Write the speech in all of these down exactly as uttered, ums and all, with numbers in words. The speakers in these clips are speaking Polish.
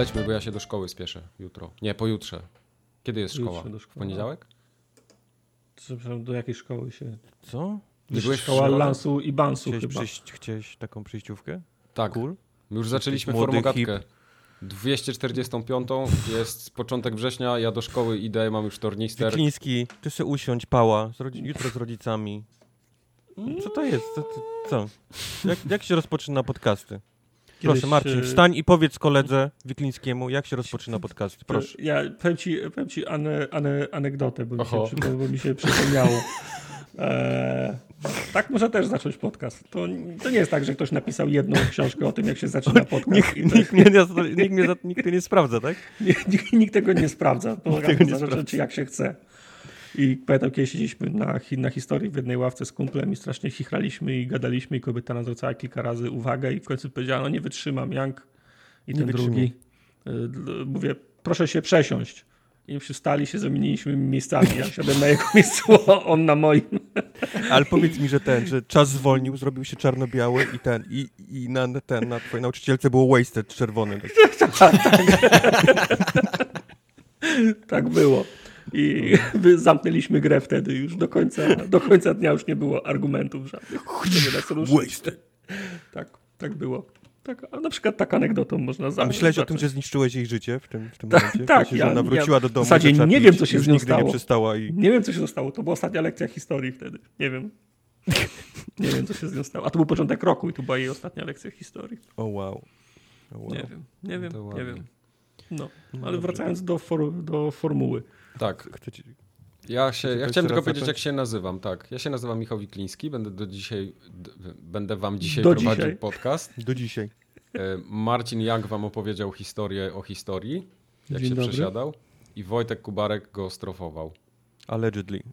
lećmy, bo ja się do szkoły spieszę jutro. Nie, pojutrze. Kiedy jest szkoła? W poniedziałek? Przepraszam, do jakiej szkoły się... Co? Nie byłeś Szkoła Lansu i Bansu chciałeś chyba. Przyjść, chciałeś taką przyjściówkę? Tak. Cool. My już zaczęliśmy Młody formogatkę. dwieście czterdzieści pięć jest początek września, ja do szkoły idę, mam już tornister. Wikliński, ty se usiądź, pała, z rodzi- jutro z rodzicami. Co to jest? Co? co, co? Jak, jak się rozpoczyna podcasty? Proszę Kiedyś, Marcin, wstań i powiedz koledze Wiklińskiemu, jak się rozpoczyna podcasty. Proszę. Ja powiem ci, powiem ci ane, ane, anegdotę, bo mi, się, przypo- bo mi się przypomniało. Eee, tak może też zacząć podcast. To, to nie jest tak, że ktoś napisał jedną książkę o tym, jak się zaczyna podcast. Nikt, I to- nikt, mnie, nie- nikt, mnie, za- nikt mnie nie sprawdza, tak? nikt, nikt tego nie sprawdza. To tego nie zależy, czy jak się chce. I pamiętam, kiedyś siedzieliśmy na, hi- na historii w jednej ławce z kumplem i strasznie chichraliśmy i gadaliśmy i kobieta nam zwracała kilka razy uwagę i w końcu powiedziała, no nie wytrzymam, Jank. I Nie ten wytrzymam. drugi. y, d- Mówię, proszę się przesiąść. I przystali się, zamieniliśmy miejscami. Ja siadłem na jego miejscu, on na moim. Ale powiedz mi, że ten, że czas zwolnił, zrobił się czarno-biały i ten, i, i na ten, na twojej nauczycielce było wasted czerwony. tak, tak. tak było. I wy- zamknęliśmy grę wtedy już do końca, do końca dnia już nie było argumentów żadnych. Nie nas ruszyć. Tak, tak było. Tak, a na przykład tak anegdotą można A za- myślałeś o tym, zacząć. że zniszczyłeś jej życie w tym, w tym Tak, momencie? tak, W sensie, ja- że ona wróciła ja do domu. w zasadzie zaczęła nie pić wiem, co i się już z nią nigdy nie stało. przestała i... Nie wiem, co się stało. To była ostatnia lekcja historii wtedy. Nie wiem. Nie wiem, co się z nią stało. A to był początek roku i to była jej ostatnia lekcja historii. O wow. O, wow. Nie wiem, nie wiem, To nie ładnie. wiem. No, No ale dobrze. wracając do, for, do formuły. Tak. Chcecie... Ja, się, ja Chcecie chciałem jeszcze tylko raz powiedzieć, zacząć? jak się nazywam. Tak, ja się nazywam Michał Wikliński, będę do dzisiaj, d- będę wam dzisiaj Do prowadził dzisiaj. podcast. Do dzisiaj. E, Marcin Jank wam opowiedział historię o historii, jak Dzień się dobry. przesiadał. I Wojtek Kubarek go strofował. Allegedly.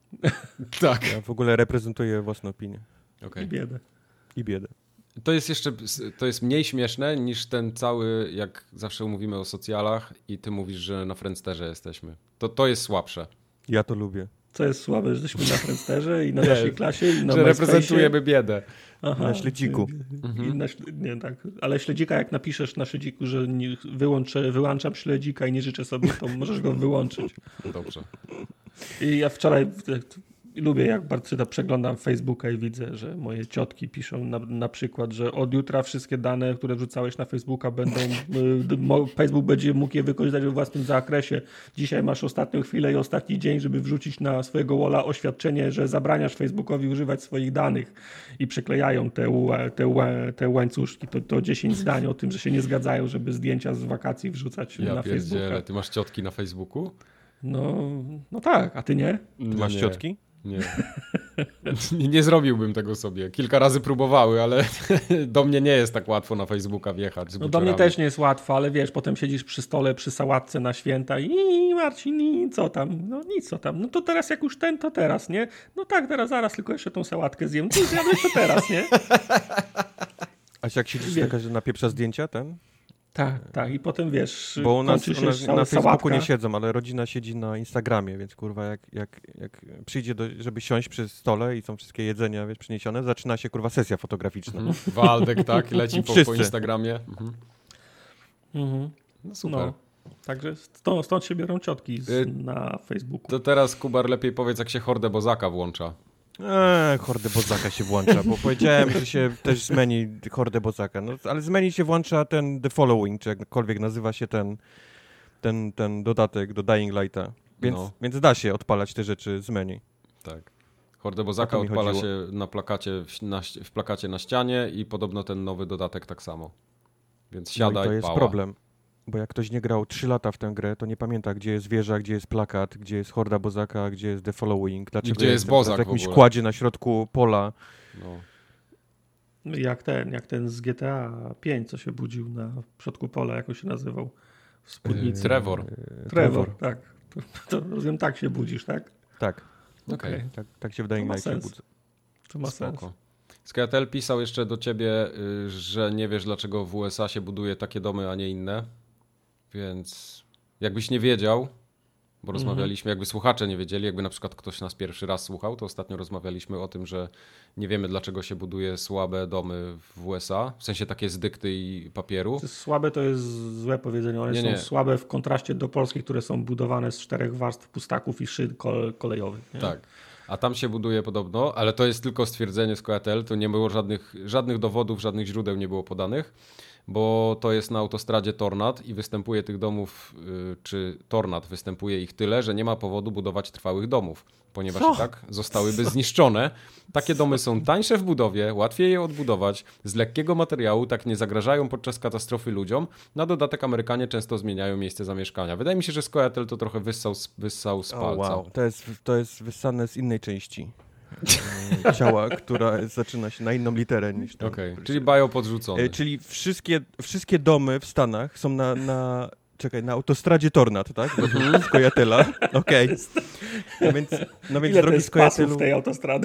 Tak. Ja w ogóle reprezentuję własną opinię. Okay. I biedę. I biedę. To jest jeszcze, to jest mniej śmieszne niż ten cały, jak zawsze mówimy o socjalach i ty mówisz, że na Friendsterze jesteśmy. To, to jest słabsze. Ja to lubię. Co jest słabe, że jesteśmy na Friendsterze i na naszej klasie i na że MySpace'ie. reprezentujemy biedę. Aha, Na śledziku. I na, śle- nie, tak. Ale śledzika, jak napiszesz na śledziku, że nie, wyłączę, wyłączam śledzika i nie życzę sobie, to możesz go wyłączyć. Dobrze. I ja wczoraj lubię, jak bardzo przeglądam Facebooka i widzę, że moje ciotki piszą na, na przykład, że od jutra wszystkie dane, które wrzucałeś na Facebooka będą, y, mo- Facebook będzie mógł je wykorzystać we własnym zakresie. Dzisiaj masz ostatnią chwilę i ostatni dzień, żeby wrzucić na swojego walla oświadczenie, że zabraniasz Facebookowi używać swoich danych i przyklejają te, ła- te, ła- te łańcuszki. To, to dziesięć zdań o tym, że się nie zgadzają, żeby zdjęcia z wakacji wrzucać Ja na Facebooka. pierdzielę. Ty masz ciotki na Facebooku? No, no tak, a ty nie? Ty masz nie. ciotki? Nie. nie. Nie zrobiłbym tego sobie. Kilka razy próbowały, ale do mnie nie jest tak łatwo na Facebooka wjechać. Z No do mnie buciorami. też nie jest łatwo, ale wiesz, potem siedzisz przy stole, przy sałatce na święta i Marcin, i co tam? No nic, co tam? No to teraz jak już ten, to teraz, nie? No tak, teraz zaraz, tylko jeszcze tą sałatkę zjem. No zjadłeś to teraz, nie? A jak siedzisz Wiem. taka, że napieprza zdjęcia ten? Tak, tak. I potem wiesz, Bo u nas, kończy u się nas cała na Facebooku sałatka. nie siedzą, ale rodzina siedzi na Instagramie, więc kurwa jak, jak, jak przyjdzie, do, żeby siąść przy stole i są wszystkie jedzenia wiesz, przyniesione, zaczyna się kurwa sesja fotograficzna. Mhm. Waldek, tak, leci po, po Wszyscy. Instagramie. Mhm. Mhm. No super. No. Także stąd, stąd się biorą ciotki z, Y, na Facebooku. To teraz, Kubar, lepiej powiedz, jak się hordę Bozaka włącza. Eee, hordę Bozaka się włącza, bo powiedziałem, że się też zmieni hordę Bozaka. No, ale zmieni się włącza ten The Following, czy jakkolwiek nazywa się ten, ten, ten dodatek do Dying Lighta. Więc, No. więc da się odpalać te rzeczy z menu. Tak. Hordę Bozaka O to mi odpala chodziło. się na plakacie, w, na, w plakacie na ścianie i podobno ten nowy dodatek tak samo. Więc No siadaj, i to jest pała. problem. Bo jak ktoś nie grał trzy lata w tę grę, to nie pamięta, gdzie jest wieża, gdzie jest plakat, gdzie jest horda Bozaka, gdzie jest The Following, dlaczego gdzie jest jestem Bozak w jakimś w ogóle. kładzie na środku pola. No. Jak ten, jak ten z G T A pięć, co się budził na środku pola, jak on się nazywał? W spódnicy. Trevor. Eee, Trevor, tak. To, to rozumiem, tak się budzisz, tak? Tak, Okej. Okej. tak, tak się w Dying To ma Light się sens. budzę. To ma sens. Spoko. Skatel pisał jeszcze do ciebie, y, że nie wiesz, dlaczego w U S A się buduje takie domy, a nie inne. Więc jakbyś nie wiedział, Bo rozmawialiśmy, jakby słuchacze nie wiedzieli, jakby na przykład ktoś nas pierwszy raz słuchał, to ostatnio rozmawialiśmy o tym, że nie wiemy, dlaczego się buduje słabe domy w U S A, w sensie takie z dykty i papieru. Słabe to jest złe powiedzenie, one nie, są nie. słabe w kontraście do polskich, które są budowane z czterech warstw pustaków i szyn kolejowych. Nie? Tak, a tam się buduje podobno, ale to jest tylko stwierdzenie z Coatel, to nie było żadnych, żadnych dowodów, żadnych źródeł nie było podanych, bo to jest na autostradzie Tornad i występuje tych domów, yy, czy Tornad występuje ich tyle, że nie ma powodu budować trwałych domów, ponieważ Co? i tak zostałyby Co? zniszczone. Takie domy są tańsze w budowie, łatwiej je odbudować, z lekkiego materiału, tak nie zagrażają podczas katastrofy ludziom. Na dodatek Amerykanie często zmieniają miejsce zamieszkania. Wydaje mi się, że Scoia'tael to trochę wyssał, wyssał z palca. Oh, wow. To jest, to jest wyssane z innej części ciała, która zaczyna się na inną literę niż to. Okej, okay. Czyli bio podrzucony. Czyli wszystkie, wszystkie domy w Stanach są na, na czekaj, na autostradzie Tornad, tak? Do Scoia'taela. Okej. Okay. No więc, no więc Ile drogi Scoia'taelu tej autostrady?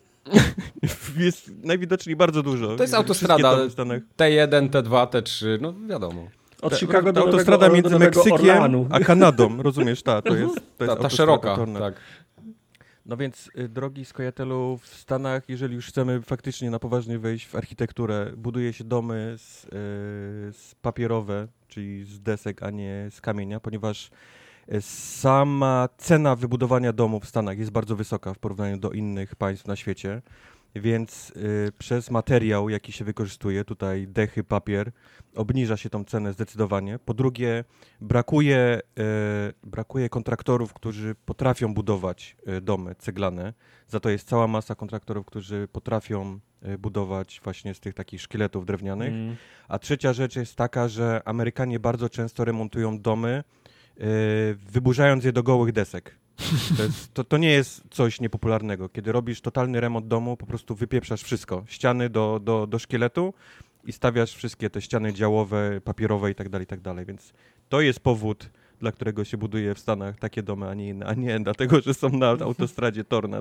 Jest najwidoczniej bardzo dużo. To jest autostrada T jeden, T dwa, T trzy, no wiadomo. Od ta, Chicago do autostrada nowego, między do Meksykiem Orleanu. a Kanadą, rozumiesz? Ta, to jest, to jest ta, ta szeroka, Tornad. tak. No więc y, drogi Scoia'taelu w Stanach, jeżeli już chcemy faktycznie na poważnie wejść w architekturę, buduje się domy z, y, z papierowe, czyli z desek, a nie z kamienia, ponieważ y, sama cena wybudowania domu w Stanach jest bardzo wysoka w porównaniu do innych państw na świecie, więc y, przez materiał, jaki się wykorzystuje, tutaj dechy, papier, obniża się tą cenę zdecydowanie. Po drugie, brakuje, y, brakuje kontraktorów, którzy potrafią budować y, domy ceglane. Za to jest cała masa kontraktorów, którzy potrafią y, budować właśnie z tych takich szkieletów drewnianych. Mm. A trzecia rzecz jest taka, że Amerykanie bardzo często remontują domy, y, wyburzając je do gołych desek. To, jest, to, to nie jest coś niepopularnego. Kiedy robisz totalny remont domu, po prostu wypieprzasz wszystko. Ściany do, do, do szkieletu i stawiasz wszystkie te ściany działowe, papierowe i tak dalej, i tak dalej. Więc to jest powód, dla którego się buduje w Stanach takie domy, a nie inne, a nie dlatego, że są na autostradzie Tornad.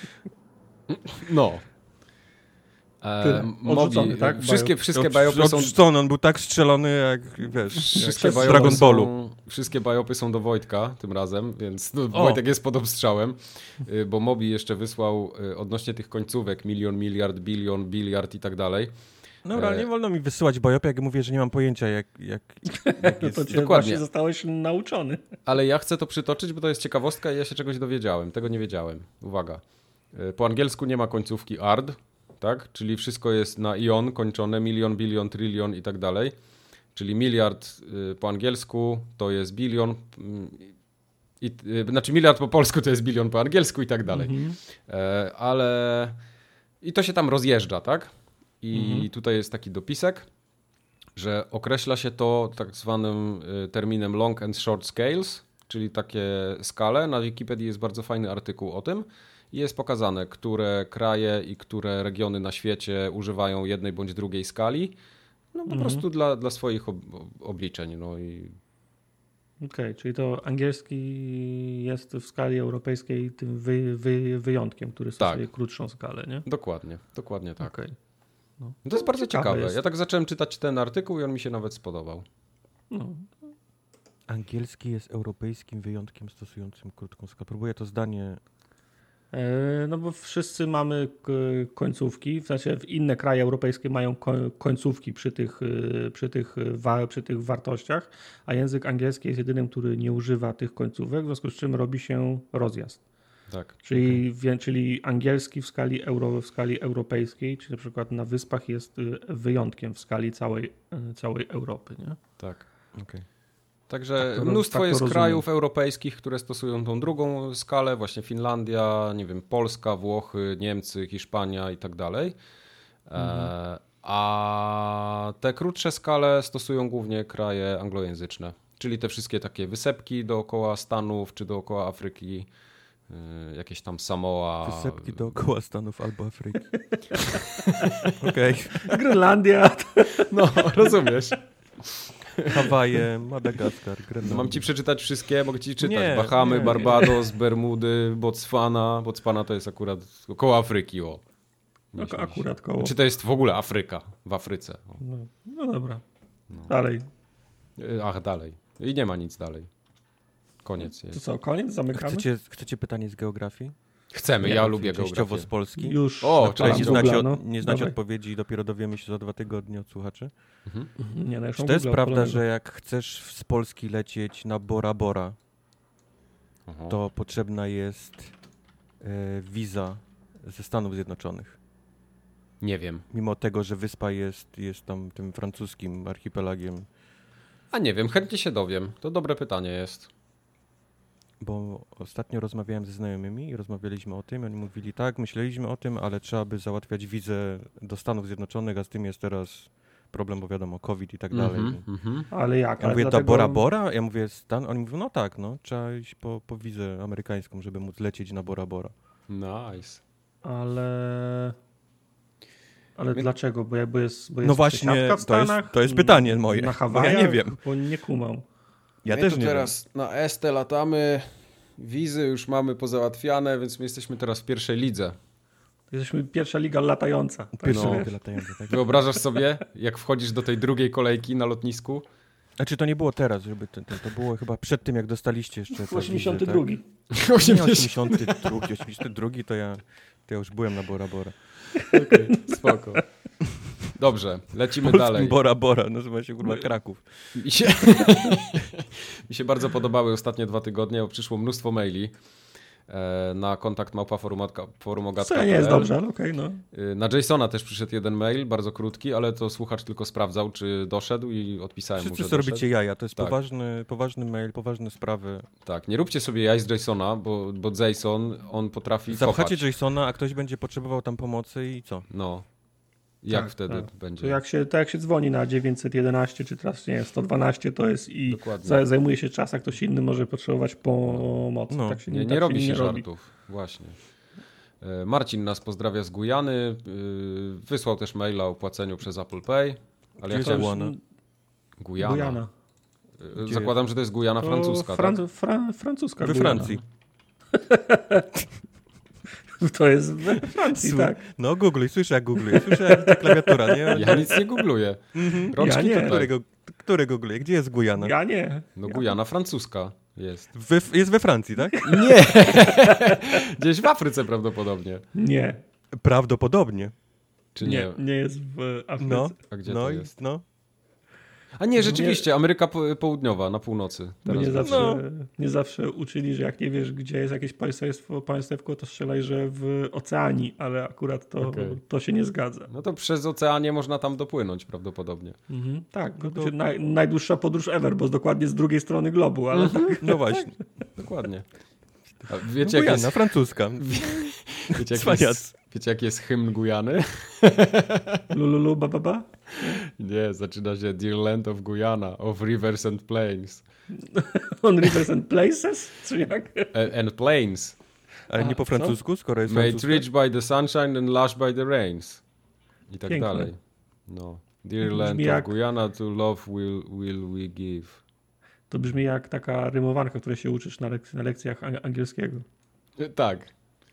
No. E, Mobi, tak? Wszystkie, wszystkie biopy są... Odrzucony, on był tak strzelony, jak wiesz, wszystkie jak z Dragon Ballu. Są, wszystkie biopy są do Wojtka tym razem, więc no, Wojtek jest pod obstrzałem, bo Mobi jeszcze wysłał odnośnie tych końcówek milion, miliard, bilion, biliard i tak dalej. No ale nie wolno mi wysyłać biopy, jak mówię, że nie mam pojęcia, jak, jak, jak jest. To cię dokładnie zostałeś nauczony. Ale ja chcę to przytoczyć, bo to jest ciekawostka i ja się czegoś dowiedziałem. Tego nie wiedziałem. Uwaga. Po angielsku nie ma końcówki ard, tak? Czyli wszystko jest na ion kończone, milion, bilion, trylion i tak dalej. Czyli miliard y, po angielsku to jest bilion, y, i, y, znaczy miliard po polsku to jest bilion po angielsku i tak dalej. Mm-hmm. E, ale i to się tam rozjeżdża, tak? I mm-hmm. tutaj jest taki dopisek, że określa się to tak zwanym y, terminem long and short scales, czyli takie skale. Na Wikipedii jest bardzo fajny artykuł o tym. Jest pokazane, które kraje i które regiony na świecie używają jednej bądź drugiej skali. No po mhm. prostu dla, dla swoich ob, obliczeń. No i... Okej, okay, czyli to angielski jest w skali europejskiej tym wy, wy, wyjątkiem, który stosuje tak. krótszą skalę, nie? Dokładnie, dokładnie tak. Okay. No. No to jest no, bardzo ciekawe. ciekawe. Jest. Ja tak zacząłem czytać ten artykuł i on mi się nawet spodobał. No. Angielski jest europejskim wyjątkiem stosującym krótką skalę. Próbuję to zdanie... No bo wszyscy mamy końcówki, w sensie inne kraje europejskie mają końcówki przy tych, przy tych, przy tych wartościach, a język angielski jest jedynym, który nie używa tych końcówek, w związku z czym robi się rozjazd. Tak. Czyli, okay. czyli angielski w skali, euro, w skali europejskiej, czyli na przykład na Wyspach jest wyjątkiem w skali całej, całej Europy. Nie? Tak. Okay. Także tak mnóstwo tak jest rozumiem. krajów europejskich, które stosują tą drugą skalę, właśnie Finlandia, nie wiem, Polska, Włochy, Niemcy, Hiszpania i tak dalej. Mhm. E, a te krótsze skale stosują głównie kraje anglojęzyczne, czyli te wszystkie takie wysepki dookoła Stanów czy dookoła Afryki, y, jakieś tam Samoa. Wysepki dookoła Stanów albo Afryki. Okej. Okay. Grenlandia. No, rozumiesz. Hawaje, Madagaskar, Grenlandia. Mam ci przeczytać wszystkie, mogę ci czytać. Nie, Bahamy, nie, Barbados, nie. Bermudy, Botswana. Botswana to jest akurat koło Afryki. O. No, akurat koło. Czy to jest w ogóle Afryka? W Afryce. No, no dobra. No. Dalej. Ach, dalej. I nie ma nic dalej. Koniec To jest. co, koniec? Zamykamy? Chcecie, chcecie pytanie z geografii? Chcemy, ja lubię Częściowo geografię. z Polski. Już. O, odpalam cześć, Nie Google'a, znacie, no. od, nie znacie Dawaj. odpowiedzi i dopiero dowiemy się za dwa tygodnie od słuchaczy. Mhm. Nie, no, już Czy mam to jest Google'a prawda, odpalonego. że jak chcesz z Polski lecieć na Bora Bora, Aha. to potrzebna jest e, wiza ze Stanów Zjednoczonych? Nie wiem. Mimo tego, że wyspa jest, jest tam tym francuskim archipelagiem. A nie wiem, chętnie się dowiem. To dobre pytanie jest. Bo ostatnio rozmawiałem ze znajomymi i rozmawialiśmy o tym. Oni mówili, tak, myśleliśmy o tym, ale trzeba by załatwiać wizę do Stanów Zjednoczonych, a z tym jest teraz problem, bo wiadomo, COVID i tak dalej. Mhm, mhm. Ale jak? Ja Ale mówię, dlatego... do Bora Bora? Ja mówię, Stan? Oni mówią, no tak, no, trzeba iść po, po wizę amerykańską, żeby móc lecieć na Bora Bora. Nice. Ale... Ale My- dlaczego? Bo jakby jest, bo jest No właśnie, przesiadka w to jest- Stanach? to jest pytanie moje, Na bo ja Hawajach? nie wiem. Bo nie kumam. Ja My też tu nie teraz na Estę latamy, wizy już mamy pozałatwiane, więc my jesteśmy teraz w pierwszej lidze. Jesteśmy pierwsza liga latająca. wiem. Pierwszy No. no. latający, tak? Wyobrażasz sobie, jak wchodzisz do tej drugiej kolejki na lotnisku? Znaczy to nie było teraz, żeby to, to, to było chyba przed tym, jak dostaliście jeszcze tę wizę, osiemdziesiąty tak? drugi. Nie, osiemdziesiąty drugi, osiemdziesiąty drugi to ja, to ja już byłem na Bora Bora. Okej, spoko. Dobrze, lecimy Polskim dalej. Bora Bora, nazywa się kurwa Kraków. Mi się, mi się bardzo podobały ostatnie dwa tygodnie, bo przyszło mnóstwo maili e, na kontakt małpa forumogatka. Co nie jest dobrze, ale okej, no. Na Jasona też przyszedł jeden mail, bardzo krótki, ale to słuchacz tylko sprawdzał, czy doszedł i odpisałem mu, Wszyscy że co doszedł. robicie jaja, to jest Tak. poważny, poważny mail, poważne sprawy. Tak, nie róbcie sobie jaj z Jasona, bo, bo Jason, on potrafi Zapchacie kopać. Jasona, a ktoś będzie potrzebował tam pomocy i co? No. Jak Tak, wtedy tak. będzie? To jak się, to jak się dzwoni na dziewięćset jedenaście, czy teraz nie wiem, sto dwanaście, to jest i Dokładnie. za, zajmuje się czas, a ktoś inny może potrzebować pomocy. No. Tak się Nie, nie tak robi się nie robi. żartów, właśnie. E, Marcin nas pozdrawia z Gujany, y, wysłał też maila o płaceniu przez Apple Pay, ale ja Gdzie chciałem... jest Gujana? Gujana. Gujana. Y, Gdzie Zakładam, że to jest Gujana To francuska, Fran- tak? Fra- francuska We Gujana. Francji. To jest we Francji, Słu- tak. No googluj, słyszę jak googluję, słyszę jak ta klawiatura, nie? Ja nic nie googluję. Rączki Ja nie. tutaj. Którego, który googluje? Gdzie jest Gujana? Ja nie. No Gujana francuska jest. We, jest we Francji, tak? Nie! Gdzieś w Afryce prawdopodobnie. Nie. Prawdopodobnie. Czy nie? Nie, nie jest w Afryce. No, A gdzie no, to i- jest? no. A nie, rzeczywiście, Ameryka po- Południowa, na północy. Bo Teraz nie wiem. zawsze, No. nie zawsze uczyli, że jak nie wiesz, gdzie jest jakieś państewko, państewko to strzelaj, że w oceanii, ale akurat to, Okej. to się nie zgadza. No to przez oceanie można tam dopłynąć prawdopodobnie. Mhm. Tak, no to to- się naj, najdłuższa podróż ever, bo jest dokładnie z drugiej strony globu, ale tak. No właśnie. Dokładnie. A No, wiecie, jak Gujana, jest, francuska. wiecie, jak Cwaniac. jest, wiecie, jak jest hymn Gujany? Lululu, ba, ba, ba. Nie, zaczyna się Dear Land of Guyana, of Rivers and Plains. On rivers and places? Czy jak? A- And Plains. Ale A, nie po co? francusku, skoro jest Made francuska? rich by the sunshine and lush by the rains. I tak Piękne. dalej. No. Dear Brzmi Land of jak- Guyana, to love will, will we give. To brzmi jak taka rymowanka, której się uczysz na, lek- na lekcjach ang- angielskiego. E, Tak.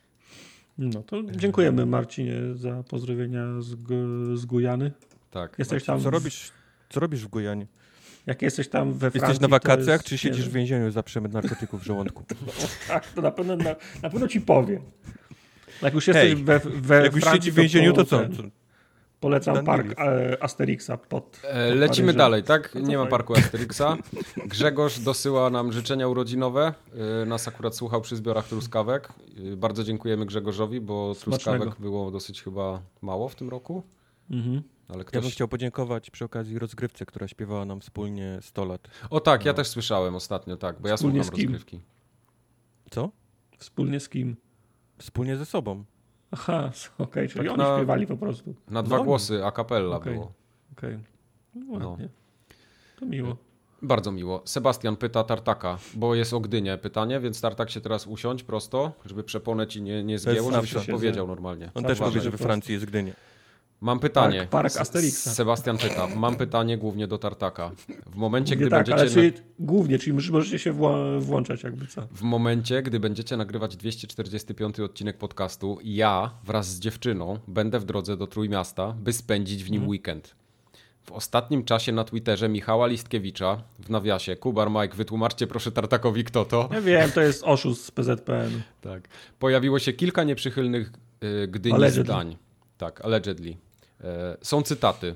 No to dziękujemy Marcinie za pozdrowienia z, Gu- z Gujany. Tak. Jesteś tam, Co w- robisz, co robisz w Gujanie? jak jesteś tam we Francji, Jesteś na to wakacjach, jest- czy siedzisz nie w więzieniu za przemyt narkotyków w żołądku? Tak, to na pewno, na, na pewno ci powiem. Jak już jesteś Hej, we, we Jak już Francji, siedzi w więzieniu, to co? ten- Co? Polecam Dan park Willis. e, Asterixa pod, E, pod Lecimy Paryżem. dalej, tak? No to Nie ma fajnie. parku Asterixa. Grzegorz dosyła nam życzenia urodzinowe. E, Nas akurat słuchał przy zbiorach truskawek. E, Bardzo dziękujemy Grzegorzowi, bo Smacznego. truskawek było dosyć chyba mało w tym roku. Mhm. Ale Ja ktoś... bym chciał podziękować przy okazji rozgrywce, która śpiewała nam wspólnie sto lat. O tak, ja No. też słyszałem ostatnio, tak, bo ja Wspólnie słucham z kim? rozgrywki. Co? Wspólnie z kim? Wspólnie ze sobą. Aha, okej, czyli Tak oni na- śpiewali po prostu. Na dwa No. głosy a cappella Okej. było. Okej. No, No. ładnie. To miło. Bardzo miło. Sebastian pyta Tartaka, bo jest o Gdynię pytanie, więc Tartak się teraz usiądź prosto, żeby przeponę ci nie, nie zgięło, żebyś zawsze. odpowiedział normalnie. On Tak, też uważaj, powie, że we po Francji jest Gdynia. Mam pytanie. Park- park S- Asterixa. Sebastian pyta. Mam pytanie głównie do Tartaka. W momencie, Głównie gdy tak, ale będziecie... czyli głównie, czyli możecie się wła- włączać jakby co. W momencie, gdy będziecie nagrywać dwieście czterdziesty piąty odcinek podcastu, ja wraz z dziewczyną będę w drodze do Trójmiasta, by spędzić w nim Mhm. weekend. w ostatnim czasie na Twitterze Michała Listkiewicza, w nawiasie, Kubar Mike, wytłumaczcie proszę Tartakowi kto to. Ja wiem, to jest oszust z P Z P N. Tak. Pojawiło się kilka nieprzychylnych y, Gdyni Allegedly. zdań. Tak, allegedly. E, są cytaty.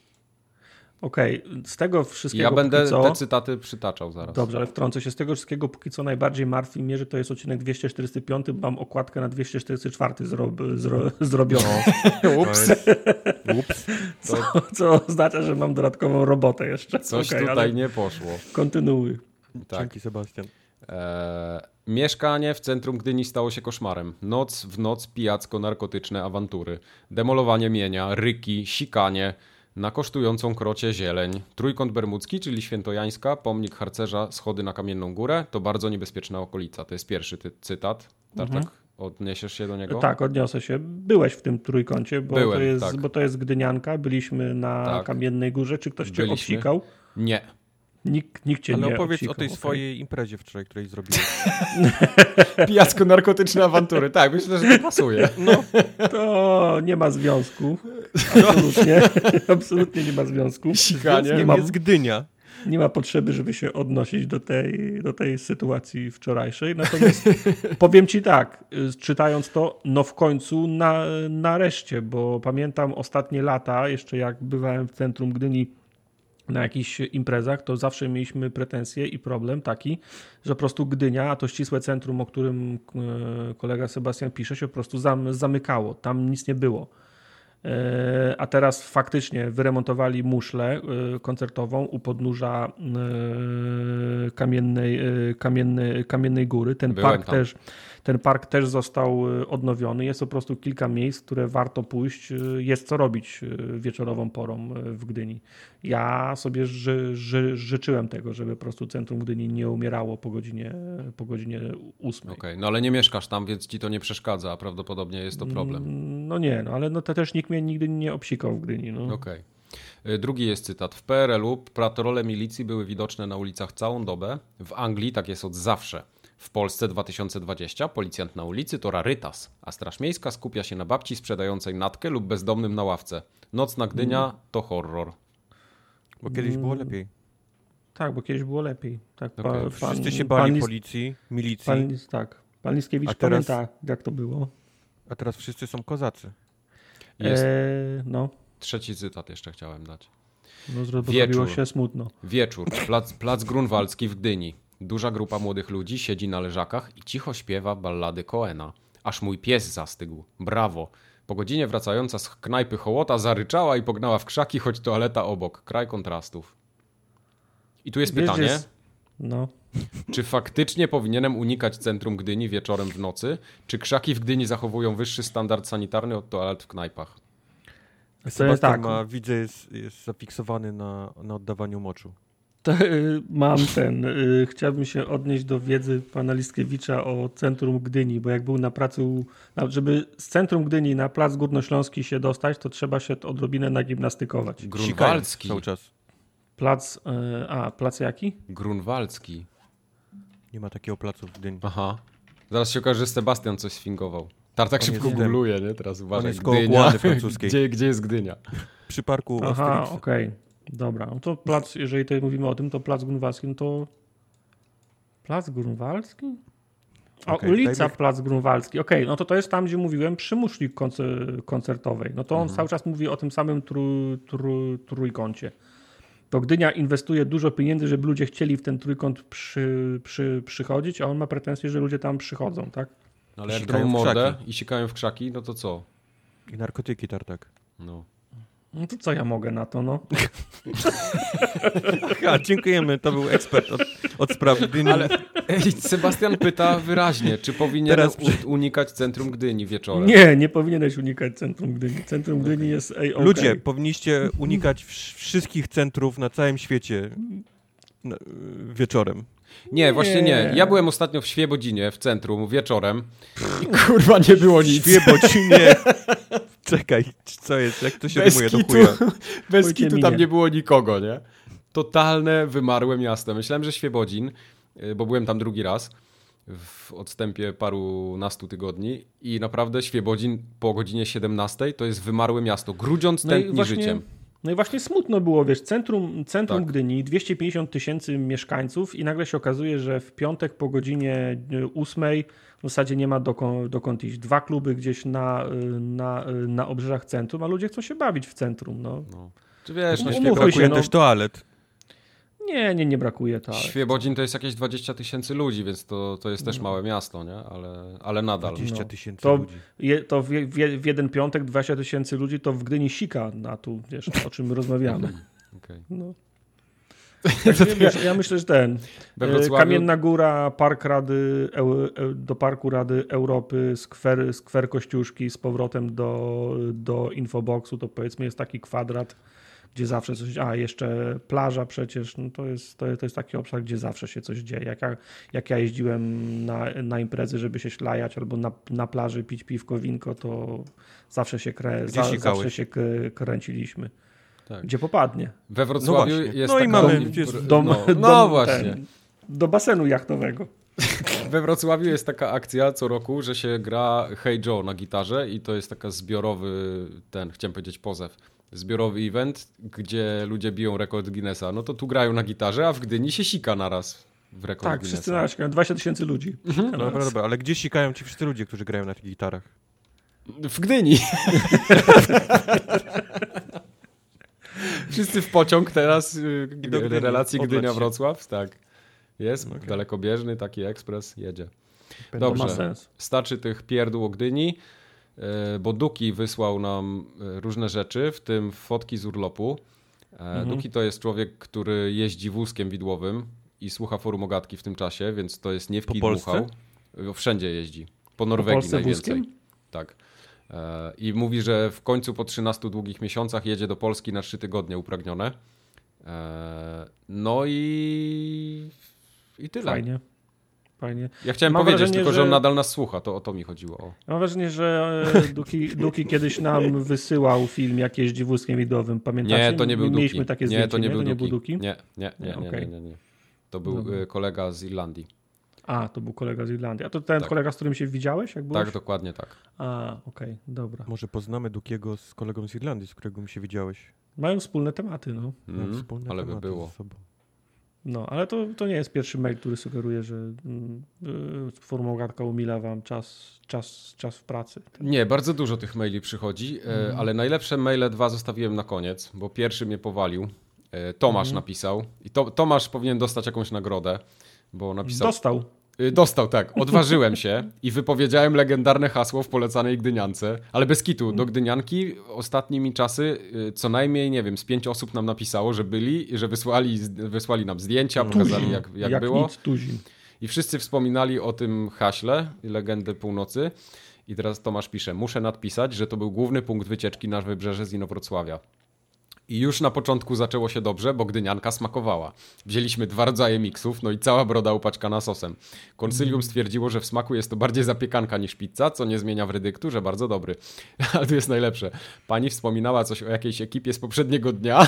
Okej, okay. Z tego wszystkiego Ja będę co... te cytaty przytaczał zaraz. Dobrze, ale wtrącę się. Z tego wszystkiego póki co najbardziej martwi mnie, że to jest odcinek dwieście czterdzieści pięć, mam okładkę na dwieście czterdzieści cztery zro... Zro... zrobioną. Ups. Ups. Co, co oznacza, że mam dodatkową robotę jeszcze. Coś okay, tutaj ale... nie poszło. Kontynuuj. Tak. Dzięki, Sebastian. E, mieszkanie w centrum Gdyni stało się koszmarem. Noc w noc pijacko-narkotyczne awantury. Demolowanie mienia, ryki, sikanie na kosztującą krocie zieleń. Trójkąt Bermudzki, czyli Świętojańska, pomnik harcerza, schody na Kamienną Górę. To bardzo niebezpieczna okolica. To jest pierwszy ty- cytat. Tartak, mhm. odniesiesz się do niego? Tak, odniosę się. Byłeś w tym trójkącie, bo, Byłem, to, jest, tak. bo to jest Gdynianka. Byliśmy na Tak. Kamiennej Górze. Czy ktoś cię Byliśmy. obsikał? Nie. Nikt, nikt cię Ale nie opowiedz obsikał, o tej okay. swojej imprezie wczoraj, której zrobiłeś. Pijacko-narkotyczne awantury. Tak, myślę, że to pasuje. No. To nie ma związku. Absolutnie. Absolutnie nie ma związku. Sikanie. Nie ma, Jest Gdynia. nie ma potrzeby, żeby się odnosić do tej, do tej sytuacji wczorajszej. Natomiast powiem ci tak, czytając to, no w końcu na, nareszcie, bo pamiętam ostatnie lata, jeszcze jak bywałem w centrum Gdyni na jakichś imprezach, to zawsze mieliśmy pretensje i problem taki, że po prostu Gdynia, a to ścisłe centrum, o którym kolega Sebastian pisze, się po prostu zamykało. Tam nic nie było. A teraz faktycznie wyremontowali muszlę koncertową u podnóża Kamiennej, Kamiennej, Kamiennej Góry. Ten park, też, ten park też został odnowiony. Jest po prostu kilka miejsc, które warto pójść. Jest co robić wieczorową porą w Gdyni. Ja sobie ży, ży, życzyłem tego, żeby po prostu centrum Gdyni nie umierało po godzinie, po godzinie ósmej. Okej, okay, no ale nie mieszkasz tam, więc ci to nie przeszkadza, a prawdopodobnie jest to problem. No nie, no ale no to też nikt mnie nigdy nie obsikał w Gdyni. No. Okej. Okay. Drugi jest cytat. W P R L u patrole milicji były widoczne na ulicach całą dobę. W Anglii tak jest od zawsze. W Polsce dwa tysiące dwudziesty policjant na ulicy to rarytas, a Straż Miejska skupia się na babci sprzedającej natkę lub bezdomnym na ławce. Nocna Gdynia mm. to horror. Bo kiedyś było lepiej. Tak, bo kiedyś było lepiej. Tak, okay. pan, Wszyscy się bali pan, policji, milicji. Pan, tak, pan Liskiewicz teraz, pamięta, jak to było. A teraz wszyscy są kozacy. Jest. Eee, no. Trzeci cytat jeszcze chciałem dać. No, zrobiło się smutno. Wieczór. Plac, plac Grunwaldzki w Gdyni. Duża grupa młodych ludzi siedzi na leżakach i cicho śpiewa ballady Coena. Aż mój pies zastygł. Brawo. Po godzinie wracająca z knajpy hołota zaryczała i pognała w krzaki, choć toaleta obok. Kraj kontrastów. I tu jest Wiesz, pytanie. Jest... No. Czy faktycznie powinienem unikać centrum Gdyni wieczorem w nocy? Czy krzaki w Gdyni zachowują wyższy standard sanitarny od toalet w knajpach? Sebastian tak. ma, widzę, jest, jest zafiksowany na, na oddawaniu moczu. To, y, mam ten. Y, chciałbym się odnieść do wiedzy pana Listkiewicza o centrum Gdyni, bo jak był na pracy, żeby z centrum Gdyni na plac Górnośląski się dostać, to trzeba się odrobinę nagimnastykować. Grunwaldzki. Cały czas. Plac, y, a plac jaki? Grunwaldzki. Nie ma takiego placu w Gdyni. Aha. Zaraz się okaże, że Sebastian coś sfingował. Tartak szybko googluje, nie? Teraz uważaj. On jest koło Gdynia. Francuskiej. Gdzie, gdzie jest Gdynia? Przy parku Aha, okej. Okay. Dobra. No to plac, jeżeli tutaj mówimy o tym, to plac Grunwaldzki, no to plac Grunwaldzki? O, okay, ulica dajmy... Plac Grunwaldzki. Okej, okay, no to to jest tam, gdzie mówiłem, przy muszli koncer- koncertowej. No to on mhm. cały czas mówi o tym samym tru, tru, trójkącie. To Gdynia inwestuje dużo pieniędzy, żeby ludzie chcieli w ten trójkąt przy, przy, przychodzić, a on ma pretensje, że ludzie tam przychodzą, tak? No ale jak drą mordę i sikają w krzaki, no to co? I narkotyki, Tartak. No. No to co ja mogę na to, no? Aha, dziękujemy, to był ekspert od, od spraw Gdyni. Ale ej, Sebastian pyta wyraźnie, czy powinien Teraz... unikać centrum Gdyni wieczorem? Nie, nie powinieneś unikać centrum Gdyni. Centrum Gdyni okay. jest A-OK. Ludzie, powinniście unikać wszystkich centrów na całym świecie wieczorem. Nie, właśnie nie. Ja byłem ostatnio w Świebodzinie, w centrum, wieczorem i kurwa nie było nic. Świebodzinie. Czekaj, co jest? Jak to się rymuje do chuja? Bez kitu tam nie było nikogo, nie? Totalne, wymarłe miasto. Myślałem, że Świebodzin, bo byłem tam drugi raz w odstępie parunastu tygodni i naprawdę Świebodzin po godzinie siedemnastej to jest wymarłe miasto. Grudziąc tętni no życiem. No i właśnie smutno było, wiesz, centrum, centrum Tak. Gdyni, dwieście pięćdziesiąt tysięcy mieszkańców i nagle się okazuje, że w piątek po godzinie ósmej w zasadzie nie ma dokąd, dokąd iść. Dwa kluby gdzieś na, na, na obrzeżach centrum, a ludzie chcą się bawić w centrum. No. No. Czy wiesz, no, Um- Świe- umówmy Brakuje się, no. też toalet. Nie, nie, nie brakuje to. Ale... Świebodzin to jest jakieś dwadzieścia tysięcy ludzi, więc to, to jest też małe miasto, nie? Ale, ale nadal. dwadzieścia No. tysięcy To, ludzi. je, to w, w, w jeden piątek dwadzieścia tysięcy ludzi to w Gdyni sika na tu, wiesz, o czym my rozmawiamy. Okay. No. Także, wiesz, ja myślę, że ten We e, Wrocławiu- Kamienna Góra, Park Rady Eu, e, do Parku Rady Europy, skwer, skwer Kościuszki z powrotem do, do infoboxu, to powiedzmy jest taki kwadrat, gdzie zawsze coś, a jeszcze plaża przecież, no to jest, to, to jest taki obszar, gdzie zawsze się coś dzieje. Jak ja, jak ja jeździłem na, na imprezy, żeby się szlajać albo na, na plaży pić piwko, winko, to zawsze się, krę, Gdzie za, sikałeś? zawsze się k- kręciliśmy. Tak. Gdzie popadnie. We Wrocławiu No właśnie. jest No i taka... mamy- Dom- jest- Do, no, do, no właśnie. ten, do basenu jachtowego. We Wrocławiu jest taka akcja co roku, że się gra Hey Joe na gitarze i to jest taka zbiorowy, ten, chciałem powiedzieć pozew, zbiorowy event, gdzie ludzie biją rekord Guinnessa. No to tu grają na gitarze, a w Gdyni się sika naraz w rekord Tak, Guinnessa. wszyscy naraz, dwadzieścia tysięcy ludzi. No dobra, dobra, ale gdzie sikają ci wszyscy ludzie, którzy grają na tych gitarach? W Gdyni. Wszyscy w pociąg teraz, y, do Gdyni, relacji odlać się. Gdynia-Wrocław, tak. Jest, Okej. dalekobieżny taki ekspres, jedzie. To Dobrze. ma sens. Starczy tych pierdół o Gdyni, y, bo Duki wysłał nam y, różne rzeczy, w tym fotki z urlopu. E, Mhm. Duki to jest człowiek, który jeździ wózkiem widłowym i słucha forum Ogatki w tym czasie, więc to jest nie w Po kij Polsce? dmuchał. Y, Wszędzie jeździ. Po Norwegii Polsce najwięcej. wózkiem? Tak. E, I mówi, że w końcu po trzynastu długich miesiącach jedzie do Polski na trzy tygodnie upragnione. E, No i... I tyle. Fajnie. Fajnie. Ja chciałem Mam powiedzieć, wrażenie, tylko że... że- on nadal nas słucha, to o to mi chodziło. O. Ja mam wrażenie, że e, Duki, Duki kiedyś nam wysyłał film, jak jeździ wózkiem widłowym. Pamiętacie? Nie, to nie był Mieliśmy Duki. takie Nie, zdjęcie, to nie, nie? był, to nie Duki. był Duki? Nie, nie, nie, nie, Okej. nie, nie, nie. To był Dobra. y, kolega z Irlandii. A, to był kolega z Irlandii. A to ten Tak. kolega, z którym się widziałeś? Jak byłeś? Tak, dokładnie tak. A, okej, dobra. Może poznamy Dukiego z kolegą z Irlandii, z którego mi się widziałeś. Mają wspólne tematy, no. Mają Mm, wspólne ale by tematy było. ze sobą. No, ale to, to nie jest pierwszy mail, który sugeruje, że mm, y, Formuła Ogatka umila wam czas, czas, czas w pracy. Nie, bardzo dużo tych maili przychodzi, e, ale najlepsze maile dwa zostawiłem na koniec, bo pierwszy mnie powalił. E, Tomasz napisał i to, Tomasz powinien dostać jakąś nagrodę, bo napisał... Dostał. Y, Dostał, tak. Odważyłem się i wypowiedziałem legendarne hasło w polecanej Gdyniance, ale bez kitu. Do Gdynianki ostatnimi czasy y, co najmniej, nie wiem, z pięć osób nam napisało, że byli i że wysłali, wysłali nam zdjęcia, pokazali jak, jak, jak było. nic, tuzin. I wszyscy wspominali o tym haśle, legendy północy. I teraz Tomasz pisze, muszę nadpisać, że to był główny punkt wycieczki na wybrzeże z Inowrocławia. I już na początku zaczęło się dobrze, bo Gdynianka smakowała. Wzięliśmy dwa rodzaje miksów, no i cała broda upaczkana sosem. Konsylium stwierdziło, że w smaku jest to bardziej zapiekanka niż pizza, co nie zmienia werdyktu, że bardzo dobry. Ale tu jest najlepsze. Pani wspominała coś o jakiejś ekipie z poprzedniego dnia.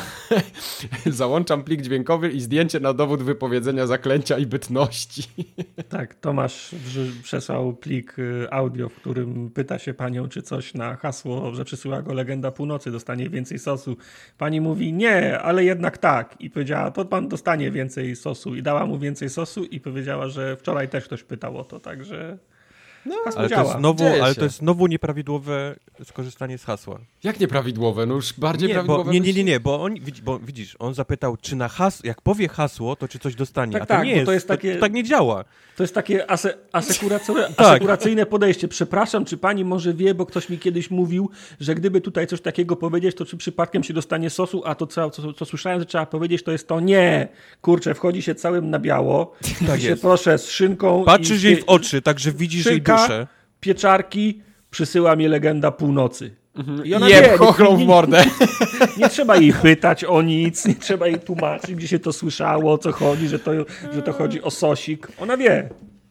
Załączam plik dźwiękowy i zdjęcie na dowód wypowiedzenia zaklęcia i bytności. Tak, Tomasz wrze- przesłał plik y, audio, w którym pyta się panią, czy coś na hasło, że przysyła go Legenda Północy, dostanie więcej sosu. Pani mówi, nie, ale jednak tak. I powiedziała, to pan dostanie więcej sosu. I dała mu więcej sosu i powiedziała, że wczoraj też ktoś pytał o to, także hasło Ale to, działa. jest znowu, Dzieje ale się. to jest znowu nieprawidłowe skorzystanie z hasła. Jak nieprawidłowe? No już bardziej Nie, bo, prawidłowe. nie, nie, być- nie, nie, bo, on, widz- bo widzisz, on zapytał, czy na hasło, jak powie hasło, to czy coś dostanie, Tak, a to tak, nie bo jest, to jest to, takie- to tak nie działa. To jest takie ase, asekuracyjne, Tak. asekuracyjne podejście. Przepraszam, czy pani może wie, bo ktoś mi kiedyś mówił, że gdyby tutaj coś takiego powiedzieć, to czy przypadkiem się dostanie sosu, a to co, co, co słyszałem, że trzeba powiedzieć, to jest to nie. Kurczę, wchodzi się całym na biało, tak się jest. proszę z szynką Patrzysz i jej w oczy, tak że widzisz jej szynka, duszę. pieczarki, przysyła mi Legenda Północy. I ona Jeb wie, chochlą nie, w mordę. nie trzeba jej pytać o nic, nie trzeba jej tłumaczyć, gdzie się to słyszało, o co chodzi, że to, że to chodzi o sosik. Ona wie.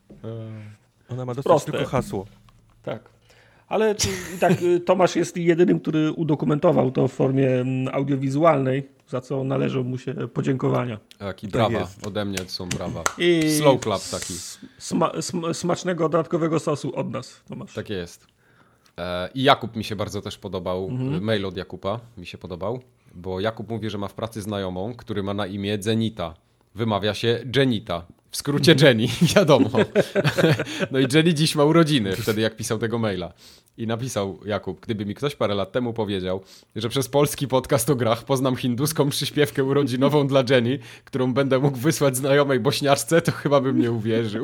Ona ma dostać Proste. tylko hasło. Tak. Ale t- i tak y, Tomasz jest jedynym, który udokumentował to w formie mm, audiowizualnej, za co należą mu się podziękowania. Tak, i Tak brawa. jest. Ode mnie są brawa. I Slow clap taki. Sma, sm, smacznego dodatkowego sosu od nas, Tomasz. Tak jest. E, I Jakub mi się bardzo też podobał. Mail od Jakuba mi się podobał. bo Jakub mówi, że ma w pracy znajomą, który ma na imię Zenita. Wymawia się Jenita. W skrócie Jenny, wiadomo. No i Jenny dziś ma urodziny, wtedy jak pisał tego maila. I napisał Jakub, gdyby mi ktoś parę lat temu powiedział, że przez polski podcast o grach poznam hinduską przyśpiewkę urodzinową dla Jenny, którą będę mógł wysłać znajomej bośniaczce, to chyba bym nie uwierzył.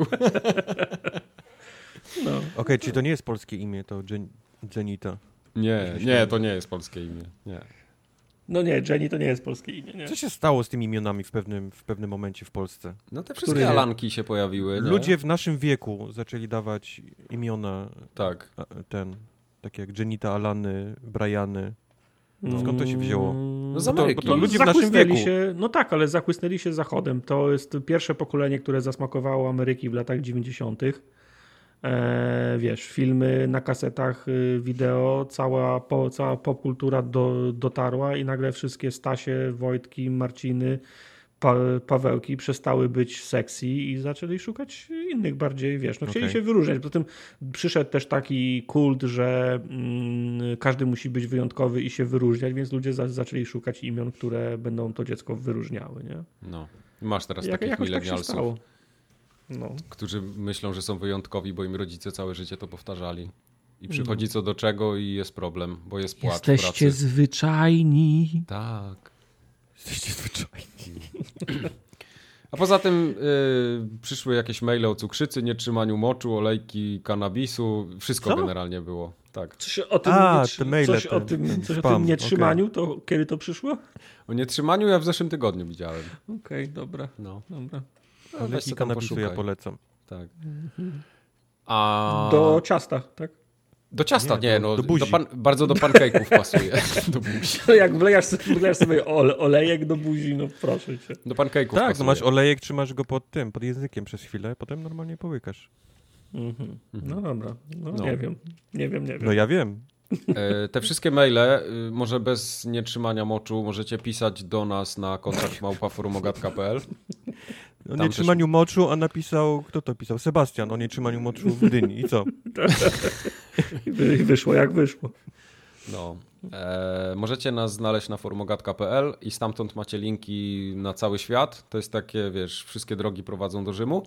No. Okej, okay, czyli to nie jest polskie imię, to Jen- Jenita. Nie, nie, to nie jest polskie imię. Nie. No nie, Jenny to nie jest polskie imię. Nie. Co się stało z tymi imionami w pewnym, w pewnym momencie w Polsce? No te wszystkie Który Alanki się pojawiły. Nie? Ludzie w naszym wieku zaczęli dawać imiona. Tak. Ten, takie jak Jenita, Alany, Briany. No. Skąd to się wzięło? No z Ameryki. To, to ludzie w naszym wieku. Się, no tak, ale zachłysnęli się Zachodem. To jest pierwsze pokolenie, które zasmakowało Ameryki w latach dziewięćdziesiątych. E, wiesz, filmy na kasetach, wideo, cała, po, cała popkultura do, dotarła i nagle wszystkie Stasie, Wojtki, Marciny, pa, Pawełki przestały być sexy i zaczęli szukać innych bardziej, wiesz, no chcieli okay. się wyróżniać. Poza tym przyszedł też taki kult, że mm, każdy musi być wyjątkowy i się wyróżniać, więc ludzie za, zaczęli szukać imion, które będą to dziecko wyróżniały, nie? No, masz teraz Jak, takich milenialsów. Tak No. Którzy myślą, że są wyjątkowi, bo im rodzice całe życie to powtarzali. I przychodzi no. co do czego i jest problem, bo jest płacz w Jesteście pracy. zwyczajni. Tak. Jesteście zwyczajni. A poza tym y, przyszły jakieś maile o cukrzycy, nietrzymaniu moczu, olejki, kanabisu. Wszystko co? generalnie było. Tak. Coś o tym, A, nie, te maile, coś ten, o tym, ten coś spam. o tym nietrzymaniu, okay. to kiedy to przyszło? O nietrzymaniu ja w zeszłym tygodniu widziałem. Okej, okay, dobra. No. dobra. No, olejki, kanabisu ja polecam. Tak. A... Do ciasta, tak? Do ciasta, nie, nie do, no. do buzi. Do pan, bardzo do pancake'ów pasuje. Do buzi. No jak wlejasz sobie, wlejasz sobie olejek do buzi, no proszę cię. Do pancake'ów Tak, pasuje. no masz olejek, trzymasz go pod tym, pod językiem przez chwilę, potem normalnie połykasz. Mm-hmm. No dobra, no, no nie wiem, nie wiem, nie wiem. No ja wiem. E, te wszystkie maile, y, może bez nietrzymania moczu, możecie pisać do nas na kontakt małpa forumogat kropka p l. O nietrzymaniu też... moczu, a napisał, kto to pisał? Sebastian, o nietrzymaniu moczu w Gdyni. I co? I wyszło jak wyszło. No. E, możecie nas znaleźć na forumogat kropka p l i stamtąd macie linki na cały świat. To jest takie, wiesz, wszystkie drogi prowadzą do Rzymu.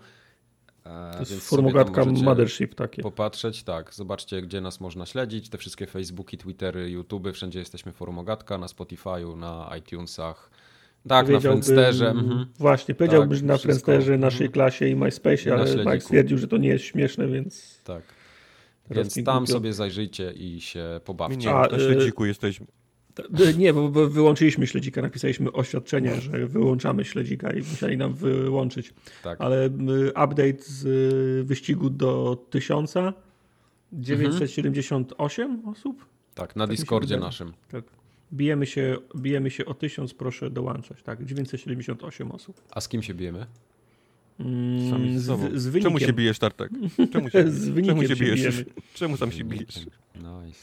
E, to jest Forumogatka Mothership takie. Popatrzeć, tak. Zobaczcie, gdzie nas można śledzić. Te wszystkie Facebooki, Twittery, YouTube, wszędzie jesteśmy Forumogatka, na Spotify'u, na iTunesach. Tak, na Friendsterze. Mhm. Właśnie, powiedziałbym, że tak, na Friendsterze, naszej mhm. klasie i MySpace, ale Mike stwierdził, że to nie jest śmieszne, więc... Tak. Więc tam sobie zajrzyjcie i się pobawcie. Nie, A, na śledziku y- jesteśmy. Nie, bo, bo wyłączyliśmy śledzika, napisaliśmy oświadczenie, że wyłączamy śledzika i musieli nam wyłączyć. Tak. Ale update z wyścigu do tysiąca dziewięćset siedemdziesiąt osiem mhm. osób? Tak, na tak Discordzie naszym. Tak. Bijemy się, bijemy się o tysiąc, proszę dołączać. Tak, dziewięćset siedemdziesiąt osiem osób. A z kim się bijemy? Mm, Sami z, z, z wynikiem. Czemu się bijesz, Tartak? Czemu się, z wynikiem czemu się bijesz? Bijemy. Czemu sam się bijesz? Nice.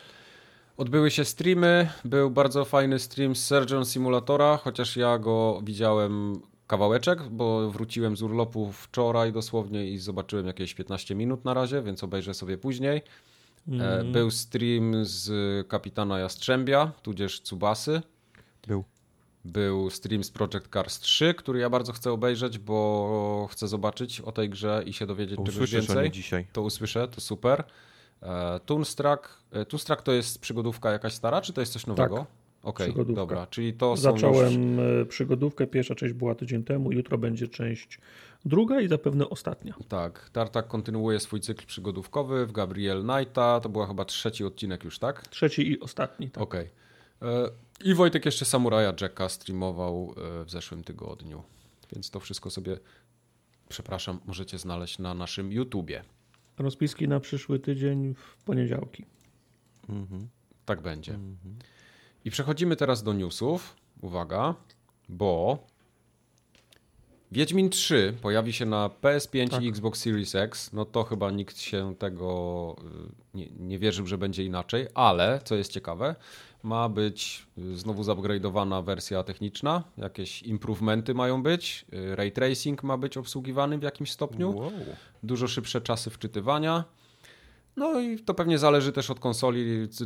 Odbyły się streamy, był bardzo fajny stream z Surgeon Simulatora, chociaż ja go widziałem kawałeczek, bo wróciłem z urlopu wczoraj dosłownie i zobaczyłem jakieś piętnaście minut na razie, więc obejrzę sobie później. Mm. Był stream z Kapitana Jastrzębia, tudzież Tsubasy. Był. Był stream z Project Cars trzy, który ja bardzo chcę obejrzeć, bo chcę zobaczyć o tej grze i się dowiedzieć to czegoś więcej. Dzisiaj. To usłyszę, to super. Toonstruck. Toonstruck to jest przygodówka jakaś stara, czy to jest coś nowego? Tak, okej, okay, dobra. Czyli to Zacząłem są już... przygodówkę, pierwsza część była tydzień temu, jutro będzie część druga i zapewne ostatnia. Tak, Tartak kontynuuje swój cykl przygodówkowy w Gabriel Knighta, to była chyba trzeci odcinek już, tak? Trzeci i ostatni, tak. Okej. Okay. I Wojtek jeszcze Samuraja Jacka streamował w zeszłym tygodniu, więc to wszystko sobie, przepraszam, możecie znaleźć na naszym YouTubie. Rozpiski na przyszły tydzień w poniedziałki. Mhm. Tak będzie. Mhm. I przechodzimy teraz do newsów. Uwaga, bo Wiedźmin trzy pojawi się na P S pięć tak. i Xbox Series X. No to chyba nikt się tego nie, nie wierzył, że będzie inaczej, ale co jest ciekawe, ma być znowu zupgrade'owana wersja techniczna, jakieś improvementy mają być, ray tracing ma być obsługiwany w jakimś stopniu, wow. Dużo szybsze czasy wczytywania. No i to pewnie zależy też od konsoli,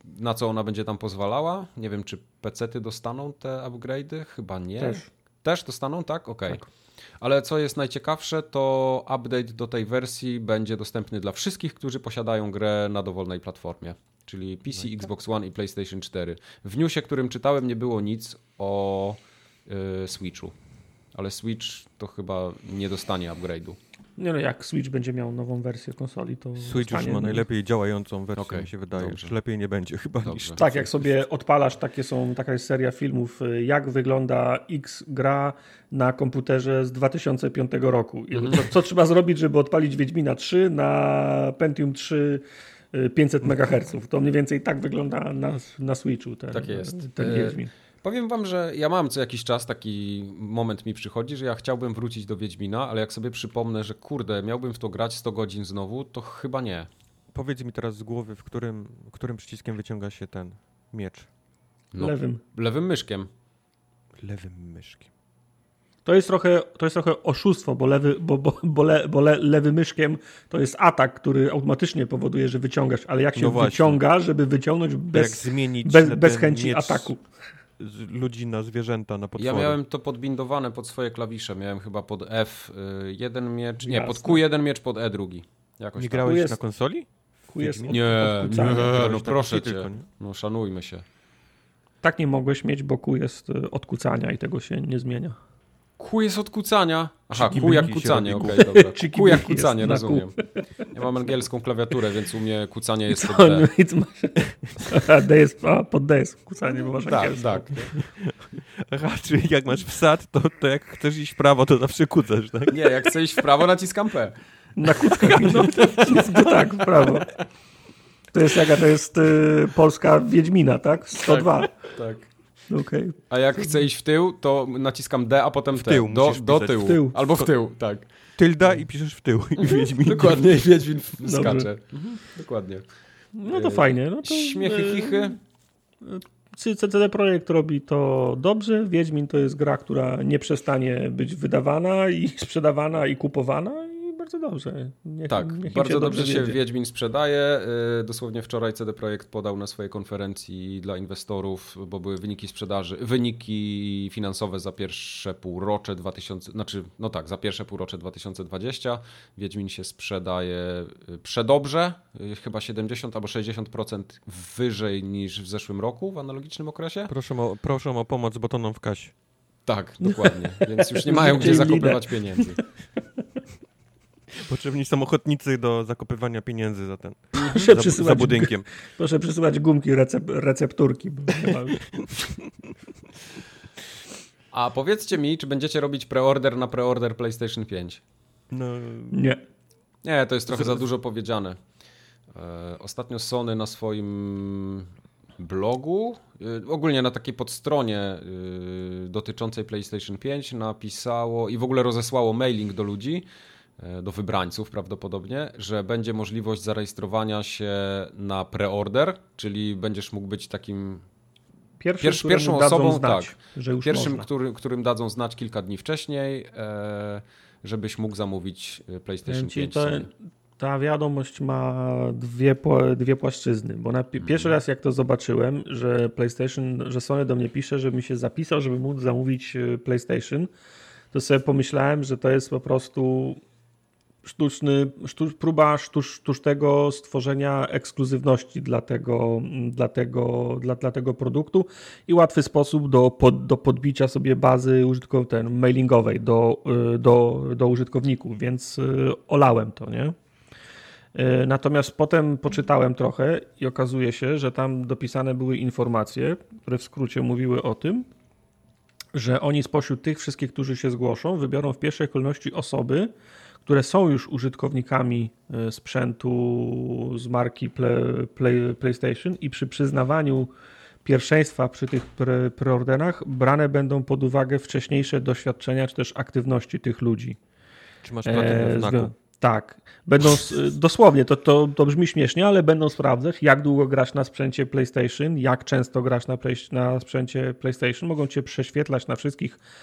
na co ona będzie tam pozwalała. Nie wiem, czy pecety dostaną te upgrade'y? Chyba nie. Też. Też dostaną, tak? Okej. Okay. Tak. Ale co jest najciekawsze, to update do tej wersji będzie dostępny dla wszystkich, którzy posiadają grę na dowolnej platformie. Czyli P C, Xbox One i PlayStation cztery. W newsie, którym czytałem, nie było nic o yy, Switchu. Ale Switch to chyba nie dostanie upgrade'u. Nie no, jak Switch będzie miał nową wersję konsoli, to Switch zostanie, już ma no. najlepiej działającą wersję, Okej, mi się wydaje. dobrze. Już lepiej nie będzie chyba Dobrze. niż... Tak, jak sobie odpalasz, takie są, taka jest seria filmów, jak wygląda X gra na komputerze z dwa tysiące piątego roku. I Mhm. co, co trzeba zrobić, żeby odpalić Wiedźmina trzy na Pentium trzy pięćset megaherców. To mniej więcej tak wygląda na, na Switchu ten, Tak jest. ten E, Wiedźmin. Powiem wam, że ja mam co jakiś czas taki moment mi przychodzi, że ja chciałbym wrócić do Wiedźmina, ale jak sobie przypomnę, że kurde, miałbym w to grać sto godzin znowu, to chyba nie. Powiedz mi teraz z głowy, w którym, którym przyciskiem wyciąga się ten miecz? No, Lewym. Lewym myszkiem. Lewym myszkiem. To jest trochę, to jest trochę oszustwo, bo, lewy, bo, bo, bo, le, bo le, lewy myszkiem to jest atak, który automatycznie powoduje, że wyciągasz, ale jak się No właśnie. wyciąga, żeby wyciągnąć Jak bez, zmienić bez, na bez ten chęci miecz ataku. z ludzi na zwierzęta, na potwory. Ja miałem to podbindowane pod swoje klawisze. Miałem chyba pod F jeden miecz, nie, Jasne. pod Q jeden miecz, pod E drugi. Jakoś Nie tak. grałeś jest- na konsoli? Ku jest od, Nie, nie, odkucania. no Grałeś proszę taki cię. tylko, nie? No szanujmy się. Tak nie mogłeś mieć, bo Q jest y, od kucania i tego się nie zmienia. Q jest od kucania. Aha, Czyki Q jak byki się kucanie, robi okej, dobra. Czyki Q jak byki jest kucanie, na rozumiem. Ja mam angielską klawiaturę, więc u mnie kucanie jest pod To, D. nic masz, a, D jest, a pod D jest kucanie, bo masz Tak, angielską. tak. Aha, czyli jak masz wsad, to, to jak chcesz iść w prawo, to zawsze kucasz, tak? Nie, jak chcę iść w prawo, naciskam P. Na kuckach, no to tak, w prawo. To jest jaka to jest y, Polska Wiedźmina, tak? sto dwa. Tak. Okej. A jak chcę iść w tył, to naciskam D, a potem W T. tył Do, musisz do pisać. tyłu. W tył. Albo w tył, tak. Tylda i piszesz w tył. I Wiedźmin. Dokładnie, i Wiedźmin Dobrze. skacze. Mhm, dokładnie. No to Y, fajnie. No to, Śmiechy, y, chichy. C C D Projekt robi to dobrze. Wiedźmin to jest gra, która nie przestanie być wydawana i sprzedawana i kupowana i bardzo dobrze. Niech, Tak, niech im bardzo się dobrze się wiedzie. Wiedźmin sprzedaje. Yy, Dosłownie wczoraj C D Projekt podał na swojej konferencji dla inwestorów, bo były wyniki sprzedaży, wyniki finansowe za pierwsze półrocze dwa tysiące, znaczy, no tak, za pierwsze półrocze dwa tysiące dwudziestego. Wiedźmin się sprzedaje yy, przedobrze, yy, chyba siedemdziesiąt albo sześćdziesiąt procent wyżej niż w zeszłym roku w analogicznym okresie. Proszę o, proszę o pomoc botonom w kasie. Tak, dokładnie, więc już nie mają gdzie zakopywać pieniędzy. Potrzebni są ochotnicy do zakopywania pieniędzy za ten, Proszę za, przysyłać, za budynkiem. proszę przysyłać gumki, recep, recepturki. Bo nie ma... A powiedzcie mi, czy będziecie robić preorder na preorder PlayStation pięć? No, Nie. Nie, to jest trochę za dużo powiedziane. E, ostatnio Sony na swoim blogu, e, ogólnie na takiej podstronie e, dotyczącej PlayStation pięć napisało i w ogóle rozesłało mailing do ludzi, e, do wybrańców prawdopodobnie, że będzie możliwość zarejestrowania się na preorder, czyli będziesz mógł być takim Pierwszym, Pierwszy- pierwszą któremu dadzą osobą, znać, tak. że już pierwszym, można. który, którym dadzą znać kilka dni wcześniej, e, żebyś mógł zamówić PlayStation Powiem ci, pięć to, Sony. ta wiadomość ma dwie, pła- dwie płaszczyzny, bo na pi- pierwszy raz jak to zobaczyłem, że PlayStation, że Sony do mnie pisze, żebym się zapisał, żeby móc zamówić e, PlayStation, to sobie pomyślałem, że to jest po prostu sztuczny, sztuc, próba sztuc, sztucznego stworzenia ekskluzywności dla tego, dla, tego, dla, dla tego produktu i łatwy sposób do, pod, do podbicia sobie bazy użytkow- ten, mailingowej do, y, do, do użytkowników, więc y, olałem to, nie? Y, Natomiast potem poczytałem trochę i okazuje się, że tam dopisane były informacje, które w skrócie mówiły o tym, że oni spośród tych wszystkich, którzy się zgłoszą, wybiorą w pierwszej kolejności osoby, które są już użytkownikami e, sprzętu z marki Play, Play, PlayStation i przy przyznawaniu pierwszeństwa przy tych pre, preorderach brane będą pod uwagę wcześniejsze doświadczenia czy też aktywności tych ludzi. czy masz platynę w E, znaku? zgo- tak. Będą, s- dosłownie, to, to, to brzmi śmiesznie, ale będą sprawdzać, jak długo grasz na sprzęcie PlayStation, jak często grasz na, play, na sprzęcie PlayStation. Mogą cię prześwietlać na wszystkich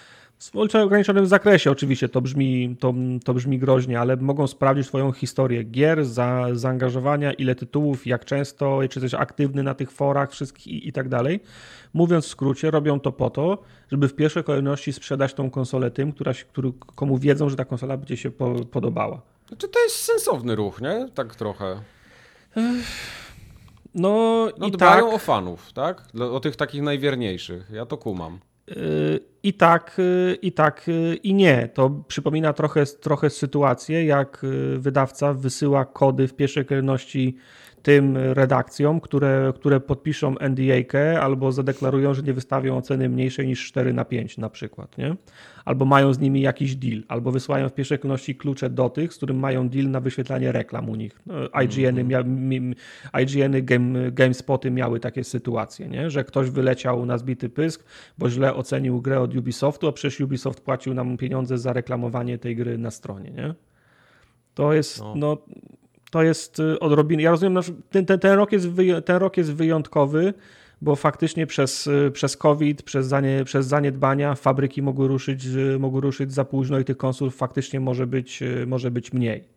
W ograniczonym zakresie oczywiście to brzmi, to, to brzmi groźnie, ale mogą sprawdzić twoją historię gier, za, zaangażowania, ile tytułów, jak często, czy jesteś aktywny na tych forach wszystkich i, i tak dalej. Mówiąc w skrócie, robią to po to, żeby w pierwszej kolejności sprzedać tą konsolę tym, która, który, komu wiedzą, że ta konsola będzie się po, podobała. Znaczy to jest sensowny ruch, nie? Tak trochę. No, no i dbają tak, o fanów, tak? O tych takich najwierniejszych. Ja to kumam. I tak, i tak, i nie. To przypomina trochę, trochę sytuację, jak wydawca wysyła kody w pierwszej kolejności tym redakcjom, które, które podpiszą N D A-kę albo zadeklarują, że nie wystawią oceny mniejszej niż cztery na pięć na przykład, nie? Albo mają z nimi jakiś deal, albo wysyłają w pierwszej kolejności klucze do tych, z którym mają deal na wyświetlanie reklam u nich. I G N-y, mia, I G N-y game, GameSpoty miały takie sytuacje, nie? Że ktoś wyleciał na zbity pysk, bo źle ocenił grę od Ubisoftu, a przecież Ubisoft płacił nam pieniądze za reklamowanie tej gry na stronie, nie? To jest, no... no To jest odrobinę. Ja rozumiem, ten, ten, ten, rok jest wyj- ten rok jest wyjątkowy, bo faktycznie przez, przez COVID, przez, zanie, przez zaniedbania fabryki mogły ruszyć, mogły ruszyć za późno i tych konsol faktycznie może być, może być mniej.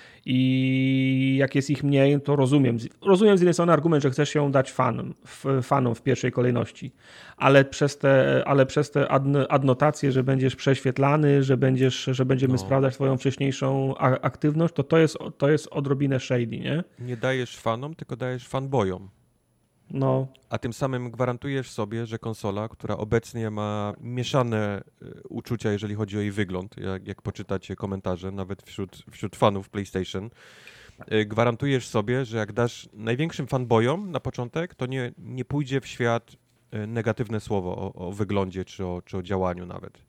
I jak jest ich mniej, to rozumiem. Rozumiem z jednej strony argument, że chcesz ją dać fanom, fanom w pierwszej kolejności, ale przez te, ale przez te adnotacje, że będziesz prześwietlany, że, będziesz, że będziemy no. sprawdzać twoją wcześniejszą aktywność, to to jest, to jest odrobinę shady, nie? Nie dajesz fanom, tylko dajesz fanboyom. No. A tym samym gwarantujesz sobie, że konsola, która obecnie ma mieszane uczucia, jeżeli chodzi o jej wygląd, jak, jak poczytacie komentarze, nawet wśród, wśród fanów PlayStation, gwarantujesz sobie, że jak dasz największym fanboyom na początek, to nie, nie pójdzie w świat negatywne słowo o, o wyglądzie czy o, czy o działaniu nawet.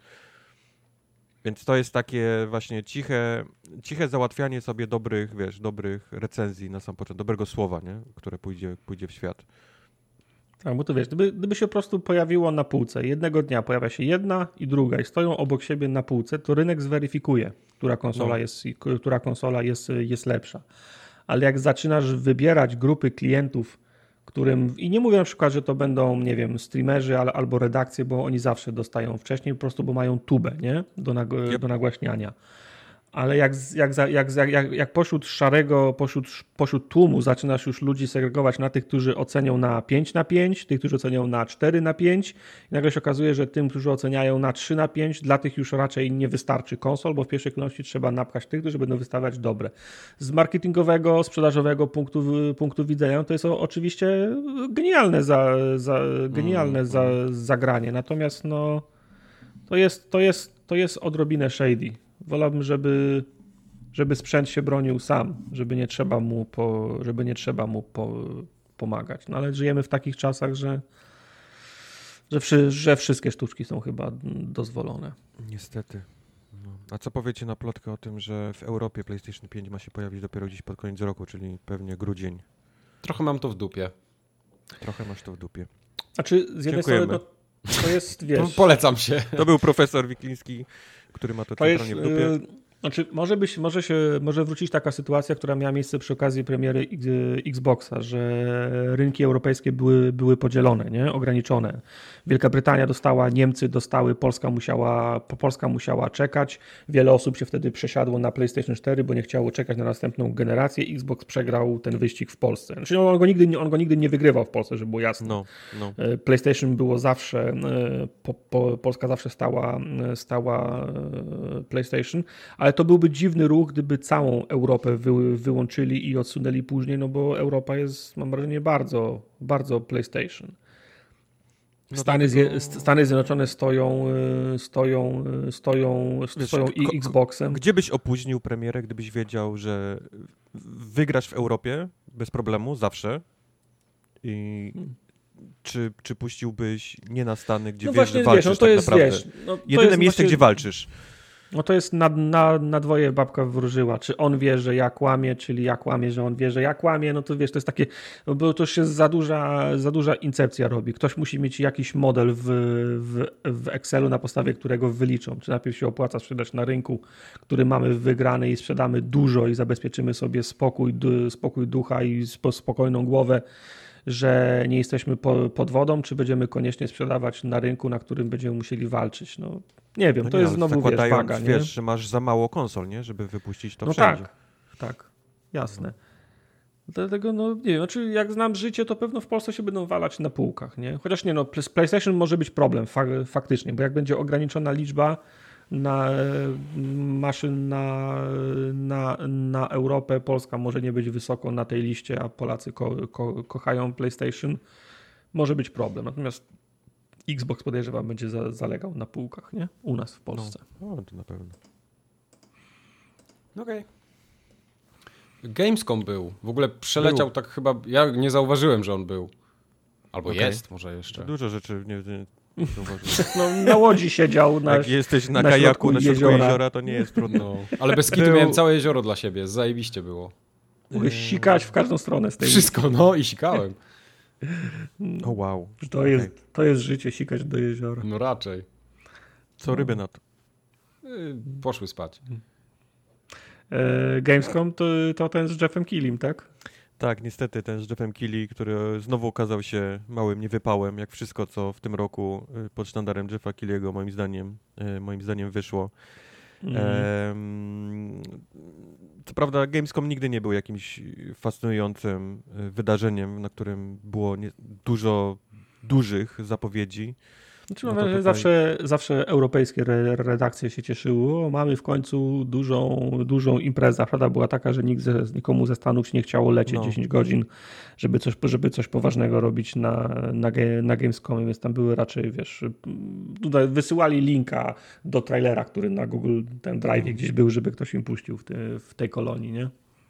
Więc to jest takie właśnie ciche, ciche załatwianie sobie dobrych, wiesz, dobrych recenzji na sam początek, dobrego słowa, nie? Które pójdzie, pójdzie w świat. Tak, bo to wiesz, gdyby, gdyby się po prostu pojawiło na półce, jednego dnia pojawia się jedna i druga i stoją obok siebie na półce, to rynek zweryfikuje, która konsola, no. jest, która konsola jest, jest lepsza. Ale jak zaczynasz wybierać grupy klientów, którym, i nie mówię na przykład, że to będą, nie wiem, streamerzy ale, albo redakcje, bo oni zawsze dostają wcześniej, po prostu, bo mają tubę, nie? Do, nag- yep. do nagłaśniania. Ale jak, jak, jak, jak, jak pośród szarego, pośród, pośród tłumu zaczynasz już ludzi segregować na tych, którzy ocenią na pięć na pięć, tych, którzy ocenią na cztery na pięć i nagle się okazuje, że tym, którzy oceniają na trzy na pięć, dla tych już raczej nie wystarczy konsol, bo w pierwszej kolejności trzeba napchać tych, którzy będą wystawiać dobre. Z marketingowego, sprzedażowego punktu, punktu widzenia to jest oczywiście genialne, za, za, genialne mm, za, mm. zagranie, natomiast no, to, jest, to, jest, to jest odrobinę shady. Wolałbym, żeby, żeby sprzęt się bronił sam, żeby nie trzeba mu, po, żeby nie trzeba mu po, pomagać. No ale żyjemy w takich czasach, że, że, wszy, że wszystkie sztuczki są chyba dozwolone. Niestety. No. A co powiecie na plotkę o tym, że w Europie PlayStation pięć ma się pojawić dopiero gdzieś pod koniec roku, czyli pewnie grudzień? Trochę mam to w dupie. Trochę masz to w dupie. Znaczy z jednej strony to, to jest, wiesz... Polecam się. To był profesor Wikliński, który ma to, to jest, w dupie. Yy, znaczy, może, być, może, się, może wrócić taka sytuacja, która miała miejsce przy okazji premiery Xboxa, że rynki europejskie były, były podzielone, nie? Ograniczone. Wielka Brytania dostała, Niemcy dostały, Polska musiała, Polska musiała czekać. Wiele osób się wtedy przesiadło na PlayStation cztery, bo nie chciało czekać na następną generację. Xbox przegrał ten wyścig w Polsce. Znaczy, on, go nigdy, on go nigdy nie wygrywał w Polsce, żeby było jasne. No, no. PlayStation było zawsze, po, po, Polska zawsze stała, stała PlayStation, ale to byłby dziwny ruch, gdyby całą Europę wy, wyłączyli i odsunęli później, no bo Europa jest, mam wrażenie, bardzo, bardzo PlayStation. Stany, no to... Stany Zjednoczone stoją, stoją, stoją, Wiesz, stoją i Xboxem. Gdzie byś opóźnił premierę, gdybyś wiedział, że wygrasz w Europie bez problemu, zawsze? I hmm. czy, czy puściłbyś nie na Stany, gdzie no wiesz, właśnie, że walczysz wiesz, no to tak jest, naprawdę? Wiesz, no to Jedyne jest miejsce, właśnie... gdzie walczysz. No to jest na, na, na dwoje babka wróżyła. Czy on wie, że ja kłamię, czyli ja kłamię, że on wie, że ja kłamię, no to wiesz, to jest takie, bo to się za duża, za duża incepcja robi. Ktoś musi mieć jakiś model w, w, w Excelu, na podstawie którego wyliczą. Czy najpierw się opłaca sprzedać na rynku, który mamy wygrany i sprzedamy dużo i zabezpieczymy sobie spokój, spokój ducha i spokojną głowę, że nie jesteśmy po, pod wodą, czy będziemy koniecznie sprzedawać na rynku, na którym będziemy musieli walczyć. No. Nie wiem, No to nie, jest ale znowu, wiesz, zakładając, waga, nie? wiesz, że masz za mało konsol, nie? Żeby wypuścić to No wszędzie. tak, tak, jasne. Dlatego, no nie wiem, znaczy jak znam życie, to pewno w Polsce się będą walać na półkach, nie? Chociaż nie, no z PlayStation może być problem fa- faktycznie, bo jak będzie ograniczona liczba na maszyn na, na, na Europę, Polska może nie być wysoko na tej liście, a Polacy ko- ko- kochają PlayStation, może być problem. Natomiast Xbox podejrzewam będzie za, zalegał na półkach, nie? U nas w Polsce. No, to na pewno. Okej. Okay. Gamescom był. W ogóle przeleciał Był. tak chyba... Ja nie zauważyłem, że on był. Albo Okay. jest może jeszcze. Dużo rzeczy nie, nie, nie zauważyłem. No, na łodzi siedział. Na, Jak jesteś na, na kajaku środku na środku jeziora. jeziora, to nie jest trudno. No, ale bez kitu Był- miałem całe jezioro dla siebie. Zajebiście było. Mogłeś sikać w każdą stronę z tej. Wszystko, no i sikałem. O wow. To, Okej. jest, to jest życie, sikać do jeziora. No raczej. Co ryby na to? Yy, Poszły spać. E, Gamescom to, to ten z Jeffem Keelym, tak? Tak, niestety ten z Jeffem Keely, który znowu okazał się małym niewypałem, jak wszystko, co w tym roku y, pod sztandarem Jeffa Keely'ego moim zdaniem, y, moim zdaniem wyszło. Mm. Em, co prawda Gamescom nigdy nie był jakimś fascynującym y, wydarzeniem, na którym było nie, dużo dużych zapowiedzi. Znaczy, no no to tutaj- zawsze, zawsze europejskie re, redakcje się cieszyły. O, mamy w końcu dużą, dużą imprezę. Prawda była taka, że nikt ze, nikomu ze Stanów się nie chciało lecieć No. dziesięć godzin, żeby coś, żeby coś poważnego robić na, na, ge- na Gamescomie, więc tam były raczej, wiesz, tutaj wysyłali linka do trailera, który na Google ten Drive gdzieś był, żeby ktoś im puścił w, te, w tej kolonii, nie?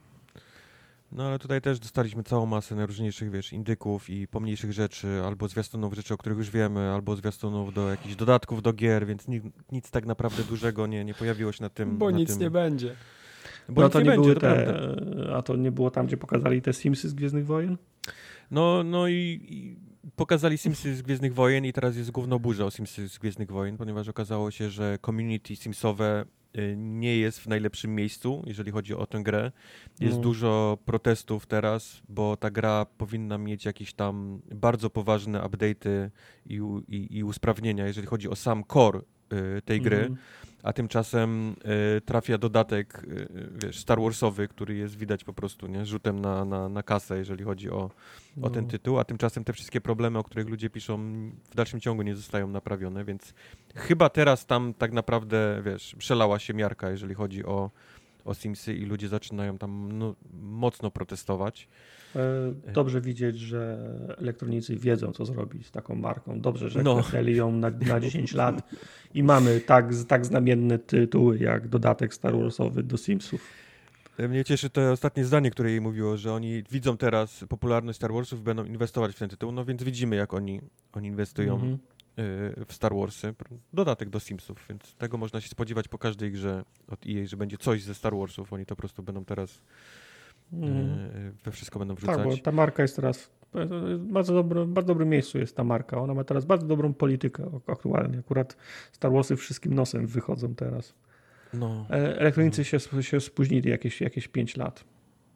No ale tutaj też dostaliśmy całą masę najróżniejszych, wiesz, indyków i pomniejszych rzeczy, albo zwiastunów rzeczy, o których już wiemy, albo zwiastunów do jakichś dodatków do gier, więc nic, nic tak naprawdę dużego nie, nie pojawiło się na tym. Bo na nic tym, nie będzie. Bo No nic to nie, będzie, były to te, prawda. a to nie było tam, gdzie pokazali te Simsy z Gwiezdnych Wojen? No, no i, i pokazali Simsy z Gwiezdnych Wojen i teraz jest gówno burza o Simsy z Gwiezdnych Wojen, ponieważ okazało się, że community Simsowe y, nie jest w najlepszym miejscu, jeżeli chodzi o tę grę. Jest No. dużo protestów teraz, bo ta gra powinna mieć jakieś tam bardzo poważne update'y i, u- i, i usprawnienia, jeżeli chodzi o sam core y, tej gry. Mhm. A tymczasem y, trafia dodatek, y, wiesz, Star Warsowy, który jest widać po prostu, nie, rzutem na, na, na kasę, jeżeli chodzi o, o ten No. tytuł, a tymczasem te wszystkie problemy, o których ludzie piszą, w dalszym ciągu nie zostają naprawione, więc chyba teraz tam tak naprawdę, wiesz, przelała się miarka, jeżeli chodzi o, o Simsy i ludzie zaczynają tam no, mocno protestować. E, Dobrze widzieć, że elektronicy wiedzą, co zrobić z taką marką. Dobrze, że No. klepnęli ją na, na dziesięć lat i mamy tak, tak znamienne tytuły, jak dodatek Star Warsowy do Simsów. Mnie cieszy to ostatnie zdanie, które jej mówiło, że oni widzą teraz popularność Star Warsów i będą inwestować w ten tytuł, no więc widzimy, jak oni, oni inwestują Mhm. y, w Star Warsy. Dodatek do Simsów, więc tego można się spodziewać po każdej grze od E A, że będzie coś ze Star Warsów. Oni to po prostu będą teraz Mhm. y, we wszystko będą wrzucać. Tak, bo ta marka jest teraz w bardzo, dobro, bardzo dobrym miejscu jest ta marka. Ona ma teraz bardzo dobrą politykę aktualnie. Akurat Star Warsy wszystkim nosem wychodzą teraz. No, E, Elektronicy się, się spóźnili jakieś, jakieś pięć lat.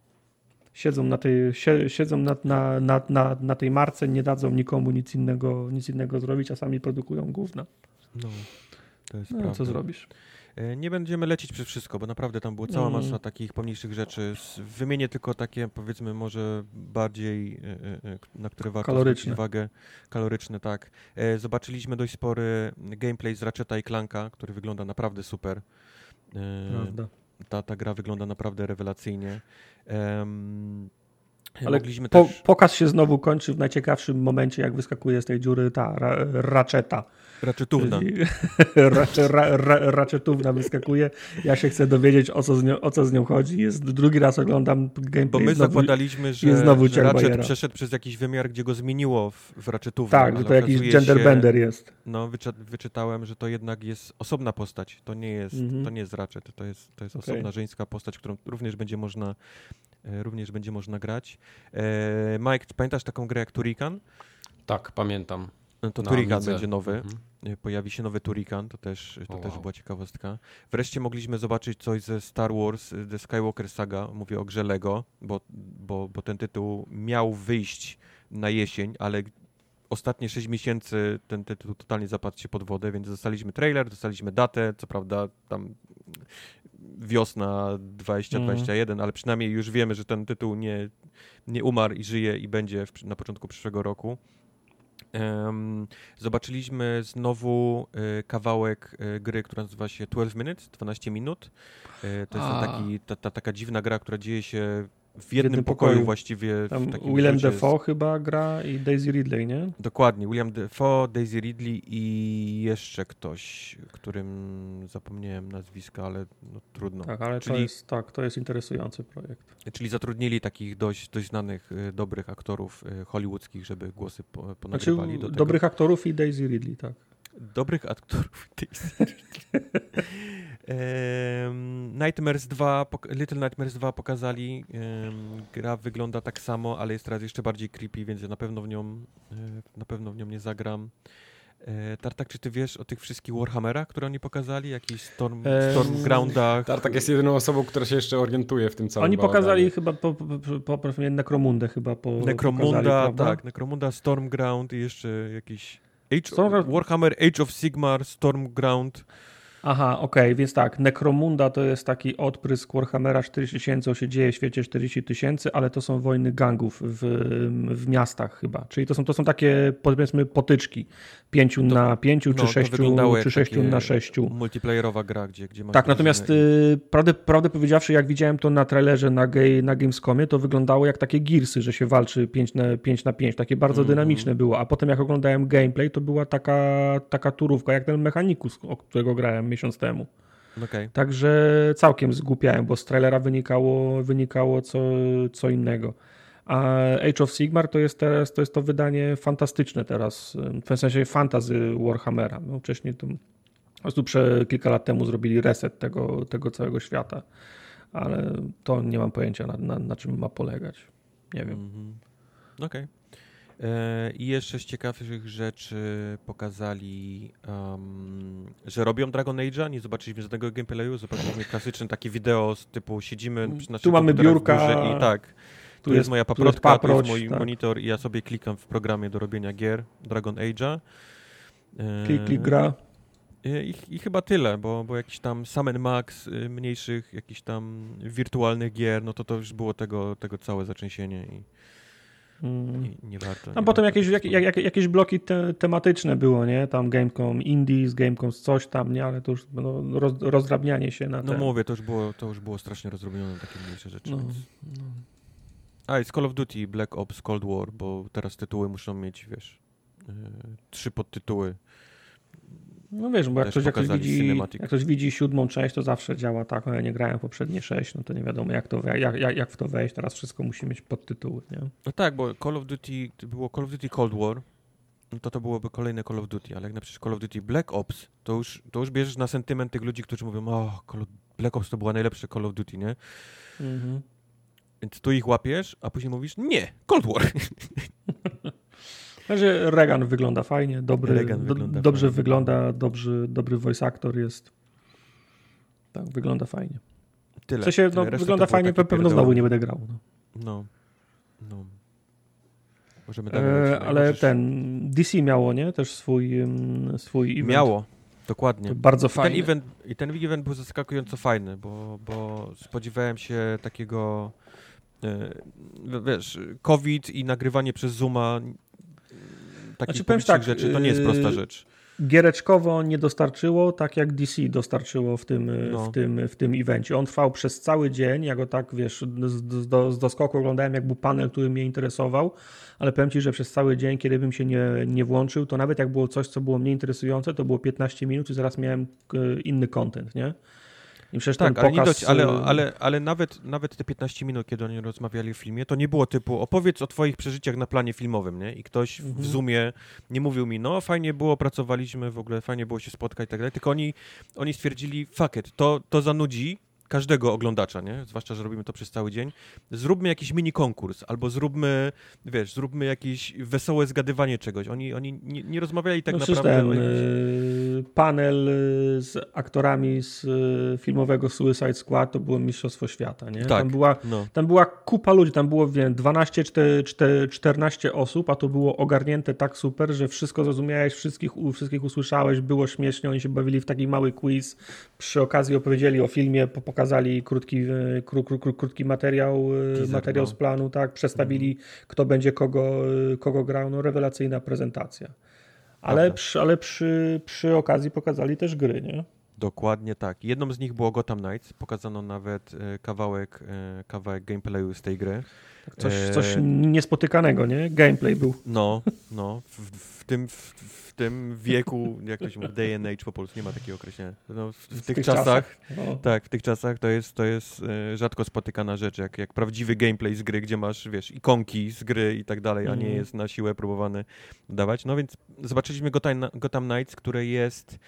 Siedzą na tej, sie- siedzą na, na, na, na, na tej marce, nie dadzą nikomu nic innego, nic innego zrobić, a sami produkują gówna. no, to jest No, prawda. co zrobisz? E, Nie będziemy lecieć przez wszystko, bo naprawdę tam była cała Mm. masa takich pomniejszych rzeczy. S- Wymienię tylko takie, powiedzmy, może bardziej, e, e, na które warto Kaloryczne. zwrócić uwagę. Kaloryczne, tak. E, Zobaczyliśmy dość spory gameplay z Ratcheta i Clanka, który wygląda naprawdę super. E, Prawda. Ta, ta gra wygląda naprawdę rewelacyjnie. Em, Ale mogliśmy po, też... pokaz się znowu kończy w najciekawszym momencie, jak wyskakuje z tej dziury ta ra, raczeta. Ratchetówna. ra, ra, ra, raczetówna wyskakuje. Ja się chcę dowiedzieć, o co z nią, o co z nią chodzi. Jest, drugi raz oglądam gameplay. Bo my znowu, zakładaliśmy, że, jest znowu że ciach Ratchet Bajera. przeszedł przez jakiś wymiar, gdzie go zmieniło w, w Ratchetównie. Tak, ale że to jakiś okazuje gender się- bender jest. No, wyczy, wyczytałem, że to jednak jest osobna postać. To nie jest, Mhm. to nie jest Ratchet, to jest, to jest Okej. osobna żeńska postać, którą również będzie można, e, również będzie można grać. E, Mike, pamiętasz taką grę jak Turrican? Tak, pamiętam. No to Na Turrican Amidze. będzie nowy. Mhm. E, Pojawi się nowy Turrican, to też, to O, też wow. była ciekawostka. Wreszcie mogliśmy zobaczyć coś ze Star Wars, e, The Skywalker Saga. Mówię o grze Lego, bo, bo, bo ten tytuł miał wyjść na jesień, ale ostatnie sześć miesięcy ten tytuł totalnie zapadł się pod wodę, więc dostaliśmy trailer, dostaliśmy datę, co prawda tam wiosna dwadzieścia dwadzieścia jeden, mm. ale przynajmniej już wiemy, że ten tytuł nie, nie umarł i żyje i będzie w, na początku przyszłego roku. Um, zobaczyliśmy znowu y, kawałek y, gry, która nazywa się dwanaście minutes, dwanaście minut. Y, to jest taki, ta, ta, taka dziwna gra, która dzieje się w jednym, jednym pokoju, pokoju właściwie. Tam w takim Willem Dafoe z... chyba gra i Daisy Ridley, nie? Dokładnie, Willem Dafoe, Daisy Ridley i jeszcze ktoś, którym zapomniałem nazwiska, ale no, trudno. Tak, ale czyli, to jest, tak, to jest interesujący projekt. Czyli zatrudnili takich dość, dość znanych, dobrych aktorów hollywoodzkich, żeby głosy po, ponagrywali znaczy, do tego. Dobrych aktorów i Daisy Ridley, tak. Dobrych aktorów i Daisy Ridley. Um, Nightmares dwa, Little Nightmares dwa pokazali. Um, gra wygląda tak samo, ale jest teraz jeszcze bardziej creepy, więc ja na pewno w nią, na pewno w nią nie zagram. E, Tartak, czy ty wiesz o tych wszystkich Warhammerach, które oni pokazali? Jakichś Storm, Stormgroundach? Tartak jest jedyną osobą, która się jeszcze orientuje w tym całym Oni pokazali bałaganie. chyba, po, po, po, po Necromundę chyba po, Necromunda, tak, Necromunda, Stormground i jeszcze jakiś Age, Storm... Warhammer Age of Sigmar, Stormground. Aha, okej, okay, więc tak, Necromunda to jest taki odprysk Warhammera czterdzieści tysięcy, on się dzieje w świecie czterdzieści tysięcy, ale to są wojny gangów w, w miastach chyba, czyli to są, to są takie, powiedzmy, potyczki, pięciu to, na pięciu, no, czy sześciu, czy sześciu na sześciu. Multiplayerowa gra, gdzie, gdzie tak, natomiast y, prawdę, prawdę powiedziawszy, jak widziałem to na trailerze na, gay, na Gamescomie, to wyglądało jak takie Gearsy, że się walczy pięć na pięć, takie bardzo mm-hmm. dynamiczne było, a potem jak oglądałem gameplay, to była taka, taka turówka, jak ten Mechanicus, o którego grałem miesiąc temu. Okay. Także całkiem zgłupiałem, bo z trailera wynikało, wynikało co, co innego. A Age of Sigmar to jest teraz to, jest to wydanie fantastyczne teraz, w sensie fantasy Warhammera. No, wcześniej to po prostu prze, kilka lat temu zrobili reset tego, tego całego świata, ale to nie mam pojęcia na, na, na czym ma polegać. Nie wiem. Mm-hmm. Okej. Okay. I jeszcze z ciekawych rzeczy pokazali, um, że robią Dragon Age'a. Nie zobaczyliśmy żadnego gameplayu, zobaczyliśmy klasyczny taki wideo z typu siedzimy przy naszym tu mamy biurka i tak, tu, tu jest, jest moja paprotka, tu jest, tu jest mój tak. monitor i ja sobie klikam w programie do robienia gier Dragon Age'a. Klik, klik, gra. I, i chyba tyle, bo, bo jakiś tam Sam and Max mniejszych, jakichś tam wirtualnych gier, no to to już było tego, tego całe zaczęsienie i Hmm. Nie, nie warto. A nie potem warto jakieś, jak, jak, jakieś bloki te, tematyczne było, nie? Tam Gamecom Indies, Gamecom coś tam, nie? Ale to już no, roz, rozdrabnianie się na No ten... mówię, to już było, to już było strasznie rozrobione takie mniejsze rzeczy. No, więc... no. A, jest Call of Duty, Black Ops, Cold War, bo teraz tytuły muszą mieć, wiesz, yy, trzy podtytuły. No wiesz, bo jak ktoś, jak, ktoś widzi, jak ktoś widzi siódmą część, to zawsze działa tak, no ja nie grałem poprzednie sześć, no to nie wiadomo jak, to, jak, jak, jak w to wejść, teraz wszystko musi mieć podtytuły, nie? No tak, bo Call of Duty, było Call of Duty Cold War, no to to byłoby kolejne Call of Duty, ale jak na przykład Call of Duty Black Ops, to już, to już bierzesz na sentyment tych ludzi, którzy mówią, o, Call of, Black Ops to była najlepsze Call of Duty, nie? Mhm. Więc tu ich łapiesz, a później mówisz, nie, Cold War. Znaczy Reagan wygląda fajnie, dobry, Reagan do, wygląda dobrze fajnie. wygląda, dobry, dobry voice actor jest. Tak, wygląda fajnie. Tyle. W sensie, no, Tyle. wygląda fajnie, pewno znowu nie będę grał. No, no. no. Możemy e, ale możesz... ten D C miało, nie? Też swój, swój event. Miało, dokładnie. To bardzo fajnie. I ten, event, I ten event był zaskakująco fajny, bo, bo spodziewałem się takiego, e, wiesz, COVID i nagrywanie przez Zooma takich znaczy, powiem tak, rzeczy, to nie jest prosta rzecz. Giereczkowo nie dostarczyło, tak jak D C dostarczyło w tym, no. w tym, w tym evencie. On trwał przez cały dzień, ja go tak, wiesz, z, do, z doskoku oglądałem, jak był panel, który mnie interesował, ale powiem ci, że przez cały dzień, kiedy bym się nie, nie włączył, to nawet jak było coś, co było mnie interesujące, to było piętnaście minut i zaraz miałem inny content, nie? I przecież tak, ten ale, pokaz... dość, ale, ale, ale nawet, nawet te piętnaście minut, kiedy oni rozmawiali w filmie, to nie było typu opowiedz o twoich przeżyciach na planie filmowym, nie? I ktoś mhm. w Zoomie nie mówił mi, no fajnie było, pracowaliśmy, w ogóle fajnie było się spotkać i tak dalej, tylko oni, oni stwierdzili, fuck it, to, to zanudzi, każdego oglądacza, nie? Zwłaszcza, że robimy to przez cały dzień. Zróbmy jakiś mini konkurs, albo zróbmy, wiesz, zróbmy jakieś wesołe zgadywanie czegoś. Oni, oni nie, nie rozmawiali tak no, naprawdę ten, o jakimś... y, panel z aktorami z y, filmowego Suicide Squad to było Mistrzostwo Świata, nie? Tak, Tam była, no. tam była kupa ludzi, tam było wiem, dwanaście, czternaście osób, a to było ogarnięte tak super, że wszystko zrozumiałeś, wszystkich, u, wszystkich usłyszałeś, było śmiesznie, oni się bawili w taki mały quiz, przy okazji opowiedzieli o filmie, pokazali krótki, kró, kró, kró, krótki materiał, Teaser, materiał no. z planu, tak, przedstawili mhm. kto będzie kogo, kogo grał, no rewelacyjna prezentacja. Ale, przy, ale przy, przy okazji pokazali też gry, nie? Dokładnie tak. Jedną z nich było Gotham Knights. Pokazano nawet e, kawałek, e, kawałek gameplayu z tej gry. Coś, coś niespotykanego, nie? Gameplay był. No, no. W, w, tym, w, w tym wieku, jak to się mówi, day and age po polsku, nie ma takiego określenia. No, w, w, w tych, tych czasach, czasach no. tak, w tych czasach to jest, to jest e, rzadko spotykana rzecz, jak, jak prawdziwy gameplay z gry, gdzie masz, wiesz, ikonki z gry i tak dalej, a nie jest na siłę próbowany dawać. No więc zobaczyliśmy Gotham, Gotham Knights, które jest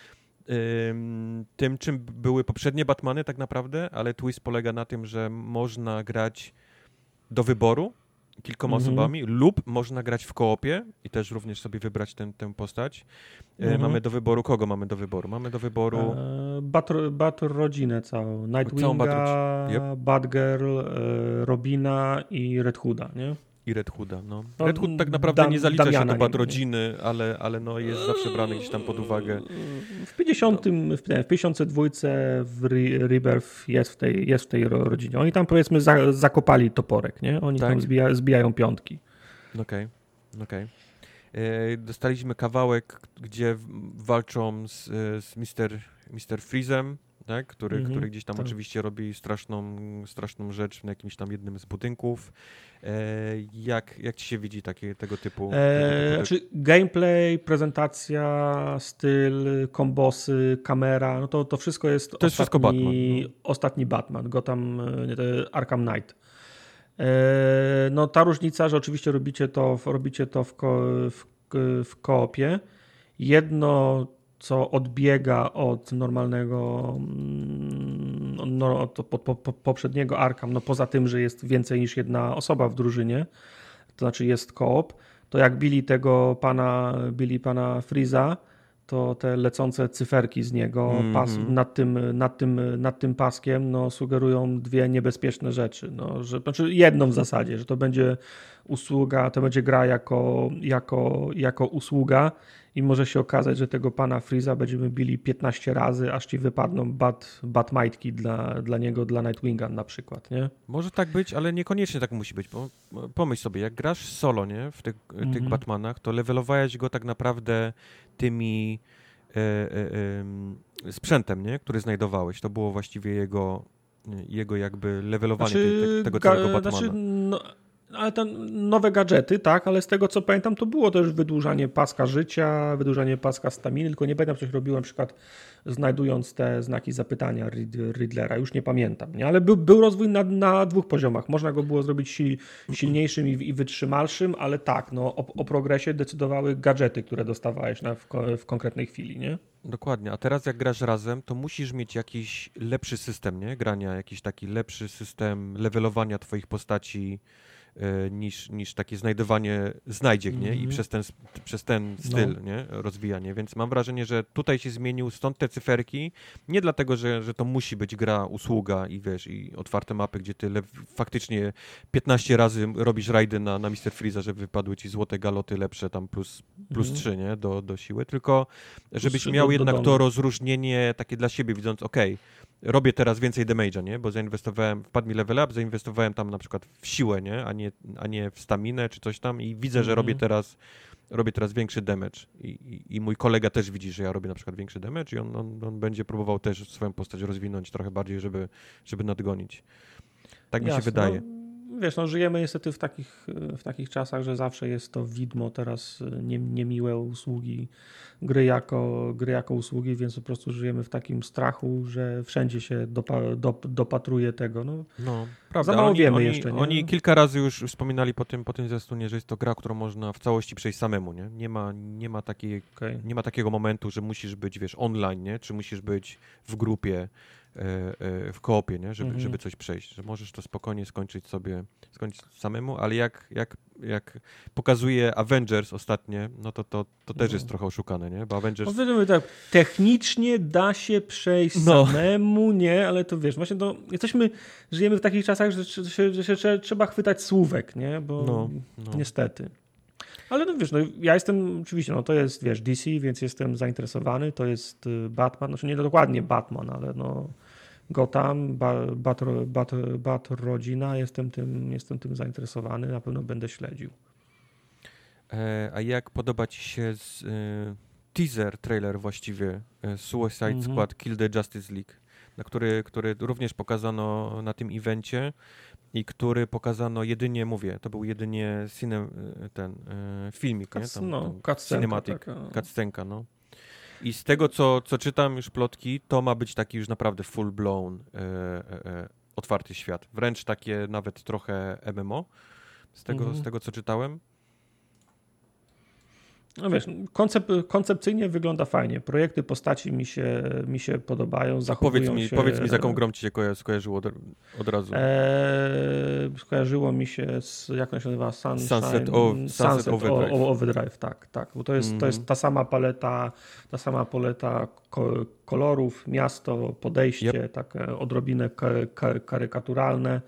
tym, czym były poprzednie Batmany tak naprawdę, ale twist polega na tym, że można grać do wyboru kilkoma mm-hmm. osobami lub można grać w koopie i też również sobie wybrać tę, tę postać. Mm-hmm. Mamy do wyboru, kogo mamy do wyboru? Mamy do wyboru... Eee, Bat, Bat rodzinę całą. Nightwinga, yep. Batgirl, e, Robina i Red Hooda, nie? I Red Hooda, no. Red Hood tak naprawdę Dam, nie zalicza Damiana, się do Bat rodziny, ale, ale no jest zawsze brany gdzieś tam pod uwagę. W pięćdziesiątym, w pięćdziesiątej dwójce w Rebirth jest w tej, jest w tej rodzinie. Oni tam powiedzmy za, zakopali toporek, nie? Oni tak? tam zbija, zbijają piątki. Okej, okay. okej. Okay. Dostaliśmy kawałek, gdzie walczą z, z mister mister Freezem, tak? który, mm-hmm, który gdzieś tam tak. oczywiście robi straszną, straszną rzecz na jakimś tam jednym z budynków. E, jak, jak ci się widzi takie, tego typu... E, tego typu znaczy gameplay, prezentacja, styl, kombosy, kamera, no to, to wszystko jest, to ostatni, jest wszystko Batman. ostatni Batman, Gotham, Arkham Knight. E, no ta różnica, że oczywiście robicie to, robicie to w, ko, w, w koopie. Jedno co odbiega od normalnego, no, od po, po, poprzedniego Arkham, no poza tym, że jest więcej niż jedna osoba w drużynie, to znaczy jest koop, to jak bili tego pana, bili pana Freeza, to te lecące cyferki z niego mm-hmm. pas, nad, tym, nad, tym, nad tym paskiem no, sugerują dwie niebezpieczne rzeczy. No, że, znaczy jedną w zasadzie, że to będzie usługa, to będzie gra jako, jako, jako usługa i może się okazać, że tego pana Freeza będziemy bili piętnaście razy, aż ci wypadną bat, batmajtki dla, dla niego, dla Nightwinga na przykład, nie? Może tak być, ale niekoniecznie tak musi być, bo pomyśl sobie, jak grasz solo, nie, w tych, mm-hmm. tych Batmanach, to levelowałeś go tak naprawdę tymi e, e, e, sprzętem, nie, który znajdowałeś. To było właściwie jego, jego jakby levelowanie znaczy, te, te, tego ga, całego Batmana. Znaczy, no... Ale te nowe gadżety, tak, ale z tego co pamiętam, to było też wydłużanie paska życia, wydłużanie paska staminy, tylko nie pamiętam, coś robiłem na przykład znajdując te znaki zapytania Riddlera, już nie pamiętam, nie? Ale był, był rozwój na, na dwóch poziomach. Można go było zrobić si, silniejszym i, i wytrzymalszym, ale tak, no, o, o progresie decydowały gadżety, które dostawałeś na, w, w konkretnej chwili, nie? Dokładnie, a teraz jak grasz razem, to musisz mieć jakiś lepszy system, nie? Grania, jakiś taki lepszy system levelowania twoich postaci, niż, niż takie znajdowanie znajdziek, mm-hmm. nie? I przez ten, przez ten styl, no. nie? Rozwijanie. Więc mam wrażenie, że tutaj się zmienił, stąd te cyferki, nie dlatego, że, że to musi być gra, usługa i wiesz, i otwarte mapy, gdzie ty le- faktycznie piętnaście razy robisz rajdy na, na mister Freeza, żeby wypadły ci złote galoty lepsze, tam plus, plus mm-hmm. trzy, nie? Do, do siły, tylko żebyś miał do, jednak do to rozróżnienie takie dla siebie, widząc, okej, okay, robię teraz więcej damage'a, nie? Bo zainwestowałem, wpadł mi level up, zainwestowałem tam na przykład w siłę, nie? A nie, a nie w staminę czy coś tam i widzę, że mm-hmm. robię teraz robię teraz większy damage I, i, i mój kolega też widzi, że ja robię na przykład większy damage i on, on, on będzie próbował też swoją postać rozwinąć trochę bardziej, żeby, żeby nadgonić. Tak mi się wydaje. No, wiesz, no żyjemy niestety w takich, w takich czasach, że zawsze jest to widmo teraz nie, niemiłe usługi, gry jako, gry jako usługi, więc po prostu żyjemy w takim strachu, że wszędzie się dopa, dop, dopatruje tego. No, no prawda. Za mało oni, wiemy oni, jeszcze. Nie? Oni kilka razy już wspominali po tym, po tym zwiastunie, że jest to gra, którą można w całości przejść samemu. Nie, nie, ma, nie, ma, takiej, okay. nie ma takiego momentu, że musisz być, wiesz, online, nie? Czy musisz być w grupie. w koopie, nie? Żeby, mhm. żeby coś przejść, że możesz to spokojnie skończyć sobie, skończyć samemu, ale jak, jak, jak pokazuje Avengers ostatnie, no to, to, to też no. jest trochę oszukane, nie? Bo Avengers... No, tak, technicznie da się przejść no. samemu, nie? Ale to wiesz, właśnie to jesteśmy, żyjemy w takich czasach, że, że, się, że się trzeba chwytać słówek, nie? Bo no, no. niestety. Ale no wiesz, no ja jestem, oczywiście, no to jest, wiesz, D C, więc jestem zainteresowany, to jest Batman, znaczy nie dokładnie Batman, ale no Gotham, Bat, Bat, Bat, Bat rodzina, jestem tym, jestem tym zainteresowany, na pewno będę śledził. E, a jak podoba ci się z, e, teaser, trailer właściwie e, Suicide mm-hmm. Squad Kill the Justice League, na który, który również pokazano na tym evencie i który pokazano jedynie, mówię, to był jedynie cine, ten e, filmik, Kac, nie? Tam, no, tam cinematic, taka. cutscenka, no. I z tego, co, co czytam już plotki, to ma być taki już naprawdę full blown e, e, otwarty świat. Wręcz takie nawet trochę M M O z tego, mm-hmm. z tego co czytałem. No wiesz, koncep, koncepcyjnie wygląda fajnie. Projekty postaci mi się, mi się podobają, zachowują powiedz mi, się... Powiedz mi, z jaką grą ci się koja, skojarzyło od, od razu? Eee, skojarzyło mi się z, jak on się nazywa? Sunshine, Sunset, o, Sunset, Sunset Overdrive. O, Overdrive, tak, tak. Bo to jest, mm-hmm. to jest ta sama paleta, ta sama paleta ko- kolorów, miasto, podejście, yep. takie odrobinę ka- ka- karykaturalne.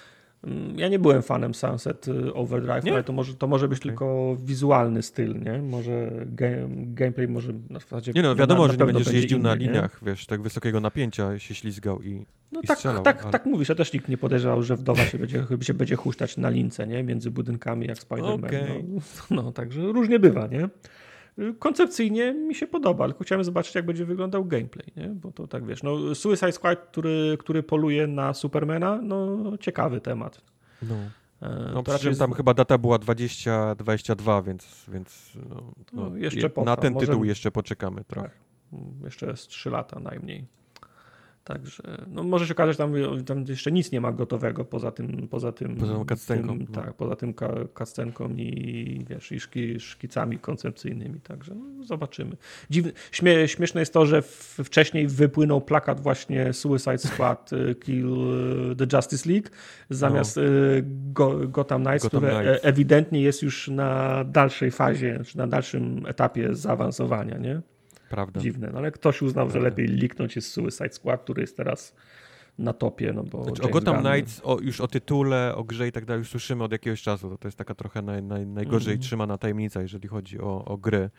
Ja nie byłem fanem Sunset Overdrive, nie? Ale to może, to może być okay. tylko wizualny styl, nie? Może game, gameplay może na zasadzie... Nie no, wiadomo, na, na że nie będziesz będzie jeździł inny, na nie? liniach, wiesz, tak wysokiego napięcia się ślizgał i, no i tak, strzelał. tak, ale... tak mówisz, a też nikt nie podejrzewał, że wdowa się będzie, się będzie huśtać na lince, nie? Między budynkami jak Spider-Man. Okay. No, no, także różnie bywa, nie? Koncepcyjnie mi się podoba, tylko chciałem zobaczyć, jak będzie wyglądał gameplay, nie? Bo to tak wiesz, no Suicide Squad, który, który poluje na Supermana, no ciekawy temat. No, no przy czym tam chyba data była dwadzieścia dwadzieścia dwa, więc, więc no, no, no jeszcze je, na ten tytuł może... jeszcze poczekamy trochę. Tak. Jeszcze z trzy lata najmniej. Także, no może się okazać, że tam, tam jeszcze nic nie ma gotowego poza tym, poza tym, poza tą cutscenką. No. Tak, poza tym cutscenką i wiesz, i szki, szkicami koncepcyjnymi, także no, zobaczymy. Dziwne, śmie, śmieszne jest to, że w, wcześniej wypłynął plakat właśnie Suicide Squad Kill the Justice League zamiast no. Go, Gotham Knights, Gotham które Knights. ewidentnie jest już na dalszej fazie, czy na dalszym etapie zaawansowania, nie? Prawda. Dziwne, no ale ktoś uznał, Prawda. że lepiej liknąć jest Suicide Squad, który jest teraz na topie, no bo znaczy, o Gotham Knights, o, już o tytule, o grze i tak dalej już słyszymy od jakiegoś czasu, to, to jest taka trochę naj, naj, najgorzej mm. trzymana tajemnica, jeżeli chodzi o, o gry.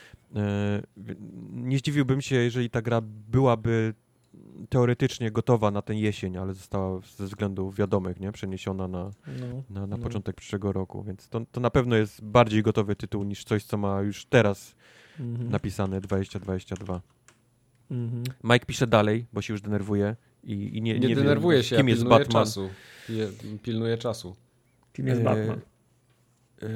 E, nie zdziwiłbym się, jeżeli ta gra byłaby teoretycznie gotowa na tę jesień, ale została ze względów wiadomych, nie? Przeniesiona na, no, na, na no. początek przyszłego roku, więc to, to na pewno jest bardziej gotowy tytuł niż coś, co ma już teraz mm-hmm. napisane dwadzieścia dwadzieścia dwa. Mm-hmm. Mike pisze dalej, bo się już denerwuje i, i nie, nie, nie denerwuje wiem, się, kim ja jest Batman. Czasu. Je, pilnuje czasu. Kim jest e, Batman? E,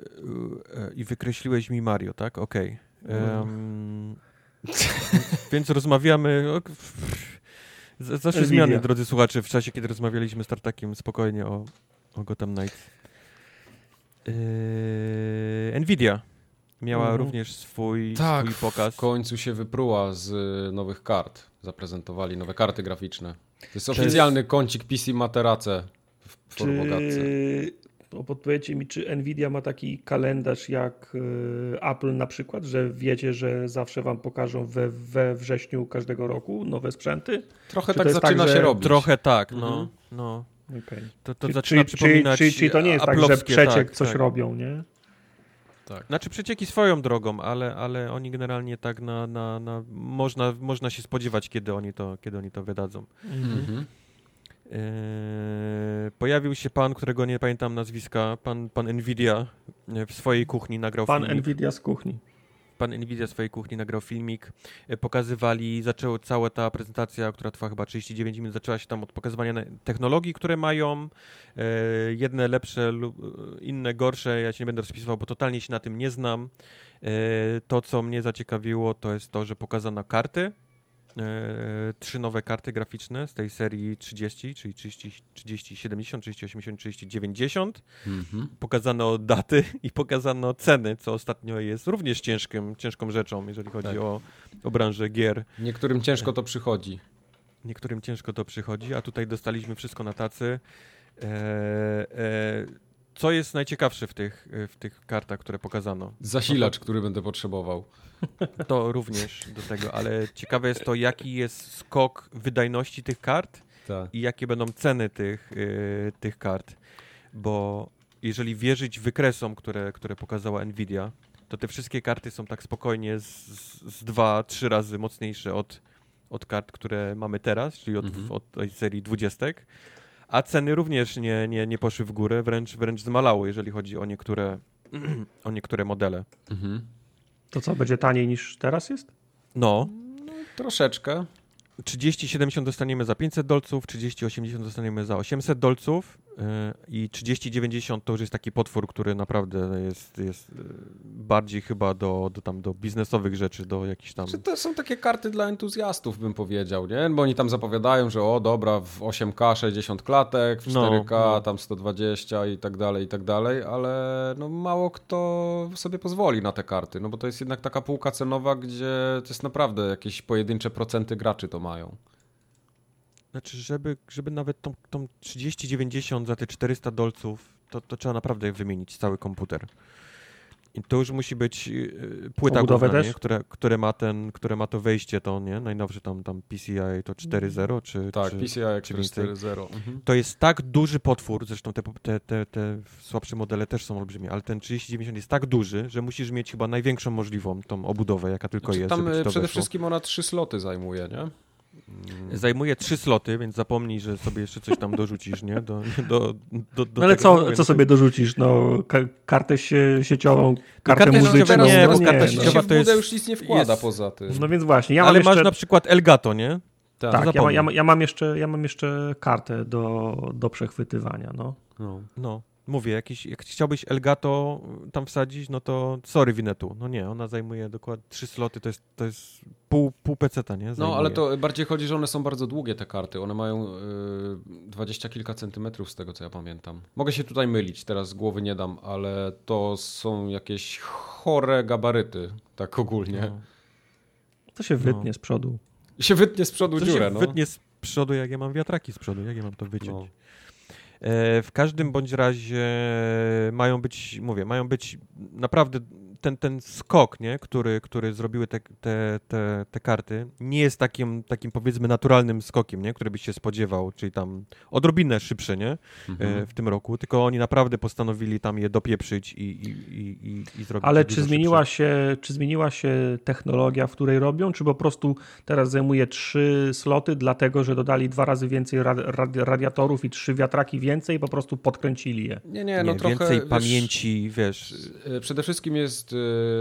e, I wykreśliłeś mi Mario, tak? Okej. Okay. Um, więc rozmawiamy... O, Zawsze zmiany, drodzy słuchacze, w czasie, kiedy rozmawialiśmy z Tartakiem spokojnie o, o Gotham Knights. Yy, Nvidia miała mhm. również swój, tak, swój pokaz. w końcu się wypruła z nowych kart. Zaprezentowali nowe karty graficzne. To jest Czy oficjalny jest... kącik P C Materace w formogatce. Podpowiedzcie mi, czy Nvidia ma taki kalendarz jak Apple na przykład, że wiecie, że zawsze wam pokażą we, we wrześniu każdego roku nowe sprzęty? Trochę tak zaczyna tak, się robić. Trochę tak, no. Mhm. no. Okay. To, to czy, zaczyna czy, przypominać czy, czy, czy to nie jest tak, że przeciek tak, coś tak. robią, nie? Tak. Znaczy przecieki swoją drogą, ale, ale oni generalnie tak na, na, na można, można się spodziewać, kiedy oni to, kiedy oni to wydadzą. Mhm. Eee, pojawił się pan, którego nie pamiętam nazwiska, pan, pan Nvidia w swojej kuchni nagrał pan filmik. Pan Nvidia z kuchni. Pan Nvidia w swojej kuchni nagrał filmik. E, pokazywali, zaczęła cała ta prezentacja, która trwa chyba trzydzieści dziewięć minut, zaczęła się tam od pokazywania technologii, które mają. E, jedne lepsze lub inne gorsze. Ja się nie będę rozpisywał, bo totalnie się na tym nie znam. E, to, co mnie zaciekawiło, to jest to, że pokazano karty. E, trzy nowe karty graficzne z tej serii trzydzieści, czyli trzydzieści, trzydzieści siedemdziesiąt, trzydzieści osiemdziesiąt, trzydzieści dziewięćdziesiąt. Mm-hmm. Pokazano daty i pokazano ceny, co ostatnio jest również ciężkim, ciężką rzeczą, jeżeli chodzi tak. o, o branżę gier. Niektórym ciężko to przychodzi. niektórym ciężko to przychodzi, a tutaj dostaliśmy wszystko na tacy. E, e, co jest najciekawsze w tych, w tych kartach, które pokazano? Zasilacz, no to, który będę potrzebował. To również do tego, ale ciekawe jest to, jaki jest skok wydajności tych kart Ta. i jakie będą ceny tych, y, tych kart, bo jeżeli wierzyć wykresom, które, które pokazała Nvidia, to te wszystkie karty są tak spokojnie z, z dwa, trzy razy mocniejsze od, od kart, które mamy teraz, czyli od, mhm. od tej serii dwudziestek, a ceny również nie, nie, nie poszły w górę, wręcz, wręcz zmalały, jeżeli chodzi o niektóre, o niektóre modele. Mhm. To co, będzie taniej niż teraz jest? No. no troszeczkę. trzydzieści siedemdziesiąt dostaniemy za pięćset dolców, trzydzieści osiemdziesiąt dostaniemy za osiemset dolców yy, i trzydzieści dziewięćdziesiąt to już jest taki potwór, który naprawdę jest, jest yy, bardziej chyba do, do, tam, do biznesowych rzeczy, do jakichś tam... Czy to są takie karty dla entuzjastów, bym powiedział, nie? Bo oni tam zapowiadają, że o dobra, w osiem K sześćdziesiąt klatek, w cztery K no, no. tam sto dwadzieścia i tak dalej, i tak dalej, ale no mało kto sobie pozwoli na te karty, no bo to jest jednak taka półka cenowa, gdzie to jest naprawdę jakieś pojedyncze procenty graczy to ma. Mają. Znaczy, żeby, żeby nawet tą, tą trzydzieści dziewięćdziesiąt za te czterysta dolców, to, to trzeba naprawdę wymienić cały komputer. I to już musi być yy, płyta główna, nie? Które, które, ma ten, które ma to wejście, to nie? Najnowszy tam, tam P C I to cztery zero czy tak, czy, P C I cztery zero. Mhm. To jest tak duży potwór, zresztą te, te, te, te słabsze modele też są olbrzymie, ale ten trzydzieści dziewięćdziesiąt jest tak duży, że musisz mieć chyba największą możliwą tą obudowę, jaka tylko znaczy, jest. Tam przede weszło. wszystkim ona trzy sloty zajmuje, nie? Zajmuje trzy sloty, więc zapomnij, że sobie jeszcze coś tam dorzucisz, nie? Do, do, do, do no ale tego, co, co sobie dorzucisz? No, ka- kartę sie, sieciową, kartę kartę muzyczną. Nie, bo no, karta nie, sieciowa no. to jest, już nic nie wkłada jest, poza tym. No więc właśnie. Ja ale mam masz jeszcze... na przykład Elgato, nie? Tak, tak ja, ma, ja, ma, ja, mam jeszcze, ja mam jeszcze kartę do, do przechwytywania, no. No, no. Mówię, jakiś, jak chciałbyś Elgato tam wsadzić, no to sorry Winetu. No nie, ona zajmuje dokładnie trzy sloty, to jest, to jest pół, pół peceta, nie? Zajmuje. No, ale to bardziej chodzi, że one są bardzo długie, te karty. One mają dwadzieścia kilka centymetrów z tego, co ja pamiętam. Mogę się tutaj mylić, teraz z głowy nie dam, ale to są jakieś chore gabaryty, tak ogólnie. No. To się wytnie no. z przodu. Się wytnie z przodu to dziurę, się no. wytnie z przodu, jak ja mam wiatraki z przodu, jak ja mam to wyciąć? No. W każdym bądź razie mają być, mówię, mają być naprawdę ten, ten skok, nie, który, który zrobiły te, te, te, te karty, nie jest takim, takim powiedzmy naturalnym skokiem, nie, który byś się spodziewał, czyli tam odrobinę szybsze, nie, mhm. w tym roku, tylko oni naprawdę postanowili tam je dopieprzyć i, i, i, i, i zrobić. Ale czy zmieniła, się, czy zmieniła się technologia, w której robią, czy po prostu teraz zajmuje trzy sloty, dlatego że dodali dwa razy więcej radi- radiatorów i trzy wiatraki więcej i po prostu podkręcili je? Nie, nie, no nie, trochę... Więcej wiesz, pamięci, wiesz... Przede wszystkim jest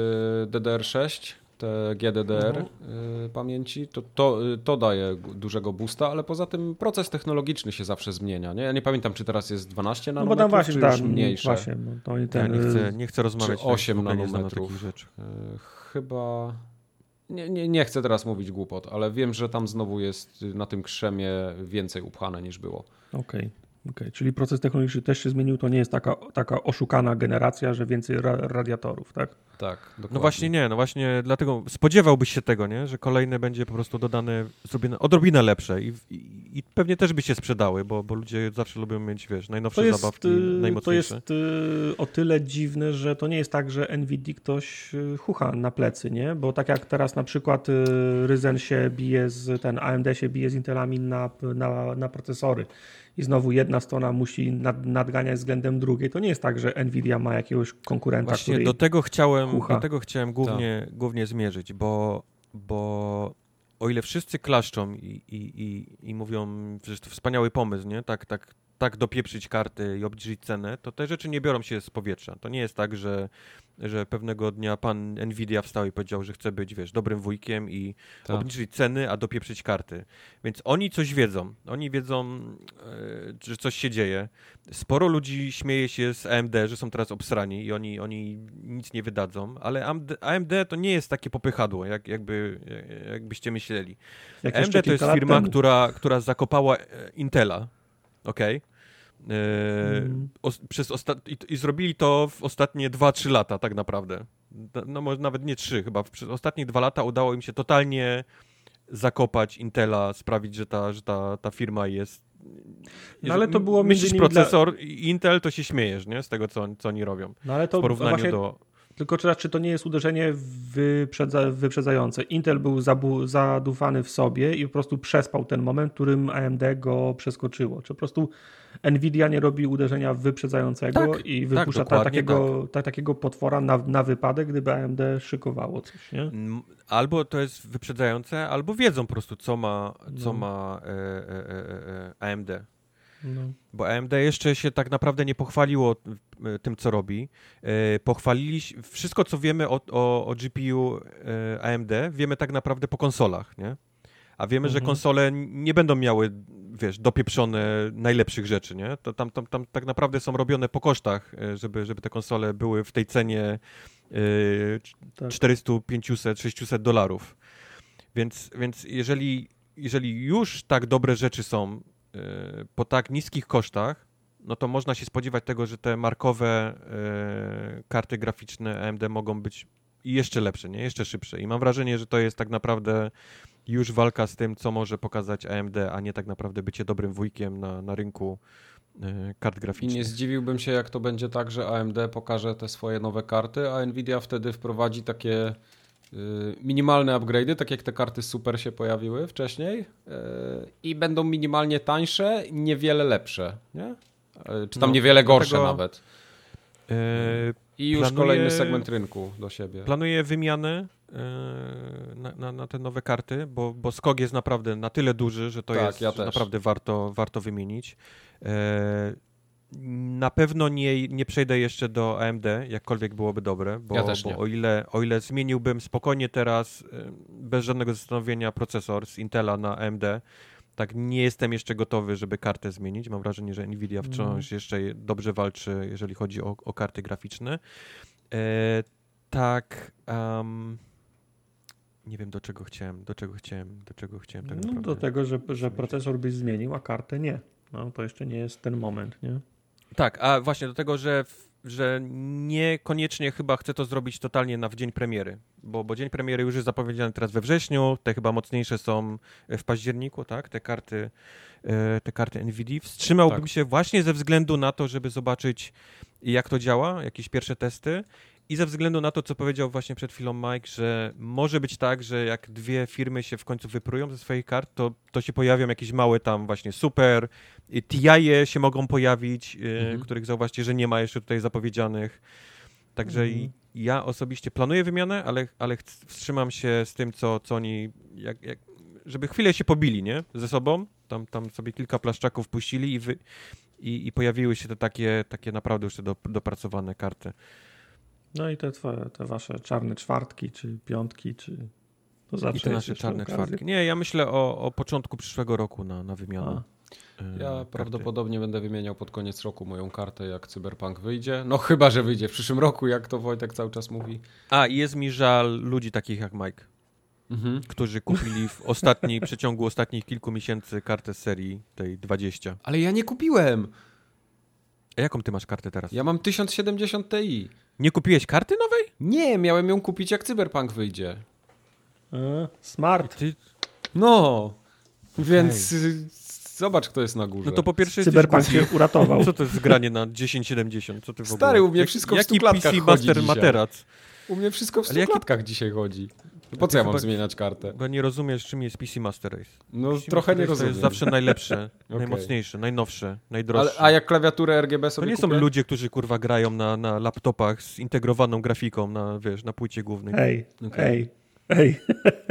D D R sześć, te G D D R mhm. pamięci, to, to, to daje dużego boosta, ale poza tym proces technologiczny się zawsze zmienia. Nie? Ja nie pamiętam, czy teraz jest dwanaście nanometrów, no bo tam właśnie, czy już mniejsze. Właśnie, to ten... ja nie, chcę, nie chcę rozmawiać czy osiem nanometrów. rzeczy. Chyba... Nie, nie, nie chcę teraz mówić głupot, ale wiem, że tam znowu jest na tym krzemie więcej upchane niż było. Okej. Okay. Okay, czyli proces technologiczny też się zmienił, to nie jest taka, taka oszukana generacja, że więcej ra- radiatorów, tak? Tak, dokładnie. No właśnie nie, no właśnie dlatego spodziewałbyś się tego, nie, że kolejne będzie po prostu dodane, zrobione odrobinę lepsze i, i, i pewnie też by się sprzedały, bo, bo ludzie zawsze lubią mieć, wiesz, najnowsze to jest, zabawki, najmocniejsze. To jest o tyle dziwne, że to nie jest tak, że Nvidia ktoś chucha na plecy, nie? Bo tak jak teraz na przykład Ryzen się bije z, ten A M D się bije z Intelami na, na, na procesory i znowu jedna strona musi nad, nadganiać względem drugiej. To nie jest tak, że Nvidia ma jakiegoś konkurenta, Właśnie który do tego chciałem, chucha. do tego chciałem głównie, głównie zmierzyć, bo, bo o ile wszyscy klaszczą i, i, i, i mówią, że to wspaniały pomysł, nie? Tak, tak, tak dopieprzyć karty i obniżyć cenę, to te rzeczy nie biorą się z powietrza. To nie jest tak, że, że pewnego dnia pan Nvidia wstał i powiedział, że chce być, wiesz, dobrym wujkiem i tak. obniżyć ceny, a dopieprzyć karty. Więc oni coś wiedzą. Oni wiedzą, yy, że coś się dzieje. Sporo ludzi śmieje się z A M D, że są teraz obsrani i oni, oni nic nie wydadzą, ale A M D to nie jest takie popychadło, jak, jakby, jakbyście myśleli. Jak A M D to jest firma, która, która zakopała Intela. Okej. Okay. Mm. Przez osta- i, I zrobili to w ostatnie dwa trzy lata tak naprawdę. No może nawet nie trzy, chyba przez ostatnie dwa lata udało im się totalnie zakopać Intela, sprawić, że ta, że ta, ta firma jest... No ale to było myślisz między procesor dla... Intel, to się śmiejesz, nie? Z tego, co, co oni robią. No ale to w porównaniu właśnie... do... Tylko czy, czy to nie jest uderzenie wyprzedza, wyprzedzające? Intel był zabu, zadufany w sobie i po prostu przespał ten moment, w którym A M D go przeskoczyło. Czy po prostu Nvidia nie robi uderzenia wyprzedzającego tak, i wypuszcza tak, ta, takiego, tak. ta, takiego potwora na, na wypadek, gdyby A M D szykowało coś, nie? Albo to jest wyprzedzające, albo wiedzą po prostu, co ma, co no. ma e, e, e, A M D. No. Bo A M D jeszcze się tak naprawdę nie pochwaliło tym, co robi. Pochwalili wszystko, co wiemy o, o, o G P U A M D, wiemy tak naprawdę po konsolach, nie? A wiemy, mhm. że konsole nie będą miały, wiesz, dopieprzone najlepszych rzeczy, nie? To tam, tam, tam tak naprawdę są robione po kosztach, żeby, żeby te konsole były w tej cenie tak. czterysta, pięćset, sześćset dolarów. Więc, więc jeżeli, jeżeli już tak dobre rzeczy są po tak niskich kosztach, no to można się spodziewać tego, że te markowe y, karty graficzne A M D mogą być jeszcze lepsze, nie? Jeszcze szybsze. I mam wrażenie, że to jest tak naprawdę już walka z tym, co może pokazać A M D, a nie tak naprawdę bycie dobrym wujkiem na, na rynku y, kart graficznych. I nie zdziwiłbym się, jak to będzie tak, że A M D pokaże te swoje nowe karty, a Nvidia wtedy wprowadzi takie minimalne upgrade'y, tak jak te karty Super się pojawiły wcześniej yy, i będą minimalnie tańsze, niewiele lepsze, nie? Yy, czy tam no, niewiele gorsze dlatego, nawet. Yy, I już planuję, kolejny segment rynku do siebie. Planuję wymianę yy, na, na, na te nowe karty, bo, bo skok jest naprawdę na tyle duży, że to tak, jest ja że naprawdę warto, warto wymienić. Yy, Na pewno nie, nie przejdę jeszcze do A M D, jakkolwiek byłoby dobre, bo, ja też bo nie. o, ile, o ile zmieniłbym spokojnie teraz bez żadnego zastanowienia procesor z Intela na A M D, tak nie jestem jeszcze gotowy, żeby kartę zmienić. Mam wrażenie, że Nvidia wciąż mm. jeszcze dobrze walczy, jeżeli chodzi o, o karty graficzne. E, tak, um, nie wiem do czego chciałem, do czego chciałem, do czego chciałem tak no, do tego, że, że procesor byś zmienił, a kartę nie. No to jeszcze nie jest ten moment, nie? Tak, a właśnie do tego, że, że niekoniecznie chyba chcę to zrobić totalnie na w dzień premiery, bo, bo dzień premiery już jest zapowiedziany teraz we wrześniu, te chyba mocniejsze są w październiku, tak, te karty, te karty Nvidia. Wstrzymałbym tak. się właśnie ze względu na to, żeby zobaczyć, jak to działa, jakieś pierwsze testy. I ze względu na to, co powiedział właśnie przed chwilą Mike, że może być tak, że jak dwie firmy się w końcu wyprują ze swoich kart, to, to się pojawią jakieś małe tam właśnie Super, T I się mogą pojawić, mhm. y, których zauważcie, że nie ma jeszcze tutaj zapowiedzianych. Także mhm. i, ja osobiście planuję wymianę, ale, ale wstrzymam się z tym, co, co oni, jak, jak, żeby chwilę się pobili, nie? Ze sobą, tam, tam sobie kilka plaszczaków puścili i, wy, i, i pojawiły się te takie, takie naprawdę już te do, dopracowane karty. No i te, twoje, te wasze czarne czwartki, czy piątki, czy... To zawsze I te nasze czarne okazję. czwartki. Nie, ja myślę o, o początku przyszłego roku na, na wymianę. A. Ja karty. prawdopodobnie będę wymieniał pod koniec roku moją kartę, jak Cyberpunk wyjdzie. No chyba, że wyjdzie w przyszłym roku, jak to Wojtek cały czas mówi. A, i jest mi żal ludzi takich jak Mike, mhm. którzy kupili w ostatniej, przeciągu ostatnich kilku miesięcy kartę z serii tej dwadzieścia. Ale ja nie kupiłem! A jaką ty masz kartę teraz? Ja mam tysiąc siedemdziesiąt Ti. Nie kupiłeś karty nowej? Nie, miałem ją kupić, jak Cyberpunk wyjdzie. E, smart. Ty... No, więc okay. Zobacz, kto jest na górze. No to po pierwsze Cyberpunk się uratował. Co to jest granie na dziesięć siedemdziesiąt? Co ty w ogóle? Stary, u mnie wszystko w stu klatkach Jaki P C Master materac? U mnie wszystko w stu klatkach jaki... dzisiaj chodzi. Po co ja mam zmieniać kartę? Bo nie rozumiesz, czym jest P C Master Race. No P C trochę Master nie rozumiem. To jest zawsze najlepsze, okay. najmocniejsze, najnowsze, najdroższe. Ale, a jak klawiaturę R G B sobie To nie kupię? są ludzie, którzy kurwa grają na, na laptopach z integrowaną grafiką na, wiesz, na płycie głównej. Ej, okay. ej, ej.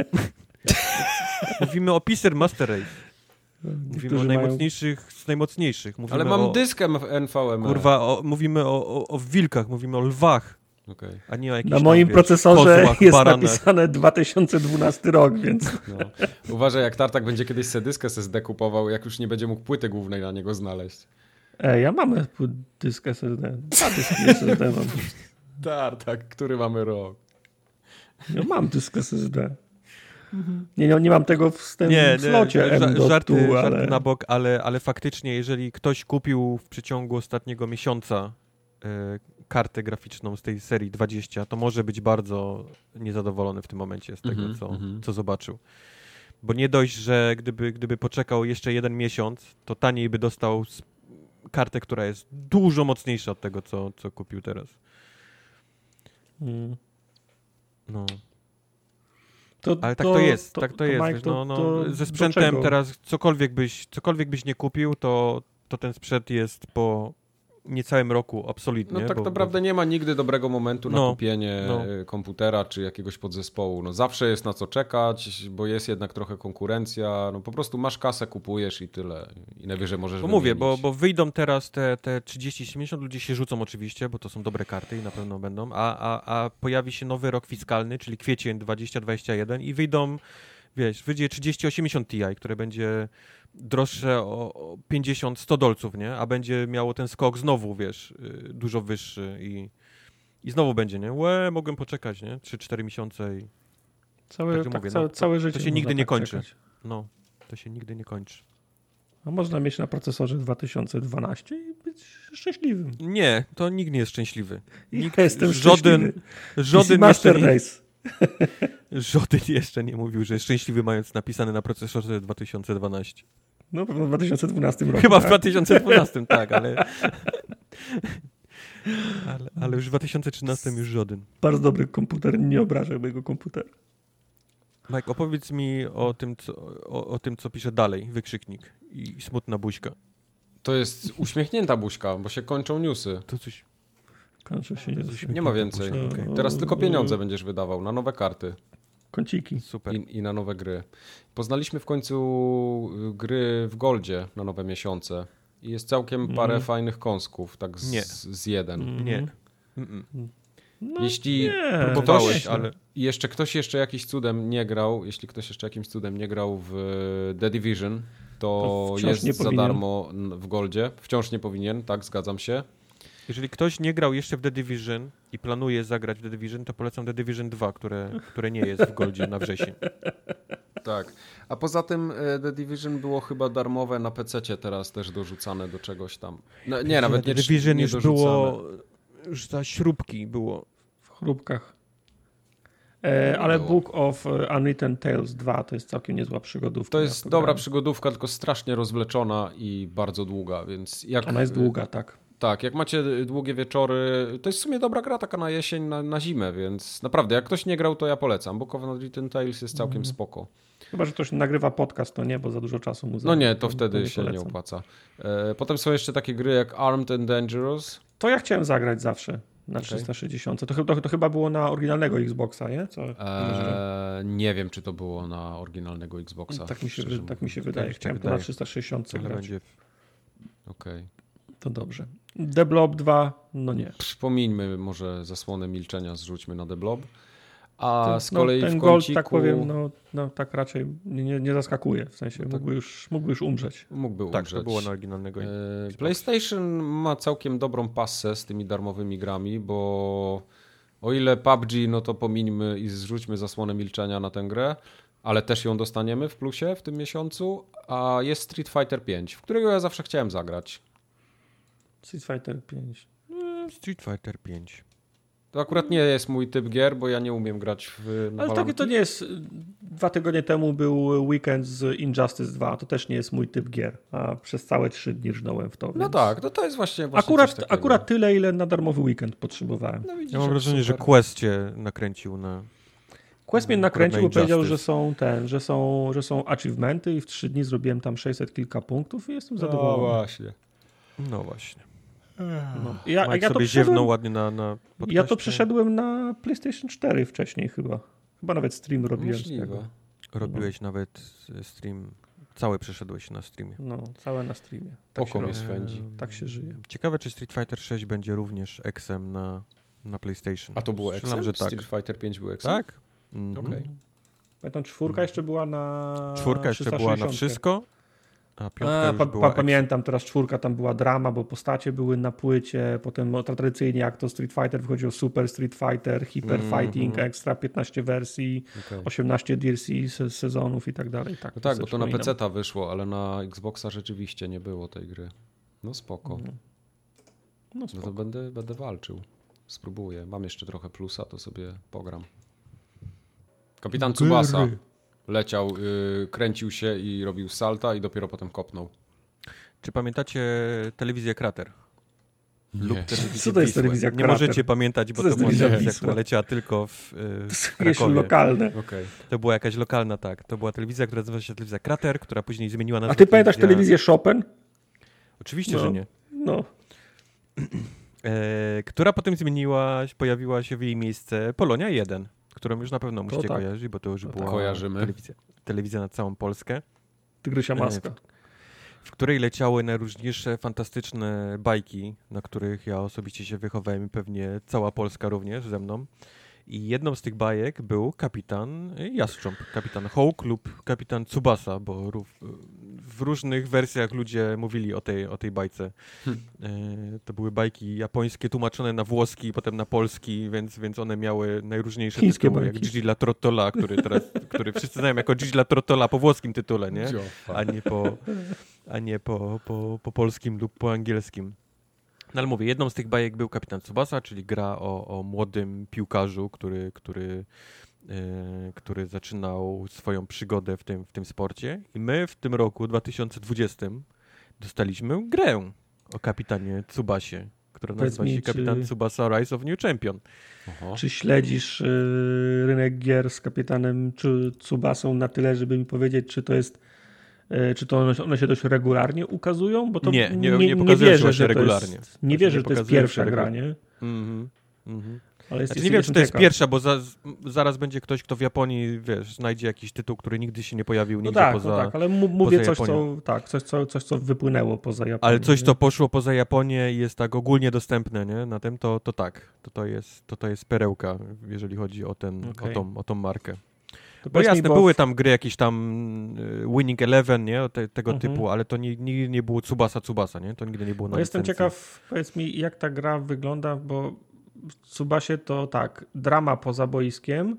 Mówimy o P C Master Race. Mówimy o najmocniejszych mają... z najmocniejszych. Mówimy Ale mam o, dysk N V M E. Kurwa, o, mówimy o, o, o wilkach, mówimy o lwach. Okay. A nie o jakichś Na moim tam, procesorze wiesz, kozłach, jest baranach. napisane dwa tysiące dwunasty rok, więc... No. Uważaj, jak Tartak będzie kiedyś se dysk S S D kupował, jak już nie będzie mógł płyty głównej na niego znaleźć. Ej, ja mam dysk S S D. Dwa dyski S S D mam. Tartak, który mamy rok? Ja mam dysk S S D. Nie, nie, nie mam tego w tym nie, slocie nie, M dot two, żarty, ale... żarty na bok, ale, ale faktycznie, jeżeli ktoś kupił w przeciągu ostatniego miesiąca y, kartę graficzną z tej serii dwadzieścia, to może być bardzo niezadowolony w tym momencie z tego, mm-hmm, co, mm-hmm. co zobaczył. Bo nie dość, że gdyby, gdyby poczekał jeszcze jeden miesiąc, to taniej by dostał kartę, która jest dużo mocniejsza od tego, co, co kupił teraz. Hmm. No. To, Ale tak to, to jest, to, tak to, to jest. Mike, Wiesz, to, no, no, to ze sprzętem czego? teraz cokolwiek byś, cokolwiek byś nie kupił, to, to ten sprzęt jest po niecałym roku absolutnie. No tak bo, naprawdę bo... nie ma nigdy dobrego momentu na No, kupienie no. komputera czy jakiegoś podzespołu. No zawsze jest na co czekać, bo jest jednak trochę konkurencja. No po prostu masz kasę, kupujesz i tyle. I najwyżej możesz Bo mówię, bo, wymienić. bo wyjdą teraz te, te trzydzieści siedemdziesiąt, ludzie się rzucą oczywiście, bo to są dobre karty i na pewno będą, a, a, a pojawi się nowy rok fiskalny, czyli kwiecień dwudziesty dwudziesty jeden i wyjdą, wiesz, wyjdzie trzydzieści osiemdziesiąt Ti, które będzie droższe o, o pięćdziesiąt sto dolców, nie? A będzie miało ten skok znowu, wiesz, yy, dużo wyższy i, i znowu będzie, nie? Łe, mogłem poczekać, nie? trzy cztery miesiące i Całe, Także tak, mówię, całe, no, to- całe życie to się nigdy można nie tak kończy. czekać. no, to się nigdy nie kończy. A można mieć na procesorze dwa tysiące dwanaście i być szczęśliwym. Nie, to nikt nie jest szczęśliwy. Nikt, Ja jestem żaden, szczęśliwy. żaden Master jeszcze nie, Race. żaden jeszcze nie mówił, że jest szczęśliwy, mając napisane na procesorze dwa tysiące dwanaście. No pewno w dwa tysiące dwunastym roku. Chyba w tak? dwa tysiące dwunastym, tak, ale, ale... Ale już w dwa tysiące trzynastym już żaden. Bardzo dobry komputer, nie obrażaj mojego komputera. Mike, opowiedz mi o tym, co, o, o tym, co pisze dalej, wykrzyknik i smutna buźka. To jest uśmiechnięta buźka, bo się kończą newsy. To coś... Kończę się nie coś- Nie ma więcej. buźka, okej. Teraz tylko pieniądze będziesz wydawał na nowe karty Kąciki. Super. i, i na nowe gry. Poznaliśmy w końcu gry w Goldzie na nowe miesiące. I jest całkiem parę Mm. fajnych kąsków, tak z, Nie. z jeden. Mhm. Nie. Mm-mm. No, Jeśli nie, Próbowałeś, nieźle. ale... I jeszcze ktoś jeszcze jakimś cudem nie grał, jeśli ktoś jeszcze jakimś cudem nie grał w The Division, to, To wciąż jest nie za powinien. darmo w Goldzie. Wciąż nie powinien, tak, zgadzam się. Jeżeli ktoś nie grał jeszcze w The Division i planuje zagrać w The Division, to polecam The Division dwa, które, które nie jest w Goldzie na wrzesień. Tak. A poza tym e, The Division było chyba darmowe na pececie teraz też dorzucane do czegoś tam. No, nie, nawet nie, The Division nie już dorzucane. było... Już za śrubki było. W chrupkach. E, Nie ale było. Book of Unwritten Tales dwa to jest całkiem niezła przygodówka. To Ja jest w to dobra grałem. przygodówka, tylko strasznie rozwleczona i bardzo długa, więc jak... Ona jest długa, tak. Tak, jak macie długie wieczory, to jest w sumie dobra gra taka na jesień, na, na zimę, więc naprawdę, jak ktoś nie grał, to ja polecam. Book of Unwritten Tales jest całkiem Mhm. spoko. Chyba, że ktoś nagrywa podcast, to nie, bo za dużo czasu mu No zajmie. nie, to wtedy się nie polecam. opłaca. E, potem są jeszcze takie gry jak Armed and Dangerous. To ja chciałem zagrać zawsze na trzysta sześćdziesiąt. To, chyba- to, to chyba było na oryginalnego Xboxa, nie? Co? E, nie wiem, czy to było na oryginalnego Xboxa. tak mi się, szczerze wy- tak mi się mówiąc. wydaje. tak Chciałem to wydaje. na trzysta sześćdziesiąt Ale grać. będzie... Okej. To dobrze. The Blob dwa, no nie. Przypomnijmy może zasłonę milczenia, zrzućmy na The Blob. A Ten- z kolei no, ten w Gold, kąciku... tak powiem, no, no tak raczej nie, nie, nie zaskakuje. W sensie No tak. mógłby, już, mógłby już umrzeć. Mógłby umrzeć. Tak, to było na oryginalnego. E, Xboxa. PlayStation ma całkiem dobrą passę z tymi darmowymi grami, bo o ile P U B G, no to pomińmy i zrzućmy zasłonę milczenia na tę grę, ale też ją dostaniemy w plusie w tym miesiącu, a jest Street Fighter pięć, w którego ja zawsze chciałem zagrać. Street Fighter pięć. Street Fighter pięć. To akurat nie jest mój typ gier, bo ja nie umiem grać w na Ale takie to nie jest. Dwa tygodnie temu był weekend z Injustice dwa. To też nie jest mój typ gier. A przez całe trzy dni rżnąłem w to. No więc... tak, no to jest właśnie, właśnie coś Akurat, takiego. akurat tyle, ile na darmowy weekend potrzebowałem. No widzisz, Ja mam jak wrażenie, że super. Quest cię nakręcił na... Quest mnie No, nakręcił, bo akurat na powiedział, Injustice. że są ten, że są, że są achievementy i w trzy dni zrobiłem tam sześćset kilka punktów i jestem No zadowolony. właśnie. No właśnie. No. Ja, Mike ja, to sobie przeszedłem, ziewnął ładnie na, na podcaście. ja to przeszedłem na PlayStation cztery wcześniej chyba. Chyba nawet stream robiłem z tego. Możliwe. Robiłeś nawet stream, cały przeszedłeś na streamie. No, całe na streamie. Tak Oko się, mnie robi. swędzi. Tak się żyje. Ciekawe, czy Street Fighter sześć będzie również eksem na, na PlayStation. A to było Strzelam, Exem? że tak. Street Fighter pięć był Exem? Tak? Mhm. Okej. Pamiętam, czwórka jeszcze była na Czwórka jeszcze była na wszystko, a piątka A, już pa, była pa, eksem. pamiętam, teraz czwórka tam była drama, bo postacie były na płycie, potem no, tradycyjnie jak to Street Fighter wychodził Super Street Fighter, Hyper Mhm. Fighting, Extra, piętnaście wersji, Okej. osiemnaście D L C se, sezonów i tak dalej. Tak, No tak, sobie bo to na przypominam. peceta wyszło, ale na Xboxa rzeczywiście nie było tej gry. No spoko. Mhm. No No to spoko. będę, będę walczył. Spróbuję. Mam jeszcze trochę plusa, to sobie pogram. Kapitan Tsubasa. Leciał, yy, kręcił się i robił salta i dopiero potem kopnął. Czy pamiętacie telewizję Krater? Lub Co to jest telewizja Krater? Nie możecie pamiętać, bo to, to była telewizja, która leciała tylko w, yy, w Krakowie. Lokalne. Okay. To była jakaś lokalna, tak. To była telewizja, która nazywa się telewizja Krater, która później zmieniła nazwę. A ty pamiętasz telewizję Chopin? Oczywiście, no. że nie. No. E, która potem zmieniła, pojawiła się w jej miejsce Polonia jeden, którą już na pewno musicie tak. kojarzyć, bo to już to była kojarzymy. Telewizja, telewizja na całą Polskę. Tygrysia Maska. E, w, w której leciały najróżniejsze fantastyczne bajki, na których ja osobiście się wychowałem i pewnie cała Polska również ze mną. I jedną z tych bajek był kapitan Jastrząb, kapitan Hołk lub kapitan Tsubasa, bo w różnych wersjach ludzie mówili o tej, o tej bajce. Hmm. E, to były bajki japońskie tłumaczone na włoski i potem na polski, więc, więc one miały najróżniejsze chińskie tytuły, bajki. jak Gigi la Trottola, który teraz, który wszyscy znają jako Gigi la Trottola po włoskim tytule, nie? A nie po, a nie po, po, po polskim lub po angielskim. No ale mówię, jedną z tych bajek był Kapitan Tsubasa, czyli gra o, o młodym piłkarzu, który, który, yy, który zaczynał swoją przygodę w tym, w tym sporcie. I my w tym roku, dwa tysiące dwudziestym, dostaliśmy grę o kapitanie Tsubasie, która nazywa się Kapitan czy... Tsubasa Rise of New Champion. Aha. Czy śledzisz yy, rynek gier z kapitanem czy Tsubasą na tyle, żeby mi powiedzieć, czy to jest Czy to one, one się dość regularnie ukazują? Bo to nie, nie, nie, nie pokazują nie wierzę, się że regularnie. Jest, nie wierzę, że to jest pierwsza gra, nie? Mm-hmm, mm-hmm. Ale jest, znaczy, nie wiem, czy to jest pierwsza, bo za, zaraz będzie ktoś, kto w Japonii, wiesz, znajdzie jakiś tytuł, który nigdy się nie pojawił nigdzie no tak, poza no tak, ale m- mówię coś co, tak, coś, co, coś, co wypłynęło poza Japonią. Ale coś, nie? co poszło poza Japonię i jest tak ogólnie dostępne, nie? Na tym, to, to tak. To, to, jest, to, to jest perełka, jeżeli chodzi o, ten, okay. o, tą, o tą markę. To bo jasne, mi, bo... były tam gry jakieś tam Winning Eleven, nie? Te, tego mhm. typu, ale to nigdy nie, nie było Tsubasa Tsubasa, nie? To nigdy nie było na no Jestem licencji. ciekaw, powiedz mi, jak ta gra wygląda, bo w Tsubasie to tak, drama poza boiskiem,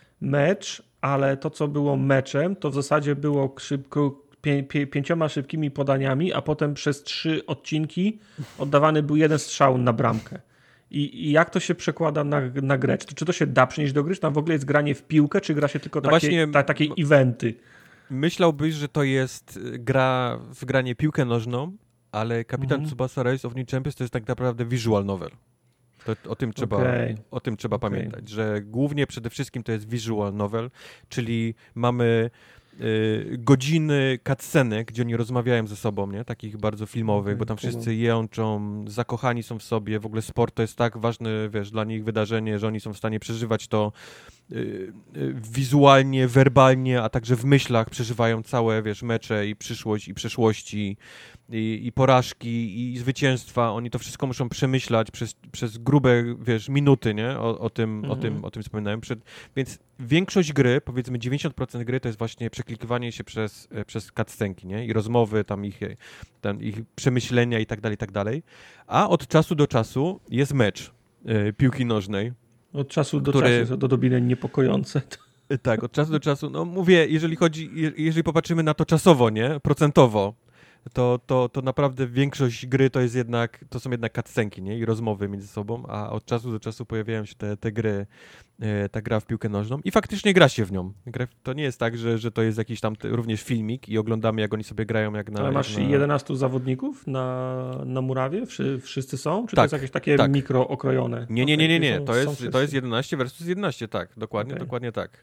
mecz, ale to, co było meczem, to w zasadzie było szybko, pię, pię, pięcioma szybkimi podaniami, a potem przez trzy odcinki oddawany był jeden strzał na bramkę. I, I jak to się przekłada na, na grę? Czy, czy to się da przenieść do gry? Czy tam w ogóle jest granie w piłkę, czy gra się tylko no takie, właśnie, ta, takie eventy? Myślałbyś, że to jest gra w granie piłkę nożną, ale Kapitan mm-hmm. Tsubasa Rise of New Champions to jest tak naprawdę visual novel. To, o tym trzeba, okay. o tym trzeba okay. pamiętać, że głównie przede wszystkim to jest visual novel, czyli mamy y, godziny cutscenek, gdzie oni rozmawiają ze sobą, nie? Takich bardzo filmowych, okay, bo tam wszyscy jęczą, zakochani są w sobie, w ogóle sport to jest tak ważne, wiesz, dla nich wydarzenie, że oni są w stanie przeżywać to y, y, wizualnie, werbalnie, a także w myślach przeżywają całe, wiesz, mecze i przyszłość i przeszłości i, i porażki i zwycięstwa. Oni to wszystko muszą przemyślać przez, przez grube, wiesz, minuty, nie? O, o, tym, mhm. o, tym, o tym wspominałem. Przed, więc większość gry, powiedzmy dziewięćdziesiąt procent gry to jest właśnie przeklikiwanie się przez, przez cutscenki, nie? I rozmowy, tam ich, tam ich przemyślenia i tak dalej, i tak dalej. A od czasu do czasu jest mecz y, piłki nożnej. Od czasu do który... czasu, to odrobinę niepokojące. Tak, od czasu do czasu. No mówię, jeżeli chodzi, jeżeli popatrzymy na to czasowo, nie? Procentowo, to, to, to naprawdę większość gry to jest jednak, to są jednak cutscenki, nie? I rozmowy między sobą, a od czasu do czasu pojawiają się te, te gry, e, ta gra w piłkę nożną i faktycznie gra się w nią. To nie jest tak, że, że to jest jakiś tam t- również filmik i oglądamy, jak oni sobie grają jak na... Ale masz na... jedenastu zawodników na, na murawie? Wszy, wszyscy są? Czy tak, to jest jakieś takie tak. mikro okrojone? Nie, nie, nie, nie, nie. Są, to, jest, to jest jedenaście versus jedenaście, tak. Dokładnie, okay. dokładnie tak.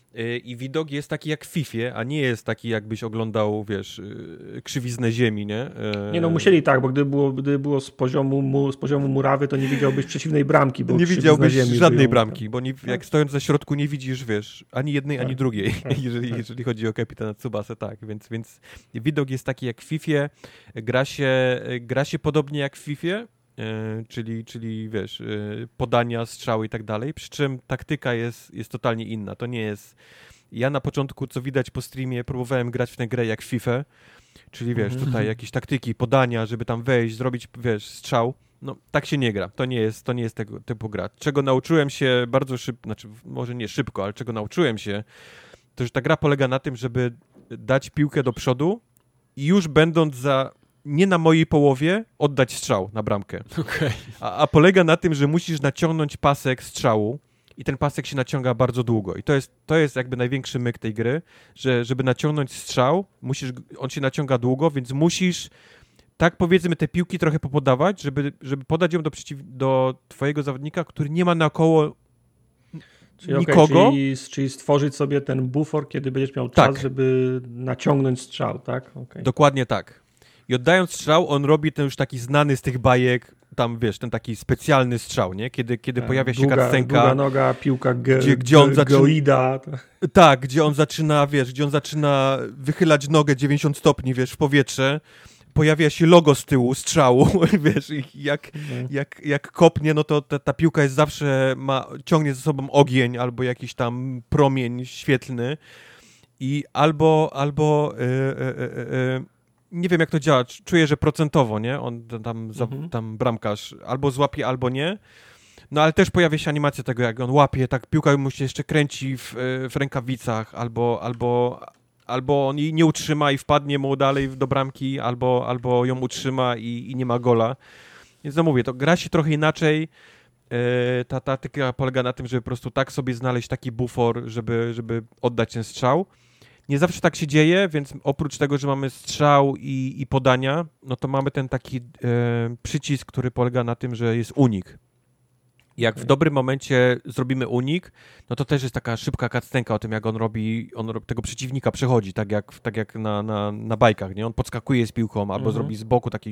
I widok jest taki jak w Fifie, a nie jest taki, jakbyś oglądał, wiesz, krzywiznę ziemi, nie? Nie no, musieli tak, bo gdyby było, gdyby było z, poziomu, mu, z poziomu murawy, to nie widziałbyś przeciwnej bramki. Bo nie widziałbyś ziemi żadnej wyjął, bramki, tak. bo nie, jak stojąc za środku nie widzisz, wiesz, ani jednej, tak. ani drugiej, tak. jeżeli, tak. jeżeli chodzi o kapitana Tsubasę, tak. Więc, więc widok jest taki jak w Fifie, gra się, gra się podobnie jak w Fifie, Yy, czyli, czyli wiesz, yy, podania, strzały i tak dalej, przy czym taktyka jest, jest totalnie inna. To nie jest... Ja na początku, co widać po streamie, próbowałem grać w tę grę jak w FIFA, czyli wiesz, mm-hmm. tutaj jakieś taktyki, podania, żeby tam wejść, zrobić, wiesz, strzał. No, tak się nie gra. To nie jest, to nie jest tego typu gra. Czego nauczyłem się bardzo szybko, znaczy może nie szybko, ale czego nauczyłem się, to że ta gra polega na tym, żeby dać piłkę do przodu i już będąc za... nie na mojej połowie oddać strzał na bramkę. Okay. A, a polega na tym, że musisz naciągnąć pasek strzału i ten pasek się naciąga bardzo długo. I to jest, to jest jakby największy myk tej gry, że żeby naciągnąć strzał, musisz, on się naciąga długo, więc musisz tak powiedzmy te piłki trochę popodawać, żeby, żeby podać ją do, przeciw, do twojego zawodnika, który nie ma naokoło czyli, nikogo. Okay, czyli, czyli stworzyć sobie ten bufor, kiedy będziesz miał czas, tak. żeby naciągnąć strzał, tak? Okay. Dokładnie tak. I oddając strzał, on robi ten już taki znany z tych bajek, tam wiesz, ten taki specjalny strzał, nie? Kiedy, kiedy tak, pojawia się długa, cutscenka. Długa noga, piłka ge, gdzie, gdzie on ge, zaczyna, geoida. Tak, gdzie on zaczyna, wiesz, gdzie on zaczyna wychylać nogę dziewięćdziesiąt stopni, wiesz, w powietrze. Pojawia się logo z tyłu strzału, wiesz, i jak, mhm. jak, jak kopnie, no to ta, ta piłka jest zawsze, ma, ciągnie ze sobą ogień albo jakiś tam promień świetlny i albo, albo yy, yy, yy, nie wiem jak to działa, czuję, że procentowo, nie? On tam, mhm. tam bramkarz albo złapie, albo nie. No ale też pojawia się animacja tego, jak on łapie, tak piłka mu się jeszcze kręci w, w rękawicach, albo, albo, albo on jej nie utrzyma i wpadnie mu dalej do bramki, albo, albo ją utrzyma i, i nie ma gola. Więc no mówię, to gra się trochę inaczej. Yy, ta taktyka polega na tym, żeby po prostu tak sobie znaleźć taki bufor, żeby, żeby oddać ten strzał. Nie zawsze tak się dzieje, więc oprócz tego, że mamy strzał i, i podania, no to mamy ten taki e, przycisk, który polega na tym, że jest unik. Jak okay. w dobrym momencie zrobimy unik, no to też jest taka szybka cutscenka o tym, jak on robi, on tego przeciwnika przechodzi, tak jak, tak jak na, na, na bajkach, nie? On podskakuje z piłką albo mhm. zrobi z boku taki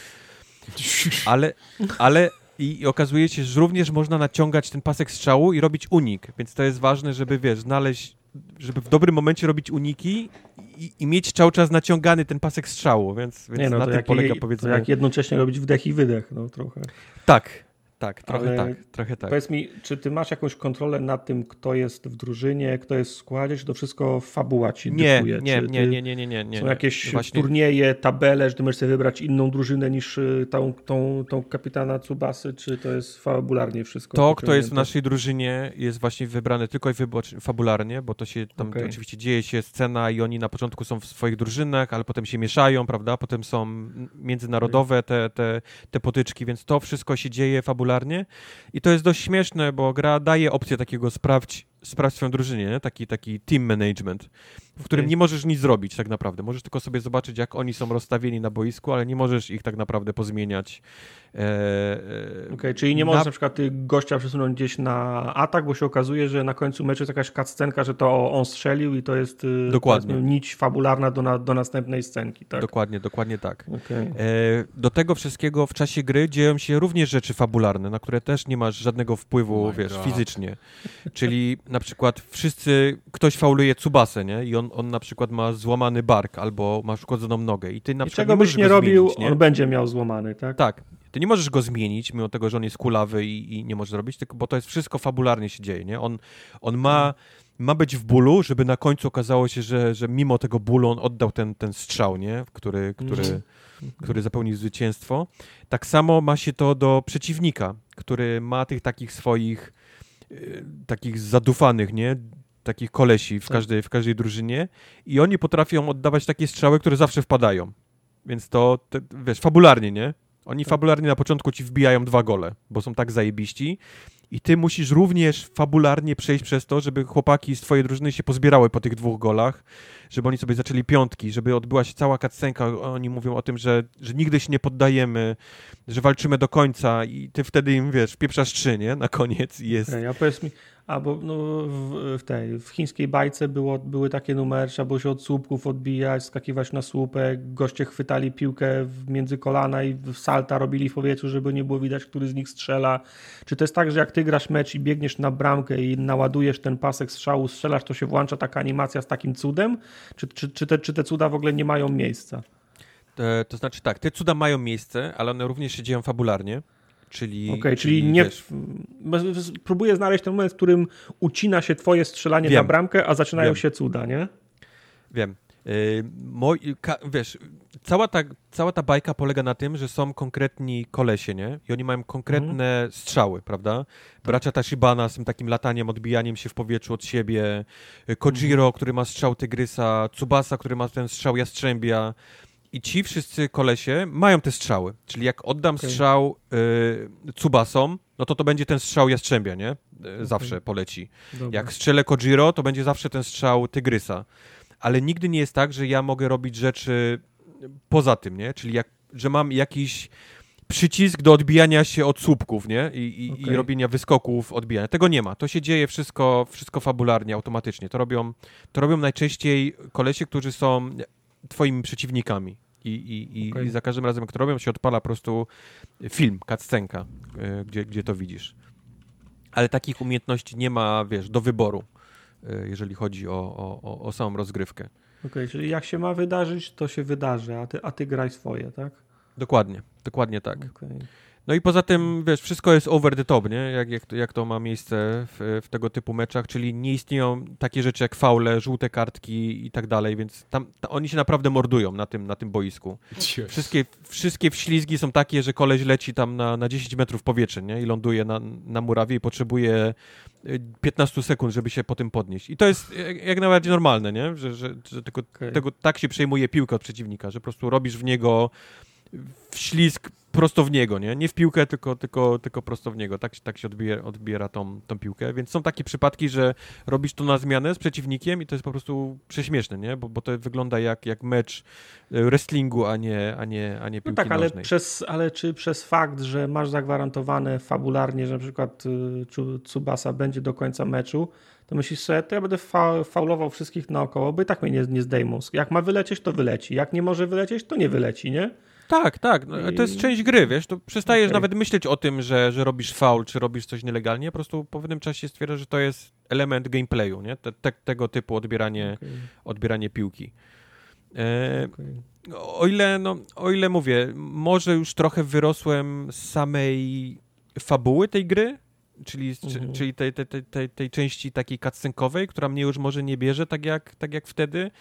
ale, ale i, i okazuje się, że również można naciągać ten pasek strzału i robić unik, więc to jest ważne, żeby, wiesz, znaleźć, żeby w dobrym momencie robić uniki i, i mieć cały czas naciągany ten pasek strzału, więc, więc nie, no, na tym jak, polega, je, powiedzmy... To jak jednocześnie robić wdech i wydech, no trochę. Tak. Tak, trochę Ale tak, trochę tak. Powiedz mi, czy ty masz jakąś kontrolę nad tym, kto jest w drużynie, kto jest w składzie, czy to wszystko fabuła ci nie, dyktuje? Nie, czy nie, nie, nie, nie, nie, nie. Są jakieś Właśnie... turnieje, tabele, że ty możesz sobie wybrać inną drużynę niż tą, tą, tą kapitana Tsubasy, czy to jest fabularnie wszystko? To, kto jest w naszej drużynie, jest właśnie wybrane tylko i wyłącznie fabularnie, bo to się tam okay. oczywiście dzieje się scena i oni na początku są w swoich drużynach, ale potem się mieszają, prawda? Potem są międzynarodowe te, te, te potyczki, więc to wszystko się dzieje fabularnie. I to jest dość śmieszne, bo gra daje opcję takiego sprawdź, sprawdź swoją drużynę, nie? Taki, taki team management, w którym okay. nie możesz nic zrobić tak naprawdę. Możesz tylko sobie zobaczyć, jak oni są rozstawieni na boisku, ale nie możesz ich tak naprawdę pozmieniać. E, e, Okej, okay, czyli nie możesz na... na przykład ty gościa przesunąć gdzieś na atak, bo się okazuje, że na końcu meczu jest jakaś cutscenka, że to on strzelił i to jest dokładnie nić fabularna do, na, do następnej scenki, tak? Dokładnie, dokładnie tak. Okay. E, do tego wszystkiego w czasie gry dzieją się również rzeczy fabularne, na które też nie masz żadnego wpływu, oh wiesz, God. fizycznie. Czyli na przykład wszyscy, ktoś fauluje Tsubasę, nie? I on, on na przykład ma złamany bark albo ma uszkodzoną nogę. I ty na I przykład czego nie byś nie robił, zmienić, nie? On będzie miał złamany, tak? Tak. Ty nie możesz go zmienić, mimo tego, że on jest kulawy i, i nie możesz zrobić, tylko bo to jest wszystko fabularnie się dzieje, nie? On, on ma, ma być w bólu, żeby na końcu okazało się, że, że mimo tego bólu on oddał ten, ten strzał, nie? Który, który, mm. który zapełnił zwycięstwo. Tak samo ma się to do przeciwnika, który ma tych takich swoich y, takich zadufanych, nie? Takich kolesi w każdej, w każdej drużynie i oni potrafią oddawać takie strzały, które zawsze wpadają. Więc to, te, wiesz, fabularnie, nie? Oni fabularnie na początku ci wbijają dwa gole, bo są tak zajebiści i ty musisz również fabularnie przejść przez to, żeby chłopaki z twojej drużyny się pozbierały po tych dwóch golach, żeby oni sobie zaczęli piątki, żeby odbyła się cała cutscenka. Oni mówią o tym, że, że nigdy się nie poddajemy, że walczymy do końca i ty wtedy im, wiesz, pieprzasz trzy, nie? Na koniec i jest... Okay, a powiedz mi, a bo no, w, w tej, w chińskiej bajce było, były takie numery, trzeba było się od słupków odbijać, skakiwać na słupek, goście chwytali piłkę między kolana i salta robili w powietrzu, żeby nie było widać, który z nich strzela. Czy to jest tak, że jak ty grasz mecz i biegniesz na bramkę i naładujesz ten pasek strzału, strzelasz, to się włącza taka animacja z takim cudem? Czy, czy, czy, te, czy te cuda w ogóle nie mają miejsca? To, to znaczy tak, te cuda mają miejsce, ale one również się dzieją fabularnie. Czyli, Okej, okay, czyli, czyli nie. Wiesz, próbuję znaleźć ten moment, w którym ucina się twoje strzelanie wiem, na bramkę, a zaczynają wiem. się cuda, nie? Wiem. Yy, moj, ka, wiesz, cała ta, cała ta bajka polega na tym, że są konkretni kolesie, nie? I oni mają konkretne mm. strzały, prawda? Bracia Tashibana z tym takim lataniem, odbijaniem się w powietrzu od siebie, Kojiro, mm. który ma strzał tygrysa, Tsubasa, który ma ten strzał jastrzębia. I ci wszyscy kolesie mają te strzały. Czyli jak oddam okay. strzał y, Tsubasom, no to to będzie ten strzał Jastrzębia, nie? Y, zawsze okay. poleci. Dobra. Jak strzelę Kojiro, to będzie zawsze ten strzał Tygrysa. Ale nigdy nie jest tak, że ja mogę robić rzeczy poza tym, nie? Czyli jak, że mam jakiś przycisk do odbijania się od słupków, nie? I, i, okay. i robienia wyskoków, odbijania. Tego nie ma. To się dzieje wszystko, wszystko fabularnie, automatycznie. To robią, to robią najczęściej kolesie, którzy są twoimi przeciwnikami. I, i, okay. i za każdym razem, jak to robią, się odpala po prostu film, cutscenka, gdzie, gdzie to widzisz. Ale takich umiejętności nie ma, wiesz, do wyboru, jeżeli chodzi o, o, o samą rozgrywkę. Okej, okay, czyli jak się ma wydarzyć, to się wydarzy, a ty, a ty graj swoje, tak? Dokładnie, dokładnie tak. Okay. No i poza tym, wiesz, wszystko jest over the top, nie? Jak, jak, to, jak to ma miejsce w, w tego typu meczach, czyli nie istnieją takie rzeczy jak faule, żółte kartki i tak dalej, więc tam ta, oni się naprawdę mordują na tym, na tym boisku. Wszystkie, wszystkie wślizgi są takie, że koleś leci tam na, na dziesięć metrów w powietrze, nie? I ląduje na, na murawie i potrzebuje piętnaście sekund, żeby się po tym podnieść. I to jest jak, jak najbardziej normalne, nie? Że, że, że tylko, okay. tego, tak się przejmuje piłkę od przeciwnika, że po prostu robisz w niego wślizg prosto w niego, nie? Nie w piłkę, tylko, tylko, tylko prosto w niego. Tak, tak się odbiera, odbiera tą, tą piłkę. Więc są takie przypadki, że robisz to na zmianę z przeciwnikiem i to jest po prostu prześmieszne, nie? Bo, bo to wygląda jak, jak mecz wrestlingu, a nie, a nie, a nie piłki no tak, ale, nożnej. przez, ale czy przez fakt, że masz zagwarantowane fabularnie, że na przykład y, Tsubasa będzie do końca meczu, to myślisz sobie, to ja będę fa- faulował wszystkich naokoło, bo i tak mnie nie, nie zdejmą. Jak ma wylecieć, to wyleci. Jak nie może wylecieć, to nie wyleci, nie? Tak, tak. No, to jest część gry, wiesz, to przestajesz okay. nawet myśleć o tym, że, że robisz faul, czy robisz coś nielegalnie, po prostu po pewnym czasie stwierdzasz, że to jest element gameplayu, nie? Te, te, tego typu odbieranie, okay. odbieranie piłki. E, okay. o, ile, no, o ile mówię, może już trochę wyrosłem z samej fabuły tej gry, czyli, mhm. czyli tej, tej, tej, tej, tej części takiej cutscenkowej, która mnie już może nie bierze tak jak, tak jak wtedy.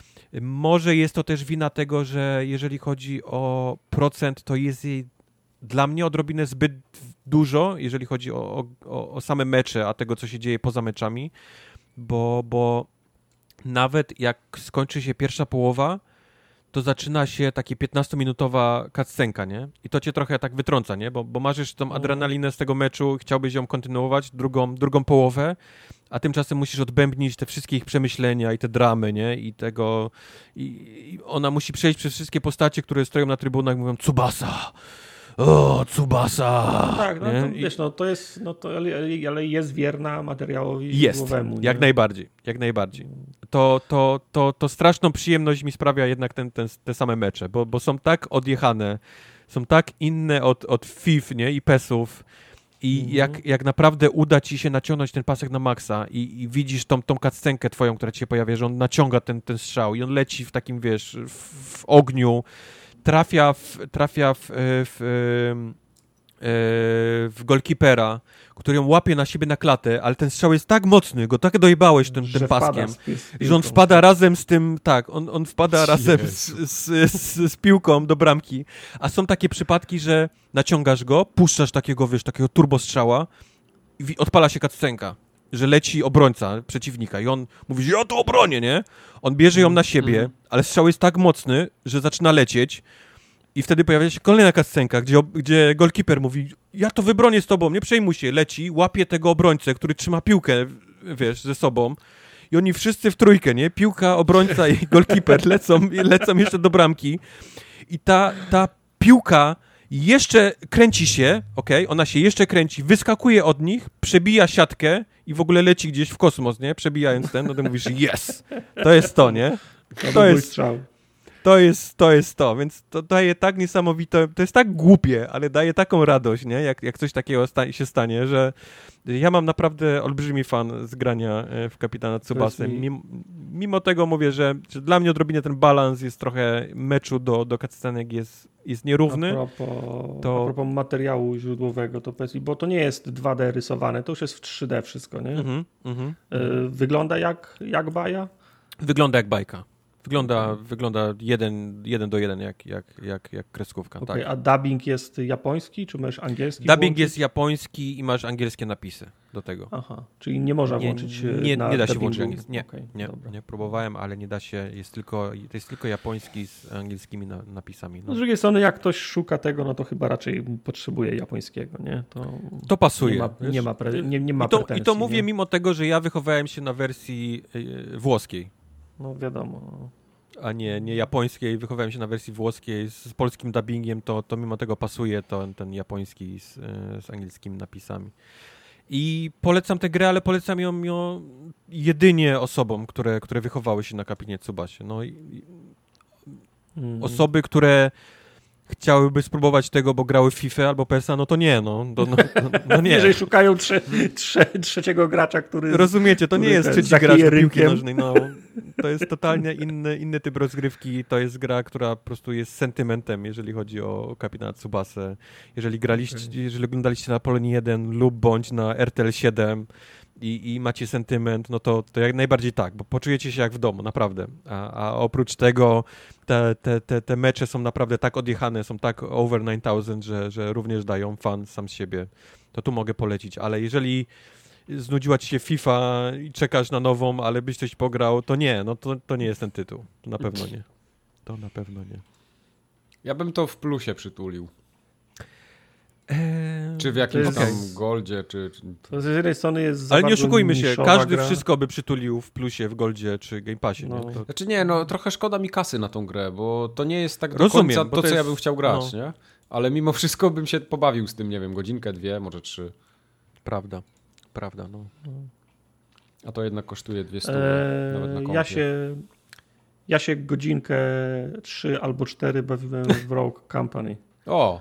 Może jest to też wina tego, że jeżeli chodzi o procent, to jest jej dla mnie odrobinę zbyt dużo, jeżeli chodzi o, o, o same mecze, a tego, co się dzieje poza meczami, bo, bo nawet jak skończy się pierwsza połowa, to zaczyna się takie piętnastominutowa cutscenka, nie? I to cię trochę tak wytrąca, nie? Bo, bo masz już tą adrenalinę z tego meczu, chciałbyś ją kontynuować, drugą, drugą połowę, a tymczasem musisz odbębnić te wszystkie ich przemyślenia i te dramy, nie? I tego... I, i ona musi przejść przez wszystkie postacie, które stoją na trybunach i mówią Tsubasa! O, Tsubasa! No tak, no to, wiesz, no to jest, no to, ale, ale jest wierna materiałowi jest, źródłowemu. Jak najbardziej, jak najbardziej. To, to, to, to straszną przyjemność mi sprawia jednak ten, ten, te same mecze, bo, bo są tak odjechane, są tak inne od, od F I F, nie? I pesów. I mm. jak, jak naprawdę uda ci się naciągnąć ten pasek na maksa i, i widzisz tą, tą cutscenkę twoją, która ci się pojawia, że on naciąga ten, ten strzał i on leci w takim, wiesz, w, w ogniu, trafia w, trafia w, w, w, w golkipera, który ją łapie na siebie na klatę, ale ten strzał jest tak mocny, go tak dojebałeś tym, tym paskiem, z, z że on wpada razem z tym, tak, on, on wpada Jezu. razem z, z, z, z piłką do bramki, a są takie przypadki, że naciągasz go, puszczasz takiego, wiesz, takiego turbostrzała i odpala się cutscenka, że leci obrońca przeciwnika i on mówi, ja to obronię, nie? On bierze ją na siebie, mm. ale strzał jest tak mocny, że zaczyna lecieć i wtedy pojawia się kolejna cutscenka, gdzie, gdzie golkiper mówi, ja to wybronię z tobą, nie przejmuj się, leci, łapie tego obrońcę, który trzyma piłkę, wiesz, ze sobą i oni wszyscy w trójkę, nie? Piłka, obrońca i golkiper lecą, lecą jeszcze do bramki i ta, ta piłka jeszcze kręci się, okej, okay? Ona się jeszcze kręci, wyskakuje od nich, przebija siatkę i w ogóle leci gdzieś w kosmos, nie? Przebijając ten, no to mówisz, yes! To jest to, nie? To, to jest strzał. To jest, to jest to, więc to daje tak niesamowite, to jest tak głupie, ale daje taką radość, nie? Jak, jak coś takiego sta- się stanie, że ja mam naprawdę olbrzymi fan z grania w Kapitana Tsubasy. Mimo, mimo tego mówię, że, że dla mnie odrobinę ten balans jest trochę meczu do, do cutscenek jest, jest nierówny. A propos, to... a propos materiału źródłowego, to powiedz mi, bo to nie jest dwa D rysowane, to już jest w trzy D wszystko, nie? Mm-hmm, mm-hmm. Wygląda jak, jak baja? Wygląda jak bajka. Wygląda, wygląda jeden, jeden do jeden jak, jak, jak, jak kreskówka. Okay, tak. A dubbing jest japoński, czy masz angielski? Dubbing włączyć? jest japoński i masz angielskie napisy do tego. Aha, czyli nie można Nie, włączyć nie, na nie da się dubbingu. włączyć angielski. Nie, Okay, nie, nie, próbowałem, ale nie da się, jest tylko, to jest tylko japoński z angielskimi na, napisami. No. No z drugiej strony, jak ktoś szuka tego, no to chyba raczej potrzebuje japońskiego, nie? To, To pasuje. Nie ma, nie ma, pre, nie, nie ma I, to, pretensji, I to mówię nie? mimo tego, że ja wychowałem się na wersji y, włoskiej, No wiadomo. a nie, nie japońskiej. Wychowałem się na wersji włoskiej z, z polskim dubbingiem, to, to mimo tego pasuje to, ten japoński z, y, z angielskimi napisami. I polecam tę grę, ale polecam ją, ją jedynie osobom, które, które wychowały się na Kapinie Tsubasie. No i, i Mm. osoby, które chciałyby spróbować tego, bo grały w FIFA albo P E S a, no to nie, no. To, no, no, no nie. Jeżeli szukają trze, trze, trzeciego gracza, który... Rozumiecie, to nie jest trzeci gracz do piłki rynkiem. nożnej, no. To jest totalnie inny, inny typ rozgrywki. To jest gra, która po prostu jest sentymentem, jeżeli chodzi o Kapitana Tsubasę. Jeżeli graliście, okay. jeżeli oglądaliście na Polonii jeden lub bądź na R T L siedem i, i macie sentyment, no to, to jak najbardziej tak, bo poczujecie się jak w domu, naprawdę. A, a oprócz tego te, te, te, te mecze są naprawdę tak odjechane, są tak over nine thousand, że, że również dają fan sam z siebie. To tu mogę polecić, ale jeżeli znudziła ci się FIFA i czekasz na nową, ale byś coś pograł, to nie, no to, to nie jest ten tytuł. To na pewno nie. To na pewno nie. Ja bym to w plusie przytulił. Eee, czy w jakimś jest, tam goldzie, czy... czy... To z jednej strony jest za ale nie bardzo oszukujmy się, niszowa każdy gra. wszystko by przytulił w plusie, w goldzie czy Game Passie. No. Nie? To... Znaczy nie, no trochę szkoda mi kasy na tą grę, bo to nie jest tak do Rozumiem, końca bo to, to co jest- ja bym chciał grać, no. nie? Ale mimo wszystko bym się pobawił z tym, nie wiem, godzinkę, dwie, może trzy. Prawda, prawda, no. A to jednak kosztuje dwie stówy, nawet na Eee, kompie. ja się ja się godzinkę trzy albo cztery bawiłem w Rogue Company. O,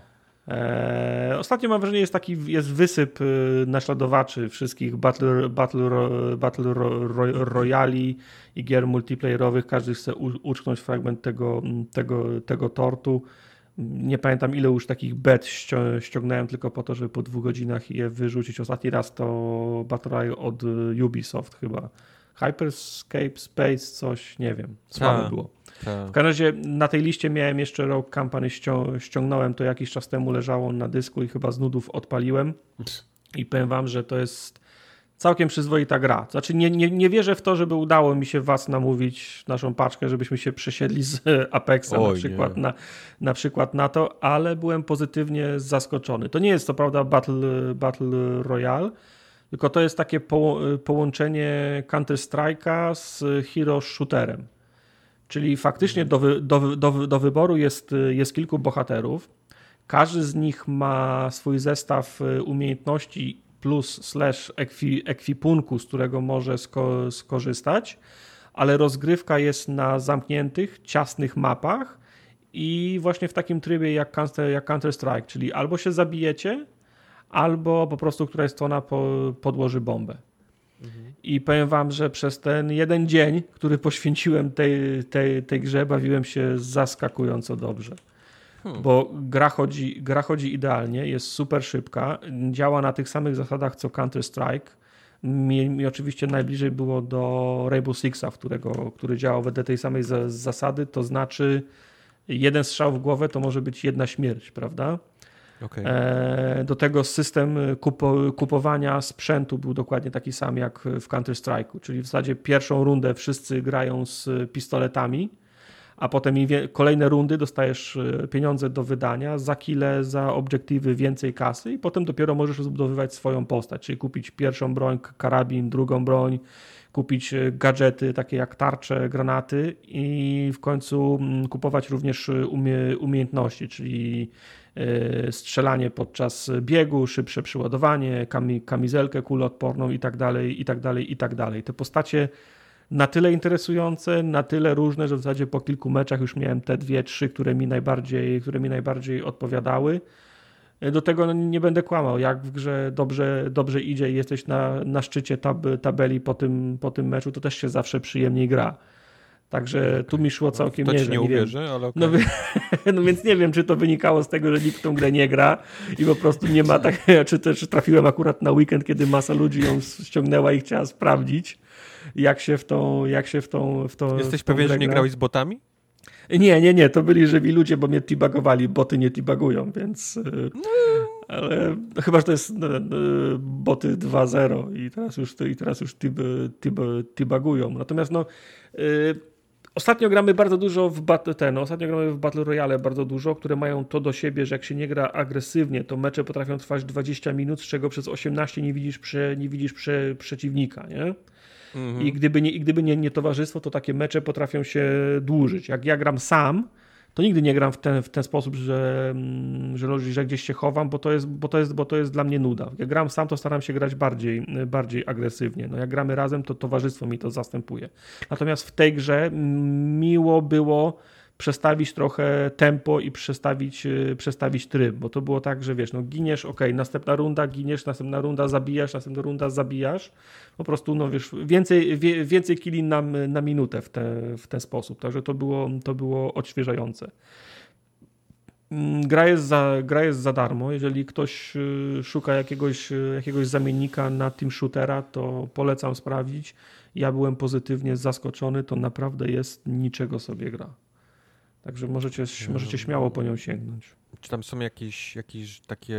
Eee, ostatnio mam wrażenie, jest taki jest wysyp y, naśladowaczy wszystkich Battle, battle, ro, battle ro, ro, Royali i gier multiplayerowych. Każdy chce u, uczknąć fragment tego, tego, tego tortu. Nie pamiętam, ile już takich bet ścią, ściągnąłem tylko po to, żeby po dwóch godzinach je wyrzucić. Ostatni raz to Battle Royale od Ubisoft chyba. Hyperscape Space, coś, nie wiem. Słabe Ta. było. Ta. W każdym razie na tej liście miałem jeszcze Rogue Company, ścią- ściągnąłem to jakiś czas temu, leżało na dysku i chyba z nudów odpaliłem i powiem wam, że to jest całkiem przyzwoita gra. Znaczy nie, nie, nie wierzę w to, żeby udało mi się was namówić, naszą paczkę, żebyśmy się przesiedli z Apexa Oj, na, przykład nie. na, na przykład na to, ale byłem pozytywnie zaskoczony. To nie jest to prawda Battle, Battle Royale, tylko to jest takie po, połączenie Counter-Strike'a z hero shooterem. Czyli faktycznie do, wy, do, do, do wyboru jest, jest kilku bohaterów. Każdy z nich ma swój zestaw umiejętności plus slash ekwi, ekwipunku, z którego może sko, skorzystać, ale rozgrywka jest na zamkniętych, ciasnych mapach i właśnie w takim trybie jak, Counter, jak Counter-Strike, czyli albo się zabijecie, albo po prostu któraś strona po, podłoży bombę. I powiem wam, że przez ten jeden dzień, który poświęciłem tej, tej, tej grze, bawiłem się zaskakująco dobrze. Hmm. Bo gra chodzi, gra chodzi idealnie, jest super szybka, działa na tych samych zasadach co Counter-Strike. Mi, mi oczywiście najbliżej było do Rainbow Sixa, którego, który działał wedle tej samej za, zasady, to znaczy jeden strzał w głowę to może być jedna śmierć, prawda? Okay. E, do tego system kupo, kupowania sprzętu był dokładnie taki sam jak w Counter-Strike'u, czyli w zasadzie pierwszą rundę wszyscy grają z pistoletami, a potem kolejne rundy dostajesz pieniądze do wydania, za kile, za obiektywy więcej kasy i potem dopiero możesz zbudowywać swoją postać, czyli kupić pierwszą broń, karabin, drugą broń, kupić gadżety takie jak tarcze, granaty i w końcu kupować również umie, umiejętności, czyli strzelanie podczas biegu, szybsze przyładowanie, kamizelkę kuloodporną i tak dalej, i tak dalej, i tak dalej. Te postacie na tyle interesujące, na tyle różne, że w zasadzie po kilku meczach już miałem te dwie, trzy, które mi najbardziej, które mi najbardziej odpowiadały. Do tego no, nie będę kłamał, jak w grze dobrze, dobrze idzie i jesteś na, na szczycie tab, tabeli po tym, po tym meczu, to też się zawsze przyjemniej gra. Także tu mi szło całkiem no, to nieźle. ci nie, nie uwierzę, ale okay. no, no więc nie wiem, czy to wynikało z tego, że nikt w tą grę nie gra i po prostu nie ma tak, czy też trafiłem akurat na weekend, kiedy masa ludzi ją ściągnęła i chciała sprawdzić, jak się w tą, jak się w tą, w tą Jesteś w tą pewien, że nie gra. grałeś z botami? Nie, nie, nie, to byli żywi ludzie, bo mnie tibagowali, boty nie tibagują, więc no. Ale chyba, że to jest boty dwa zero i teraz już, i teraz już tib, tib, tibagują. Natomiast no y, ostatnio gramy bardzo dużo w battle, ten, ostatnio gramy w Battle Royale bardzo dużo, które mają to do siebie, że jak się nie gra agresywnie, to mecze potrafią trwać dwadzieścia minut, z czego przez osiemnaście nie widzisz, prze, nie widzisz prze, przeciwnika, nie? Mm-hmm. I gdyby, nie, i gdyby nie, nie towarzystwo, to takie mecze potrafią się dłużyć. Jak ja gram sam, to nigdy nie gram w ten, w ten sposób, że, że, że gdzieś się chowam, bo to, jest, bo, to jest, bo to jest dla mnie nuda. Jak gram sam, to staram się grać bardziej, bardziej agresywnie. No jak gramy razem, to towarzystwo mi to zastępuje. Natomiast w tej grze miło było przestawić trochę tempo i przestawić, przestawić tryb, bo to było tak, że wiesz, no giniesz, okej, okay, następna runda, giniesz, następna runda, zabijasz, następna runda, zabijasz. Po prostu, no wiesz, więcej, wie, więcej killi na, na minutę w, te, w ten sposób. Także to było, to było odświeżające. Gra jest, za, gra jest za darmo. Jeżeli ktoś szuka jakiegoś, jakiegoś zamiennika na team shootera, to polecam sprawdzić. Ja byłem pozytywnie zaskoczony. To naprawdę jest niczego sobie gra. Także możecie, możecie śmiało po nią sięgnąć. Czy tam są jakieś, jakieś takie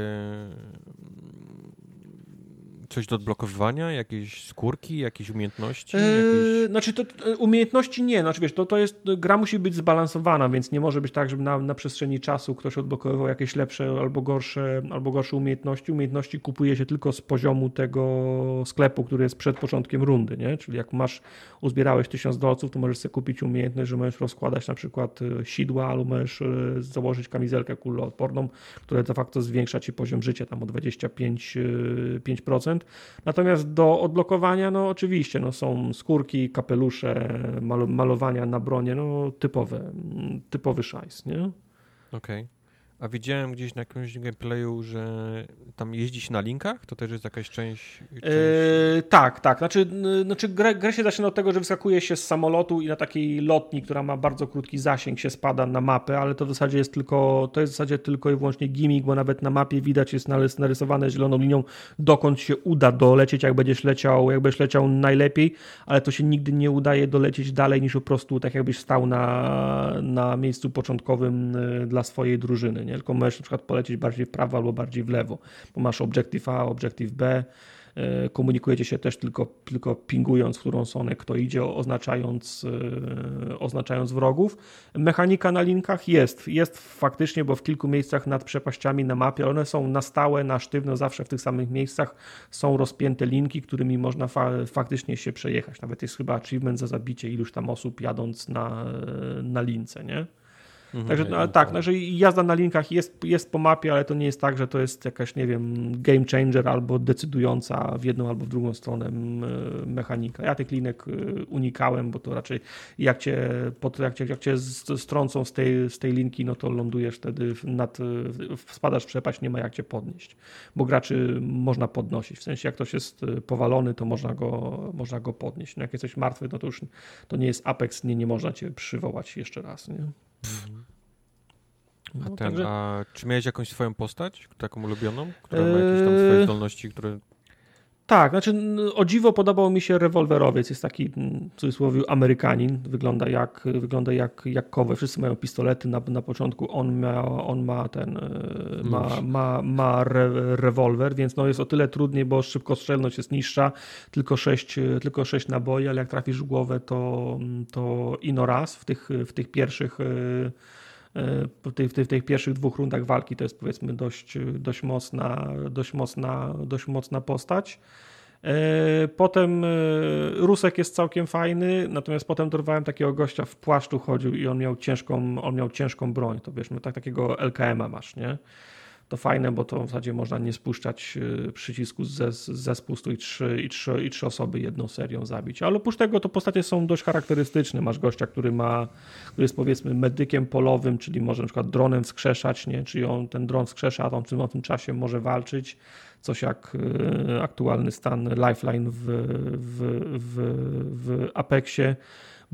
coś do odblokowywania? Jakieś skórki, jakieś umiejętności? Jakieś... Eee, znaczy to umiejętności nie. Znaczy wiesz, to, to jest, gra musi być zbalansowana, więc nie może być tak, żeby na, na przestrzeni czasu ktoś odblokowywał jakieś lepsze albo gorsze, albo gorsze umiejętności. Umiejętności kupuje się tylko z poziomu tego sklepu, który jest przed początkiem rundy, nie? Czyli jak masz, uzbierałeś tysiąc dolców, to możesz sobie kupić umiejętność, że możesz rozkładać na przykład sidła, albo możesz założyć kamizelkę kuloodporną, która de facto zwiększa ci poziom życia tam o dwadzieścia pięć procent. Natomiast do odblokowania, no oczywiście, no są skórki, kapelusze, mal- malowania na bronie, no typowe, typowy szajs, nie? Okej. Okay. A widziałem gdzieś na jakimś gameplayu, że tam jeździć na linkach? To też jest jakaś część... część... Yy, tak, tak. Znaczy, znaczy grę, grę się zaczyna od tego, że wyskakuje się z samolotu i na takiej lotni, która ma bardzo krótki zasięg, się spada na mapę, ale to w zasadzie jest tylko, to jest w zasadzie tylko i wyłącznie gimmick, bo nawet na mapie widać, jest narysowane zieloną linią, dokąd się uda dolecieć, jak będziesz leciał, jak będziesz leciał najlepiej, ale to się nigdy nie udaje dolecieć dalej niż po prostu tak jakbyś stał na, na miejscu początkowym dla swojej drużyny. Nie? Tylko możesz na przykład polecieć bardziej w prawo albo bardziej w lewo, bo masz Objective A, Objective B, komunikujecie się też tylko, tylko pingując, w którą stronę kto idzie, oznaczając, oznaczając wrogów. Mechanika na linkach jest, jest faktycznie, bo w kilku miejscach nad przepaściami na mapie, one są na stałe, na sztywno, zawsze w tych samych miejscach są rozpięte linki, którymi można fa- faktycznie się przejechać. Nawet jest chyba achievement za zabicie iluś tam osób jadąc na, na lince, nie? Mhm, Także no, tak, no, że jazda na linkach jest, jest po mapie, ale to nie jest tak, że to jest jakaś, nie wiem, game changer albo decydująca w jedną albo w drugą stronę mechanika. Ja tych linek unikałem, bo to raczej jak cię, jak cię, jak cię strącą z tej, z tej linki, no to lądujesz wtedy nad, spadasz w przepaść, nie ma jak cię podnieść, bo graczy można podnosić. W sensie jak ktoś jest powalony, to można go, można go podnieść. No jak jesteś martwy, no to już to nie jest Apex, nie, nie można cię przywołać jeszcze raz, nie? A, ten, także... a czy miałeś jakąś swoją postać, taką ulubioną, która ma jakieś tam swoje zdolności, które... Tak, znaczy o dziwo podobał mi się rewolwerowiec, jest taki w cudzysłowie Amerykanin, wygląda jak, wygląda jak, jak kowe, wszyscy mają pistolety na, na początku, on ma, on ma ten, ma, ma, ma re, rewolwer, więc no jest o tyle trudniej, bo szybkostrzelność jest niższa, tylko sześć, tylko sześć naboi, ale jak trafisz w głowę, to, to ino raz w tych, w tych pierwszych W tych, w, tych, w tych pierwszych dwóch rundach walki to jest powiedzmy dość, dość, mocna, dość, mocna, dość mocna postać. Potem Rusek jest całkiem fajny, natomiast potem dorwałem takiego gościa w płaszczu chodził i on miał ciężką, on miał ciężką broń. To wiesz, no tak takiego L K M-a masz, nie? To fajne, bo to w zasadzie można nie spuszczać przycisku ze, ze spustu i trzy, i, trzy, i trzy osoby jedną serią zabić. Ale oprócz tego to postacie są dość charakterystyczne. Masz gościa, który ma, który jest powiedzmy medykiem polowym, czyli może na przykład dronem wskrzeszać, nie? Czyli on ten dron wskrzesza, a on w tym, w tym czasie może walczyć. Coś jak aktualny stan Lifeline w, w, w, w Apexie.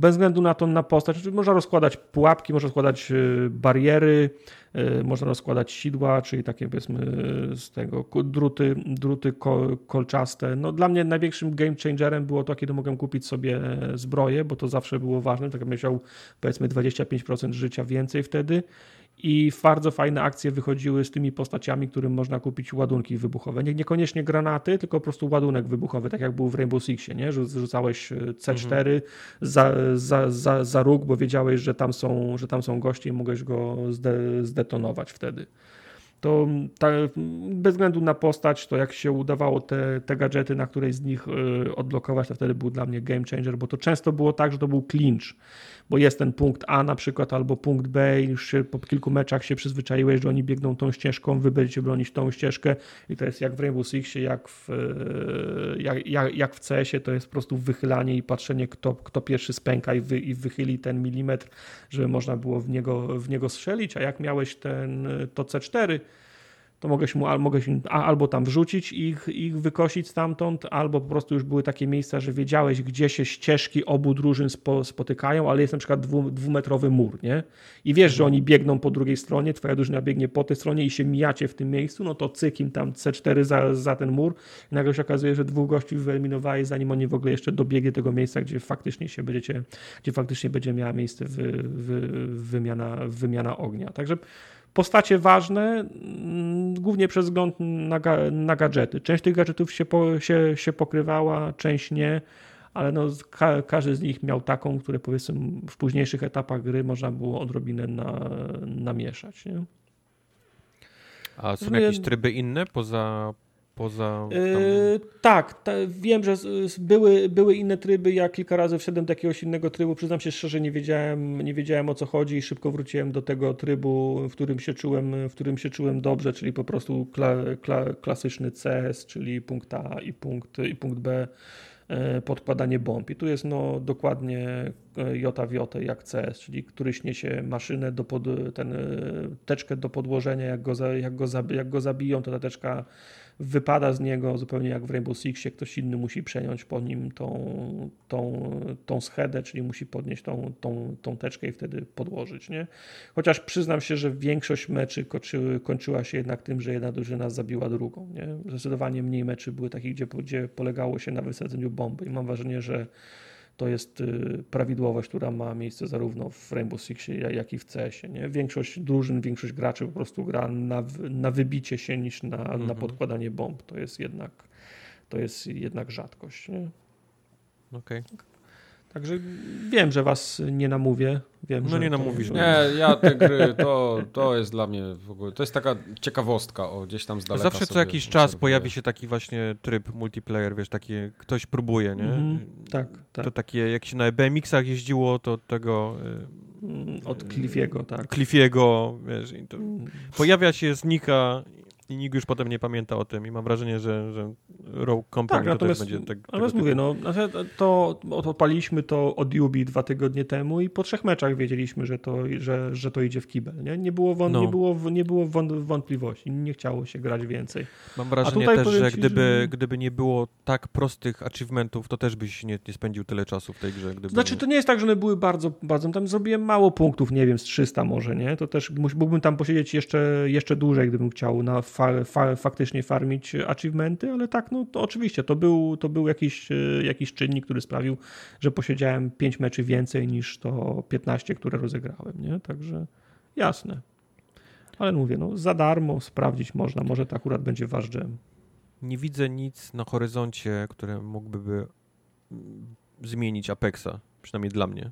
bez względu na to, na postać. Można rozkładać pułapki, można rozkładać bariery, można rozkładać sidła, czyli takie powiedzmy z tego druty, druty kolczaste. No, dla mnie największym game changerem było to, kiedy mogłem kupić sobie zbroję, bo to zawsze było ważne, tak jakbym miał powiedzmy dwadzieścia pięć procent życia więcej wtedy. I bardzo fajne akcje wychodziły z tymi postaciami, którym można kupić ładunki wybuchowe. Nie, niekoniecznie granaty, tylko po prostu ładunek wybuchowy, tak jak był w Rainbow Sixie, nie? Że rzucałeś C cztery mhm. za, za, za, za róg, bo wiedziałeś, że tam są, że tam są goście i mogłeś go zde, zdetonować wtedy. To ta, bez względu na postać, to jak się udawało te, te gadżety, na której z nich y, odblokować, to wtedy był dla mnie game changer, bo to często było tak, że to był clinch, bo jest ten punkt A na przykład, albo punkt B i już się po kilku meczach się przyzwyczaiłeś, że oni biegną tą ścieżką, wy będziecie bronić tą ścieżkę i to jest jak w Rainbow Sixie, jak w, y, jak, jak, jak w C S ie, to jest po prostu wychylanie i patrzenie, kto, kto pierwszy spęka i, wy, i wychyli ten milimetr, żeby można było w niego, w niego strzelić, a jak miałeś ten, to C cztery, to mogłeś mu mogłeś albo tam wrzucić ich, ich wykosić stamtąd, albo po prostu już były takie miejsca, że wiedziałeś, gdzie się ścieżki obu drużyn spo, spotykają, ale jest na przykład dwu, dwumetrowy mur, nie? I wiesz, że oni biegną po drugiej stronie, twoja drużyna biegnie po tej stronie i się mijacie w tym miejscu, no to cykim tam C cztery za, za ten mur i nagle się okazuje, że dwóch gości wyeliminowali, zanim oni w ogóle jeszcze dobiegli tego miejsca, gdzie faktycznie się będziecie, gdzie faktycznie będzie miała miejsce wy, wy, wymiana, wymiana ognia. Także postacie ważne, głównie przez wzgląd na, ga, na gadżety. Część tych gadżetów się, po, się, się pokrywała, część nie, ale no, ka, każdy z nich miał taką, które powiedzmy w późniejszych etapach gry można było odrobinę na, namieszać. Nie? A są jakieś tryby inne poza... Poza yy, tak, ta, wiem, że z, były, były inne tryby. Ja kilka razy wszedłem do jakiegoś innego trybu. Przyznam się szczerze, nie wiedziałem, nie wiedziałem o co chodzi i szybko wróciłem do tego trybu, w którym się czułem, w którym się czułem dobrze, czyli po prostu kla, kla, klasyczny C S, czyli punkt A i punkt, i punkt B, podkładanie bomb. I tu jest no dokładnie jota w jotę jak C S, czyli któryś niesie maszynę, do pod, ten, teczkę do podłożenia, jak go, jak, go, jak go zabiją, to ta teczka wypada z niego zupełnie jak w Rainbow Sixie, ktoś inny musi przejąć po nim tą, tą, tą schedę, czyli musi podnieść tą, tą, tą teczkę i wtedy podłożyć. Nie? Chociaż przyznam się, że większość meczy kończy, kończyła się jednak tym, że jedna drużyna zabiła drugą. Nie? Zdecydowanie mniej meczy były takich, gdzie, gdzie polegało się na wysadzeniu bomby i mam wrażenie, że to jest prawidłowość, która ma miejsce zarówno w Rainbow Sixie, jak i w C S ie. Nie? Większość drużyn, większość graczy po prostu gra na, na wybicie się niż na, mm-hmm. na podkładanie bomb. To jest jednak, to jest jednak rzadkość. Nie? Okej. Okay. Także wiem, że was nie namówię. Wiem, no że nie namówisz. To... Nie, ja te gry, to, to jest dla mnie w ogóle, to jest taka ciekawostka, o gdzieś tam z daleka. Zawsze co jakiś czas obserwuję. Pojawi się taki właśnie tryb multiplayer, wiesz, takie ktoś próbuje, nie? Mm-hmm, tak, tak. To takie, jak się na B M X-ach jeździło, to tego... Od Cliffiego, tak. Cliffiego, wiesz, i to pojawia się, znika i nikt już potem nie pamięta o tym i mam wrażenie, że, że Rogue Company tak, to też będzie... Tak, natomiast mówię, no, to odpaliliśmy to od Ubi dwa tygodnie temu i po trzech meczach wiedzieliśmy, że to, że, że to idzie w kibel. Nie, nie, było, wąt, no. nie, było, nie było wątpliwości, nie chciało się grać więcej. Mam wrażenie też, że ci, gdyby, że gdyby nie było tak prostych achievementów, to też byś nie, nie spędził tyle czasu w tej grze. Gdyby znaczy, nie... to nie jest tak, że one były bardzo, bardzo... Tam zrobiłem mało punktów, nie wiem, z trzysta może, nie? To też mógłbym tam posiedzieć jeszcze, jeszcze dłużej, gdybym chciał na fa, fa, faktycznie farmić achievementy, ale tak, no to oczywiście, to był, to był jakiś, jakiś czynnik, który sprawił, że posiedziałem pięć meczy więcej niż to piętnaście, które rozegrałem, nie? Także jasne. Ale mówię, no za darmo sprawdzić można, może to akurat będzie wasz dżem. Nie widzę nic na horyzoncie, które mógłby zmienić Apexa, przynajmniej dla mnie.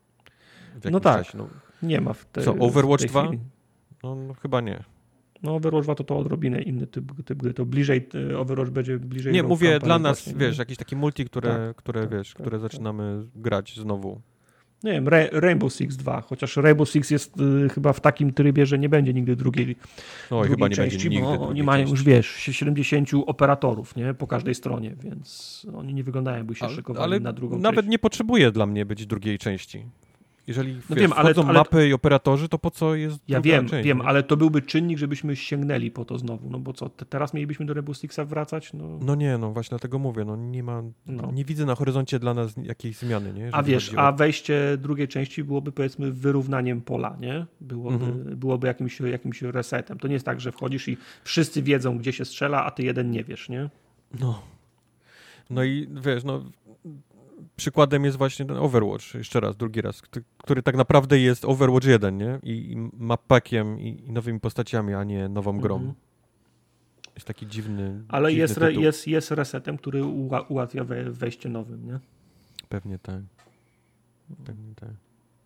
No tak, czasie, no. Nie ma w tej Co, Overwatch dwa? No, no chyba nie. No Overwatch dwa to to odrobinę inny typ, typ gry, to bliżej, Overwatch będzie bliżej... Nie, mówię Company dla nas, właśnie, wiesz, nie? jakieś takie multi, które, tak, które tak, wiesz, tak, które tak, zaczynamy tak. grać znowu. Nie wiem, Ra- Rainbow Six dwa, chociaż Rainbow Six jest y, chyba w takim trybie, że nie będzie nigdy drugiej, Oj, drugiej chyba nie części, będzie nigdy bo oni mają części. Już, wiesz, siedemdziesięciu operatorów, nie, po każdej stronie, więc oni nie wyglądają, by się ale, szykowali ale na drugą nawet część. nie potrzebuje dla mnie być drugiej części. jeżeli No wiesz, wiem, ale- wchodzą ale- mapy i operatorzy, to po co jest Ja druga wiem, część, wiem, nie? ale to byłby czynnik, żebyśmy sięgnęli po to znowu, no bo co, te, teraz mielibyśmy do Rainbow Sixa wracać? No, No nie, no właśnie dlatego mówię, no nie ma, no. nie widzę na horyzoncie dla nas jakiejś zmiany, nie? A Jeżeli wiesz, chodzi o- a wejście drugiej części byłoby powiedzmy wyrównaniem pola, nie? Byłoby, Mhm. byłoby jakimś, jakimś resetem. To nie jest tak, że wchodzisz i wszyscy wiedzą, gdzie się strzela, a ty jeden nie wiesz, nie? No. No i wiesz, no przykładem jest właśnie ten Overwatch, jeszcze raz, drugi raz, który, który tak naprawdę jest Overwatch jeden, nie? I, i mappakiem i, i nowymi postaciami, a nie nową grą. Mhm. Jest taki dziwny Ale dziwny jest, re, tytuł. jest, jest resetem, który uła- ułatwia we, wejście nowym, nie? Pewnie tak. Pewnie tak.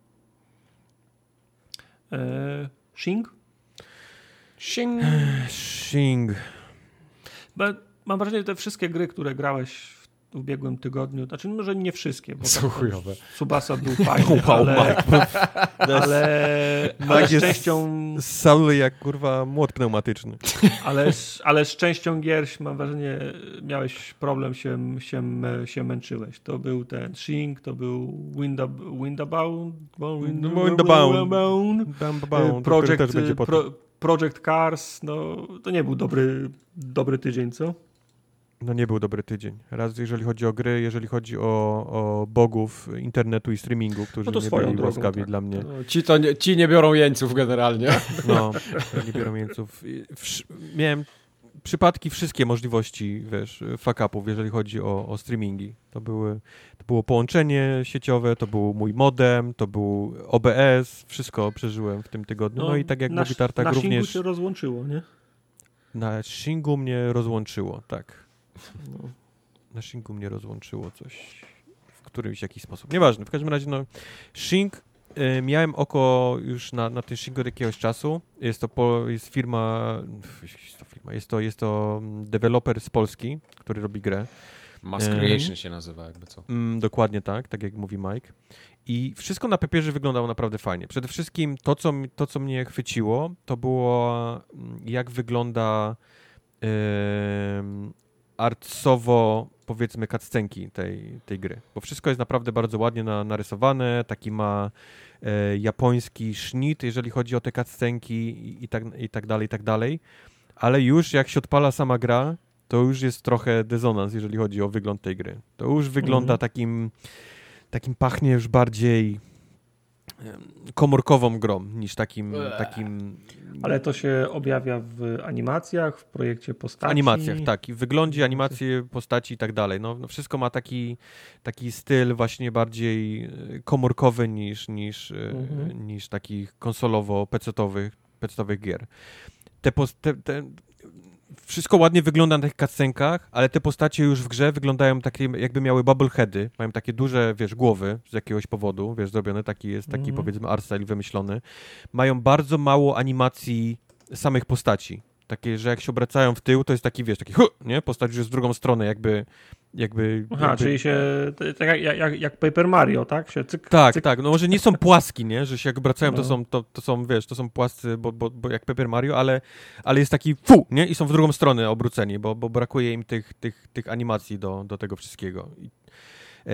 E, Shing? Shing. Shing. Bo mam wrażenie, że te wszystkie gry, które grałeś w w ubiegłym tygodniu, znaczy może nie wszystkie, bo Są tak, chujowe. Subasa był fajny, Wow, ale, Mike. ale, ale Mike z jest częścią, Saul jak kurwa młot pneumatyczny. ale, z- ale z częścią gier mam wrażenie, miałeś problem, się, się, się męczyłeś. To był ten Shing, to był Windab- Windabound, Windabound. Bam, bam, bam, Project, też będzie potem. Pro, Project Cars, no to nie był dobry, dobry tydzień, co? No nie był dobry tydzień. Raz jeżeli chodzi o gry, jeżeli chodzi o, o bogów internetu i streamingu, którzy No to nie swoją byli drogą, łaskawi tak. dla mnie. No, ci, to nie, ci nie biorą jeńców generalnie. No, nie biorą jeńców. I wsz- Miałem przypadki wszystkie możliwości, wiesz, fuck-upów, jeżeli chodzi o, o streamingi. To, były, to było połączenie sieciowe, to był mój modem, to był O B S, wszystko przeżyłem w tym tygodniu. No, i tak jak na, mówi Tartak, na również Shingu się rozłączyło, nie? na Shingu mnie rozłączyło, tak. No. Na Shingu mnie rozłączyło coś w którymś jakiś sposób. Nieważne, w każdym razie no Shing, y, miałem oko już na, na tym Shingu od jakiegoś czasu. Jest to po, jest firma, jest to firma, jest to, jest to deweloper z Polski, który robi grę. Mass Mhm. Creation się nazywa, jakby co. Mm, dokładnie tak, tak jak mówi Mike. I wszystko na papierze wyglądało naprawdę fajnie. Przede wszystkim to, co, mi- to, co mnie chwyciło, to było mm, jak wygląda em, artsowo, powiedzmy, cutscenki tej, tej gry. Bo wszystko jest naprawdę bardzo ładnie na, narysowane, taki ma e, japoński sznit, jeżeli chodzi o te cutscenki i, i, tak, i tak dalej, i tak dalej. Ale już jak się odpala sama gra, to już jest trochę dysonans, jeżeli chodzi o wygląd tej gry. To już wygląda Mhm. takim, takim pachnie już bardziej em, komórkową grą niż takim, takim Ale to się objawia w animacjach, w projekcie w postaci. animacjach, tak, i w wyglądzie, animacje, postaci i tak dalej. No, no wszystko ma taki, taki styl właśnie bardziej e, komórkowy niż, niż, e, Mhm. niż takich konsolowo-pecetowych pecetowych gier. Te, pos- te, te, wszystko ładnie wygląda na tych cutscenkach, ale te postacie już w grze wyglądają takie, jakby miały bubbleheady, mają takie duże, wiesz, głowy z jakiegoś powodu, wiesz, zrobione, taki jest taki, Mhm. powiedzmy, art style wymyślony. Mają bardzo mało animacji samych postaci. Takie, że jak się obracają w tył, to jest taki, wiesz, taki hu, nie? Postać już jest w drugą stronę, jakby... jakby, Aha, jakby... czyli się, to- tak jak, jak, jak Paper Mario, tak? Się cyk, Tak, cyk. tak, no może nie są płaski, nie? Że się jak obracają, to No. są, to, to są, wiesz, to są płascy, bo, bo, bo jak Paper Mario, ale, ale jest taki fu, nie? I są w drugą stronę obróceni, bo, bo brakuje im tych, tych, tych animacji do, do tego wszystkiego. I, e,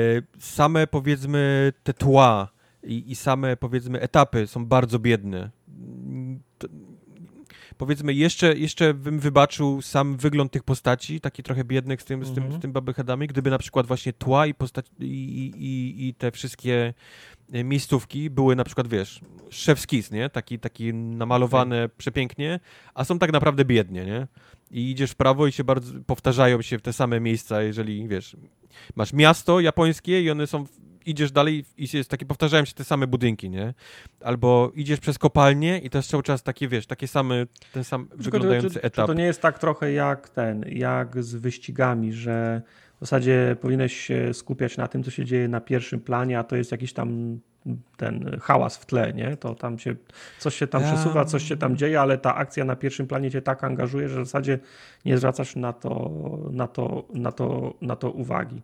same, powiedzmy, te tła i, i same, powiedzmy, etapy są bardzo biedne. To, powiedzmy, jeszcze, jeszcze bym wybaczył sam wygląd tych postaci, taki trochę biednych z tym, z tym, Mhm. z tym bubbleheadami, gdyby na przykład właśnie tła i, postać, i, i, i, i te wszystkie e, miejscówki były na przykład, wiesz, chef's kiss, nie? Taki, taki namalowane przepięknie, a są tak naprawdę biednie, nie? I idziesz w prawo i się bardzo, powtarzają się w te same miejsca, jeżeli, wiesz, masz miasto japońskie i one są, idziesz dalej i jest takie, powtarzają się te same budynki, nie? Albo idziesz przez kopalnię i to jest cały czas takie, wiesz, takie same, ten sam Tylko, wyglądający czy, czy, etap. Czy to nie jest tak trochę jak ten, jak z wyścigami, że w zasadzie powinieneś się skupiać na tym, co się dzieje na pierwszym planie, a to jest jakiś tam ten hałas w tle, nie? To tam się, coś się tam Ja- przesuwa, coś się tam dzieje, ale ta akcja na pierwszym planie cię tak angażuje, że w zasadzie nie zwracasz na to, na to, na to, na to uwagi.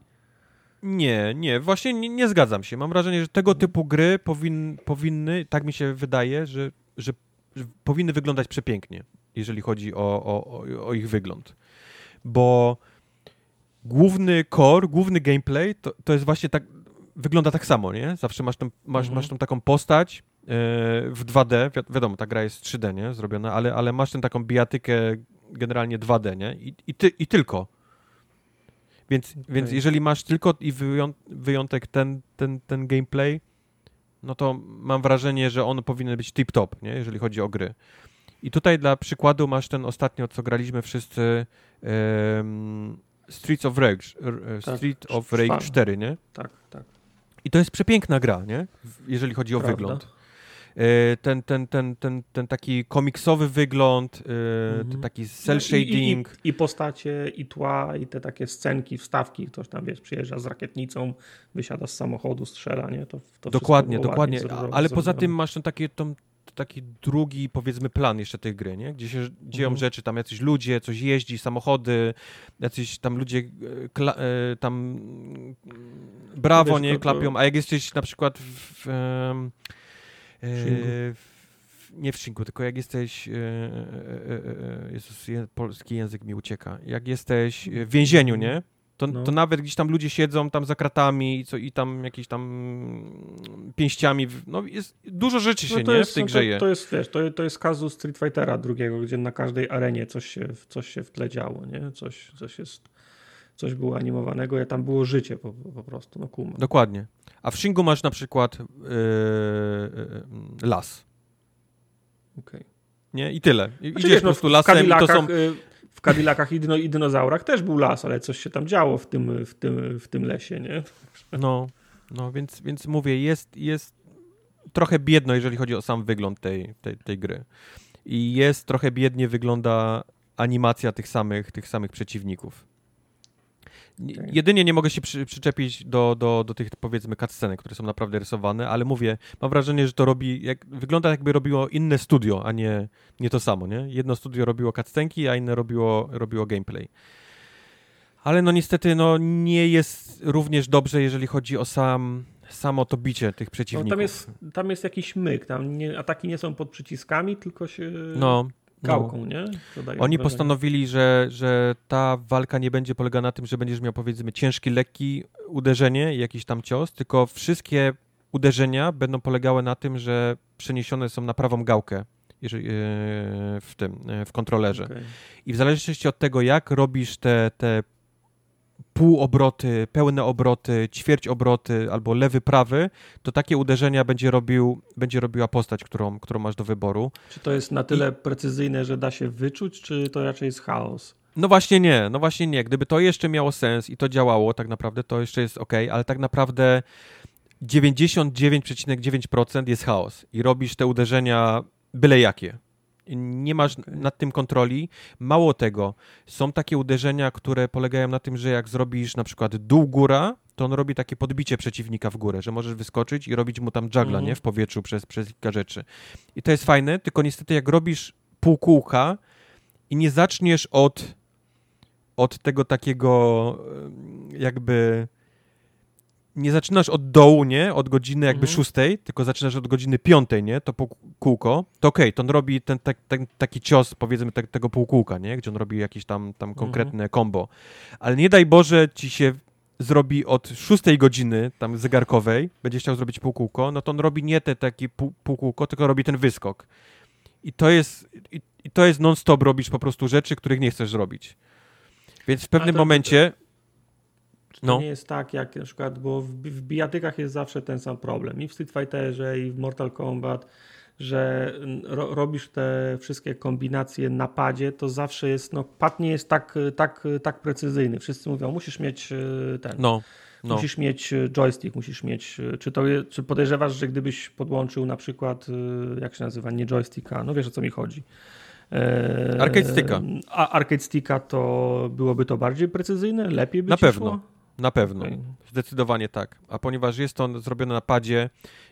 Nie, nie, właśnie nie, nie zgadzam się. Mam wrażenie, że tego typu gry powin, powinny, tak mi się wydaje, że, że, że powinny wyglądać przepięknie, jeżeli chodzi o, o, o, o ich wygląd. Bo główny core, główny gameplay to, to jest właśnie tak, wygląda tak samo, nie? Zawsze masz, tam, masz, Mhm. masz tą taką postać yy, w dwa D, Wi- wiadomo, ta gra jest trzy D, nie? Zrobiona, ale, ale masz tę taką bijatykę generalnie dwa D, nie? I, i, ty, i tylko. Więc, Okay. więc jeżeli masz tylko i wyją, wyjątek ten, ten, ten gameplay, no to mam wrażenie, że on powinien być tip-top, nie? Jeżeli chodzi o gry. I tutaj dla przykładu masz ten ostatnio, co graliśmy wszyscy, um, Streets of Rage, r- Tak, Street of Rage szwa- cztery, nie? Tak, tak. I to jest przepiękna gra, nie? W- Jeżeli chodzi o Prawda. wygląd. E, Ten, ten, ten, ten, ten taki komiksowy wygląd, e, Mhm. ten taki cel No i- shading. I, i, I postacie, i tła, i te takie scenki, wstawki, ktoś tam, wiesz, przyjeżdża z rakietnicą, wysiada z samochodu, strzela, nie? To, to Dokładnie, wszystko było dokładnie. ładnie zrobione. Ale poza tym masz ten taki, tą, taki drugi, powiedzmy, plan jeszcze tej gry, nie? Gdzie się dzieją Mhm. rzeczy, tam jacyś ludzie, coś jeździ, samochody, jacyś tam ludzie e, kla, e, tam mm, brawo, Wiesz, nie, to- to- klapią, a jak jesteś na przykład w... w em, e, Shingu. w nie w Shinku, tylko jak jesteś e, e, e, e, Jezus, je, polski język mi ucieka. Jak jesteś w więzieniu, nie? To, No. to nawet gdzieś tam ludzie siedzą tam za kratami i, co, i tam jakieś tam pięściami, w- no jest dużo rzeczy się, No to nie? jest, w tej no grze to, je. to jest, wiesz, to, to jest kazus Street Fightera drugiego, gdzie na każdej arenie coś się, coś się w tle działo, nie? Coś, coś jest, coś było animowanego, ja tam było życie po, po prostu, no kuma. Dokładnie. A w Shingu masz na przykład yy, yy, las, Okay. nie? I tyle. I, Znaczy, idziesz wiesz, po no, prostu w lasem i to są... Cadillacach, y, w Cadillacach i, dino, i dinozaurach też był las, ale coś się tam działo w tym, w tym, w tym lesie, nie? No, no więc, więc mówię, jest, jest trochę biedno, jeżeli chodzi o sam wygląd tej, tej, tej gry. I jest trochę biednie wygląda animacja tych samych, tych samych przeciwników. Nie- Okay. Jedynie nie mogę się przy, przyczepić do, do, do tych, powiedzmy, cutscenek, które są naprawdę rysowane, ale mówię, mam wrażenie, że to robi, jak, wygląda jakby robiło inne studio, a nie, nie to samo, nie? Jedno studio robiło cutscenki, a inne robiło, robiło gameplay. Ale no niestety, no nie jest również dobrze, jeżeli chodzi o sam, samo to bicie tych No, przeciwników. tam, jest, tam jest jakiś myk, tam nie, ataki nie są pod przyciskami, tylko się No, gałką, no. nie? To daje Oni wrażenie. postanowili, że, że ta walka nie będzie polegała na tym, że będziesz miał, powiedzmy, ciężki, lekki uderzenie i jakiś tam cios, tylko wszystkie uderzenia będą polegały na tym, że przeniesione są na prawą gałkę jeżeli, yy, w tym, yy, w kontrolerze. Okay. I w zależności od tego, jak robisz te, te półobroty, pełne obroty, ćwierć obroty albo lewy, prawy, to takie uderzenia będzie, robił, będzie robiła postać, którą, którą masz do wyboru. Czy to jest na tyle precyzyjne, że da się wyczuć, czy to raczej jest chaos? No właśnie nie, no właśnie nie. Gdyby to jeszcze miało sens i to działało tak naprawdę, to jeszcze jest ok, ale tak naprawdę dziewięćdziesiąt dziewięć przecinek dziewięć procent jest chaos i robisz te uderzenia byle jakie. Nie masz Okay. nad tym kontroli. Mało tego, są takie uderzenia, które polegają na tym, że jak zrobisz na przykład dół-góra, to on robi takie podbicie przeciwnika w górę, że możesz wyskoczyć i robić mu tam juggla, Mhm. nie? W powietrzu przez, przez kilka rzeczy. I to jest fajne, tylko niestety jak robisz półkółka i nie zaczniesz od, od tego takiego em, jakby... Nie zaczynasz od dołu, nie? Od godziny jakby Mhm. szóstej, tylko zaczynasz od godziny piątej, nie? To półkółko. To okej, okay, to on robi ten, ten, ten taki cios, powiedzmy, te, tego półkółka, nie? Gdzie on robi jakieś tam, tam konkretne combo. Ale nie daj Boże ci się zrobi od szóstej godziny tam zegarkowej, będzie chciał zrobić półkółko, no to on robi nie te takie pół, półkółko, tylko robi ten wyskok. I to jest, i, i to jest non-stop robisz po prostu rzeczy, których nie chcesz zrobić. Więc w pewnym to- momencie... Czy to No. nie jest tak, jak na przykład, bo w, w bijatykach jest zawsze ten sam problem. I w Street Fighterze, i w Mortal Kombat, że ro, robisz te wszystkie kombinacje na padzie, to zawsze jest, no pad nie jest tak, tak, tak precyzyjny. Wszyscy mówią, musisz mieć e, ten, No, no. musisz mieć e, joystick, musisz mieć, e, czy to je, czy podejrzewasz, że gdybyś podłączył na przykład, e, jak się nazywa, nie joysticka, no wiesz o co mi chodzi. E, Arcade sticka. A arcade sticka to byłoby to bardziej precyzyjne? Lepiej by Na ci pewno. szło? Na pewno. Okej. Zdecydowanie tak. A ponieważ jest to zrobione na padzie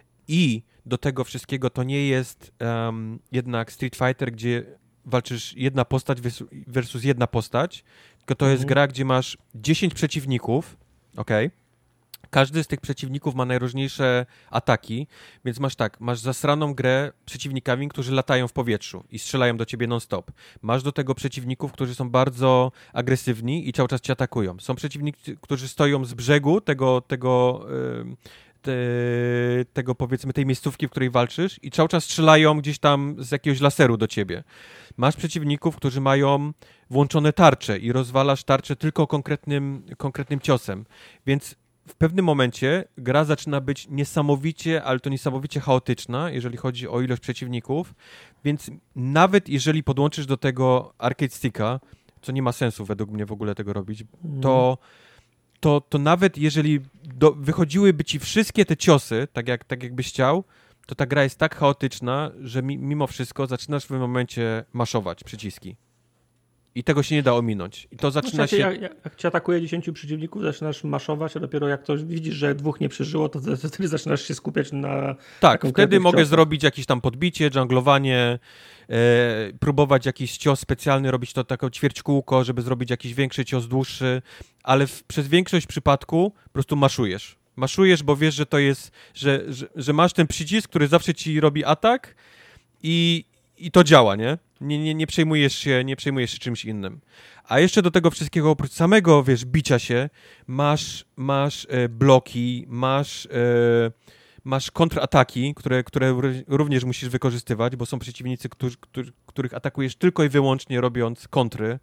i do tego wszystkiego to nie jest um, jednak Street Fighter, gdzie walczysz jedna postać versus, versus jedna postać, tylko to jest Mhm. gra, gdzie masz dziesięć przeciwników, okej? Każdy z tych przeciwników ma najróżniejsze ataki, więc masz tak, masz zasraną grę przeciwnikami, którzy latają w powietrzu i strzelają do ciebie non-stop. Masz do tego przeciwników, którzy są bardzo agresywni i cały czas cię atakują. Są przeciwnicy, którzy stoją z brzegu tego, tego, te, tego powiedzmy tej miejscówki, w której walczysz i cały czas strzelają gdzieś tam z jakiegoś laseru do ciebie. Masz przeciwników, którzy mają włączone tarcze i rozwalasz tarczę tylko konkretnym, konkretnym ciosem, więc w pewnym momencie gra zaczyna być niesamowicie, ale to niesamowicie chaotyczna, jeżeli chodzi o ilość przeciwników, więc nawet jeżeli podłączysz do tego arcade sticka, co nie ma sensu według mnie w ogóle tego robić, to, to, to nawet jeżeli do, wychodziłyby ci wszystkie te ciosy, tak, jak, tak jakbyś chciał, to ta gra jest tak chaotyczna, że mi, mimo wszystko zaczynasz w pewnym momencie maszować przyciski. I tego się nie da ominąć. I to zaczyna no, się... Jak, jak cię atakuje dziesięciu przeciwników, zaczynasz maszować, a dopiero jak to widzisz, że dwóch nie przeżyło, to wtedy zaczynasz się skupiać na... Tak, na wtedy mogę ciosach. zrobić jakieś tam podbicie, dżunglowanie, e, próbować jakiś cios specjalny, robić to taką ćwierćkółko, żeby zrobić jakiś większy cios, dłuższy, ale w, przez większość przypadku po prostu maszujesz. Maszujesz, bo wiesz, że to jest, że, że, że masz ten przycisk, który zawsze ci robi atak i, i to działa, nie? Nie, nie, nie przejmujesz się, nie przejmujesz się czymś innym. A jeszcze do tego wszystkiego, oprócz samego, wiesz, bicia się, masz, masz e, bloki, masz, e, masz kontrataki, które, które również musisz wykorzystywać, bo są przeciwnicy, którzy, którzy, których atakujesz tylko i wyłącznie robiąc kontry.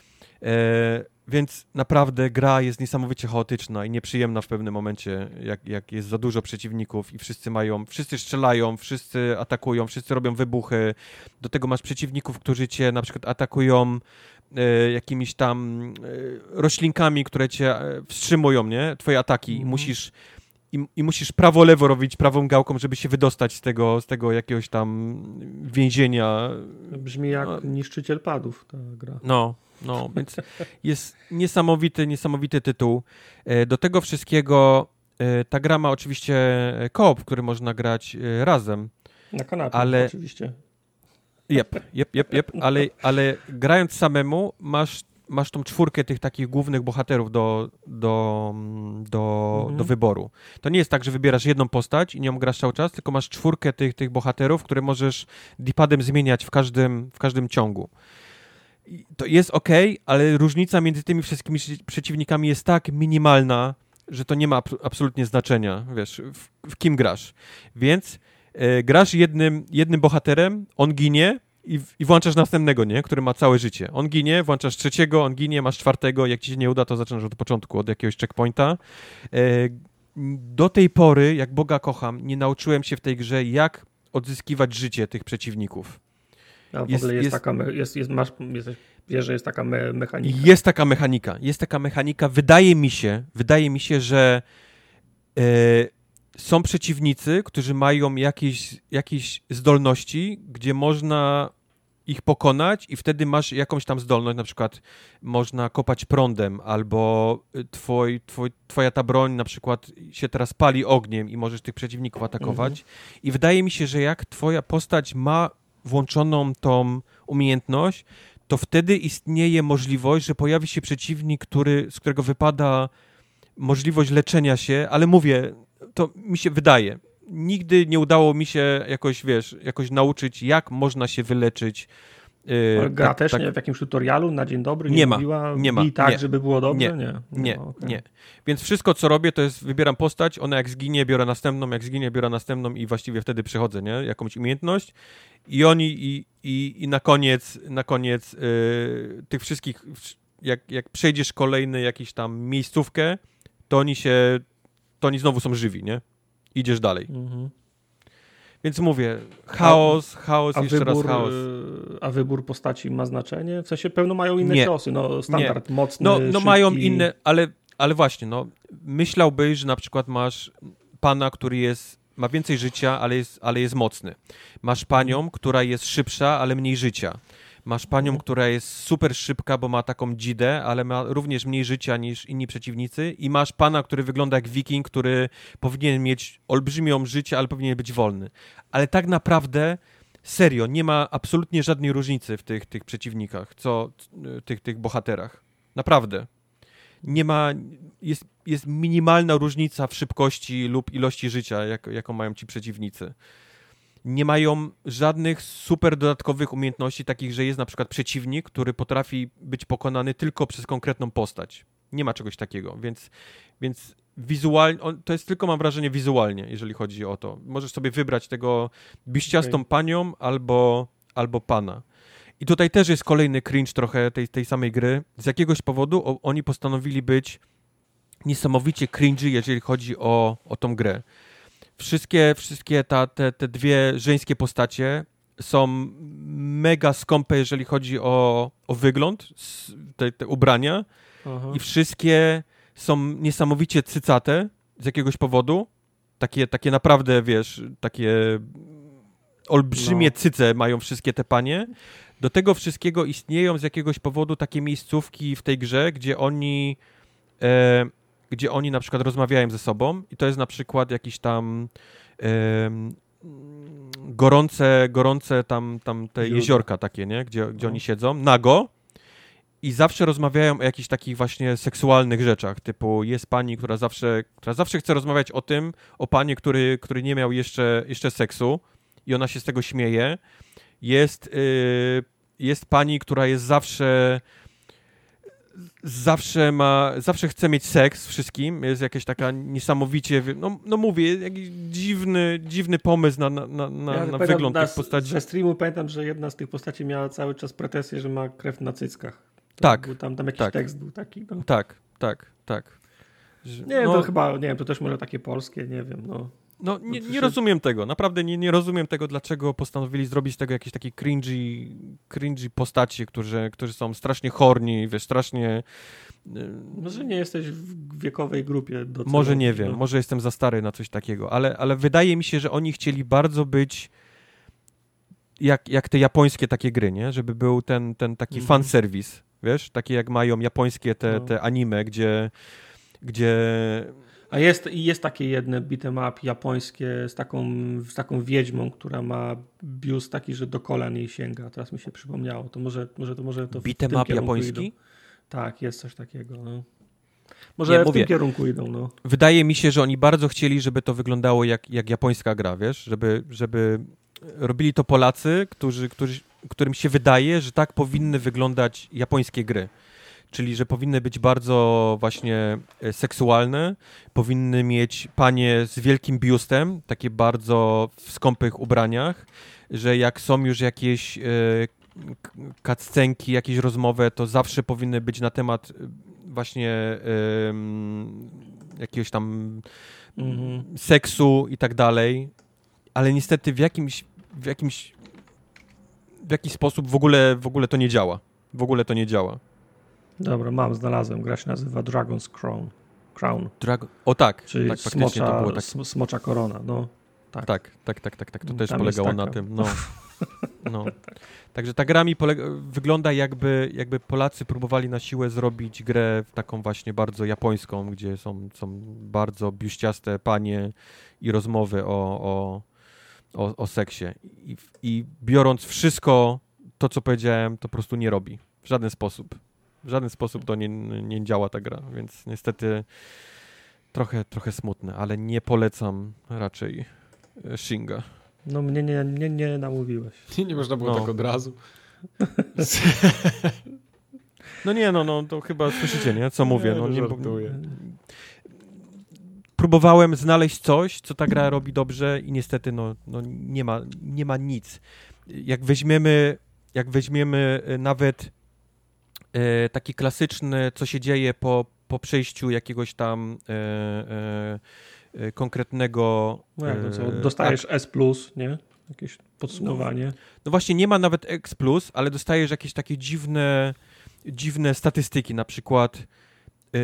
E, więc naprawdę gra jest niesamowicie chaotyczna i nieprzyjemna w pewnym momencie, jak, jak jest za dużo przeciwników i wszyscy mają, wszyscy strzelają, wszyscy atakują, wszyscy robią wybuchy. Do tego masz przeciwników, którzy cię na przykład atakują e, jakimiś tam e, roślinkami, które cię e, wstrzymują, nie? Twoje ataki i Mhm. musisz i, i musisz prawo-lewo robić prawą gałką, żeby się wydostać z tego, z tego jakiegoś tam więzienia. Brzmi jak No. niszczyciel padów ta gra. No, no, więc jest niesamowity, niesamowity tytuł. E, Do tego wszystkiego e, ta gra ma oczywiście koop, w który można grać e, razem. Na kanapie Ale- oczywiście. Jep, jep, jep, jep, ale, ale grając samemu masz, masz tą czwórkę tych takich głównych bohaterów do, do, do, Mhm. do wyboru. To nie jest tak, że wybierasz jedną postać i nią grasz cały czas, tylko masz czwórkę tych, tych bohaterów, które możesz D-padem zmieniać w każdym, w każdym ciągu. I to jest okej, ale różnica między tymi wszystkimi przeciwnikami jest tak minimalna, że to nie ma ab- absolutnie znaczenia, wiesz, w, w kim grasz. Więc e, grasz jednym, jednym bohaterem, on ginie i, w- i włączasz następnego, nie? Który ma całe życie. On ginie, włączasz trzeciego, on ginie, masz czwartego, jak ci się nie uda, to zaczynasz od początku, od jakiegoś checkpointa. E, do tej pory, jak Boga kocham, nie nauczyłem się w tej grze, jak odzyskiwać życie tych przeciwników. A w Jest- ogóle jest, jest- taka, me- jest, jest, masz, jesteś, wiesz, że jest taka me, mechanika. Jest taka mechanika, jest taka mechanika. Wydaje mi się, wydaje mi się, że e, są przeciwnicy, którzy mają jakieś, jakieś zdolności, gdzie można ich pokonać i wtedy masz jakąś tam zdolność, na przykład można kopać prądem, albo twoj, twoj, twoja ta broń na przykład się teraz pali ogniem i możesz tych przeciwników atakować. Mhm. I wydaje mi się, że jak twoja postać ma włączoną tą umiejętność, to wtedy istnieje możliwość, że pojawi się przeciwnik, który, z którego wypada możliwość leczenia się, ale mówię, to mi się wydaje. Nigdy nie udało mi się jakoś, wiesz, jakoś nauczyć, jak można się wyleczyć. Yy, Ale gra tak- też tak- nie w jakimś tutorialu na dzień dobry nie, Nie ma, mówiła nie ma, i tak, nie. żeby było dobrze? Nie, Nie, Nie, ma, okej. nie. Więc wszystko, co robię, to jest wybieram postać, ona jak zginie, biorę następną, jak zginie, biorę następną i właściwie wtedy przechodzę, nie? Jakąś umiejętność. I oni, i, i, i na koniec, na koniec yy, tych wszystkich, jak, jak przejdziesz kolejny jakiś tam miejscówkę, to oni się, to oni znowu są żywi, nie? Idziesz dalej. Mhm. Więc mówię, chaos, chaos, A jeszcze wybór, raz chaos. y, a wybór postaci ma znaczenie? W sensie pełno mają inne Nie. ciosy, no standard mocny, No, no szybki. mają inne, ale, ale właśnie, no myślałbyś, że na przykład masz pana, który jest, ma więcej życia, ale jest, ale jest mocny. Masz panią, która jest szybsza, ale mniej życia. Masz panią, która jest super szybka, bo ma taką dzidę, ale ma również mniej życia niż inni przeciwnicy. I masz pana, który wygląda jak wiking, który powinien mieć olbrzymią życie, ale powinien być wolny. Ale tak naprawdę, serio, nie ma absolutnie żadnej różnicy w tych, tych przeciwnikach, co tych, tych bohaterach. Naprawdę. nie ma, jest, jest minimalna różnica w szybkości lub ilości życia, jak, jaką mają ci przeciwnicy. Nie mają żadnych super dodatkowych umiejętności, takich, że jest na przykład przeciwnik, który potrafi być pokonany tylko przez konkretną postać. Nie ma czegoś takiego, więc, więc wizualnie, to jest tylko, mam wrażenie, wizualnie, jeżeli chodzi o to. Możesz sobie wybrać tego biściastą okay. panią albo, albo pana. I tutaj też jest kolejny cringe trochę tej, tej samej gry. Z jakiegoś powodu o, oni postanowili być niesamowicie cringy, jeżeli chodzi o, o tą grę. Wszystkie, wszystkie ta, te, te dwie żeńskie postacie są mega skąpe, jeżeli chodzi o, o wygląd, te, te ubrania. Aha. I wszystkie są niesamowicie cycate z jakiegoś powodu. Takie, takie naprawdę, wiesz, takie olbrzymie no. cyce mają wszystkie te panie. Do tego wszystkiego istnieją z jakiegoś powodu takie miejscówki w tej grze, gdzie oni e, gdzie oni na przykład rozmawiają ze sobą i to jest na przykład jakiś tam e, gorące, gorące tam, tam te jeziorka takie, nie? Gdzie, gdzie no. oni siedzą, nago i zawsze rozmawiają o jakichś takich właśnie seksualnych rzeczach, typu jest pani, która zawsze, która zawsze chce rozmawiać o tym, o panie, który, który nie miał jeszcze, jeszcze seksu i ona się z tego śmieje. Jest, yy, jest pani, która jest zawsze zawsze ma, zawsze chce mieć seks z wszystkim, jest jakaś taka niesamowicie, no, no mówię, jakiś dziwny, dziwny pomysł na, na, na, ja na wygląd tych postaci. Ze streamu pamiętam, że jedna z tych postaci miała cały czas pretensję, że ma krew na cyckach. To tak. Był tam, tam jakiś tak. tekst był taki. No. Tak, tak, tak. Że, nie, no, to chyba, nie wiem, to też może takie polskie, nie wiem, no. No nie, nie rozumiem tego, naprawdę nie, nie rozumiem tego, dlaczego postanowili zrobić z tego jakieś takie cringy, cringy postaci, którzy, którzy są strasznie horni, wiesz, strasznie... Może nie jesteś w wiekowej grupie. Do może nie wiem, no. może jestem za stary na coś takiego, ale, ale wydaje mi się, że oni chcieli bardzo być jak, jak te japońskie takie gry, nie? Żeby był ten, ten taki mhm. fanserwis, wiesz, takie jak mają japońskie te, no. te anime, gdzie... gdzie... A jest, jest takie jedne beat'em up japońskie z taką, z taką wiedźmą, która ma biust taki, że do kolan jej sięga. Teraz mi się przypomniało. To może, może to może to beat'em up japoński? Idą. Tak, jest coś takiego. No. Może Nie, w mówię, tym kierunku idą. No. Wydaje mi się, że oni bardzo chcieli, żeby to wyglądało jak, jak japońska gra, wiesz? Żeby, żeby robili to Polacy, którzy, którzy, którym się wydaje, że tak powinny wyglądać japońskie gry. Czyli, że powinny być bardzo właśnie seksualne, powinny mieć panie z wielkim biustem, takie bardzo w skąpych ubraniach, że jak są już jakieś e, cutscenki, jakieś rozmowy, to zawsze powinny być na temat właśnie e, jakiegoś tam mm-hmm. seksu i tak dalej, ale niestety w jakimś, w jakimś w jakiś sposób w ogóle, w ogóle to nie działa. W ogóle to nie działa. Dobra, mam, znalazłem. Gra się nazywa Dragon's Crown. Crown. Drago- o tak, czyli tak, faktycznie smocza, to było tak. Smocza korona, no. Tak, tak, tak, tak, tak, tak. To też Tam polegało na tym. No. no. Także ta gra mi polega- wygląda jakby, jakby Polacy próbowali na siłę zrobić grę taką właśnie bardzo japońską, gdzie są, są bardzo biuściaste panie i rozmowy o, o, o, o seksie. I, I biorąc wszystko to, co powiedziałem, to po prostu nie robi. W żaden sposób. W żaden sposób to nie, nie działa ta gra, więc niestety trochę, trochę smutne, ale nie polecam raczej Shinga. No mnie nie, nie, nie namówiłeś. Nie, nie można było no. tak od razu. No nie, no, no to chyba słyszycie, nie? Co mówię. No, nie, bo... Próbowałem znaleźć coś, co ta gra robi dobrze i niestety no, no nie ma, nie ma nic. Jak weźmiemy, jak weźmiemy nawet E, taki klasyczny, co się dzieje po, po przejściu jakiegoś tam e, e, konkretnego... No jak to co? Dostajesz S plus, nie? Jakieś podsumowanie. No, no właśnie, nie ma nawet X plus, ale dostajesz jakieś takie dziwne, dziwne statystyki, na przykład e,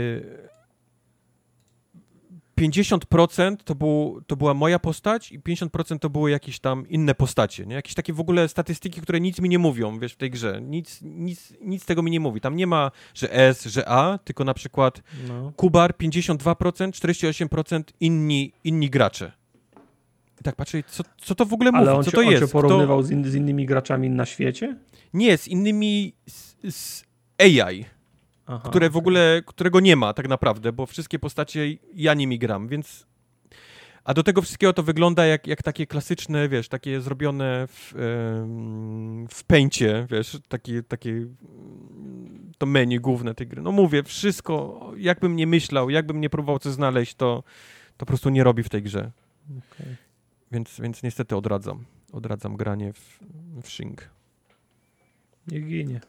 pięćdziesiąt procent to, był, to była moja postać i pięćdziesiąt procent to były jakieś tam inne postacie, nie? Jakieś takie w ogóle statystyki, które nic mi nie mówią, wiesz, w tej grze. Nic, nic, nic tego mi nie mówi. Tam nie ma, że S, że A, tylko na przykład no. Kubar pięćdziesiąt dwa procent, czterdzieści osiem procent inni, inni gracze. I tak patrzę, co, co to w ogóle mówi, Ale on co cię, to on jest? cię porównywał z, in, z innymi graczami na świecie? Nie, z innymi, z, z A I. Aha, które w okay. ogóle, którego nie ma tak naprawdę, bo wszystkie postacie ja nimi gram, więc... A do tego wszystkiego to wygląda jak, jak takie klasyczne, wiesz, takie zrobione w, ym, w Paincie, wiesz, takie, takie to menu główne tej gry. No mówię, wszystko, jakbym nie myślał, jakbym nie próbował coś znaleźć, to, to po prostu nie robi w tej grze. Okay. Więc, więc niestety odradzam. Odradzam granie w, w Shing. Nie ginie.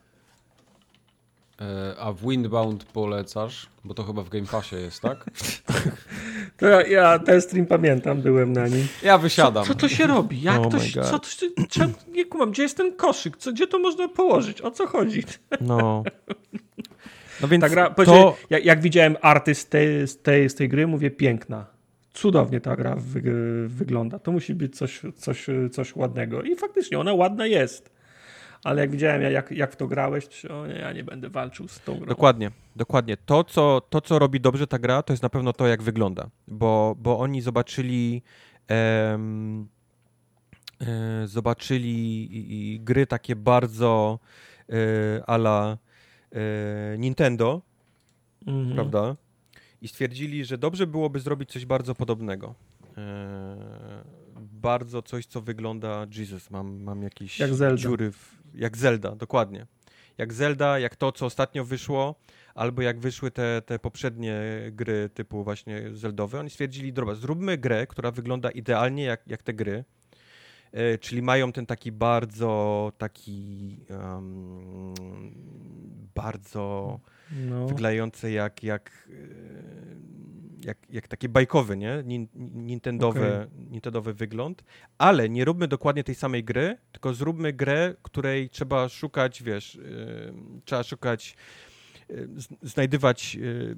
E, a w Windbound polecasz? Bo to chyba w Game Passie jest, tak? To ja, ja ten stream pamiętam, byłem na nim. Ja wysiadam. Co, co to się robi? Jak Oh to my się, God. co to się, czemu, nie kumam, gdzie jest ten koszyk? Co, gdzie to można położyć? O co chodzi? No. No więc Ta gra, to... jak, jak widziałem arty z tej, z, tej, z tej gry, mówię, piękna. Cudownie ta gra wy, wygląda. To musi być coś, coś, coś ładnego. I faktycznie ona ładna jest. Ale jak widziałem, jak, jak w to grałeś, to nie, ja nie będę walczył z tą grą. Dokładnie, dokładnie. To co, to, co robi dobrze ta gra, to jest na pewno to, jak wygląda. Bo, bo oni zobaczyli em, e, zobaczyli i, i gry takie bardzo e, a la e, Nintendo, Mhm. prawda? I stwierdzili, że dobrze byłoby zrobić coś bardzo podobnego. E, bardzo coś, co wygląda... Jesus, mam, mam jakieś Jak Zelda. dziury... W, jak Zelda, dokładnie. Jak Zelda, jak to, co ostatnio wyszło, albo jak wyszły te, te poprzednie gry typu właśnie Zeldowe. Oni stwierdzili, dobra, zróbmy grę, która wygląda idealnie jak, jak te gry. E, czyli mają ten taki bardzo taki um, bardzo No. wyglądające jak, jak, jak, jak takie bajkowy, nie? Nin, Nintendowe, Okay. Nintendowy wygląd, ale nie róbmy dokładnie tej samej gry, tylko zróbmy grę, której trzeba szukać, wiesz, yy, trzeba szukać, yy, znajdywać... Yy,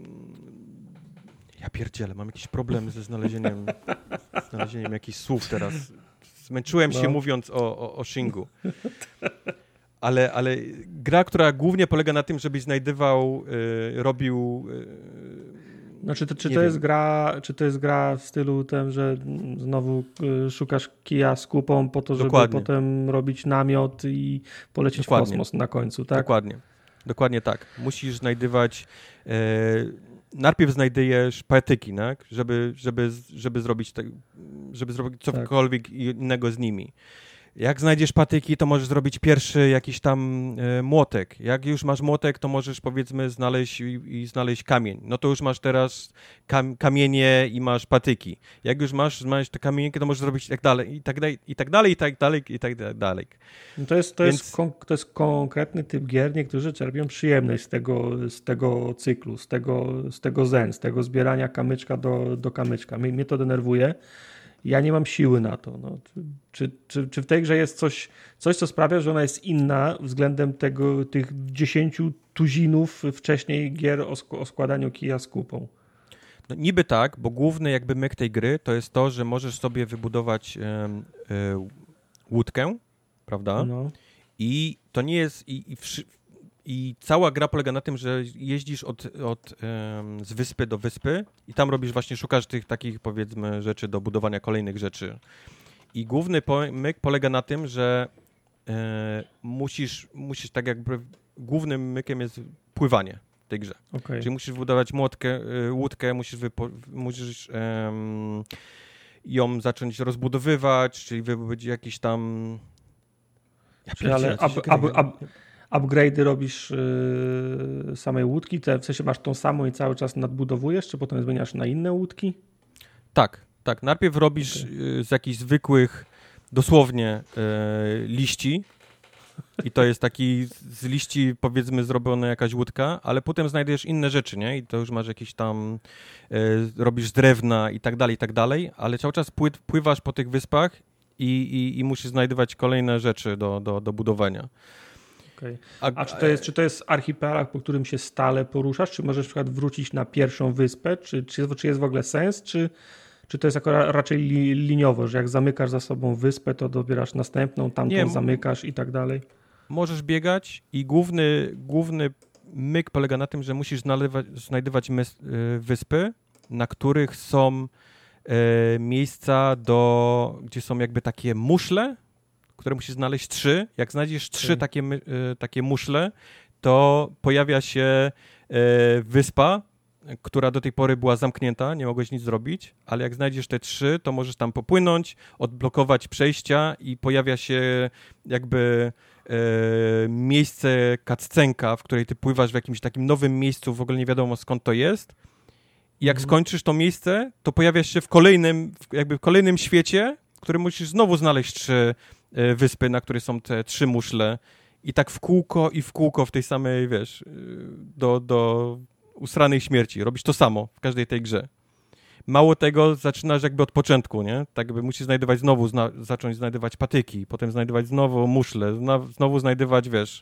ja pierdzielę, mam jakiś problem ze znalezieniem, znalezieniem jakichś słów teraz. Zmęczyłem się No. mówiąc o, o, o Shingu. Ale, ale gra, która głównie polega na tym, żebyś znajdywał, y, robił... Y, Znaczy, to, czy, nie to wiem. jest gra, czy to jest gra w stylu tym, że znowu y, szukasz kija z kupą po to, żeby Dokładnie. potem robić namiot i polecieć Dokładnie. w kosmos na końcu, tak? Dokładnie. Dokładnie tak. Musisz znajdywać... E, najpierw znajdujesz patyki, tak? Żeby, żeby, żeby zrobić te, żeby zrobić cokolwiek innego z nimi. Jak znajdziesz patyki, to możesz zrobić pierwszy jakiś tam e, młotek. Jak już masz młotek, to możesz powiedzmy znaleźć i, i znaleźć kamień. No to już masz teraz kam, kamienie i masz patyki. Jak już masz znaleźć te kamienki, to możesz zrobić i tak dalej, i tak dalej, i tak dalej, i tak dalej, i tak dalej. No to jest, to, Więc... jest kon, to jest konkretny typ gier, niektórzy czerpią przyjemność z tego, z tego cyklu, z tego, z tego zen, z tego zbierania kamyczka do, do kamyczka. Mnie, mnie to denerwuje. Ja nie mam siły na to. No. Czy, czy, czy w tej grze jest coś, coś, co sprawia, że ona jest inna względem tego, tych dziesięciu tuzinów wcześniej gier o, sk- o składaniu kija z kupą? No, niby tak, bo główny jakby myk tej gry to jest to, że możesz sobie wybudować e, e, łódkę, prawda? No. I to nie jest... I, i, wszy, I cała gra polega na tym, że jeździsz od, od, um, z wyspy do wyspy i tam robisz właśnie, szukasz tych takich powiedzmy rzeczy do budowania kolejnych rzeczy. I główny po, myk polega na tym, że e, musisz, musisz tak jakby, głównym mykiem jest pływanie w tej grze. Okay. Czyli musisz wybudować młotkę, y, łódkę, musisz, wypo, musisz um, ją zacząć rozbudowywać, czyli wybudować jakiś tam... Ja Czyli ale ab, ab, ab, upgrade'y robisz yy, samej łódki? Te, w sensie masz tą samą i cały czas nadbudowujesz, czy potem zmieniasz na inne łódki? Tak, tak. Najpierw robisz okay. y, z jakichś zwykłych, dosłownie y, liści i to jest taki z liści powiedzmy zrobiona jakaś łódka, ale potem znajdujesz inne rzeczy, nie? I to już masz jakieś tam, y, robisz z drewna i tak dalej, i tak dalej, ale cały czas pły, pływasz po tych wyspach i, i, i musisz znajdywać kolejne rzeczy do, do, do budowania. Okay. A, A czy, to jest, czy to jest archipelag, po którym się stale poruszasz? Czy możesz na przykład wrócić na pierwszą wyspę? Czy, czy, czy jest w ogóle sens? Czy, czy to jest akurat raczej li, liniowo, że jak zamykasz za sobą wyspę, to dobierasz następną, tamtą Nie, zamykasz i tak dalej? Możesz biegać i główny, główny myk polega na tym, że musisz znalewać, znajdywać mys, y, wyspy, na których są y, miejsca, do, gdzie są jakby takie muszle, które musisz znaleźć trzy. Jak znajdziesz trzy okay. takie, y, takie muszle, to pojawia się e, wyspa, która do tej pory była zamknięta, nie mogłeś nic zrobić, ale jak znajdziesz te trzy, to możesz tam popłynąć, odblokować przejścia i pojawia się jakby e, miejsce cutscenka, w której ty pływasz w jakimś takim nowym miejscu, w ogóle nie wiadomo skąd to jest. I jak mhm. skończysz to miejsce, to pojawiasz się w kolejnym, jakby w kolejnym świecie, w którym musisz znowu znaleźć trzy e, wyspy, na których są te trzy muszle. I tak w kółko i w kółko w tej samej, wiesz, do, do usranej śmierci. Robisz to samo w każdej tej grze. Mało tego, zaczynasz jakby od początku, nie? Tak jakby musisz znajdować znowu, zna- zacząć znajdować patyki, potem znajdować znowu muszle, zna- znowu znajdować, wiesz,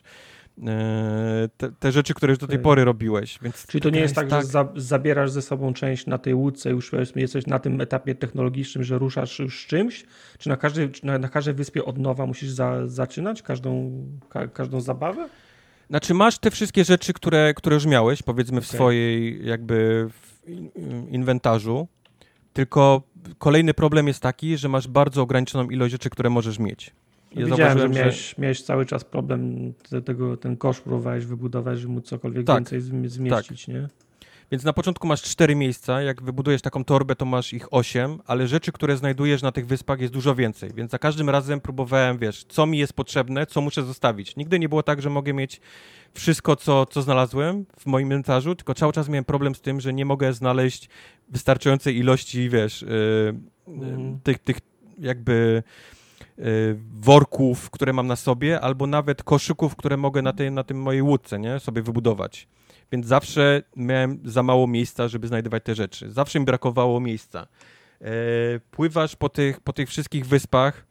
e, te, te rzeczy, które już do tej pory robiłeś. Więc czyli to nie jest tak, tak, że za- zabierasz ze sobą część na tej łódce, już jesteś na tym etapie technologicznym, że ruszasz już z czymś? Czy na każdej, na, na każdej wyspie od nowa musisz za- zaczynać każdą, ka- każdą zabawę? Znaczy masz te wszystkie rzeczy, które, które już miałeś, powiedzmy w okay. swojej jakby w inwentarzu, tylko kolejny problem jest taki, że masz bardzo ograniczoną ilość rzeczy, które możesz mieć. Ja widziałem, że miałeś, że miałeś cały czas problem, tego, ten kosz próbowałeś wybudować, żeby móc cokolwiek tak, więcej zmieścić, tak. nie? Więc na początku masz cztery miejsca, jak wybudujesz taką torbę, to masz ich osiem, ale rzeczy, które znajdujesz na tych wyspach jest dużo więcej, więc za każdym razem próbowałem, wiesz, co mi jest potrzebne, co muszę zostawić. Nigdy nie było tak, że mogę mieć wszystko, co, co znalazłem w moim inwentarzu, tylko cały czas miałem problem z tym, że nie mogę znaleźć wystarczającej ilości, wiesz, yy, mm. tych, tych jakby yy, worków, które mam na sobie, albo nawet koszyków, które mogę na tej, na tym mojej łódce, nie, sobie wybudować. Więc zawsze miałem za mało miejsca, żeby znajdować te rzeczy. Zawsze mi brakowało miejsca. E, pływasz po tych, po tych wszystkich wyspach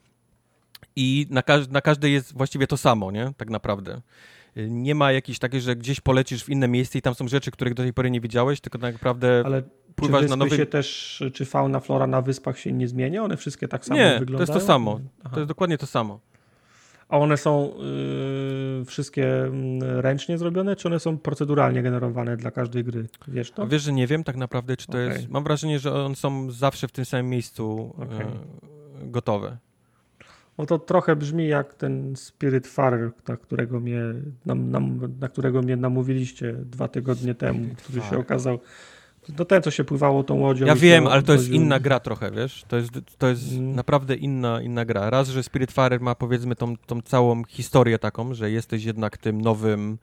i na, każ- na każdej jest właściwie to samo, nie? Tak naprawdę. E, nie ma jakiejś takiej, że gdzieś polecisz w inne miejsce i tam są rzeczy, których do tej pory nie widziałeś, tylko tak naprawdę ale pływasz czy na nowy... się też, czy fauna, flora na wyspach się nie zmienia? One wszystkie tak samo nie, wyglądają? Nie, to jest to samo. Aha. To jest dokładnie to samo. A one są yy, wszystkie ręcznie zrobione, czy one są proceduralnie generowane dla każdej gry? Wiesz to? A wiesz, że nie wiem tak naprawdę, czy to okay. jest... Mam wrażenie, że one są zawsze w tym samym miejscu okay. yy, gotowe. No to trochę brzmi jak ten Spiritfarer, na którego mnie, na, na, na którego mnie namówiliście dwa tygodnie temu, który się okazał... No ten, co się pływało tą łodzią. Ja wiem, ale to jest inna gra trochę, wiesz? To jest, to jest mm. naprawdę inna, inna gra. Raz, że Spiritfarer ma powiedzmy tą, tą całą historię taką, że jesteś jednak tym nowym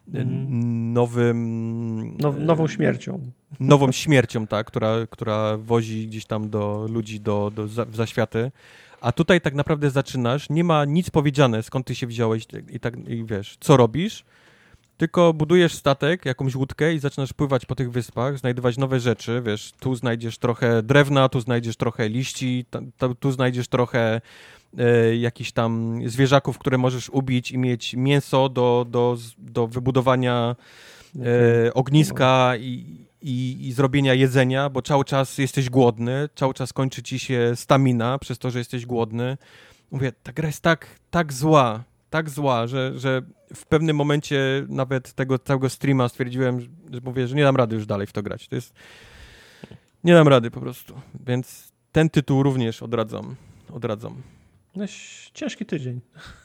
mm. nowym... Now, nową śmiercią. Nową śmiercią, tak, która, która wozi gdzieś tam do ludzi do, do za, w zaświaty. A tutaj tak naprawdę zaczynasz, nie ma nic powiedziane, skąd ty się wziąłeś i tak, i wiesz, co robisz. Tylko budujesz statek, jakąś łódkę i zaczynasz pływać po tych wyspach, znajdować nowe rzeczy, wiesz, tu znajdziesz trochę drewna, tu znajdziesz trochę liści, ta, ta, tu znajdziesz trochę e, jakichś tam zwierzaków, które możesz ubić i mieć mięso do, do, do wybudowania e, ogniska i, i, i zrobienia jedzenia, bo cały czas jesteś głodny, cały czas kończy ci się stamina przez to, że jesteś głodny. Mówię, ta gra jest tak, tak zła, tak zła, że, że w pewnym momencie nawet tego całego streama stwierdziłem, że, że mówię, że nie dam rady już dalej w to grać. To jest... Nie dam rady po prostu. Więc ten tytuł również odradzam. Odradzam. No, ciężki tydzień.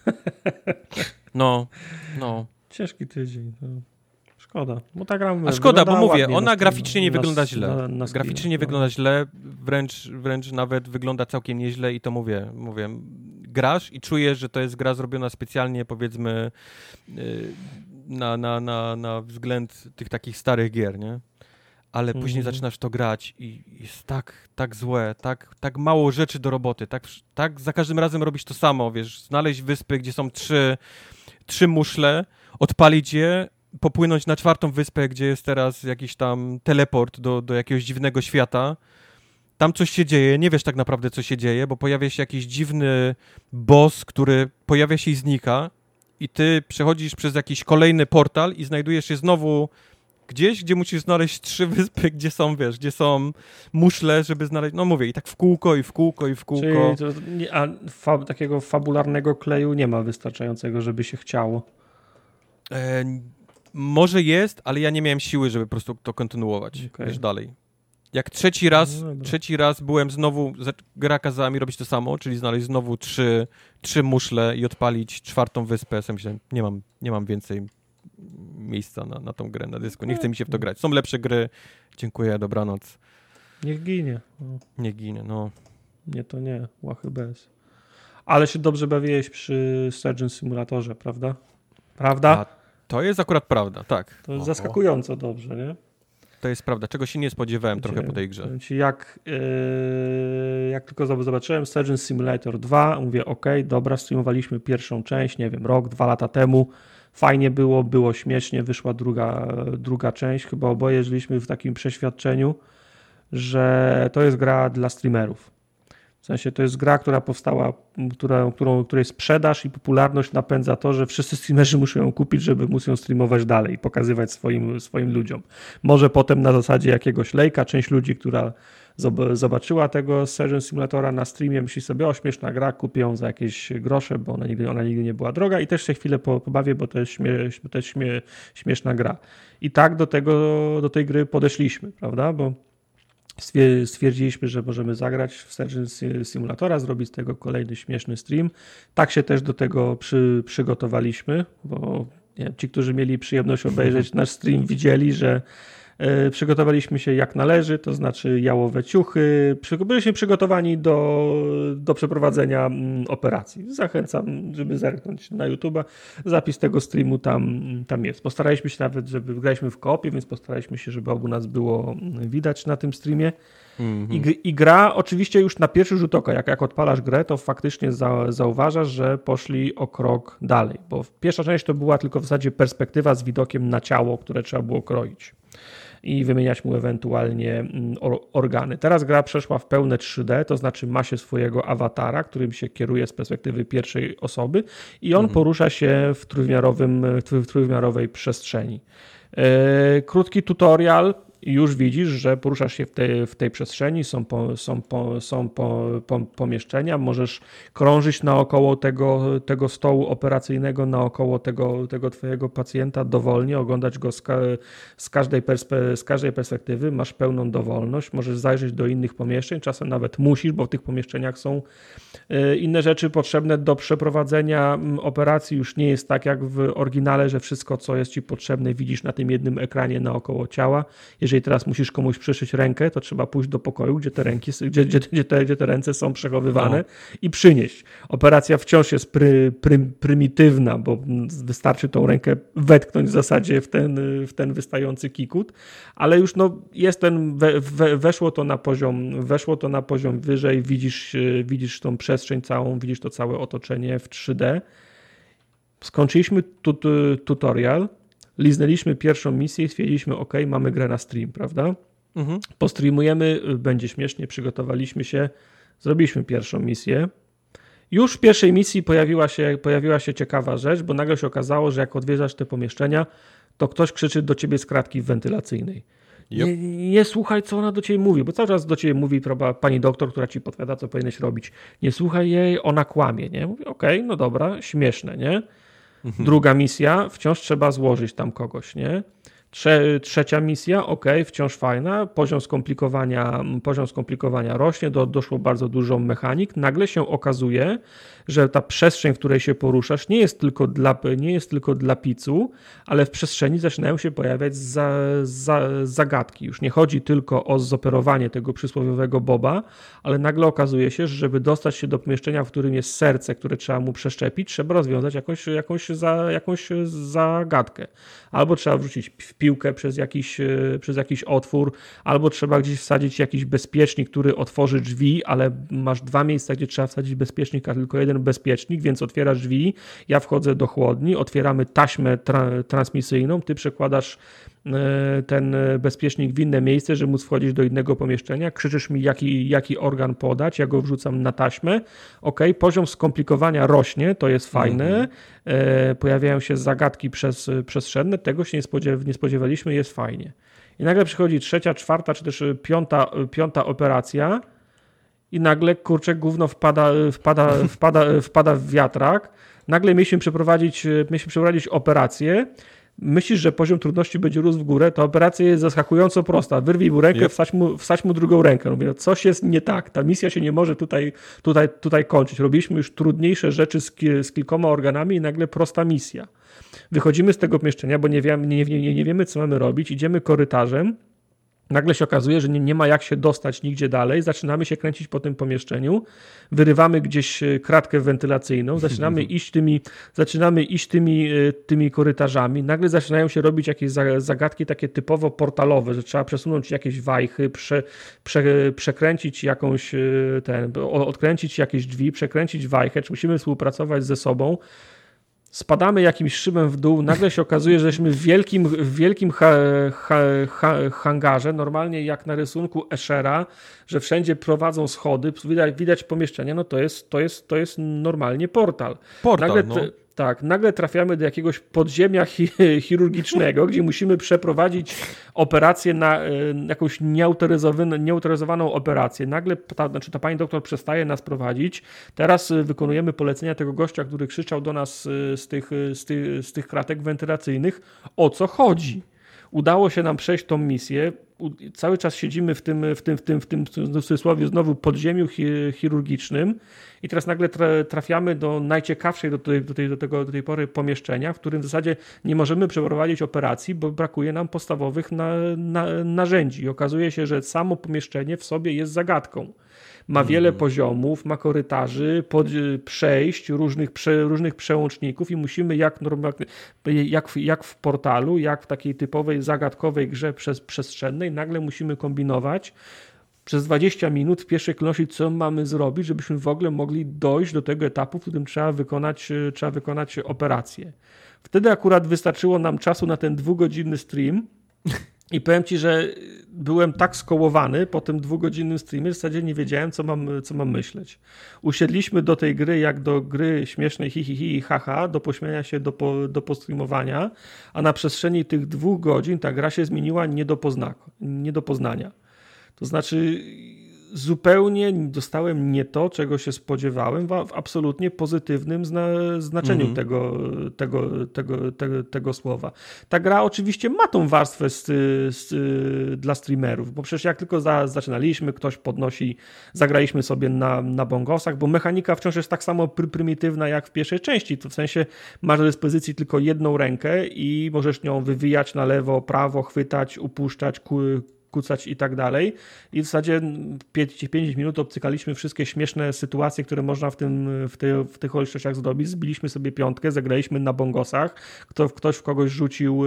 No, no. Ciężki tydzień. No. Szkoda. Bo ta gra A szkoda, bo mówię, ona graficznie nie wygląda źle. Na, na graficznie nie wygląda źle, wręcz, wręcz nawet wygląda całkiem nieźle i to mówię, mówię, grasz i czujesz, że to jest gra zrobiona specjalnie, powiedzmy, na, na, na, na względ tych takich starych gier, nie? Ale mm. później zaczynasz to grać i jest tak, tak złe, tak, tak mało rzeczy do roboty, tak, tak za każdym razem robisz to samo, wiesz, znaleźć wyspy, gdzie są trzy, trzy muszle, odpalić je, popłynąć na czwartą wyspę, gdzie jest teraz jakiś tam teleport do, do jakiegoś dziwnego świata. Tam coś się dzieje, nie wiesz tak naprawdę, co się dzieje, bo pojawia się jakiś dziwny boss, który pojawia się i znika i ty przechodzisz przez jakiś kolejny portal i znajdujesz się znowu gdzieś, gdzie musisz znaleźć trzy wyspy, gdzie są, wiesz, gdzie są muszle, żeby znaleźć, no mówię, i tak w kółko, i w kółko, i w kółko. Czyli to, nie, a fa- takiego fabularnego kleju nie ma wystarczającego, żeby się chciało. E, może jest, ale ja nie miałem siły, żeby po prostu to kontynuować, okay. wiesz, dalej. Jak trzeci raz, no trzeci raz byłem znowu, gra kazała mi robić to samo, czyli znaleźć znowu trzy, trzy muszle i odpalić czwartą wyspę. Ja myślałem, nie mam, nie mam więcej miejsca na, na tą grę na dysku. Nie chce mi się w to grać. Są lepsze gry. Dziękuję, dobranoc. Niech ginie. No. Nie ginę, no. Nie, to nie. Łachy bez. Ale się dobrze bawiłeś przy Surgeon Simulatorze, prawda? Prawda? A to jest akurat prawda, tak. To jest o, zaskakująco o. dobrze, nie? To jest prawda. Czego się nie spodziewałem Gdzie, trochę po tej grze. Jak, yy, jak tylko zobaczyłem Surgeon Simulator dwa, mówię, ok, dobra, streamowaliśmy pierwszą część, nie wiem, rok, dwa lata temu. Fajnie było, było śmiesznie, wyszła druga, druga część. Chyba oboje żyliśmy w takim przeświadczeniu, że to jest gra dla streamerów. W sensie to jest gra, która powstała, która, którą, której sprzedaż i popularność napędza to, że wszyscy streamerzy muszą ją kupić, żeby móc ją streamować dalej i pokazywać swoim, swoim ludziom. Może potem na zasadzie jakiegoś lejka część ludzi, która zobaczyła tego Surgeon Simulatora na streamie, myśli sobie, o śmieszna gra, kupię ją za jakieś grosze, bo ona nigdy, ona nigdy nie była droga i też się chwilę pobawię, bo to jest, śmie, to jest śmie, śmieszna gra. I tak do, tego, do tej gry podeszliśmy, prawda, bo stwierdziliśmy, że możemy zagrać w Surgeon Simulatora, zrobić z tego kolejny śmieszny stream. Tak się też do tego przy, przygotowaliśmy, bo nie wiem, ci, którzy mieli przyjemność obejrzeć nasz stream, widzieli, że e, przygotowaliśmy się jak należy, to znaczy jałowe ciuchy, przy, byliśmy przygotowani do, do przeprowadzenia m, operacji. Zachęcam, żeby zerknąć na YouTube'a. Zapis tego streamu tam, tam jest. Postaraliśmy się nawet, żeby graliśmy w koopie, więc postaraliśmy się, żeby obu nas było widać na tym streamie. Mm-hmm. I, I gra oczywiście już na pierwszy rzut oka, jak, jak odpalasz grę, to faktycznie za, zauważasz, że poszli o krok dalej, bo pierwsza część to była tylko w zasadzie perspektywa z widokiem na ciało, które trzeba było kroić i wymieniać mu ewentualnie organy. Teraz gra przeszła w pełne trzy D, to znaczy ma się swojego awatara, którym się kieruje z perspektywy pierwszej osoby i on mm-hmm. porusza się w, trójwymiarowym, w trójwymiarowej przestrzeni. Yy, krótki tutorial. Już widzisz, że poruszasz się w tej, w tej przestrzeni, są, po, są, po, są po, po, pomieszczenia, możesz krążyć naokoło tego, tego stołu operacyjnego, naokoło tego, tego twojego pacjenta dowolnie, oglądać go z, ka, z, każdej perspe, z każdej perspektywy, masz pełną dowolność, możesz zajrzeć do innych pomieszczeń, czasem nawet musisz, bo w tych pomieszczeniach są inne rzeczy potrzebne do przeprowadzenia operacji. Już nie jest tak jak w oryginale, że wszystko, co jest ci potrzebne, widzisz na tym jednym ekranie naokoło ciała. Jeżeli teraz musisz komuś przyszyć rękę, to trzeba pójść do pokoju, gdzie te, ręki, gdzie, gdzie, gdzie te, gdzie te ręce są przechowywane no. i przynieść. Operacja wciąż jest pry, pry, prymitywna, bo wystarczy tą rękę wetknąć w zasadzie w ten, w ten wystający kikut, ale już no, jest ten, we, we, weszło to na poziom, weszło to na poziom wyżej, widzisz, widzisz tą przestrzeń całą, widzisz to całe otoczenie w trzy D. Skończyliśmy tut, tutorial, liznęliśmy pierwszą misję i stwierdziliśmy, ok, mamy grę na stream, prawda? Mhm. Postreamujemy, będzie śmiesznie, przygotowaliśmy się, zrobiliśmy pierwszą misję. Już w pierwszej misji pojawiła się, pojawiła się ciekawa rzecz, bo nagle się okazało, że jak odwiedzasz te pomieszczenia, to ktoś krzyczy do ciebie z kratki wentylacyjnej. Yep. Nie, nie słuchaj, co ona do ciebie mówi, bo cały czas do ciebie mówi prawda, pani doktor, która ci podpowiada, co powinieneś robić. Nie słuchaj jej, ona kłamie, nie? Mówię, okej, okay, no dobra, śmieszne, nie? Mhm. Druga misja, wciąż trzeba złożyć tam kogoś, nie? Trze- trzecia misja, ok, wciąż fajna, poziom skomplikowania, poziom skomplikowania rośnie, do, doszło bardzo dużo mechanik. Nagle się okazuje, że ta przestrzeń, w której się poruszasz, nie jest tylko dla, nie jest tylko dla picu, ale w przestrzeni zaczynają się pojawiać za, za, zagadki. Już nie chodzi tylko o zoperowanie tego przysłowiowego boba, ale nagle okazuje się, że żeby dostać się do pomieszczenia, w którym jest serce, które trzeba mu przeszczepić, trzeba rozwiązać jakąś, jakąś, za, jakąś zagadkę. Albo trzeba wrzucić w piłkę przez jakiś, przez jakiś otwór, albo trzeba gdzieś wsadzić jakiś bezpiecznik, który otworzy drzwi, ale masz dwa miejsca, gdzie trzeba wsadzić bezpiecznik, a tylko jeden bezpiecznik, więc otwierasz drzwi, ja wchodzę do chłodni, otwieramy taśmę tra- transmisyjną, ty przekładasz ten bezpiecznik w inne miejsce, żeby móc wchodzić do innego pomieszczenia, krzyczysz mi jaki, jaki organ podać, ja go wrzucam na taśmę, ok, poziom skomplikowania rośnie, to jest fajne, mm-hmm. e, pojawiają się zagadki przez, przestrzenne, tego się nie, spodziew- nie spodziewaliśmy, jest fajnie. I nagle przychodzi trzecia, czwarta, czy też piąta, piąta operacja i nagle, kurczę, gówno wpada, wpada, wpada, wpada w wiatrak, nagle mieliśmy przeprowadzić, mieliśmy przeprowadzić operację. Myślisz, że poziom trudności będzie rósł w górę, to operacja jest zaskakująco prosta. Wyrwij mu rękę, yep. wsadź, mu, wsadź mu drugą rękę. Mówię, no coś jest nie tak. Ta misja się nie może tutaj, tutaj, tutaj kończyć. Robiliśmy już trudniejsze rzeczy z, ki- z kilkoma organami i nagle prosta misja. Wychodzimy z tego pomieszczenia, bo nie, wiem, nie, nie, nie wiemy, co mamy robić, idziemy korytarzem, nagle się okazuje, że nie, nie ma jak się dostać nigdzie dalej, zaczynamy się kręcić po tym pomieszczeniu, wyrywamy gdzieś kratkę wentylacyjną, zaczynamy iść tymi, zaczynamy iść tymi, tymi korytarzami, nagle zaczynają się robić jakieś zagadki takie typowo portalowe, że trzeba przesunąć jakieś wajchy, prze, prze, przekręcić jakąś, ten, odkręcić jakieś drzwi, przekręcić wajchę, czy musimy współpracować ze sobą. Spadamy jakimś szybem w dół, nagle się okazuje, że jesteśmy w wielkim, w wielkim ha, ha, ha, hangarze, normalnie jak na rysunku Eschera, że wszędzie prowadzą schody, widać, widać pomieszczenia, no to jest, to jest, to jest normalnie portal. Portal, nagle, no. Tak, nagle trafiamy do jakiegoś podziemia chi, chirurgicznego, gdzie musimy przeprowadzić operację na y, jakąś nieautoryzowaną, nieautoryzowaną operację. Nagle ta, znaczy ta pani doktor przestaje nas prowadzić. Teraz y, wykonujemy polecenia tego gościa, który krzyczał do nas y, z, tych, y, z, tych, z tych kratek wentylacyjnych. O co chodzi? Udało się nam przejść tą misję. Cały czas siedzimy w tym, w tym, w tym, w tym w cudzysłowie znowu podziemiu chirurgicznym i teraz nagle trafiamy do najciekawszej do tej, do tej, do tego, do tej pory pomieszczenia, w którym w zasadzie nie możemy przeprowadzić operacji, bo brakuje nam podstawowych na, na, narzędzi. I okazuje się, że samo pomieszczenie w sobie jest zagadką. Ma wiele mm. poziomów, ma korytarzy, pod, przejść, różnych, prze, różnych przełączników i musimy jak, jak, jak w portalu, jak w takiej typowej zagadkowej grze przez, przestrzennej, nagle musimy kombinować przez dwadzieścia minut w pierwszej kolejności, co mamy zrobić, żebyśmy w ogóle mogli dojść do tego etapu, w którym trzeba wykonać, trzeba wykonać operację. Wtedy akurat wystarczyło nam czasu na ten dwugodzinny stream. I powiem Ci, że byłem tak skołowany po tym dwugodzinnym streamie, że w zasadzie nie wiedziałem, co mam, co mam myśleć. Usiedliśmy do tej gry jak do gry śmiesznej hi, hi, hi i haha, do pośmiania się, do, po, do postreamowania, a na przestrzeni tych dwóch godzin ta gra się zmieniła nie do, pozna, nie do poznania. To znaczy zupełnie dostałem nie to, czego się spodziewałem, w absolutnie pozytywnym zna, znaczeniu mm-hmm. tego, tego, tego, tego, tego słowa. Ta gra oczywiście ma tą warstwę z, z, dla streamerów, bo przecież jak tylko za, zaczynaliśmy, ktoś podnosi, zagraliśmy sobie na, na bongosach, bo mechanika wciąż jest tak samo pry, prymitywna jak w pierwszej części, to w sensie masz do dyspozycji tylko jedną rękę i możesz nią wywijać na lewo, prawo, chwytać, upuszczać, ku, kucać i tak dalej. I w zasadzie pięć minut obcykaliśmy wszystkie śmieszne sytuacje, które można w, tym, w, tej, w tych okolicznościach zrobić. Zbiliśmy sobie piątkę, zagraliśmy na bongosach. Kto, ktoś w kogoś rzucił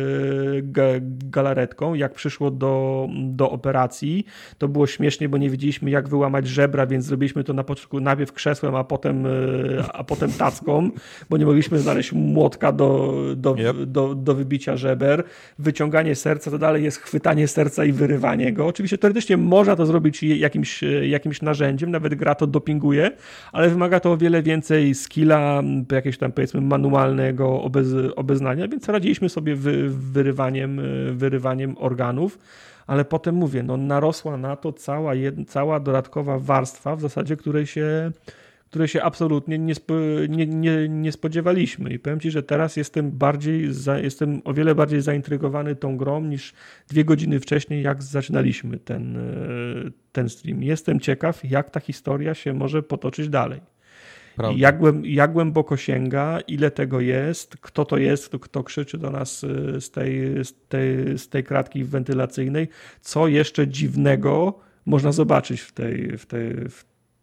g- galaretką. Jak przyszło do, do operacji, to było śmiesznie, bo nie wiedzieliśmy, jak wyłamać żebra, więc zrobiliśmy to na początku najpierw krzesłem, a potem, a potem tacką, bo nie mogliśmy znaleźć młotka do, do, yep. do, do wybicia żeber. Wyciąganie serca to dalej jest chwytanie serca i wyrywanie go. Oczywiście teoretycznie można to zrobić jakimś, jakimś narzędziem, nawet gra to dopinguje, ale wymaga to o wiele więcej skilla, jakiegoś tam powiedzmy manualnego obez, obeznania, więc radziliśmy sobie wy, wyrywaniem, wyrywaniem organów, ale potem mówię, no narosła na to cała, jed, cała dodatkowa warstwa, w zasadzie której się której się absolutnie nie, spo, nie, nie, nie spodziewaliśmy. I powiem Ci, że teraz jestem bardziej, za, jestem o wiele bardziej zaintrygowany tą grą niż dwie godziny wcześniej, jak zaczynaliśmy ten, ten stream. Jestem ciekaw, jak ta historia się może potoczyć dalej. Jak, jak głęboko sięga, ile tego jest, kto to jest, kto, kto krzyczy do nas z tej, z, tej, z tej kratki wentylacyjnej, co jeszcze dziwnego można zobaczyć w tej, w tej, w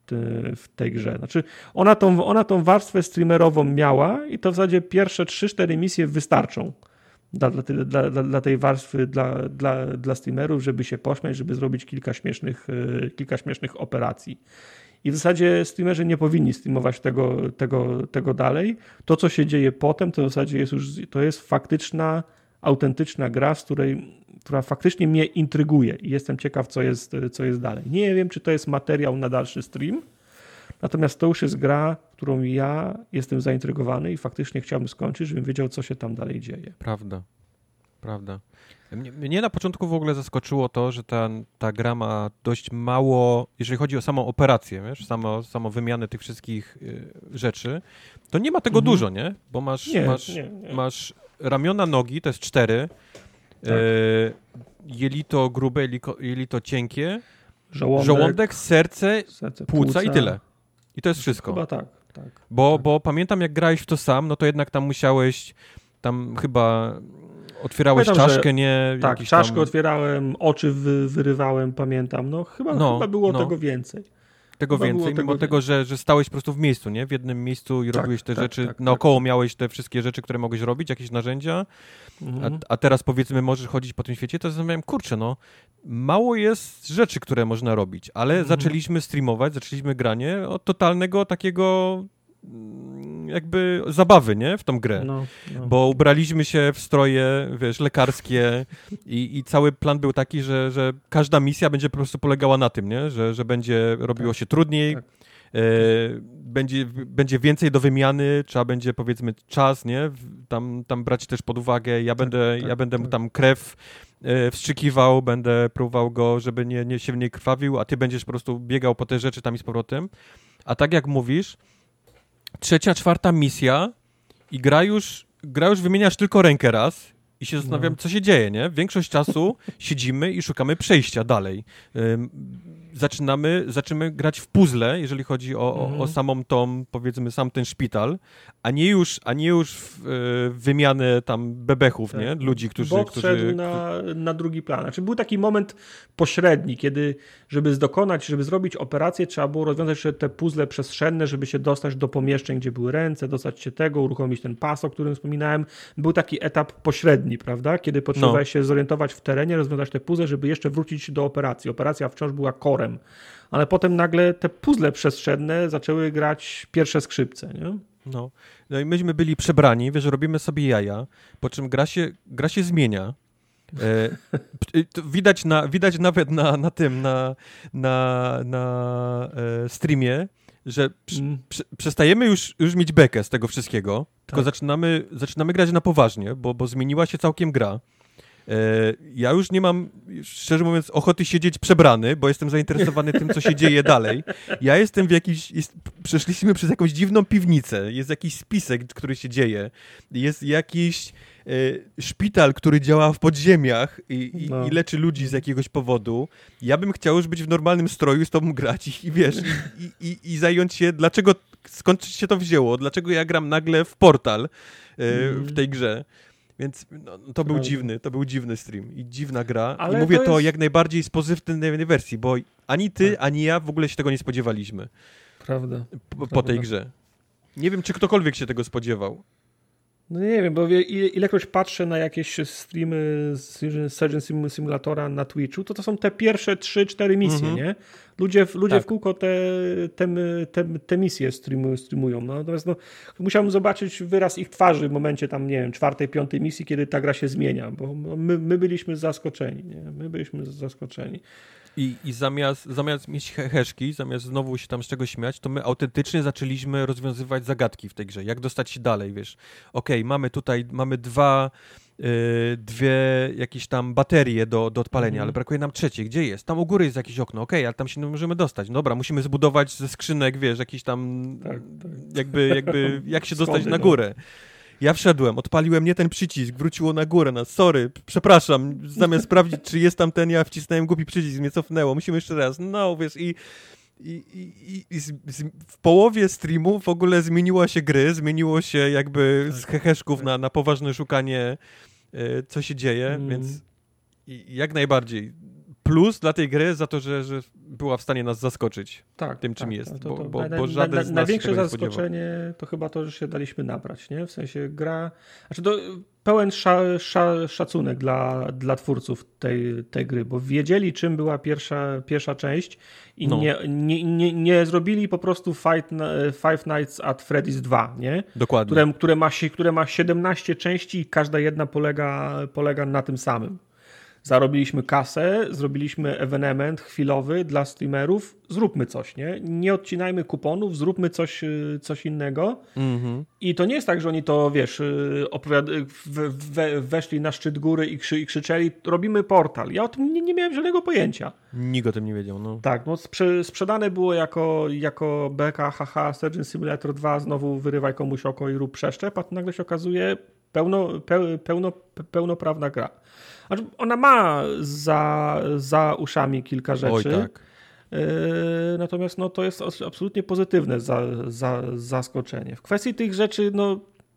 w tej grze. Znaczy ona tą, ona tą warstwę streamerową miała i to w zasadzie pierwsze trzy cztery misje wystarczą dla, dla, dla, dla tej warstwy dla, dla, dla streamerów, żeby się pośmiać, żeby zrobić kilka śmiesznych, kilka śmiesznych operacji. I w zasadzie streamerzy nie powinni streamować tego, tego, tego dalej. To, co się dzieje potem, to w zasadzie jest już to jest faktyczna, autentyczna gra, z której która faktycznie mnie intryguje i jestem ciekaw, co jest, co jest dalej. Nie wiem, czy to jest materiał na dalszy stream, natomiast to już jest gra, którą ja jestem zaintrygowany i faktycznie chciałbym skończyć, żebym wiedział, co się tam dalej dzieje. Prawda, prawda. Mnie, mnie na początku w ogóle zaskoczyło to, że ta, ta gra ma dość mało, jeżeli chodzi o samą operację, wiesz, samo, samo wymianę tych wszystkich y, rzeczy, to nie ma tego mhm. dużo, nie? Bo masz, nie, masz, nie, nie. masz ramiona, nogi, to jest cztery, tak. e, jelito grube, jelito, jelito cienkie, żołądek, żołądek serce, serce płuca, płuca i tyle. I to jest wszystko. Chyba tak, tak. Bo, tak. bo pamiętam, jak grałeś w to sam, no to jednak tam musiałeś Tam chyba otwierałeś Pamiętam, czaszkę, że, nie? Tak, jakiś czaszkę tam... otwierałem, oczy wy, wyrywałem, pamiętam. No chyba, no, chyba było no. tego więcej. Tego chyba więcej, mimo tego tego, że, że stałeś po prostu w miejscu, nie? W jednym miejscu i tak, robiłeś te tak, rzeczy, tak, naokoło tak. miałeś te wszystkie rzeczy, które mogłeś robić, jakieś narzędzia, Mhm. a, a teraz powiedzmy możesz chodzić po tym świecie, to zastanawiałem, kurczę, no mało jest rzeczy, które można robić, ale Mhm. zaczęliśmy streamować, zaczęliśmy granie od totalnego takiego mm, jakby zabawy, nie? W tą grę. No, no. Bo ubraliśmy się w stroje, wiesz, lekarskie i, i cały plan był taki, że, że każda misja będzie po prostu polegała na tym, nie? Że, że będzie robiło Tak, się trudniej, tak. e, będzie, będzie więcej do wymiany, trzeba będzie powiedzmy czas, nie? W- Tam, tam brać też pod uwagę, ja będę, tak, ja będę mu tak. tam krew e, wstrzykiwał, będę próbował go, żeby nie, nie się nie krwawił, a ty będziesz po prostu biegał po te rzeczy tam i z powrotem. A tak jak mówisz, trzecia, czwarta misja i gra już, gra już wymieniasz tylko rękę raz i się zastanawiam, No. co się dzieje, nie? Większość czasu siedzimy i szukamy przejścia dalej. Ym, zaczynamy, zaczynamy grać w puzzle, jeżeli chodzi o, o, o Mhm. samą tą, powiedzmy, sam ten szpital, a nie już, a nie już w, y, wymianę tam bebechów, Tak. nie? Ludzi, którzy... Bok którzy szedł na, na drugi plan. Znaczy był taki moment pośredni, kiedy żeby dokonać, żeby zrobić operację, trzeba było rozwiązać jeszcze te puzzle przestrzenne, żeby się dostać do pomieszczeń, gdzie były ręce, dostać się tego, uruchomić ten pas, o którym wspominałem. Był taki etap pośredni, prawda? Kiedy potrzebowałeś się zorientować w terenie, rozwiązać te puzzle, żeby jeszcze wrócić do operacji. Operacja wciąż była korem, ale potem nagle te puzzle przestrzenne zaczęły grać pierwsze skrzypce, nie? No. No i myśmy byli przebrani, wiesz, robimy sobie jaja, po czym gra się, gra się zmienia. E, p- to widać, na, widać nawet na, na tym, na, na, na e, streamie, że przy, Mm. przy, przestajemy już, już mieć bekę z tego wszystkiego, tylko Tak. zaczynamy, zaczynamy grać na poważnie, bo, bo zmieniła się całkiem gra. E, ja już nie mam, szczerze mówiąc, ochoty siedzieć przebrany, bo jestem zainteresowany tym, co się dzieje dalej. Ja jestem w jakiś... Jest, przeszliśmy przez jakąś dziwną piwnicę, jest jakiś spisek, który się dzieje, jest jakiś e, szpital, który działa w podziemiach i, i, No. i leczy ludzi z jakiegoś powodu. Ja bym chciał już być w normalnym stroju, z tobą grać i, i wiesz, i, i, i zająć się, dlaczego, skąd się to wzięło, dlaczego ja gram nagle w Portal e, w tej grze. Więc no, to był Prawda. dziwny, to był dziwny stream i dziwna gra. Ale I mówię to to, jest- jak najbardziej z pozytywnej wersji, bo ani ty, Tak. ani ja w ogóle się tego nie spodziewaliśmy Prawda. po, po Prawda. tej grze. Nie wiem, czy ktokolwiek się tego spodziewał. No nie wiem, bo wie- ile- ilekroć patrzę na jakieś streamy z Surgeon Sim- Simulatora na Twitchu, to to są te pierwsze trzy cztery misje, Mhm. nie? Ludzie, w- ludzie Tak. w kółko te, te, te, te misje streamują, streamują. No, natomiast no, musiałem zobaczyć wyraz ich twarzy w momencie tam, nie wiem, czwartej, piątej misji, kiedy ta gra się zmienia, bo my, my byliśmy zaskoczeni, nie? My byliśmy zaskoczeni. I, i zamiast, zamiast mieć heheszki, zamiast znowu się tam z czegoś śmiać, to my autentycznie zaczęliśmy rozwiązywać zagadki w tej grze. Jak dostać się dalej, wiesz. Okej, mamy tutaj, mamy dwa, yy, dwie jakieś tam baterie do, do odpalenia, Mhm. ale brakuje nam trzeciej. Gdzie jest? Tam u góry jest jakieś okno. Okej, ale tam się nie możemy dostać. Dobra, musimy zbudować ze skrzynek, wiesz, jakiś tam, Tak, tak. jakby, jakby, jak się dostać Schody, na no. górę. Ja wszedłem, odpaliłem nie ten przycisk, wróciło na górę, no sorry, p- przepraszam, zamiast sprawdzić, czy jest tam ten, ja wcisnąłem głupi przycisk, mnie cofnęło, musimy jeszcze raz, no wiesz, i, i, i, i, i z, z, w połowie streamu w ogóle zmieniła się gry, zmieniło się jakby Tak, z heheszków tak. na, na poważne szukanie, e, co się dzieje, Mm. więc i, jak najbardziej. Plus dla tej gry za to, że, że była w stanie nas zaskoczyć. Tak, tym, czym tak, jest, to- bo- to bo- naj- bo naj- żaden naj- z nas się Największe tego nie spodziewał. zaskoczenie to chyba to, że się daliśmy nabrać, nie? W sensie gra... Znaczy to pełen sza, sza, szacunek dla, dla twórców tej, tej gry, bo wiedzieli, czym była pierwsza, pierwsza część i No. nie, nie, nie, nie zrobili po prostu Fight, Five Nights at Freddy's dwa, nie? Dokładnie. Które, które, ma, się- które ma siedemnaście części i każda jedna polega, polega na tym samym. Zarobiliśmy kasę, zrobiliśmy ewenement chwilowy dla streamerów, zróbmy coś, nie? Nie odcinajmy kuponów, zróbmy coś, y, coś innego. Mhm. I to nie jest tak, że oni to, wiesz, y, opowiad- we, we, weszli na szczyt góry i, krzy, i krzyczeli, robimy portal. Ja o tym nie, nie miałem żadnego pojęcia. Nikt o tym nie wiedział, no. Tak, no sprze- sprzedane było jako, jako beka, haha, Surgeon Simulator dwa, znowu wyrywaj komuś oko i rób przeszczep, a tu nagle się okazuje pełno, peł, pełno, pełnoprawna gra. Znaczy, ona ma za, za uszami kilka rzeczy. Oj, tak. Yy, natomiast no, to jest absolutnie pozytywne za, za, zaskoczenie. W kwestii tych rzeczy, no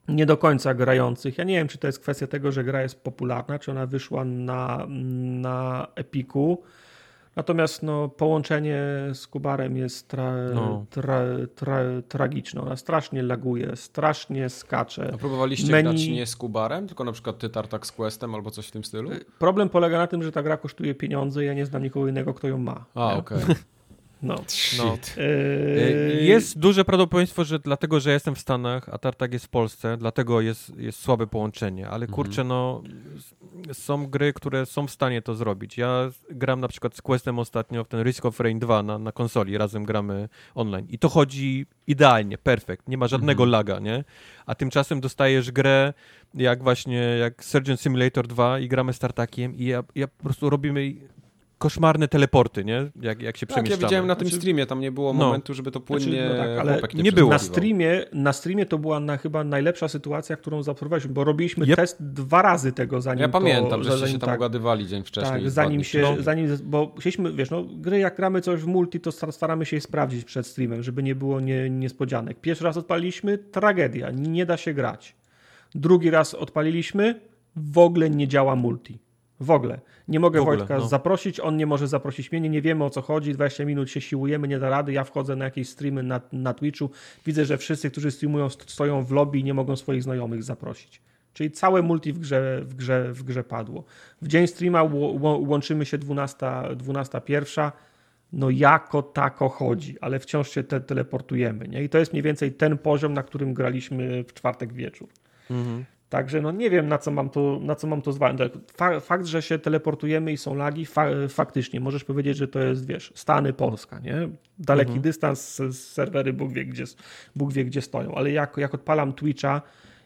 nie do końca grających. Ja nie wiem, czy to jest kwestia tego, że gra jest popularna, czy ona wyszła na, na Epiku. Natomiast no, połączenie z Kubarem jest tra, No. tra, tra, tragiczne. Ona strasznie laguje, strasznie skacze. A próbowaliście Menu- grać nie z Kubarem, tylko na przykład ty Tartak z Questem albo coś w tym stylu? Problem polega na tym, że ta gra kosztuje pieniądze i ja nie znam nikogo innego, kto ją ma. A, nie? okej. No. Shit. Yy, Jest duże prawdopodobieństwo, że dlatego, że jestem w Stanach, a Tartak jest w Polsce, dlatego jest, jest słabe połączenie, ale kurczę, no s- są gry, które są w stanie to zrobić. Ja gram na przykład z Questem ostatnio w ten Risk of Rain dwa na, na konsoli, razem gramy online i to chodzi idealnie, perfekt, nie ma żadnego Mhm. laga, nie? A tymczasem dostajesz grę jak właśnie, jak Surgeon Simulator dwa i gramy z Tartakiem i ja, ja po prostu robimy koszmarne teleporty, nie? Jak, jak się Tak, ja przemieszczamy. widziałem na tym Znaczy- streamie, tam nie było No. momentu, żeby to płynnie Znaczy, no tak, ale chłopak nie było. Na przeskakiwał. streamie, na streamie to była na, chyba najlepsza sytuacja, którą zaobserwowaliśmy, bo robiliśmy Yep. test dwa razy tego, zanim Ja to... pamiętam, żeście zanim się tam tak, ugadywali dzień wcześniej. tak, dwa zanim dni się, wcześniej. zanim, bo chcieliśmy, wiesz, no gry jak gramy coś w multi, to star- staramy się je sprawdzić przed streamem, żeby nie było nie, niespodzianek. Pierwszy raz odpaliliśmy, tragedia, nie da się grać. Drugi raz odpaliliśmy, w ogóle nie działa multi. W ogóle. Nie mogę W ogóle, Wojtka no. zaprosić, on nie może zaprosić mnie, nie, nie wiemy o co chodzi, dwadzieścia minut się siłujemy, nie da rady, ja wchodzę na jakieś streamy na, na Twitchu, widzę, że wszyscy, którzy streamują, st- stoją w lobby i nie mogą swoich znajomych zaprosić. Czyli całe multi w grze, w grze, w grze padło. W dzień streama ł- ł- łączymy się dwunasta, dwunasta pierwsza, no jako tako chodzi, ale wciąż się te, teleportujemy. Nie? I to jest mniej więcej ten poziom, na którym graliśmy w czwartek wieczór. Mhm. Także no nie wiem, na co mam to, na co mam to zwalczyć. Fa- fakt, że się teleportujemy i są lagi, fa- faktycznie możesz powiedzieć, że to jest, wiesz, Stany, Polska, nie? Daleki Mhm. dystans, s- serwery Bóg wie, gdzie, Bóg wie, gdzie stoją. Ale jak, jak odpalam Twitcha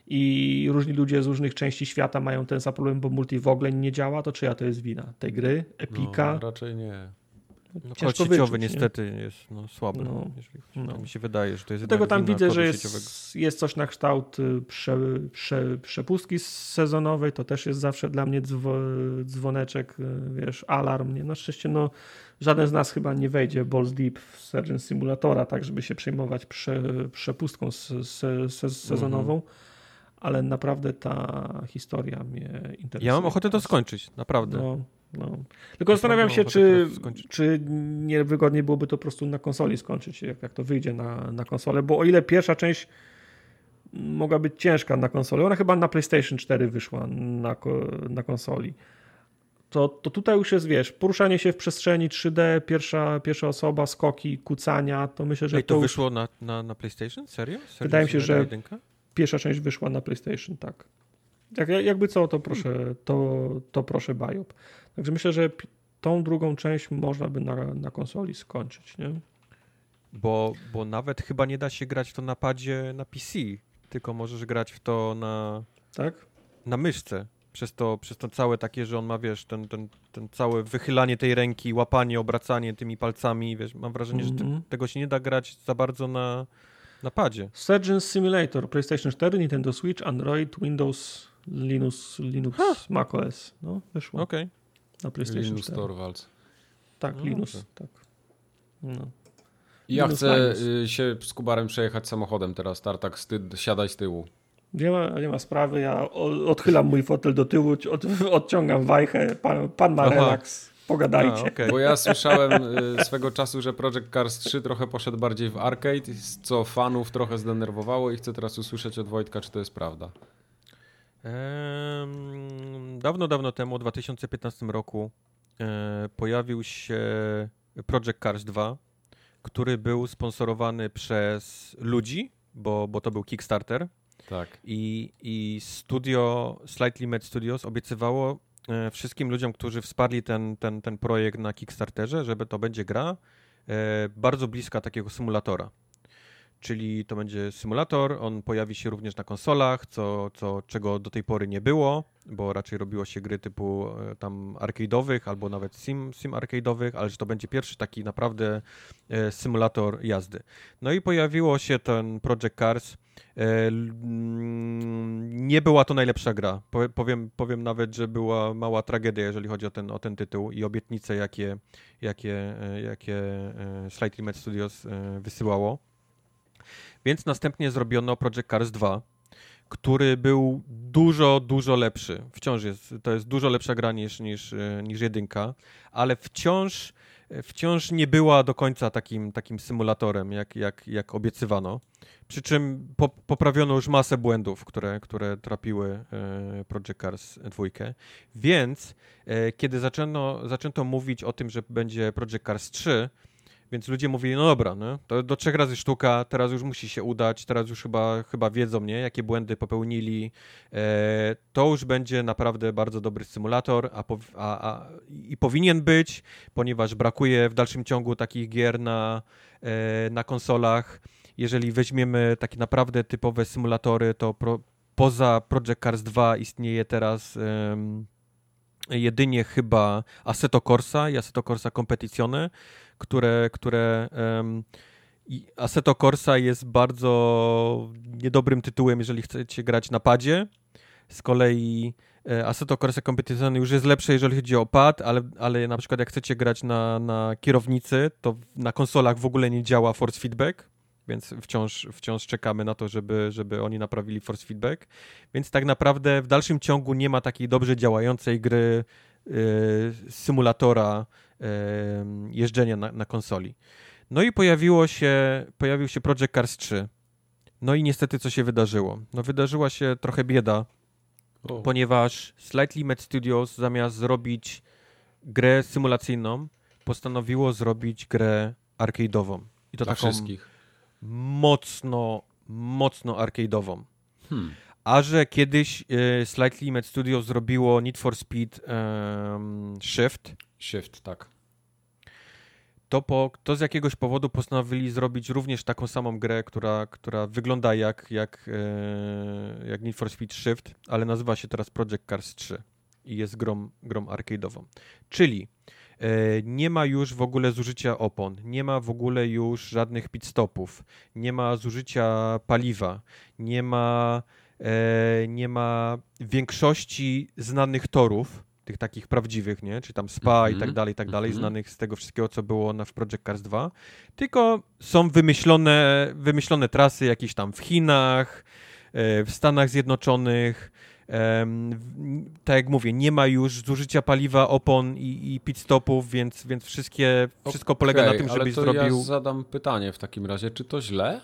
i różni ludzie z różnych części świata mają ten sam problem, bo multi w ogóle nie działa, to czyja to jest wina? Tej gry? Epika? No, raczej nie. No, kod Ciężko sieciowy wyczuć, nie? niestety jest no, słaby. No, jeżeli, no. Tak mi się wydaje, że to jest Dlatego jednak tam wina widzę, kodu że sieciowego. jest, jest coś na kształt y, prze, prze, przepustki sezonowej, to też jest zawsze dla mnie dzwo, dzwoneczek, y, wiesz, alarm. Nie? Na szczęście no, żaden z nas chyba nie wejdzie balls deep w Surgeon Simulatora, tak żeby się przejmować prze, przepustką se, se, se, sezonową, ale naprawdę ta historia mnie interesuje. Ja mam ochotę to skończyć, naprawdę. No, no. Tylko zastanawiam się, ochotę czy, teraz skończyć. czy nie wygodniej byłoby to po prostu na konsoli skończyć, jak, jak to wyjdzie na, na konsolę, bo o ile pierwsza część mogła być ciężka na konsoli, ona chyba na PlayStation cztery wyszła na, ko- na konsoli, to, to tutaj już jest, wiesz, poruszanie się w przestrzeni trzy D, pierwsza, pierwsza osoba, skoki, kucania, to myślę, że Ej, to już wyszło na, na, na PlayStation? Serio? Serio? Wydaje mi się, że- jedynka? pierwsza część wyszła na PlayStation, tak. Jak, jakby co, to proszę, to, to proszę Biop. Także myślę, że pi- tą drugą część można by na, na konsoli skończyć, nie? Bo, bo nawet chyba nie da się grać w to na padzie na P C, tylko możesz grać w to na, Tak? na myszce. Przez to, przez to całe takie, że on ma, wiesz, ten, ten, ten całe wychylanie tej ręki, łapanie, obracanie tymi palcami, wiesz, mam wrażenie, że Mhm. te, tego się nie da grać za bardzo na, na padzie. Surgeon Simulator, PlayStation cztery, Nintendo Switch, Android, Windows, Linux, Linux, macOS. No, wyszło Okej. na PlayStation Linus cztery. Torvalds. Tak, No Linux, dobrze. tak. No. Ja Linus chcę Linus. y, się z Kubarem przejechać samochodem teraz, Tartak, styd, siadaj z tyłu. Nie ma, nie ma sprawy, ja o- odchylam mój fotel do tyłu, od, odciągam wajchę, pan, pan ma Aha. relaks, pogadajcie. A, okej. Bo ja słyszałem y, swego czasu, że Project Cars trzy trochę poszedł bardziej w arcade, co fanów trochę zdenerwowało i chcę teraz usłyszeć od Wojtka, czy to jest prawda. Em, dawno, dawno temu, w dwa tysiące piętnastym roku e, pojawił się Project Cars dwa, który był sponsorowany przez ludzi, bo, bo to był Kickstarter Tak. i, i studio Slightly Mad Studios obiecywało e, wszystkim ludziom, którzy wsparli ten, ten, ten projekt na Kickstarterze, żeby to będzie gra e, bardzo bliska takiego symulatora. Czyli to będzie symulator, on pojawi się również na konsolach, co, co, czego do tej pory nie było, bo raczej robiło się gry typu e, tam arcade'owych albo nawet sim, sim arcade'owych, ale że to będzie pierwszy taki naprawdę e, symulator jazdy. No i pojawiło się ten Project Cars. E, l- mm, nie była to najlepsza gra. Powie- Powiem, powiem nawet, że była mała tragedia, jeżeli chodzi o ten, o ten tytuł i obietnice, jakie, jakie, e, jakie e, Slightly Mad Studios e, wysyłało. Więc następnie zrobiono Project Cars dwa, który był dużo, dużo lepszy. Wciąż jest, to jest dużo lepsza gra niż, niż, niż jedynka, ale wciąż, wciąż nie była do końca takim, takim symulatorem, jak, jak, jak obiecywano. Przy czym po, poprawiono już masę błędów, które, które trapiły e, Project Cars dwa. Więc e, kiedy zaczęto, zaczęto mówić o tym, że będzie Project Cars trzy, więc ludzie mówili, no dobra, no, to do trzech razy sztuka, teraz już musi się udać, teraz już chyba, chyba wiedzą, nie, jakie błędy popełnili. E, to już będzie naprawdę bardzo dobry symulator, a, po, a, a i powinien być, ponieważ brakuje w dalszym ciągu takich gier na, e, na konsolach. Jeżeli weźmiemy takie naprawdę typowe symulatory, to pro, poza Project Cars dwa istnieje teraz um, jedynie chyba Assetto Corsa i Assetto Corsa Competizione, które, które um, Assetto Corsa jest bardzo niedobrym tytułem, jeżeli chcecie grać na padzie. Z kolei Assetto Corsa Competizione już jest lepsze, jeżeli chodzi o pad, ale, ale na przykład jak chcecie grać na, na kierownicy, to na konsolach w ogóle nie działa force feedback, więc wciąż, wciąż czekamy na to, żeby, żeby oni naprawili force feedback. Więc tak naprawdę w dalszym ciągu nie ma takiej dobrze działającej gry yy, symulatora yy, jeżdżenia na, na konsoli. No i pojawiło się, pojawił się Project Cars trzy. No i niestety co się wydarzyło? No wydarzyła się trochę bieda, o. ponieważ Slightly Mad Studios zamiast zrobić grę symulacyjną, postanowiło zrobić grę arcade'ową. I to Dla taką wszystkich. mocno, mocno arcade'ową. Hmm. A że kiedyś y, Slightly Mad Studios zrobiło Need for Speed um, Shift. Shift, tak. To, po, to z jakiegoś powodu postanowili zrobić również taką samą grę, która, która wygląda jak, jak, e, jak Need for Speed Shift, ale nazywa się teraz Project Cars trzy i jest grą, grą arcade'ową. Czyli e, nie ma już w ogóle zużycia opon, nie ma w ogóle już żadnych pit stopów, nie ma zużycia paliwa, nie ma, e, nie ma większości znanych torów, tych takich prawdziwych, nie? Czy tam Spa mm-hmm. i tak dalej, i tak dalej, mm-hmm. znanych z tego wszystkiego, co było na w Project Cars dwa, tylko są wymyślone, wymyślone trasy jakieś tam w Chinach, w Stanach Zjednoczonych. Tak jak mówię, nie ma już zużycia paliwa, opon i, i pit stopów, więc, więc wszystkie, wszystko okay, polega na tym, żebyś ale to zrobił... ja zadam pytanie w takim razie, czy to źle?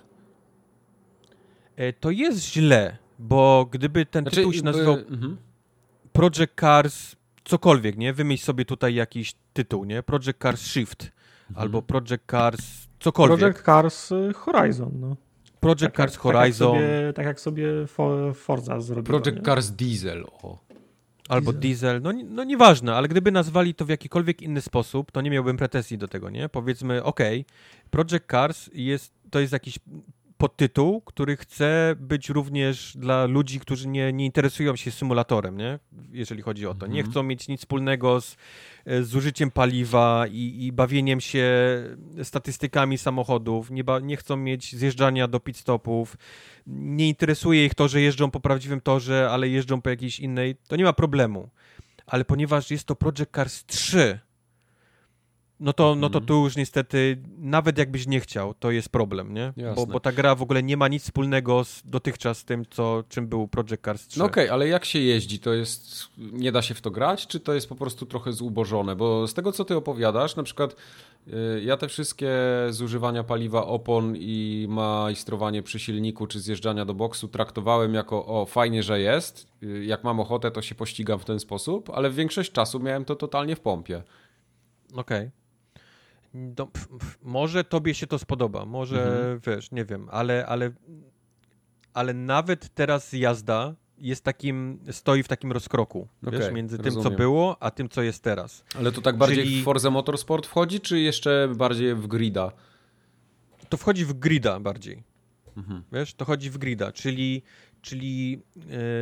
To jest źle, bo gdyby ten znaczy, tytuł się nazywał by... mm-hmm. Project Cars cokolwiek, nie? Wymyśl sobie tutaj jakiś tytuł, nie? Project Cars Shift mhm. albo Project Cars cokolwiek. Project Cars Horizon, no. Project tak Cars jak, Horizon. Tak jak sobie, tak jak sobie Forza zrobiła. Project nie? Cars Diesel, o. Albo Diesel, Diesel. No, no nieważne, ale gdyby nazwali to w jakikolwiek inny sposób, to nie miałbym pretensji do tego, nie? Powiedzmy, okej, okay, Project Cars jest, to jest jakiś podtytuł, który chce być również dla ludzi, którzy nie, nie interesują się symulatorem, nie? Jeżeli chodzi o to. Nie chcą mieć nic wspólnego z, z zużyciem paliwa i, i bawieniem się statystykami samochodów, nie, ba, nie chcą mieć zjeżdżania do pit stopów, nie interesuje ich to, że jeżdżą po prawdziwym torze, ale jeżdżą po jakiejś innej, to nie ma problemu. Ale ponieważ jest to Project Cars trzy, No to, no to tu już niestety, nawet jakbyś nie chciał, to jest problem, nie? Bo, bo ta gra w ogóle nie ma nic wspólnego z, dotychczas z tym, co, czym był Project Cars trzy. No okej, okay, ale jak się jeździ? To jest, nie da się w to grać, czy to jest po prostu trochę zubożone? Bo z tego, co ty opowiadasz, na przykład y, ja te wszystkie zużywania paliwa, opon i majstrowanie przy silniku, czy zjeżdżania do boksu traktowałem jako, o, fajnie, że jest. Y, jak mam ochotę, to się pościgam w ten sposób, ale większość czasu miałem to totalnie w pompie. Okej. Okay. No, pf, pf, może tobie się to spodoba, może mhm. wiesz, nie wiem, ale, ale, ale nawet teraz jazda jest takim, stoi w takim rozkroku, okay, wiesz, między rozumiem. tym, co było, a tym, co jest teraz. Ale to tak bardziej Czyli... w Forza Motorsport wchodzi, czy jeszcze bardziej w grida? To wchodzi w grida bardziej, mhm. wiesz, to chodzi w grida, czyli, czyli yy,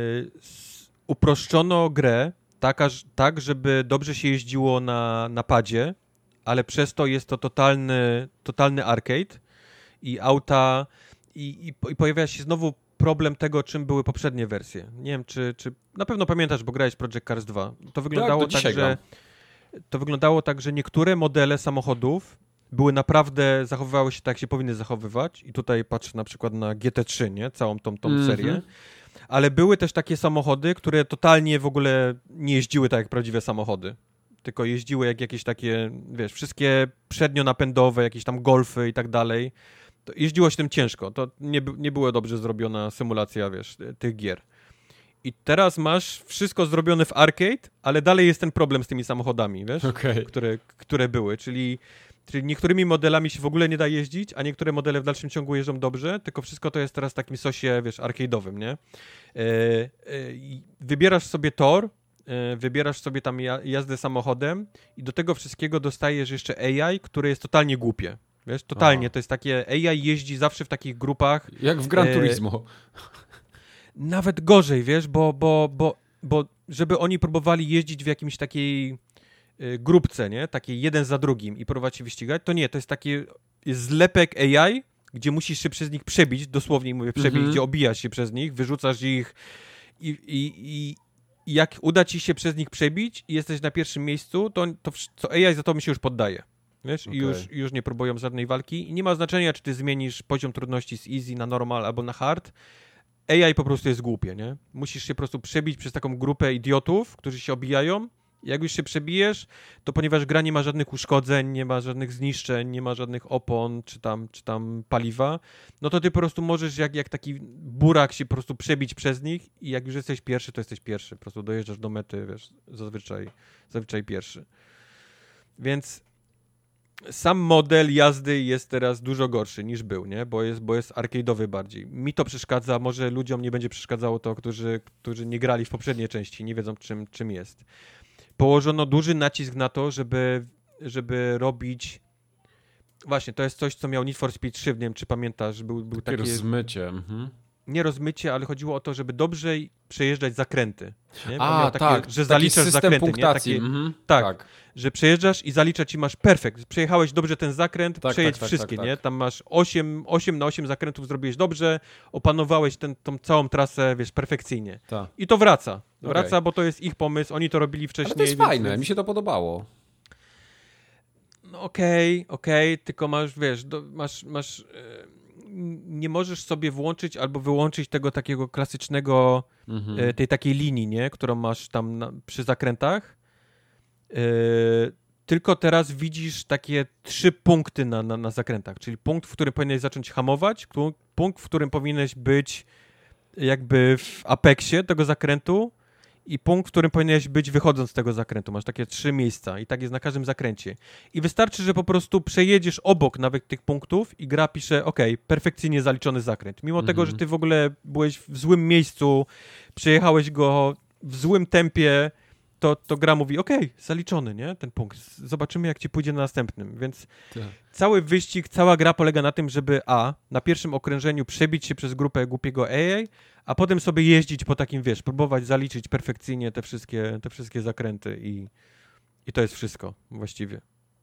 uproszczono grę taka, tak, żeby dobrze się jeździło na, na padzie, ale przez to jest to totalny, totalny arcade i auta i, i, i pojawia się znowu problem tego, czym były poprzednie wersje. Nie wiem, czy, czy na pewno pamiętasz, bo grałeś Project Cars dwa. To wyglądało tak, tak że to wyglądało tak, że niektóre modele samochodów były naprawdę, zachowywały się tak, jak się powinny zachowywać i tutaj patrzę na przykład na G T trzy, nie? Całą tą, tą mm-hmm. serię. ale były też takie samochody, które totalnie w ogóle nie jeździły tak jak prawdziwe samochody. Tylko jeździły jak jakieś takie, wiesz, wszystkie przednionapędowe, jakieś tam golfy i tak dalej. To jeździło się tym ciężko. To nie, nie była dobrze zrobiona symulacja, wiesz, tych gier. I teraz masz wszystko zrobione w arcade, ale dalej jest ten problem z tymi samochodami, wiesz, okay. które, które były, czyli, czyli niektórymi modelami się w ogóle nie da jeździć, a niektóre modele w dalszym ciągu jeżdżą dobrze, tylko wszystko to jest teraz w takim sosie, wiesz, arcade'owym, nie? E, e, wybierasz sobie tor, e, wybierasz sobie tam jazdę samochodem i do tego wszystkiego dostajesz jeszcze A I, które jest totalnie głupie. Wiesz, totalnie, Aha. to jest takie, A I jeździ zawsze w takich grupach. Jak w Gran Turismo. E, nawet gorzej, wiesz, bo, bo, bo, bo żeby oni próbowali jeździć w jakimś takiej y, grupce, nie, takiej jeden za drugim i próbować się wyścigać, to nie, to jest taki jest zlepek A I, gdzie musisz się przez nich przebić, dosłownie mówię przebić, mm-hmm. gdzie obijasz się przez nich, wyrzucasz ich i, i, i jak uda ci się przez nich przebić i jesteś na pierwszym miejscu, to, to, to A I za to mi się już poddaje. Wiesz, okay. i już, już nie próbują żadnej walki i nie ma znaczenia, czy ty zmienisz poziom trudności z easy na normal albo na hard. A I po prostu jest głupie, nie? Musisz się po prostu przebić przez taką grupę idiotów, którzy się obijają. Jak już się przebijesz, to ponieważ gra nie ma żadnych uszkodzeń, nie ma żadnych zniszczeń, nie ma żadnych opon czy tam, czy tam paliwa, no to ty po prostu możesz jak, jak taki burak się po prostu przebić przez nich i jak już jesteś pierwszy, to jesteś pierwszy. Po prostu dojeżdżasz do mety, wiesz, zazwyczaj, zazwyczaj pierwszy. Więc sam model jazdy jest teraz dużo gorszy niż był, nie? Bo jest, bo jest arcade'owy bardziej. Mi to przeszkadza, może ludziom nie będzie przeszkadzało to, którzy, którzy nie grali w poprzedniej części, nie wiedzą czym, czym jest. Położono duży nacisk na to, żeby, żeby robić... Właśnie, to jest coś, co miał Need for Speed trzy, nie wiem, czy pamiętasz, był, był takie... rozmycie. Mhm. Nie rozmycie, ale chodziło o to, żeby dobrze przejeżdżać zakręty. Nie? A, takie, tak. Że zaliczasz zakręty. Punktacji. Nie? Takie, mhm. tak, tak, że przejeżdżasz i zalicza ci, masz perfekt. Przejechałeś dobrze ten zakręt, tak, przejedź tak, tak, wszystkie, tak, nie? tak. Tam masz osiem na osiem zakrętów zrobiłeś dobrze, opanowałeś ten, tą całą trasę, wiesz, perfekcyjnie. Ta. I to wraca. Wraca, okay. bo to jest ich pomysł, oni to robili wcześniej. Ale to jest więc, fajne, więc... mi się to podobało. No okej, okay, okej, okay, tylko masz, wiesz, do, masz... masz yy... nie możesz sobie włączyć albo wyłączyć tego takiego klasycznego, mhm. e, tej takiej linii, nie, którą masz tam na, przy zakrętach. E, tylko teraz widzisz takie trzy punkty na, na, na zakrętach, czyli punkt, w którym powinieneś zacząć hamować, punkt, w którym powinieneś być jakby w apeksie tego zakrętu i punkt, w którym powinieneś być wychodząc z tego zakrętu. Masz takie trzy miejsca i tak jest na każdym zakręcie. I wystarczy, że po prostu przejedziesz obok nawet tych punktów i gra pisze, ok, perfekcyjnie zaliczony zakręt. Mimo mhm. tego, że ty w ogóle byłeś w złym miejscu, przejechałeś go w złym tempie, to, to gra mówi, ok, zaliczony, nie? Ten punkt. Zobaczymy, jak ci pójdzie na następnym. Więc tak. cały wyścig, cała gra polega na tym, żeby a, na pierwszym okrężeniu przebić się przez grupę głupiego A I, a potem sobie jeździć po takim, wiesz, próbować zaliczyć perfekcyjnie te wszystkie, te wszystkie zakręty i, i to jest wszystko właściwie.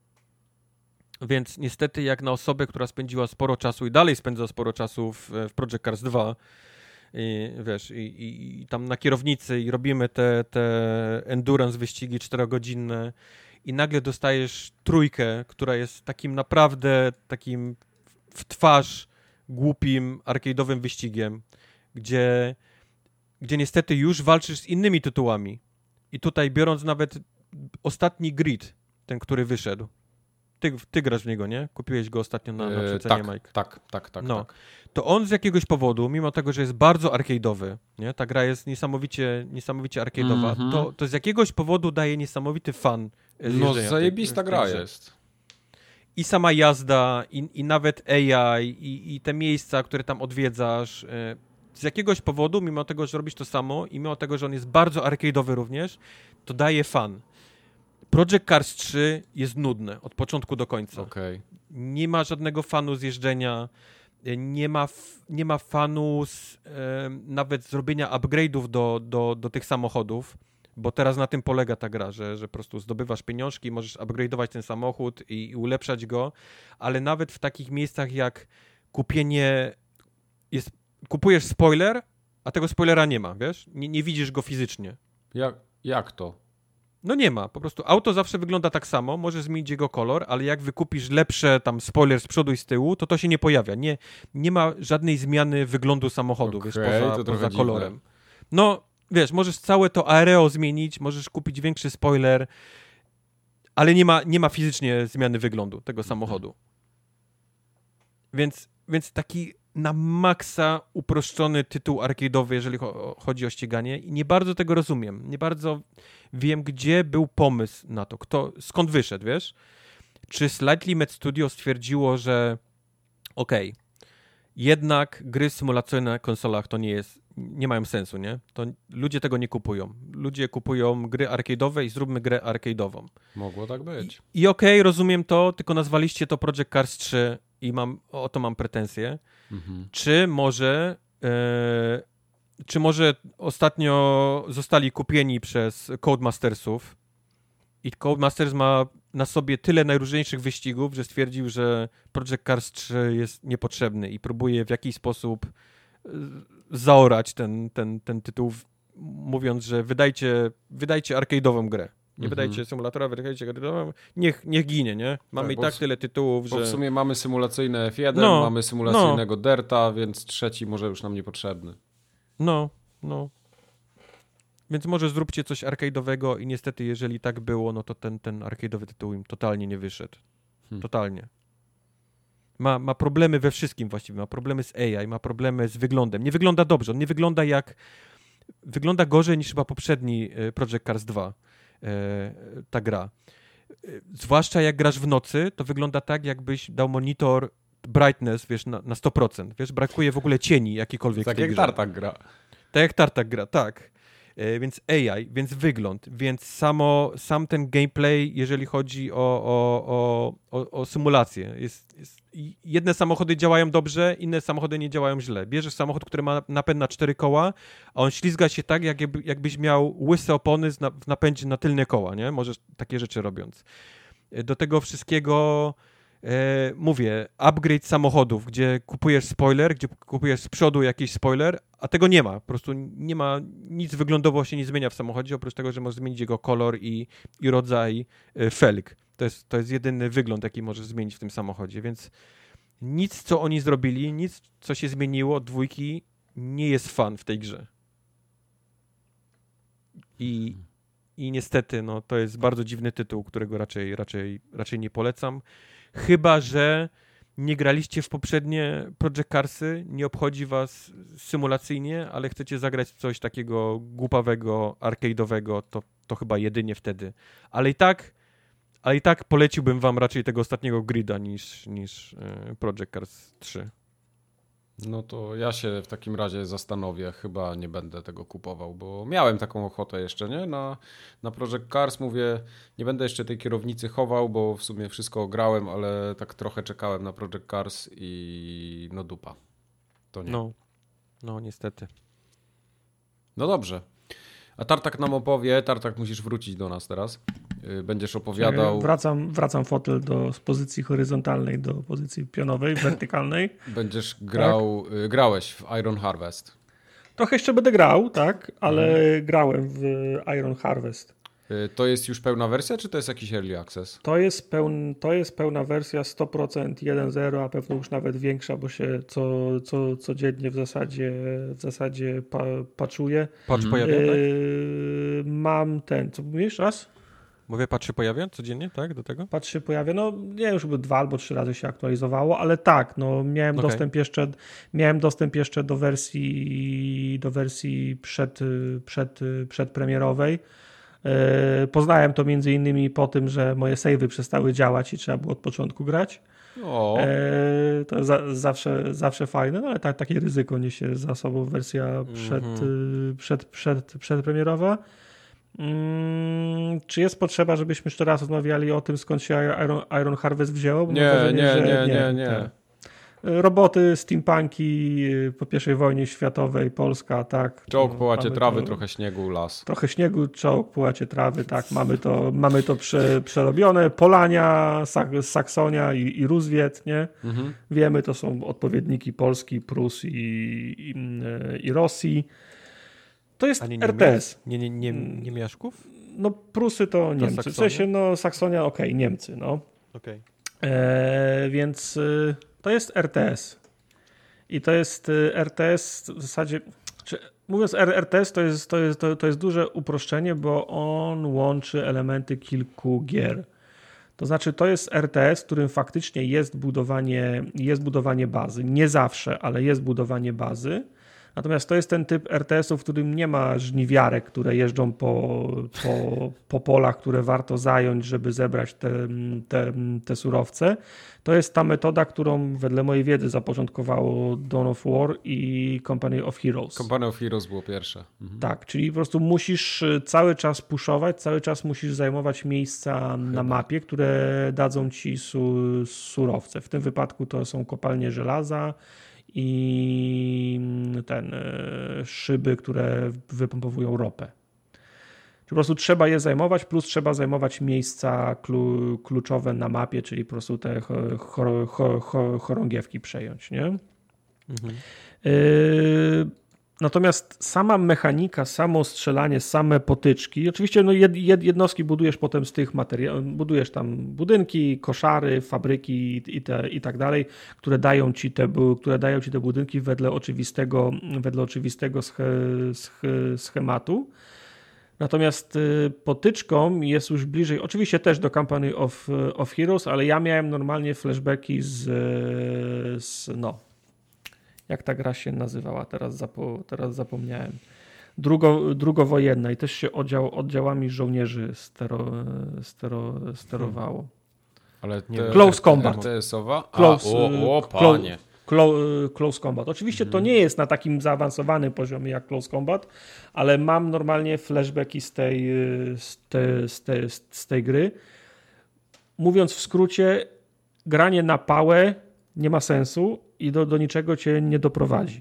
Więc niestety jak na osobę, która spędziła sporo czasu i dalej spędza sporo czasu w, w Project Cars dwa, i wiesz, i, i, i tam na kierownicy i robimy te, te endurance wyścigi czterogodzinne i nagle dostajesz trójkę, która jest takim naprawdę takim w twarz głupim, arcade'owym wyścigiem, gdzie, gdzie niestety już walczysz z innymi tytułami. I tutaj biorąc nawet ostatni grid, ten, który wyszedł, Ty, ty grasz w niego, nie? Kupiłeś go ostatnio na, na przecenie, tak, Mike. Tak, tak, tak, no. tak. To on z jakiegoś powodu, mimo tego, że jest bardzo arcade'owy, nie? Ta gra jest niesamowicie, niesamowicie arcade'owa, mm-hmm. to, to z jakiegoś powodu daje niesamowity fan. No zajebista tej, gra jest. I sama jazda, i, i nawet A I, i, i te miejsca, które tam odwiedzasz. Z jakiegoś powodu, mimo tego, że robisz to samo i mimo tego, że on jest bardzo arcade'owy również, to daje fan. Project Cars trzy jest nudne od początku do końca. Okay. Nie ma żadnego fanu z jeżdżenia, nie ma, f- nie ma fanu z, e, nawet zrobienia upgrade'ów do, do, do tych samochodów, bo teraz na tym polega ta gra, że, że po prostu zdobywasz pieniążki, możesz upgrade'ować ten samochód i, i ulepszać go, ale nawet w takich miejscach jak kupienie, jest, kupujesz spoiler, a tego spoilera nie ma, wiesz? Nie, nie widzisz go fizycznie. Jak, jak to? No nie ma, po prostu auto zawsze wygląda tak samo, możesz zmienić jego kolor, ale jak wykupisz lepsze tam spoiler z przodu i z tyłu, to to się nie pojawia. Nie, nie ma żadnej zmiany wyglądu samochodu, Okay, wiesz, poza, to poza kolorem. dziwne. No, wiesz, możesz całe to aereo zmienić, możesz kupić większy spoiler, ale nie ma, nie ma fizycznie zmiany wyglądu tego samochodu. Więc, więc taki na maksa uproszczony tytuł arcade'owy, jeżeli cho- chodzi o ściganie i nie bardzo tego rozumiem. Nie bardzo wiem, gdzie był pomysł na to. Kto, skąd wyszedł, wiesz? Czy Slightly Mad Studio stwierdziło, że okej, okay, jednak gry symulacyjne na konsolach to nie jest, nie mają sensu, nie? To ludzie tego nie kupują. Ludzie kupują gry arcade'owe i zróbmy grę arcade'ową. Mogło tak być. I, i okej, okay, rozumiem to, tylko nazwaliście to Project Cars trzy i mam, o to mam pretensje. Mhm. Czy może e, czy może ostatnio zostali kupieni przez Codemastersów i Codemasters ma na sobie tyle najróżniejszych wyścigów, że stwierdził, że Project Cars trzy jest niepotrzebny i próbuje w jakiś sposób zaorać ten, ten, ten tytuł, mówiąc, że wydajcie, wydajcie arcade'ową grę. Nie mhm. wydajcie symulatora, wydajcie arcade'ową, niech, niech ginie, nie? Mamy tak, i tak w, tyle tytułów, bo że... w sumie mamy symulacyjne F jeden, no, mamy symulacyjnego no. Dirta, więc trzeci może już nam niepotrzebny. No, no. Więc może zróbcie coś arcade'owego i niestety, jeżeli tak było, no to ten, ten arcade'owy tytuł im totalnie nie wyszedł. Hmm. Totalnie. Ma, ma problemy we wszystkim właściwie. Ma problemy z A I, ma problemy z wyglądem. Nie wygląda dobrze. On nie wygląda jak... Wygląda gorzej niż chyba poprzedni Project Cars dwa. E, ta gra. E, zwłaszcza jak grasz w nocy, to wygląda tak, jakbyś dał monitor brightness, wiesz, na, na sto procent. Wiesz, brakuje w ogóle cieni jakikolwiek tak w tej jak grze. Tartak gra. Tak jak Tartak gra, tak. E, więc A I, więc wygląd, więc samo, sam ten gameplay, jeżeli chodzi o, o, o, o, o symulację. Jest, jest, jedne samochody działają dobrze, inne samochody nie działają źle. Bierzesz samochód, który ma napęd na cztery koła, a on ślizga się tak, jakby, jakbyś miał łyse opony z na, w napędzie na tylne koła, nie? Możesz takie rzeczy robiąc. E, do tego wszystkiego... E, mówię, upgrade samochodów, gdzie kupujesz spoiler, gdzie kupujesz z przodu jakiś spoiler, a tego nie ma. Po prostu nie ma, nic wyglądowo się nie zmienia w samochodzie, oprócz tego, że możesz zmienić jego kolor i, i rodzaj e, felg. To jest, to jest jedyny wygląd, jaki możesz zmienić w tym samochodzie, więc nic, co oni zrobili, nic, co się zmieniło od dwójki, nie jest fan w tej grze. I, i niestety, no, to jest bardzo dziwny tytuł, którego raczej, raczej, raczej nie polecam. Chyba że nie graliście w poprzednie Project Carsy, nie obchodzi was symulacyjnie, ale chcecie zagrać w coś takiego głupawego, arcade'owego, to, to chyba jedynie wtedy. Ale i tak, ale i tak poleciłbym wam raczej tego ostatniego grida niż, niż Project Cars trzy. No to ja się w takim razie zastanowię, chyba nie będę tego kupował, bo miałem taką ochotę jeszcze, nie? Na, na Project Cars mówię, nie będę jeszcze tej kierownicy chował, bo w sumie wszystko grałem, ale tak trochę czekałem na Project Cars i no dupa. To nie. No, no niestety. No dobrze. A Tartak nam opowie, Tartak musisz wrócić do nas teraz. Będziesz opowiadał... Wracam, wracam fotel do, z pozycji horyzontalnej do pozycji pionowej, wertykalnej. Będziesz grał, tak? Grałeś w Iron Harvest. Trochę jeszcze będę grał, tak, ale mhm. grałem w Iron Harvest. To jest już pełna wersja, czy to jest jakiś early access? To jest, pełn, to jest pełna wersja sto procent jeden zero, a pewno już nawet większa, bo się co, co, codziennie w zasadzie, w zasadzie pa, paczuje. Patch pojawia, yy, tak? Mam ten, co mówisz raz? Mówię, patch się pojawia codziennie, tak, do tego? Patch się pojawia, no nie, już by dwa albo trzy razy się aktualizowało, ale tak, no miałem okay. dostęp jeszcze, miałem dostęp jeszcze do wersji, do wersji przed, przed, przedpremierowej. Poznałem to między innymi po tym, że moje save'y przestały działać i trzeba było od początku grać. O. To jest za, zawsze, zawsze fajne, no ale tak, takie ryzyko niesie za sobą wersja przed, mm-hmm. przed, przed, przedpremierowa. Hmm, czy jest potrzeba, żebyśmy jeszcze raz rozmawiali o tym, skąd się Iron, Iron Harvest wzięło? Nie, wrażenie, nie, nie, nie, nie, nie. Roboty, steampunki po pierwszej wojnie światowej, Polska, tak. Czołg, połacie trawy, to, trochę śniegu, las. Trochę śniegu, czołg, połacie trawy, tak. Mamy to, mamy to prze, przerobione. Polania, Sak, Saksonia i, i Rózwiet, nie? Mhm. Wiemy, to są odpowiedniki Polski, Prus i, i, i Rosji. to jest A nie, nie R T S. Nie, nie, nie, nie Miaszków? No Prusy to Niemcy. Saksonia? W sensie, no Saksonia, okej, okay, Niemcy, no. Okej. Okay. E, więc y, to jest R T S. I to jest y, R T S w zasadzie... Czy, mówiąc R T S, to jest, to, jest, to, to jest duże uproszczenie, bo on łączy elementy kilku gier. To znaczy, to jest R T S, w którym faktycznie jest budowanie, jest budowanie bazy. Nie zawsze, ale jest budowanie bazy. Natomiast to jest ten typ R T S-ów, w którym nie ma żniwiarek, które jeżdżą po, po, po polach, które warto zająć, żeby zebrać te, te, te surowce. To jest ta metoda, którą wedle mojej wiedzy zapoczątkowało Dawn of War i Company of Heroes. Company of Heroes było pierwsze. Mhm. Tak, czyli po prostu musisz cały czas puszować, cały czas musisz zajmować miejsca Chyba. na mapie, które dadzą ci su, surowce. W tym wypadku to są kopalnie żelaza i ten szyby, które wypompowują ropę. Po prostu trzeba je zajmować, plus trzeba zajmować miejsca klu, kluczowe na mapie, czyli po prostu te chor, chor, chor, chorągiewki przejąć, nie? Mhm. Y- Natomiast sama mechanika, samo strzelanie, same potyczki, oczywiście no jed, jednostki budujesz potem z tych materiałów, budujesz tam budynki, koszary, fabryki i, te, i tak dalej, które dają ci te, które dają ci te budynki wedle oczywistego, wedle oczywistego sch, sch, schematu. Natomiast potyczką jest już bliżej, oczywiście też do Company of, of Heroes, ale ja miałem normalnie flashbacki z, z no, jak ta gra się nazywała, teraz, zapo, teraz zapomniałem. Drugo, drugowojenna i też się oddział, oddziałami żołnierzy stero, stero, sterowało. Ale te, Close Combat. R T S-owa? Close, A, o, o panie. Close, close Combat. Oczywiście to nie jest na takim zaawansowanym poziomie jak Close Combat, ale mam normalnie flashbacki z tej, z tej, z tej, z tej gry. Mówiąc w skrócie, granie na pałę nie ma sensu i do, do niczego cię nie doprowadzi.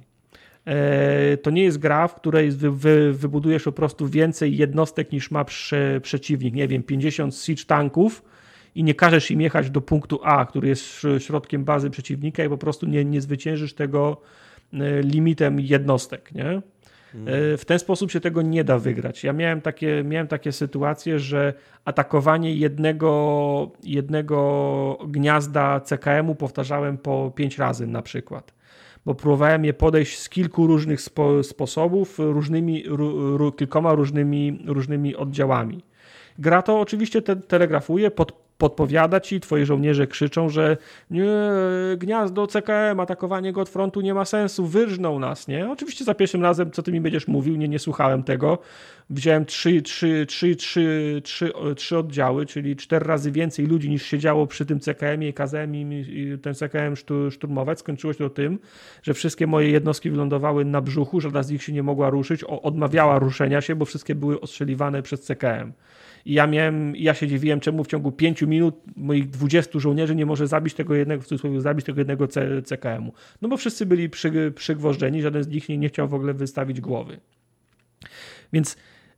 E, to nie jest gra, w której wy, wy, wybudujesz po prostu więcej jednostek niż ma prze, przeciwnik. Nie wiem, pięćdziesiąt siege tanków i nie każesz im jechać do punktu A, który jest środkiem bazy przeciwnika i po prostu nie, nie zwyciężysz tego limitem jednostek, nie? W ten sposób się tego nie da wygrać. Ja miałem takie, miałem takie sytuacje, że atakowanie jednego, jednego gniazda C K M-u powtarzałem po pięć razy na przykład, bo próbowałem je podejść z kilku różnych spo, sposobów, różnymi, ru, ru, kilkoma różnymi, różnymi oddziałami. Gra to oczywiście te, telegrafuje, pod, podpowiada ci, twoi żołnierze krzyczą, że nie, gniazdo C K M, atakowanie go od frontu nie ma sensu, wyrżną nas, nie? Oczywiście za pierwszym razem, co ty mi będziesz mówił, nie, nie słuchałem tego. Wziąłem trzy, trzy, trzy, trzy, trzy, trzy oddziały, czyli cztery razy więcej ludzi niż siedziało przy tym C K M-ie i kazałem im ten C K M szturmować. Skończyło się to tym, że wszystkie moje jednostki wylądowały na brzuchu, żadna z nich się nie mogła ruszyć, odmawiała ruszenia się, bo wszystkie były ostrzeliwane przez C K M. I ja miałem, ja się dziwiłem, czemu w ciągu pięciu minut moich dwudziestu żołnierzy nie może zabić tego jednego, w cudzysłowie zabić tego jednego C K M-u. No bo wszyscy byli przy, przygwożdżeni, żaden z nich nie, nie chciał w ogóle wystawić głowy. Więc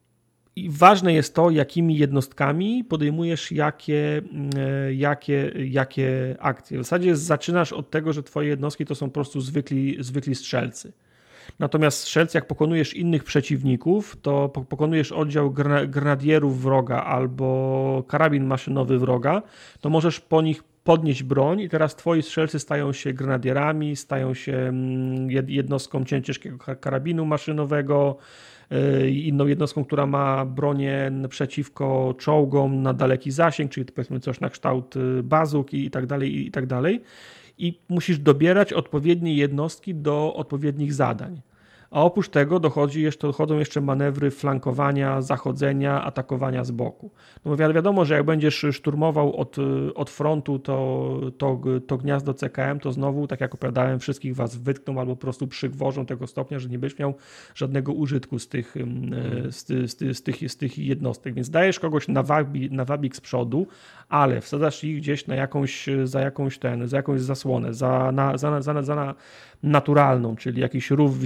ważne jest to, jakimi jednostkami podejmujesz jakie, jakie, jakie akcje. W zasadzie zaczynasz od tego, że twoje jednostki to są po prostu zwykli, zwykli strzelcy. Natomiast strzelcy, jak pokonujesz innych przeciwników, to pokonujesz oddział grenadierów wroga albo karabin maszynowy wroga, to możesz po nich podnieść broń i teraz twoi strzelcy stają się grenadierami, stają się jednostką ciężkiego karabinu maszynowego, inną jednostką, która ma bronię przeciwko czołgom na daleki zasięg, czyli powiedzmy coś na kształt bazuk i tak dalej, i tak dalej. I musisz dobierać odpowiednie jednostki do odpowiednich zadań. A oprócz tego dochodzi jeszcze, dochodzą jeszcze manewry flankowania, zachodzenia, atakowania z boku. No bo wiadomo, że jak będziesz szturmował od, od frontu to, to, to gniazdo C K M, to znowu, tak jak opowiadałem, wszystkich was wytkną albo po prostu przygwożą tego stopnia, że nie będziesz miał żadnego użytku z tych, mm. z, z, z, tych, z tych jednostek. Więc dajesz kogoś na, wabi, na wabik z przodu, ale wsadzasz ich gdzieś na jakąś, za jakąś ten, za jakąś zasłonę, za, na, za, za, za na naturalną, czyli jakiś rów w ziemi,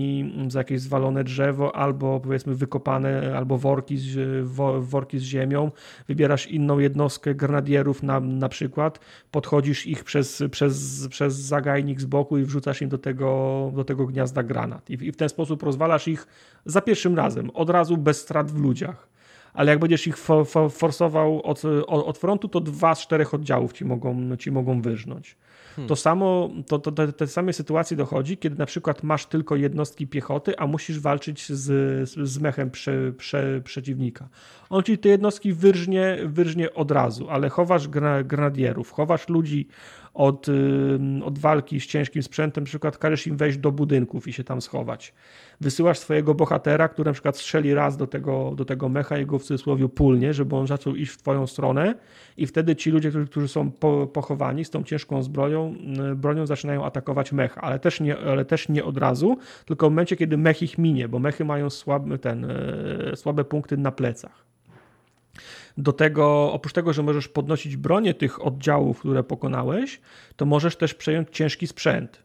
kamieni, za jakieś zwalone drzewo, albo powiedzmy wykopane, albo worki z, wo, worki z ziemią. Wybierasz inną jednostkę grenadierów na, na przykład, podchodzisz ich przez, przez, przez zagajnik z boku i wrzucasz im do tego, do tego gniazda granat. I w, i w ten sposób rozwalasz ich za pierwszym razem, od razu bez strat w ludziach. Ale jak będziesz ich for, for, forsował od, od frontu, to dwa z czterech oddziałów ci mogą, ci mogą wyrżnąć. Hmm. To samo, to, to, to, te same sytuacje dochodzi, kiedy na przykład masz tylko jednostki piechoty, a musisz walczyć z, z mechem prze, prze, przeciwnika. On ci te jednostki wyrżnie, wyrżnie od razu, ale chowasz grenadierów, chowasz ludzi od, od walki z ciężkim sprzętem, na przykład każesz im wejść do budynków i się tam schować. Wysyłasz swojego bohatera, który na przykład strzeli raz do tego, do tego mecha i go w cudzysłowie pulnie, żeby on zaczął iść w twoją stronę i wtedy ci ludzie, którzy, którzy są po, pochowani z tą ciężką zbroją, bronią zaczynają atakować mecha, ale też, nie, ale też nie od razu, tylko w momencie, kiedy mech ich minie, bo mechy mają słabe, ten, słabe punkty na plecach. Do tego, oprócz tego, że możesz podnosić bronię tych oddziałów, które pokonałeś, to możesz też przejąć ciężki sprzęt.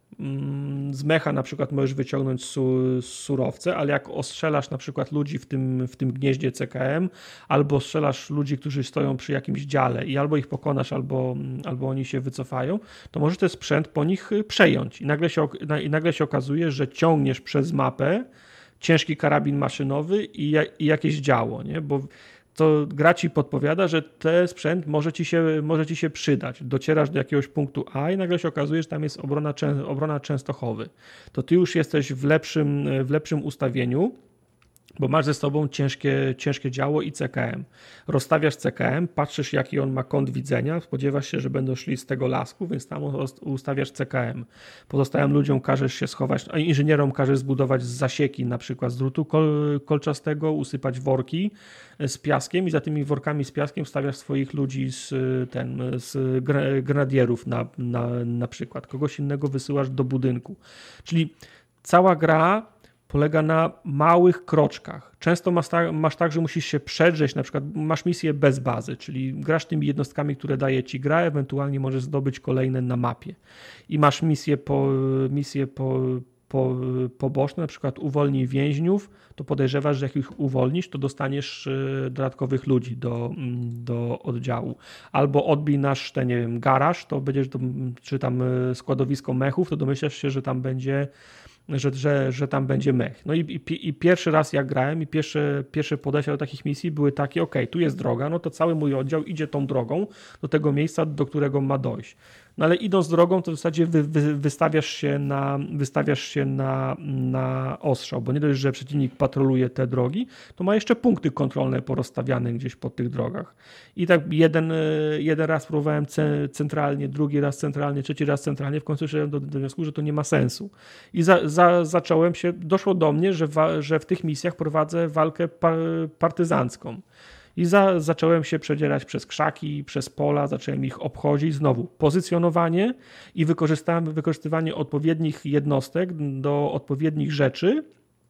Z mecha na przykład możesz wyciągnąć su, surowce, ale jak ostrzelasz na przykład ludzi w tym, w tym gnieździe C K M, albo ostrzelasz ludzi, którzy stoją przy jakimś dziale i albo ich pokonasz, albo, albo oni się wycofają, to możesz ten sprzęt po nich przejąć. I nagle się, i nagle się okazuje, że ciągniesz przez mapę ciężki karabin maszynowy i, i jakieś działo, nie? Bo to gra ci podpowiada, że ten sprzęt może ci się, może ci się przydać. Docierasz do jakiegoś punktu A i nagle się okazuje, że tam jest obrona, obrona Częstochowy. To ty już jesteś w lepszym, w lepszym ustawieniu, bo masz ze sobą ciężkie, ciężkie działo i C K M. Rozstawiasz C K M, patrzysz jaki on ma kąt widzenia, spodziewasz się, że będą szli z tego lasku, więc tam ustawiasz C K M. Pozostałym ludziom każesz się schować, a inżynierom każesz zbudować zasieki, na przykład z drutu kol, kolczastego, usypać worki z piaskiem i za tymi workami z piaskiem stawiasz swoich ludzi z, ten, z grenadierów na, na, na przykład. Kogoś innego wysyłasz do budynku. Czyli cała gra polega na małych kroczkach. Często masz tak, masz tak, że musisz się przedrzeć, na przykład masz misję bez bazy, czyli grasz tymi jednostkami, które daje ci gra, ewentualnie możesz zdobyć kolejne na mapie. I masz misję, po, misję po, po, poboczne, na przykład uwolnij więźniów, to podejrzewasz, że jak ich uwolnisz, to dostaniesz dodatkowych ludzi do, do oddziału. Albo odbij nasz, ten, nie wiem, garaż, to będziesz, czy tam składowisko mechów, to domyślasz się, że tam będzie Że, że, że tam będzie mech. No i, i, i pierwszy raz jak grałem i pierwsze, pierwsze podejścia do takich misji były takie, ok, tu jest droga, no to cały mój oddział idzie tą drogą do tego miejsca, do którego ma dojść. No ale idąc drogą, to w zasadzie wy, wy, wystawiasz się na, wystawiasz się na, na ostrzał, bo nie dość, że przeciwnik patroluje te drogi, to ma jeszcze punkty kontrolne porozstawiane gdzieś po tych drogach. I tak jeden, jeden raz próbowałem centralnie, drugi raz centralnie, trzeci raz centralnie, w końcu doszedłem do, do wniosku, że to nie ma sensu. I za, za, zacząłem się, doszło do mnie, że, wa, że w tych misjach prowadzę walkę par, partyzancką. I za, zacząłem się przedzierać przez krzaki, przez pola, zacząłem ich obchodzić. Znowu pozycjonowanie i wykorzystywanie odpowiednich jednostek do odpowiednich rzeczy.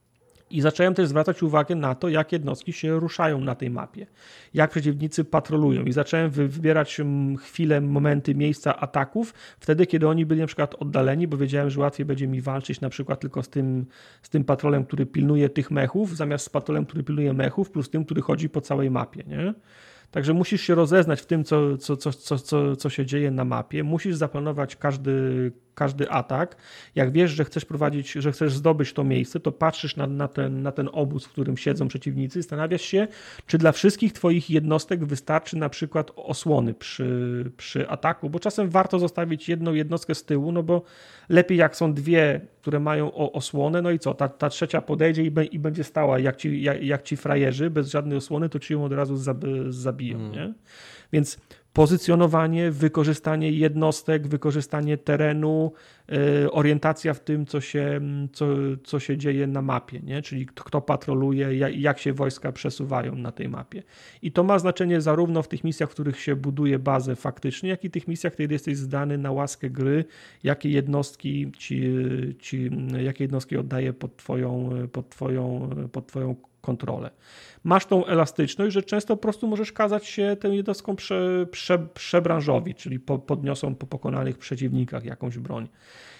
I zacząłem też zwracać uwagę na to, jak jednostki się ruszają na tej mapie, jak przeciwnicy patrolują i zacząłem wybierać chwile, momenty, miejsca ataków, wtedy, kiedy oni byli na przykład oddaleni, bo wiedziałem, że łatwiej będzie mi walczyć na przykład tylko z tym, z tym patrolem, który pilnuje tych mechów, zamiast z patrolem, który pilnuje mechów, plus tym, który chodzi po całej mapie, nie? Także musisz się rozeznać w tym, co, co, co, co, co, co się dzieje na mapie. Musisz zaplanować każdy, każdy atak. Jak wiesz, że chcesz prowadzić, że chcesz zdobyć to miejsce, to patrzysz na, na, ten, na ten obóz, w którym siedzą przeciwnicy, zastanawiasz się, czy dla wszystkich twoich jednostek wystarczy na przykład osłony przy, przy ataku, bo czasem warto zostawić jedną jednostkę z tyłu, no bo lepiej jak są dwie, które mają osłonę, no i co, ta, ta trzecia podejdzie i, be, i będzie stała jak ci, jak, jak ci frajerzy bez żadnej osłony, to ci ją od razu zabiją, hmm. nie? Więc pozycjonowanie, wykorzystanie jednostek, wykorzystanie terenu, yy, orientacja w tym, co się, co, co się dzieje na mapie, nie? Czyli kto, kto patroluje, jak, jak się wojska przesuwają na tej mapie. I to ma znaczenie zarówno w tych misjach, w których się buduje bazę faktycznie, jak i tych misjach, kiedy jesteś zdany na łaskę gry, jakie jednostki ci, ci jakie jednostki oddaje pod twoją, pod twoją, pod twoją kontrolę. Masz tą elastyczność, że często po prostu możesz kazać się tę jednostką prze, prze, przebranżowić, czyli po, podniosą po pokonanych przeciwnikach jakąś broń.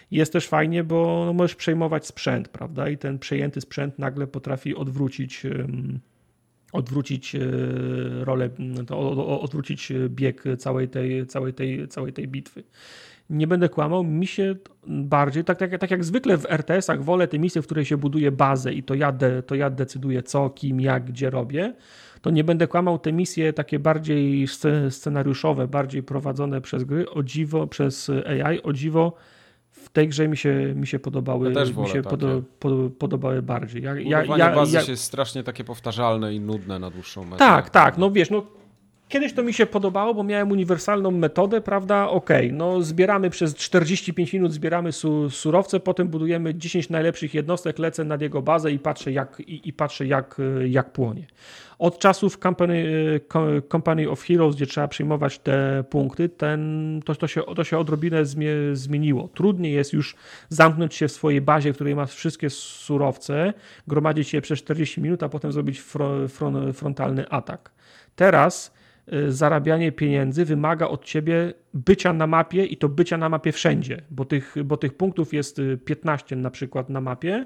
Jest też fajnie, bo no, możesz przejmować sprzęt, prawda? I ten przejęty sprzęt nagle potrafi odwrócić um, odwrócić rolę, to, odwrócić bieg całej tej, całej tej, całej tej bitwy. Nie będę kłamał, mi się bardziej, tak, tak, tak jak zwykle w er te esach wolę te misje, w której się buduje bazę i to ja, de, to ja decyduję co, kim, jak, gdzie robię, to nie będę kłamał, te misje takie bardziej scenariuszowe, bardziej prowadzone przez gry, o dziwo, przez A I, o dziwo w tej grze mi się, mi się podobały, ja też mi wolę się takie. podo, pod, podobały bardziej. Ja, Budowanie ja, bazy ja, jest strasznie takie powtarzalne i nudne na dłuższą metę. Tak, tak, no wiesz, no kiedyś to mi się podobało, bo miałem uniwersalną metodę, prawda, okej, okay, no zbieramy przez czterdzieści pięć minut, zbieramy su, surowce, potem budujemy dziesięć najlepszych jednostek, lecę nad jego bazę i patrzę jak, i, i patrzę jak, jak płonie. Od czasów Company, Company of Heroes, gdzie trzeba przyjmować te punkty, ten, to, to, się, to się odrobinę zmie, zmieniło. Trudniej jest już zamknąć się w swojej bazie, w której masz wszystkie surowce, gromadzić je przez czterdzieści minut, a potem zrobić fro, fron, frontalny atak. Teraz zarabianie pieniędzy wymaga od ciebie bycia na mapie i to bycia na mapie wszędzie, bo tych, bo tych punktów jest piętnaście na przykład na mapie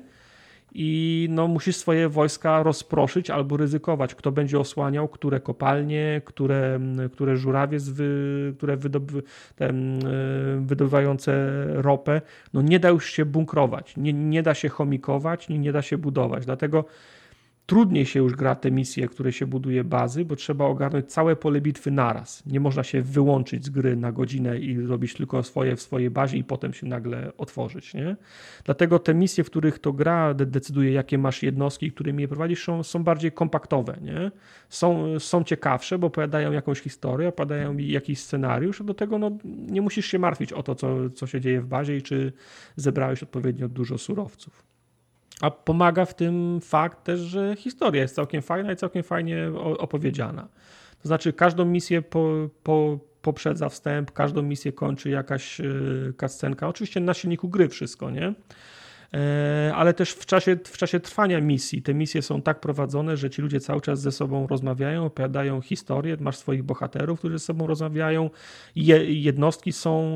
i no musisz swoje wojska rozproszyć albo ryzykować, kto będzie osłaniał, które kopalnie, które, które żurawie, wy, które wydob- te, wydobywające ropę. No nie da już się bunkrować, nie, nie da się chomikować, nie, nie da się budować, dlatego trudniej się już gra te misje, które się buduje bazy, bo trzeba ogarnąć całe pole bitwy naraz. Nie można się wyłączyć z gry na godzinę i robić tylko swoje w swojej bazie i potem się nagle otworzyć. Nie? Dlatego te misje, w których to gra decyduje, jakie masz jednostki, którymi je prowadzisz, są, są bardziej kompaktowe. Nie? Są, są ciekawsze, bo opowiadają jakąś historię, opowiadają jakiś scenariusz, a do tego no, nie musisz się martwić o to, co, co się dzieje w bazie i czy zebrałeś odpowiednio dużo surowców. A pomaga w tym fakt też, że historia jest całkiem fajna i całkiem fajnie opowiedziana. To znaczy każdą misję po, po, poprzedza wstęp, każdą misję kończy jakaś cutscenka. Oczywiście na silniku gry wszystko, nie? Ale też w czasie, w czasie trwania misji te misje są tak prowadzone, że ci ludzie cały czas ze sobą rozmawiają, opowiadają historię, masz swoich bohaterów, którzy ze sobą rozmawiają, Je, jednostki są,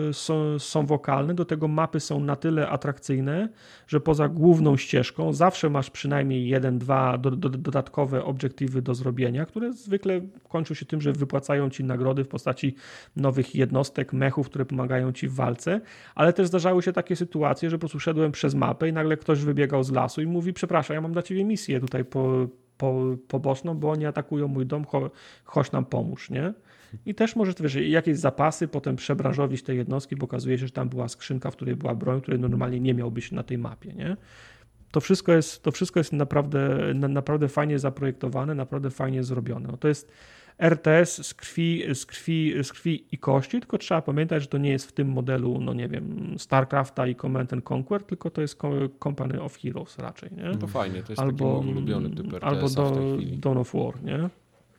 są, są wokalne, do tego mapy są na tyle atrakcyjne, że poza główną ścieżką zawsze masz przynajmniej jeden, dwa do, do, dodatkowe obiektywy do zrobienia, które zwykle kończą się tym, że wypłacają ci nagrody w postaci nowych jednostek, mechów, które pomagają ci w walce, ale też zdarzały się takie sytuacje, że po prostu szedłem przez mapę i nagle ktoś wybiegał z lasu i mówi: przepraszam, ja mam dla ciebie misję tutaj po, po, poboczną, bo oni atakują mój dom, cho, chodź nam pomóż, nie? I też możesz, wiesz, jakieś zapasy, potem przebranżowić te jednostki, bo okazuje się, że tam była skrzynka, w której była broń, której normalnie nie miałbyś na tej mapie, nie? To wszystko jest, to wszystko jest naprawdę, na, naprawdę fajnie zaprojektowane, naprawdę fajnie zrobione. No to jest er te es z krwi, z, krwi, z krwi i kości, tylko trzeba pamiętać, że to nie jest w tym modelu, no nie wiem, StarCrafta i Command and Conquer, tylko to jest Company of Heroes raczej, nie? To fajnie, to jest albo, taki mój ulubiony typ er te es albo do, w tej chwili. Dawn of War, nie?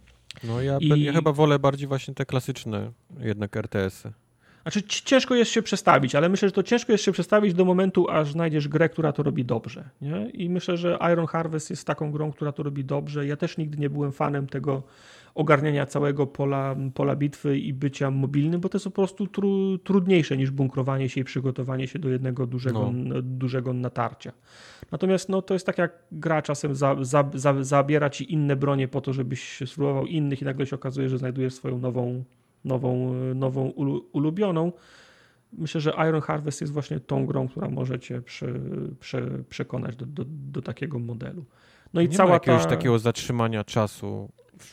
No ja, I... ja chyba wolę bardziej właśnie te klasyczne jednak er te esy. Znaczy ciężko jest się przestawić, ale myślę, że to ciężko jest się przestawić do momentu, aż znajdziesz grę, która to robi dobrze. Nie? I myślę, że Iron Harvest jest taką grą, która to robi dobrze. Ja też nigdy nie byłem fanem tego ogarniania całego pola, pola bitwy i bycia mobilnym, bo to jest po prostu tru, trudniejsze niż bunkrowanie się i przygotowanie się do jednego dużego, no. dużego natarcia. Natomiast no, to jest tak, jak gra czasem za, za, za, zabiera ci inne bronie po to, żebyś spróbował innych i nagle się okazuje, że znajdujesz swoją nową nową, nową ulubioną. Myślę, że Iron Harvest jest właśnie tą grą, która może cię prze, prze, przekonać do, do, do takiego modelu. No i nie cała ma jakiegoś ta... takiego zatrzymania czasu.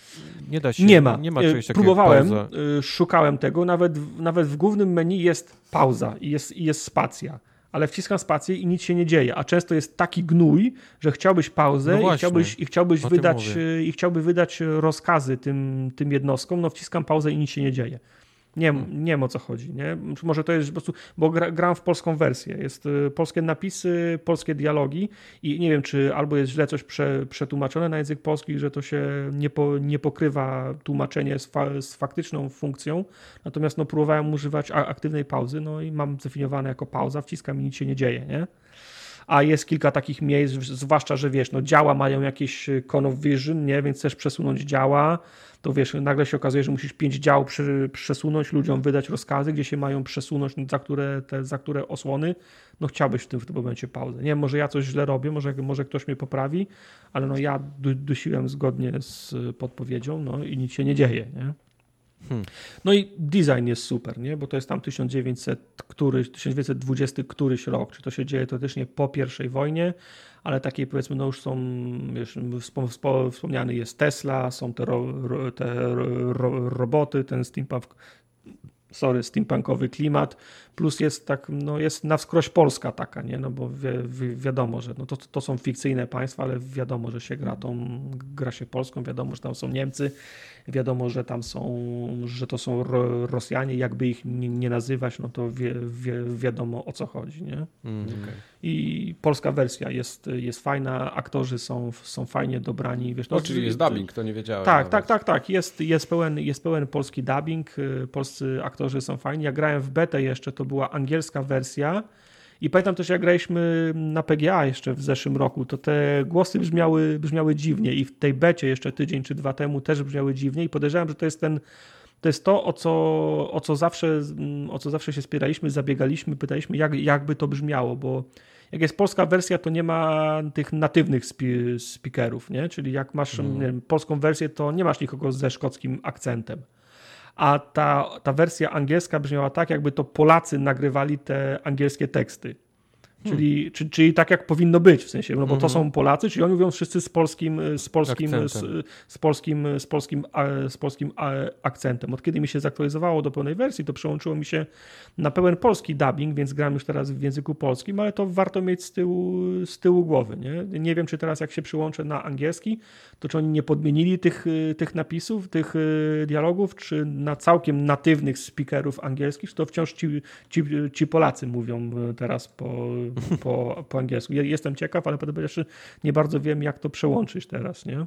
Nie da się. Nie ma. Nie ma czegoś takiego. Próbowałem, pauza. szukałem tego. Nawet, nawet w głównym menu jest pauza i jest, i jest spacja. Ale wciskam spację i nic się nie dzieje, a często jest taki gnój, że chciałbyś pauzę no i chciałbyś, i chciałbyś, wydać, i chciałby wydać rozkazy tym, tym jednostkom, no wciskam pauzę i nic się nie dzieje. Nie, hmm. nie wiem, o co chodzi. Nie? Może to jest po prostu, bo gra, gram w polską wersję. Jest y, polskie napisy, polskie dialogi i nie wiem, czy albo jest źle coś prze, przetłumaczone na język polski, że to się nie, po, nie pokrywa tłumaczenie z, fa, z faktyczną funkcją. Natomiast no, próbowałem używać aktywnej pauzy, no i mam zdefiniowane jako pauza, wciskam i nic się nie dzieje, nie? a jest kilka takich miejsc, zwłaszcza, że wiesz, no działa mają jakieś cone of vision, nie, więc chcesz przesunąć działa, to wiesz, nagle się okazuje, że musisz pięć dział przy, przesunąć, ludziom wydać rozkazy, gdzie się mają przesunąć, za które, te, za które osłony, no chciałbyś w tym, w tym momencie pauzę. Nie wiem, może ja coś źle robię, może, może ktoś mnie poprawi, ale no ja du, dusiłem zgodnie z podpowiedzią, no i nic się nie dzieje, nie? Hmm. No i design jest super, nie? Bo to jest tam tysiąc dziewięćset któryś, tysiąc dziewięćset dwudziesty któryś rok, czy to się dzieje teoretycznie po pierwszej wojnie, ale takie powiedzmy, no już są, wiesz, wspom- wspomniany jest Tesla, są te, ro, ro, te ro, ro, roboty, ten steampunk, sorry, steampunkowy klimat, plus jest tak, no jest na wskroś Polska taka, nie, no bo wi- wi- wiadomo, że no to, to są fikcyjne państwa, ale wiadomo, że się gra tą, gra się Polską, wiadomo, że tam są Niemcy, wiadomo, że tam są, że to są ro, Rosjanie, jakby ich nie, nie nazywać, no to wie, wie, wiadomo o co chodzi, nie? Mm, okay. I polska wersja jest, jest fajna, aktorzy są, są fajnie dobrani. Wiesz, no, no, czyli jest dubbing, to nie wiedziałem. Tak, nawet. tak, tak, tak. Jest, jest, pełen, jest pełen polski dubbing, polscy aktorzy są fajni. Ja grałem w betę jeszcze, to była angielska wersja i pamiętam też, jak graliśmy na P G A jeszcze w zeszłym roku, to te głosy brzmiały, brzmiały dziwnie i w tej becie jeszcze tydzień czy dwa temu też brzmiały dziwnie i podejrzewam, że to jest ten To jest to, o co, o co, zawsze, o co zawsze się spieraliśmy, zabiegaliśmy, pytaliśmy, jak, jakby to brzmiało, bo jak jest polska wersja, to nie ma tych natywnych spi- speakerów, nie? Czyli jak masz mm. nie wiem, polską wersję, to nie masz nikogo ze szkockim akcentem. A ta, ta wersja angielska brzmiała tak, jakby to Polacy nagrywali te angielskie teksty. Czyli, hmm. czyli, czyli tak, jak powinno być, w sensie, no bo mm-hmm. to są Polacy, czyli oni mówią wszyscy z polskim, z polskim, z, z polskim, z polskim, z polskim akcentem. Od kiedy mi się zaktualizowało do pełnej wersji, to przełączyło mi się na pełen polski dubbing, więc gram już teraz w języku polskim, ale to warto mieć z tyłu, z tyłu głowy. Nie? Nie wiem, czy teraz jak się przyłączę na angielski, to czy oni nie podmienili tych, tych napisów, tych dialogów, czy na całkiem natywnych speakerów angielskich, czy to wciąż ci, ci, ci Polacy mówią teraz po Po, po angielsku. Ja jestem ciekaw, ale jeszcze nie bardzo wiem, jak to przełączyć teraz, nie?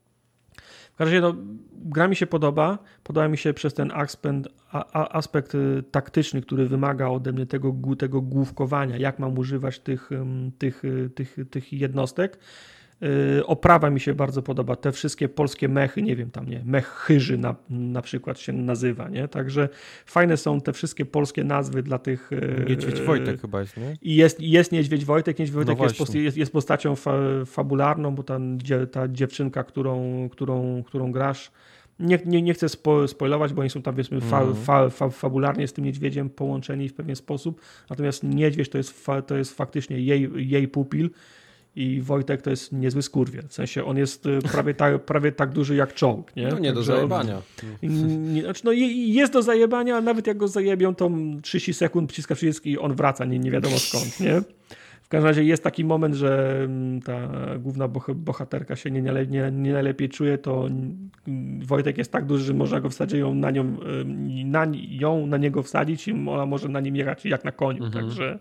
W każdym razie no, gra mi się podoba. Podoba mi się przez ten aspekt, a, a, aspekt taktyczny, który wymaga ode mnie tego, tego główkowania, jak mam używać tych, tych, tych, tych jednostek. Oprawa mi się bardzo podoba. Te wszystkie polskie mechy, nie wiem, tam nie, mech chyży na, na przykład się nazywa, nie? Także fajne są te wszystkie polskie nazwy dla tych... Niedźwiedź Wojtek chyba jest, nie? I jest, jest Niedźwiedź Wojtek. Niedźwiedź Wojtek no jest, post, jest, jest postacią fa, fabularną, bo ta, ta dziewczynka, którą, którą, którą grasz, nie, nie, nie chcę spo, spoilować, bo oni są tam, powiedzmy, fa, mm. fa, fa, fabularnie z tym niedźwiedziem połączeni w pewien sposób. Natomiast niedźwiedź to jest, fa, to jest faktycznie jej, jej pupil. I Wojtek to jest niezły skurwiel. W sensie on jest prawie tak, prawie tak duży jak czołg. Nie? No nie do zajebania. Nie, znaczy no jest do zajebania, ale nawet jak go zajebią, to trzydzieści sekund przyciska przycisk i on wraca, nie, nie wiadomo skąd. Nie? W każdym razie jest taki moment, że ta główna bohaterka się nie, nie, nie najlepiej czuje, to Wojtek jest tak duży, że można go wsadzić ją na nią, na, ją na niego wsadzić i ona może na nim jechać jak na koniu. Mhm. Także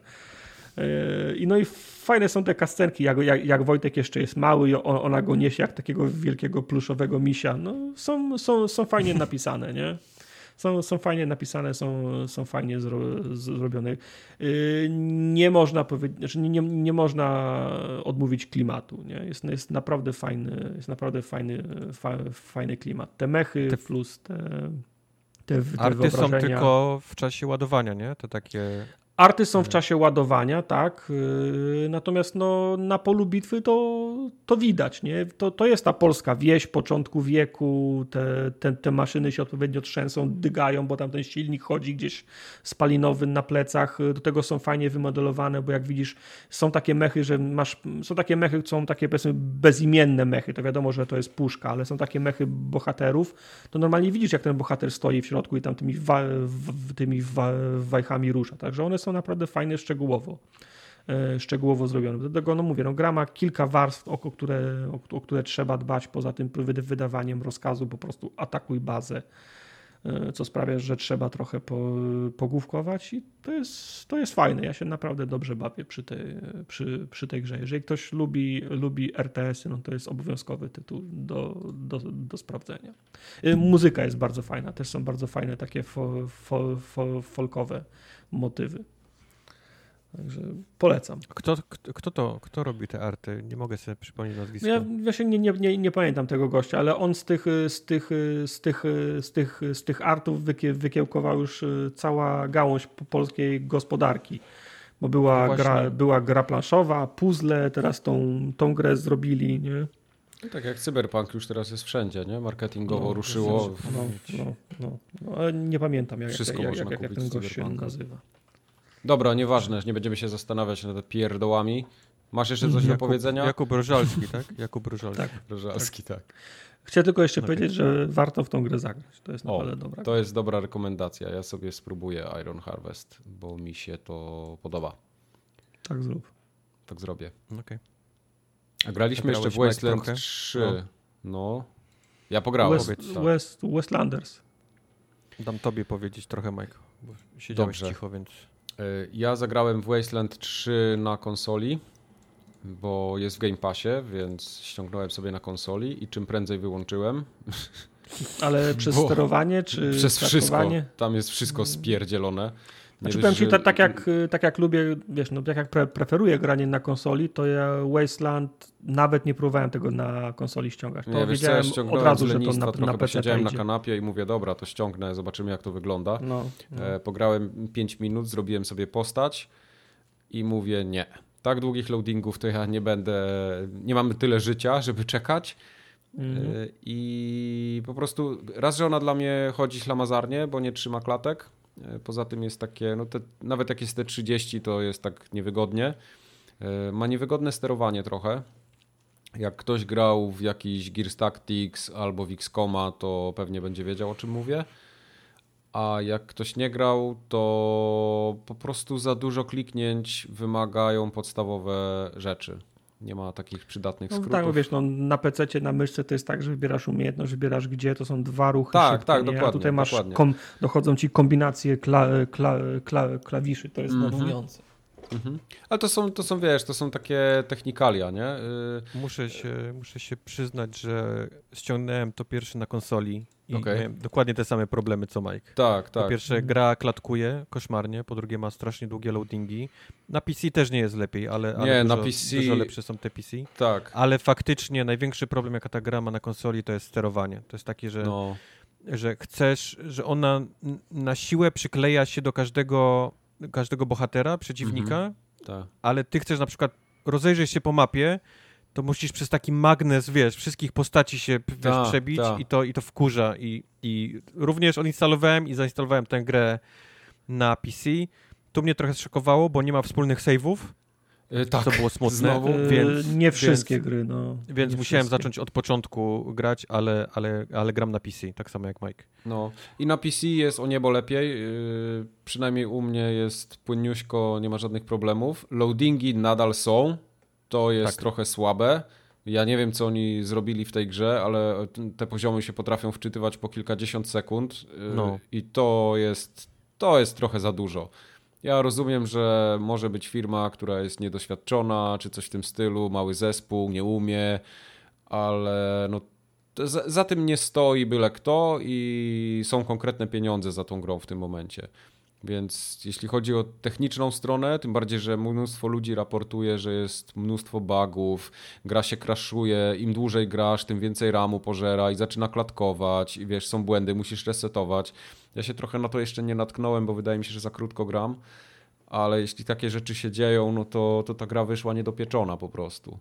I no i fajne są te kascenki, jak, jak, jak Wojtek jeszcze jest mały i on, ona go niesie jak takiego wielkiego pluszowego misia. No, są, są, są fajnie napisane, nie? Są, są fajnie napisane, są, są fajnie zro, zrobione. Nie można powiedzieć, znaczy nie, nie, nie można odmówić klimatu, nie? Jest, jest naprawdę fajny, jest naprawdę fajny, fa, fajny klimat. Te mechy te, plus te, te, te arty są tylko w czasie ładowania, nie? To takie... Arty są w czasie ładowania, tak, yy, natomiast no, na polu bitwy to, to widać, nie? To, to jest ta polska wieś początku wieku, te, te, te maszyny się odpowiednio trzęsą, dygają, bo tam ten silnik chodzi gdzieś spalinowy na plecach, do tego są fajnie wymodelowane, bo jak widzisz, są takie mechy, że masz, są takie mechy, są takie powiedzmy bezimienne mechy, to wiadomo, że to jest puszka, ale są takie mechy bohaterów, to normalnie widzisz, jak ten bohater stoi w środku i tam tymi, wa, w, tymi wa, wajchami rusza, także one są naprawdę fajne, szczegółowo, e, szczegółowo zrobione. Do tego, no mówię, no, gra ma kilka warstw, o które, o, o które trzeba dbać, poza tym wydawaniem rozkazu, po prostu atakuj bazę, e, co sprawia, że trzeba trochę po, pogłówkować i to jest, to jest fajne. Ja się naprawdę dobrze bawię przy tej, przy, przy tej grze. Jeżeli ktoś lubi, lubi R T S-y, no to jest obowiązkowy tytuł do, do, do sprawdzenia. E, muzyka jest bardzo fajna, też są bardzo fajne takie fo, fo, fo, folkowe motywy. Także polecam. Kto, kto, kto to, kto robi te arty? Nie mogę sobie przypomnieć nazwiska. Ja właśnie nie, nie, nie, nie pamiętam tego gościa, ale on z tych, z tych, z tych, z tych, z tych artów wykie, wykiełkował już cała gałąź polskiej gospodarki. Bo była, no gra, była gra planszowa, puzzle, teraz tą, tą grę zrobili, nie? No tak jak Cyberpunk już teraz jest wszędzie, nie? Marketingowo no, ruszyło. No, no, no, no, ale nie pamiętam jak, Wszystko jak, można jak, jak, jak ten gość się nazywa. Dobra, nieważne, nie będziemy się zastanawiać nad pierdołami. Masz jeszcze coś Jakub, do powiedzenia? Jakub Rożalski, tak? Jakub Rożalski. Tak. Rożalski, tak. Chcę tylko jeszcze Okay. powiedzieć, że warto w tą grę zagrać. To jest naprawdę o, dobra. To jest dobra rekomendacja. Ja sobie spróbuję Iron Harvest, bo mi się to podoba. Tak zrób. Tak zrobię. Okay. A graliśmy jeszcze w Wasteland trzy. No. no. Ja pograłem. West, tak. West, Westlanders. Dam tobie powiedzieć trochę, Mike, bo siedziałeś Dobrze. cicho, więc... Ja zagrałem w Wasteland trzy na konsoli, bo jest w Game Passie, więc ściągnąłem sobie na konsoli i czym prędzej wyłączyłem. Ale przez bo sterowanie czy przez wszystko. Tam jest wszystko spierdzielone. Nie znaczy, powiem ci, tak, tak, jak, tak jak lubię, wiesz, no, tak jak pre, preferuję granie na konsoli, to ja Wasteland nawet nie próbowałem tego na konsoli ściągać. To nie, wiedziałem wiesz co, ja od razu, że to na, trochę, na P C siedziałem idzie. na kanapie i mówię, dobra, to ściągnę, zobaczymy jak to wygląda. No, no. E, pograłem pięć minut, zrobiłem sobie postać i mówię, nie. Tak długich loadingów to ja nie będę, nie mamy tyle życia, żeby czekać. Mm. E, I po prostu raz, że ona dla mnie chodzi ślamazarnie, bo nie trzyma klatek. Poza tym jest takie, no te, nawet jak jest te trzydzieści, to jest tak niewygodnie. Ma niewygodne sterowanie trochę. Jak ktoś grał w jakiś Gears Tactics albo w X COMa, to pewnie będzie wiedział, o czym mówię. A jak ktoś nie grał, to po prostu za dużo kliknięć wymagają podstawowe rzeczy. Nie ma takich przydatnych no, skrótów. Tak, wiesz, no, na pececie, na myszce to jest tak, że wybierasz umiejętność, wybierasz gdzie, to są dwa ruchy Tak, szybkie, tak, nie? dokładnie. A tutaj masz, dokładnie. Kom, dochodzą ci kombinacje kla, kla, kla, klawiszy, to jest mm-hmm. nerwujące. Mhm. Ale to są, to są, wiesz, to są takie technikalia, nie? Yy... Muszę się, muszę się przyznać, że ściągnąłem to pierwszy na konsoli i okay. miałem dokładnie te same problemy co Mike. Tak, tak. Po pierwsze gra klatkuje koszmarnie, po drugie ma strasznie długie loadingi. Na P C też nie jest lepiej, ale, ale nie, dużo, na P C... dużo lepsze są te P C. Tak. Ale faktycznie największy problem, jaka ta gra ma na konsoli, to jest sterowanie. To jest takie, że, no. że chcesz, że ona na siłę przykleja się do każdego, każdego bohatera, przeciwnika, mhm. tak. ale ty chcesz na przykład rozejrzeć się po mapie, to musisz przez taki magnes, wiesz, wszystkich postaci się wiesz, ta, przebić ta. I, to, i to wkurza. I, I również odinstalowałem i zainstalowałem tę grę na P C. Tu mnie trochę szokowało, bo nie ma wspólnych save'ów, yy, tak. co było smutne. Znowu? Więc, nie wszystkie więc, gry, no. Więc nie musiałem wszystkie. zacząć od początku grać, ale, ale, ale gram na P C, tak samo jak Mike. No i na P C jest o niebo lepiej, yy, przynajmniej u mnie jest płynniuśko, nie ma żadnych problemów. Loadingi nadal są, to jest tak. trochę słabe. Ja nie wiem, co oni zrobili w tej grze, ale te poziomy się potrafią wczytywać po kilkadziesiąt sekund yy, no. i to jest, to jest trochę za dużo. Ja rozumiem, że może być firma, która jest niedoświadczona, czy coś w tym stylu, mały zespół, nie umie, ale no za, za tym nie stoi byle kto i są konkretne pieniądze za tą grą w tym momencie. Więc jeśli chodzi o techniczną stronę, tym bardziej, że mnóstwo ludzi raportuje, że jest mnóstwo bugów, gra się crashuje, im dłużej grasz, tym więcej ramu pożera i zaczyna klatkować i wiesz, są błędy, musisz resetować. Ja się trochę na to jeszcze nie natknąłem, bo wydaje mi się, że za krótko gram, ale jeśli takie rzeczy się dzieją, no to, to ta gra wyszła niedopieczona po prostu.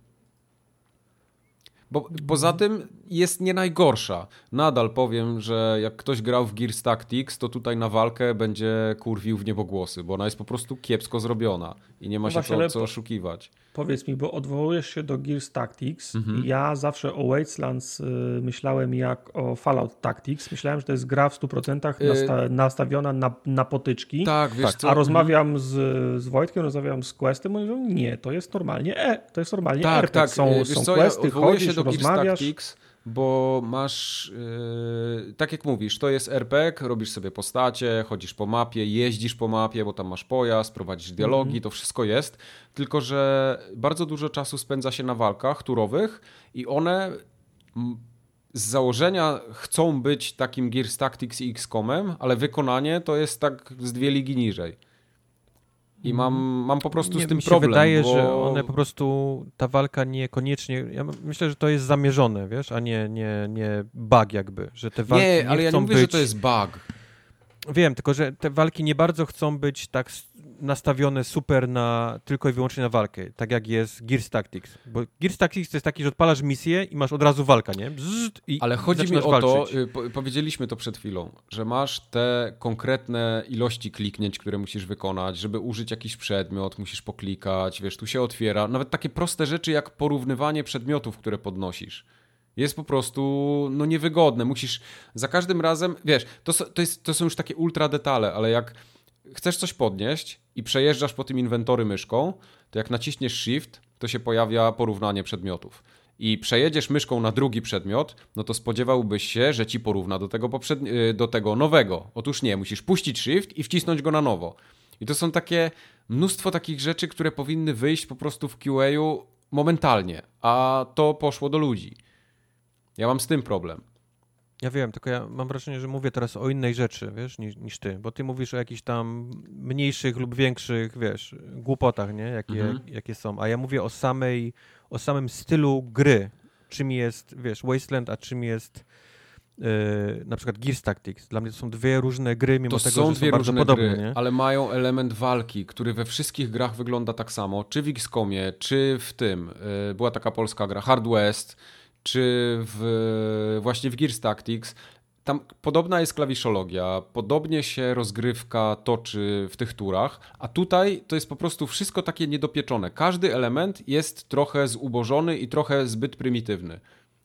Bo poza tym jest nie najgorsza. Nadal powiem, że jak ktoś grał w Gears Tactics, to tutaj na walkę będzie kurwił w niebogłosy, bo ona jest po prostu kiepsko zrobiona i nie ma no się właśnie, co, co oszukiwać. Powiedz mi, bo odwołujesz się do Gears Tactics mhm. i ja zawsze o Wastelands y, myślałem jak o Fallout Tactics. Myślałem, że to jest gra w stu procentach nasta- nastawiona na, na potyczki. Tak, wiesz tak. co? A rozmawiam z, z Wojtkiem, rozmawiam z Questem, mówią, nie, to jest normalnie E, to jest normalnie tak, R P G. Tak, są, wiesz są co? questy, ja odwołuję chodzisz, się do rozmawiasz. Gears Tactics, bo masz, yy, tak jak mówisz, to jest R P G, robisz sobie postacie, chodzisz po mapie, jeździsz po mapie, bo tam masz pojazd, prowadzisz dialogi, mm. to wszystko jest, tylko że bardzo dużo czasu spędza się na walkach turowych i one z założenia chcą być takim Gears Tactics i X COMem, ale wykonanie to jest tak z dwie ligi niżej. I mam, mam po prostu nie, z tym mi się problem. wydaje, bo... że one po prostu, ta walka niekoniecznie, ja myślę, że to jest zamierzone, wiesz, a nie, nie, nie bug jakby, że te walki nie, nie ale chcą ja nie mówię, być... że to jest bug. Wiem, tylko że te walki nie bardzo chcą być tak nastawione super na tylko i wyłącznie na walkę, tak jak jest Gears Tactics. Bo Gears Tactics to jest taki, że odpalasz misję i masz od razu walka, nie? Bzzzt, i Ale chodzi mi o walczyć. to, po, powiedzieliśmy to przed chwilą, że masz te konkretne ilości kliknięć, które musisz wykonać, żeby użyć jakiś przedmiot, musisz poklikać, wiesz, tu się otwiera. Nawet takie proste rzeczy jak porównywanie przedmiotów, które podnosisz. Jest po prostu no niewygodne. Musisz za każdym razem, wiesz, to, to, jest, to są już takie ultra detale, ale jak chcesz coś podnieść i przejeżdżasz po tym inwentory myszką, to jak naciśniesz shift, to się pojawia porównanie przedmiotów. I przejedziesz myszką na drugi przedmiot, no to spodziewałbyś się, że ci porówna do tego, poprzedni- do tego nowego. Otóż nie, musisz puścić shift i wcisnąć go na nowo. I to są takie mnóstwo takich rzeczy, które powinny wyjść po prostu w Q A-u momentalnie, a to poszło do ludzi. Ja mam z tym problem. Ja wiem, tylko ja mam wrażenie, że mówię teraz o innej rzeczy, wiesz, niż, niż ty, bo ty mówisz o jakichś tam mniejszych lub większych, wiesz, głupotach, nie, jakie, Mhm. jakie są, a ja mówię o samej, o samym stylu gry, czym jest, wiesz, Wasteland, a czym jest yy, na przykład Gears Tactics. Dla mnie to są dwie różne gry, mimo To tego, są że dwie są bardzo różne podobne, gry, nie? ale mają element walki, który we wszystkich grach wygląda tak samo, czy w X COMie, czy w tym, yy, była taka polska gra, Hard West, czy w, właśnie w Gears Tactics, tam podobna jest klawiszologia, podobnie się rozgrywka toczy w tych turach, a tutaj to jest po prostu wszystko takie niedopieczone. Każdy element jest trochę zubożony i trochę zbyt prymitywny.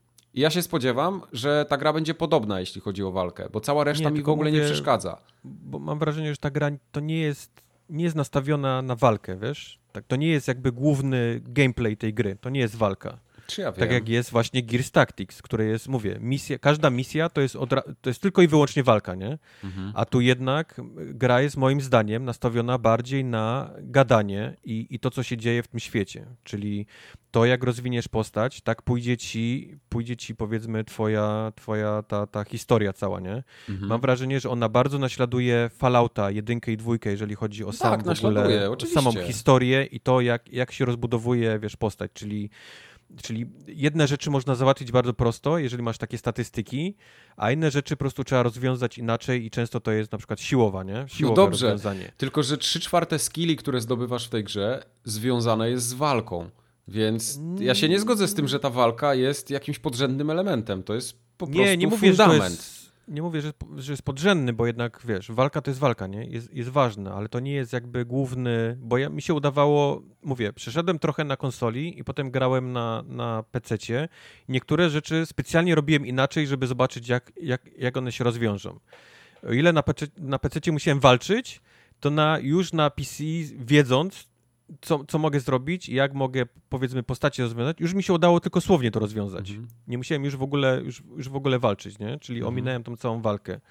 I ja się spodziewam, że ta gra będzie podobna, jeśli chodzi o walkę, bo cała reszta Nie, mi w tylko ogóle mówię- nie przeszkadza. Bo mam wrażenie, że ta gra to nie jest, nie jest nastawiona na walkę, wiesz? Tak, to nie jest jakby główny gameplay tej gry, to nie jest walka. Czy ja wiem? Tak jak jest właśnie Gears Tactics, które jest, mówię, misja, każda misja to jest, odra- to jest tylko i wyłącznie walka, nie? Mhm. A tu jednak gra jest moim zdaniem nastawiona bardziej na gadanie i, i to, co się dzieje w tym świecie. Czyli to, jak rozwiniesz postać, tak pójdzie ci, pójdzie ci powiedzmy twoja, twoja ta, ta historia cała, nie? Mhm. Mam wrażenie, że ona bardzo naśladuje Fallouta, jedynkę i dwójkę, jeżeli chodzi o sam tak, w ogóle, naśladuje, o oczywiście. samą historię i to, jak, jak się rozbudowuje, wiesz, postać, czyli Czyli jedne rzeczy można załatwić bardzo prosto, jeżeli masz takie statystyki, a inne rzeczy po prostu trzeba rozwiązać inaczej i często to jest na przykład siłowa, nie? Siłowe No dobrze, rozwiązanie. tylko że trzy czwarte skilli, które zdobywasz w tej grze, związane jest z walką. Więc ja się nie zgodzę z tym, że ta walka jest jakimś podrzędnym elementem. To jest po prostu Nie, nie mówię, że to fundament. jest, nie mówię, że, że jest podrzędny, bo jednak, wiesz, walka to jest walka, nie? Jest, jest ważna, ale to nie jest jakby główny, bo ja, mi się udawało, mówię, przeszedłem trochę na konsoli i potem grałem na, na pececie i niektóre rzeczy specjalnie robiłem inaczej, żeby zobaczyć, jak, jak, jak one się rozwiążą. O ile na, pece, na pececie musiałem walczyć, to na, już na P C, wiedząc, co, co mogę zrobić i jak mogę, powiedzmy, postacie rozwiązać, już mi się udało tylko słownie to rozwiązać. Mhm. Nie musiałem już w ogóle, już, już w ogóle walczyć, nie? Czyli Mhm. ominąłem tą całą walkę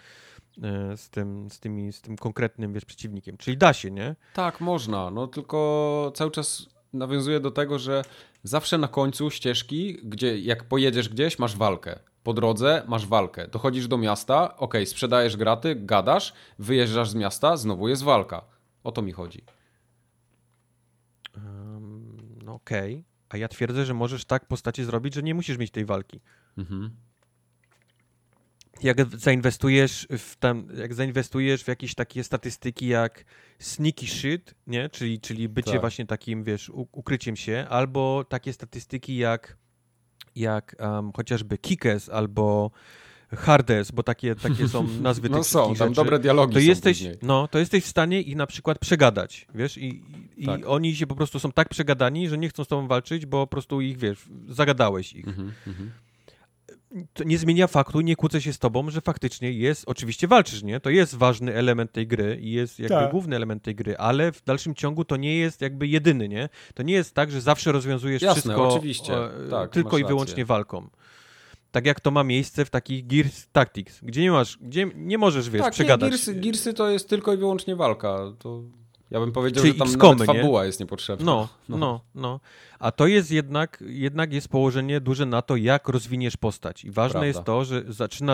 e, z tym, z tymi, z tym konkretnym, wiesz, przeciwnikiem. Czyli da się, nie? Tak, można. No tylko cały czas nawiązuję do tego, że zawsze na końcu ścieżki, gdzie jak pojedziesz gdzieś, masz walkę. Po drodze masz walkę. Dochodzisz do miasta, okej, sprzedajesz graty, gadasz, wyjeżdżasz z miasta, znowu jest walka. O to mi chodzi. Um, no okej. Okay. A ja twierdzę, że możesz tak postacie zrobić, że nie musisz mieć tej walki. Mhm. Jak zainwestujesz w tam, jak zainwestujesz w jakieś takie statystyki jak sneaky shit, nie? Czyli, czyli bycie Tak. właśnie takim, wiesz, u- ukryciem się, albo takie statystyki jak, jak um, chociażby Kick-Ass albo Hard-Ass, bo takie, takie są nazwy No tych są, wszystkich tam rzeczy. dobre dialogi To są jesteś, później. no, to jesteś w stanie ich na przykład przegadać, wiesz, i, i, Tak. i oni się po prostu są tak przegadani, że nie chcą z tobą walczyć, bo po prostu ich, wiesz, zagadałeś ich. Mhm, mhm. To nie zmienia faktu, nie kłócę się z tobą, że faktycznie jest, oczywiście walczysz, nie? To jest ważny element tej gry i jest jakby Tak. główny element tej gry, ale w dalszym ciągu to nie jest jakby jedyny, nie? To nie jest tak, że zawsze rozwiązujesz Jasne, wszystko oczywiście. e, Tak, tylko masz i rację. wyłącznie walką. Tak jak to ma miejsce w takich Gears Tactics, gdzie nie masz, gdzie nie możesz, wiesz, Tak, nie, przegadać. Gearsy, Gearsy to jest tylko i wyłącznie walka. To ja bym powiedział, Czyli że tam X COMy, nawet nie? fabuła jest niepotrzebna. No, no, no. A to jest jednak, jednak jest położenie duże na to, jak rozwiniesz postać. I ważne Prawda. jest to, że zaczynasz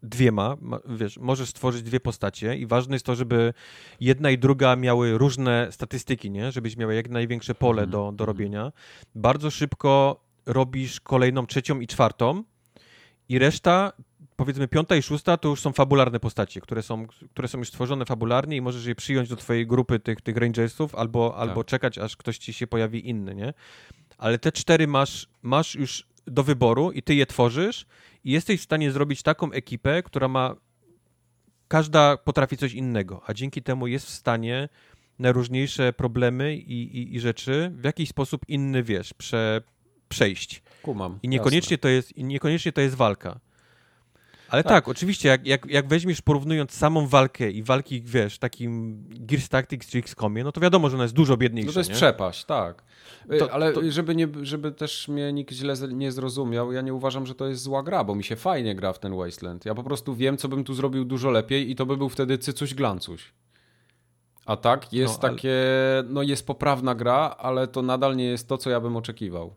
dwiema, ma, wiesz, możesz stworzyć dwie postacie i ważne jest to, żeby jedna i druga miały różne statystyki, nie? Żebyś miał jak największe pole mm. do, do robienia. Bardzo szybko robisz kolejną, trzecią i czwartą i reszta, powiedzmy piąta i szósta, to już są fabularne postacie, które są, które są już stworzone fabularnie i możesz je przyjąć do twojej grupy tych, tych rangersów albo, tak. albo czekać, aż ktoś ci się pojawi inny, nie? Ale te cztery masz, masz już do wyboru i ty je tworzysz i jesteś w stanie zrobić taką ekipę, która ma... Każda potrafi coś innego, a dzięki temu jest w stanie na różniejsze problemy i, i, i rzeczy w jakiś sposób inny, wiesz, prze, przejść. Kumam, I niekoniecznie to jest, i niekoniecznie to jest walka. Ale tak, tak oczywiście, jak, jak, jak weźmiesz porównując samą walkę i walki, wiesz, takim Gears Tactics czy X COMie, no to wiadomo, że ona jest dużo biedniejsza. No to jest nie? przepaść, tak. To, Ale to... Żeby, nie, żeby też mnie nikt źle nie zrozumiał, ja nie uważam, że to jest zła gra, bo mi się fajnie gra w ten Wasteland. Ja po prostu wiem, co bym tu zrobił dużo lepiej i to by był wtedy cycuś glancuś. A tak, jest no, ale... takie, no jest poprawna gra, ale to nadal nie jest to, co ja bym oczekiwał.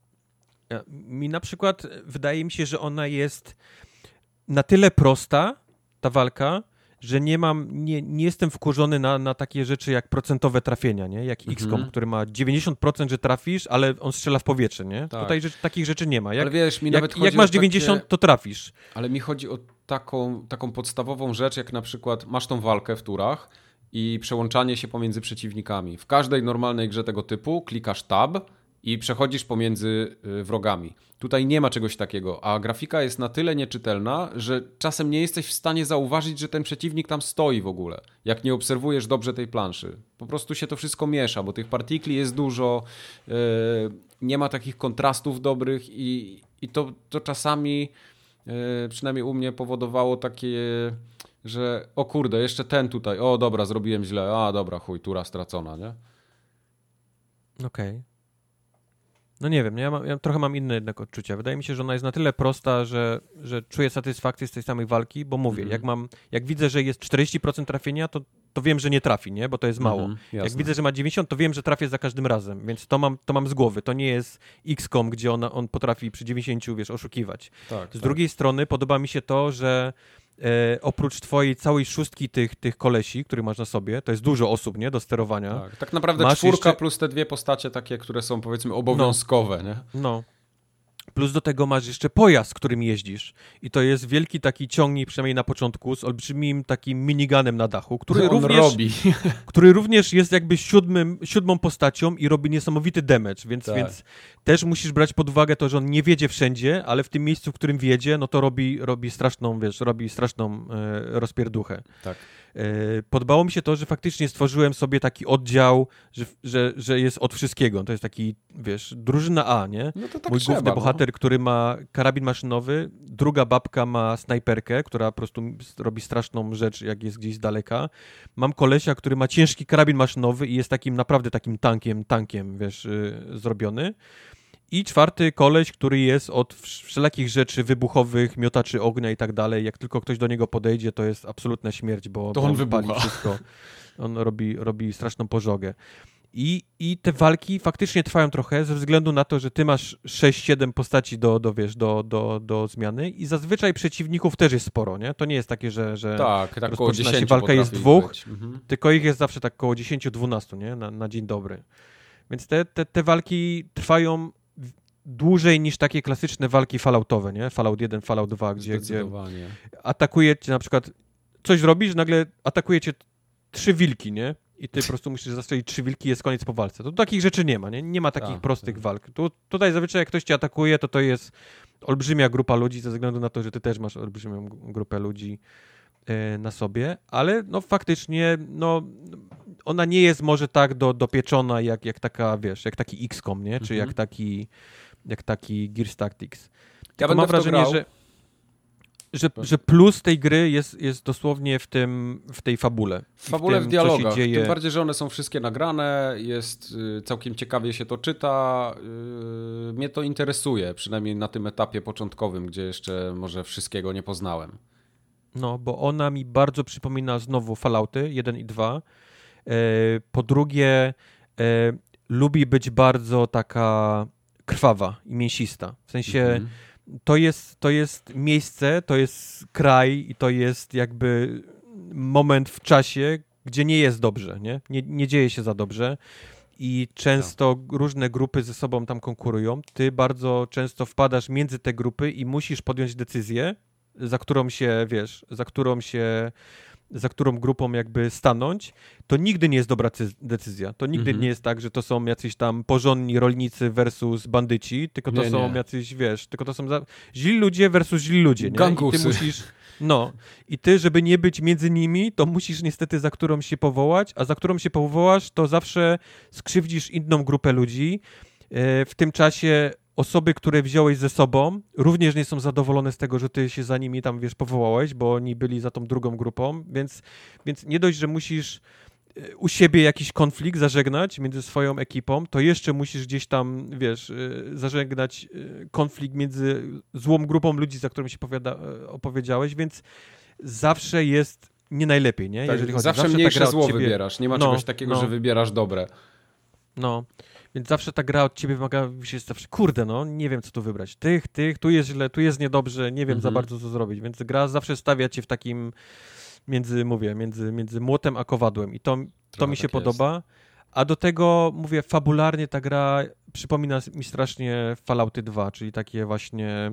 Mi na przykład wydaje mi się, że ona jest na tyle prosta, ta walka, że nie mam, nie, nie jestem wkurzony na, na takie rzeczy jak procentowe trafienia, nie? Jak mhm. X COM, który ma dziewięćdziesiąt procent, że trafisz, ale on strzela w powietrze, nie? Tak. Tutaj rzecz, takich rzeczy nie ma. Jak, ale wiesz, mi jak, nawet jak masz dziewięćdziesiąt, takie... to trafisz. Ale mi chodzi o taką, taką podstawową rzecz, jak na przykład masz tą walkę w turach i przełączanie się pomiędzy przeciwnikami. W każdej normalnej grze tego typu klikasz tab i przechodzisz pomiędzy wrogami. Tutaj nie ma czegoś takiego, a grafika jest na tyle nieczytelna, że czasem nie jesteś w stanie zauważyć, że ten przeciwnik tam stoi w ogóle, jak nie obserwujesz dobrze tej planszy. Po prostu się to wszystko miesza, bo tych partikli jest dużo, yy, nie ma takich kontrastów dobrych i, i to, to czasami, yy, przynajmniej u mnie, powodowało takie, że o kurde, jeszcze ten tutaj, o dobra, zrobiłem źle, a dobra, chuj, tura stracona, nie? Okej. Okay. No nie wiem, ja, mam, ja trochę mam inne jednak odczucia. Wydaje mi się, że ona jest na tyle prosta, że, że czuję satysfakcję z tej samej walki, bo mówię, mm-hmm. jak mam, jak widzę, że jest czterdzieści procent trafienia, to, to wiem, że nie trafi, nie? Bo to jest mało. Mm-hmm, jak widzę, że ma dziewięćdziesiąt, to wiem, że trafię za każdym razem, więc to mam, to mam z głowy. To nie jest X COM, gdzie ona, on potrafi przy dziewięćdziesięciu, wiesz, oszukiwać. Tak, z tak. drugiej strony podoba mi się to, że E, oprócz twojej całej szóstki tych, tych kolesi, których masz na sobie, to jest dużo osób, nie, do sterowania. Tak, tak naprawdę masz czwórka jeszcze... plus te dwie postacie takie, które są powiedzmy obowiązkowe, no. nie? No. Plus do tego masz jeszcze pojazd, którym jeździsz. I to jest wielki taki ciągnik, przynajmniej na początku, z olbrzymim takim miniganem na dachu, który, on również, robi. który również jest jakby siódmym, siódmą postacią i robi niesamowity damage, więc, tak. więc też musisz brać pod uwagę to, że on nie wiedzie wszędzie, ale w tym miejscu, w którym wiedzie, no to robi, robi straszną, wiesz, robi straszną e, rozpierduchę. Tak. Podobało mi się to, że faktycznie stworzyłem sobie taki oddział, że, że, że jest od wszystkiego. To jest taki, wiesz, drużyna A, nie? No to tak Mój trzeba, główny no. bohater, który ma karabin maszynowy, druga babka ma snajperkę, która po prostu robi straszną rzecz, jak jest gdzieś z daleka. Mam kolesia, który ma ciężki karabin maszynowy i jest takim naprawdę takim tankiem, tankiem, wiesz, yy, zrobiony. I czwarty koleś, który jest od wszelakich rzeczy wybuchowych, miotaczy ognia i tak dalej. Jak tylko ktoś do niego podejdzie, to jest absolutna śmierć, bo, to bo on, on wybucha. pali wszystko. On robi, robi straszną pożogę. I, I te walki faktycznie trwają trochę ze względu na to, że ty masz sześć siedem postaci do, do, wiesz, do, do, do zmiany i zazwyczaj przeciwników też jest sporo, nie? To nie jest takie, że, że tak, tak rozpoczyna się walka jest dwóch, mhm. tylko ich jest zawsze tak około dziesięć dwanaście, nie? Na, na dzień dobry. Więc te, te, te walki trwają dłużej niż takie klasyczne walki falloutowe, nie? Fallout jeden, Fallout dwa, gdzie, gdzie atakuje cię na przykład, coś robisz, nagle atakuje cię trzy wilki, nie? I ty po prostu musisz zastrzelić trzy wilki i jest koniec po walce. To takich rzeczy nie ma, nie? Nie ma takich tak, prostych tak. walk. Tu, tutaj zazwyczaj jak ktoś cię atakuje, to to jest olbrzymia grupa ludzi, ze względu na to, że ty też masz olbrzymią grupę ludzi e, na sobie, ale no faktycznie, no ona nie jest może tak do, dopieczona jak, jak taka, wiesz, jak taki X COM, nie? Czy mhm. jak taki jak taki Gears Tactics. Ja będę mam wrażenie, że, że, że plus tej gry jest, jest dosłownie w tym, w tej fabule. W fabule, w, tym, w dialogach. Dzieje... Tym bardziej, że one są wszystkie nagrane, jest y, całkiem ciekawie się to czyta. Y, mnie to interesuje, przynajmniej na tym etapie początkowym, gdzie jeszcze może wszystkiego nie poznałem. No, bo ona mi bardzo przypomina znowu Fallouty jeden i dwa. E, po drugie, e, lubi być bardzo taka krwawa i mięsista. W sensie to jest, to jest miejsce, to jest kraj i to jest jakby moment w czasie, gdzie nie jest dobrze, nie? Nie, nie dzieje się za dobrze i często no. różne grupy ze sobą tam konkurują. Ty bardzo często wpadasz między te grupy i musisz podjąć decyzję, za którą się, wiesz, za którą się za którą grupą jakby stanąć, to nigdy nie jest dobra decyzja. To nigdy mhm. nie jest tak, że to są jacyś tam porządni rolnicy versus bandyci, tylko to nie, są nie. jacyś, wiesz, tylko to są za... źli ludzie versus źli ludzie, nie? Gangusy. I ty musisz, no, i ty, żeby nie być między nimi, to musisz niestety za którą się powołać, a za którą się powołasz, to zawsze skrzywdzisz inną grupę ludzi. W tym czasie osoby, które wziąłeś ze sobą, również nie są zadowolone z tego, że ty się za nimi tam, wiesz, powołałeś, bo oni byli za tą drugą grupą, więc, więc nie dość, że musisz u siebie jakiś konflikt zażegnać między swoją ekipą, to jeszcze musisz gdzieś tam, wiesz, zażegnać konflikt między złą grupą ludzi, za którą się powiada, opowiedziałeś, więc zawsze jest nie najlepiej, nie? Tak, Jeżeli chodzi. zawsze, zawsze mniejsze zło ciebie... wybierasz, nie ma no, czegoś takiego, no. że wybierasz dobre. No, więc zawsze ta gra od ciebie wymaga, jest zawsze, kurde, no, nie wiem, co tu wybrać. Tych, tych, tu jest źle, tu jest niedobrze, nie wiem mhm. za bardzo, co zrobić. Więc gra zawsze stawia cię w takim, między, mówię, między, między młotem a kowadłem. I to, to mi się tak podoba. Jest. A do tego, mówię, fabularnie ta gra przypomina mi strasznie Fallouty dwa, czyli takie właśnie...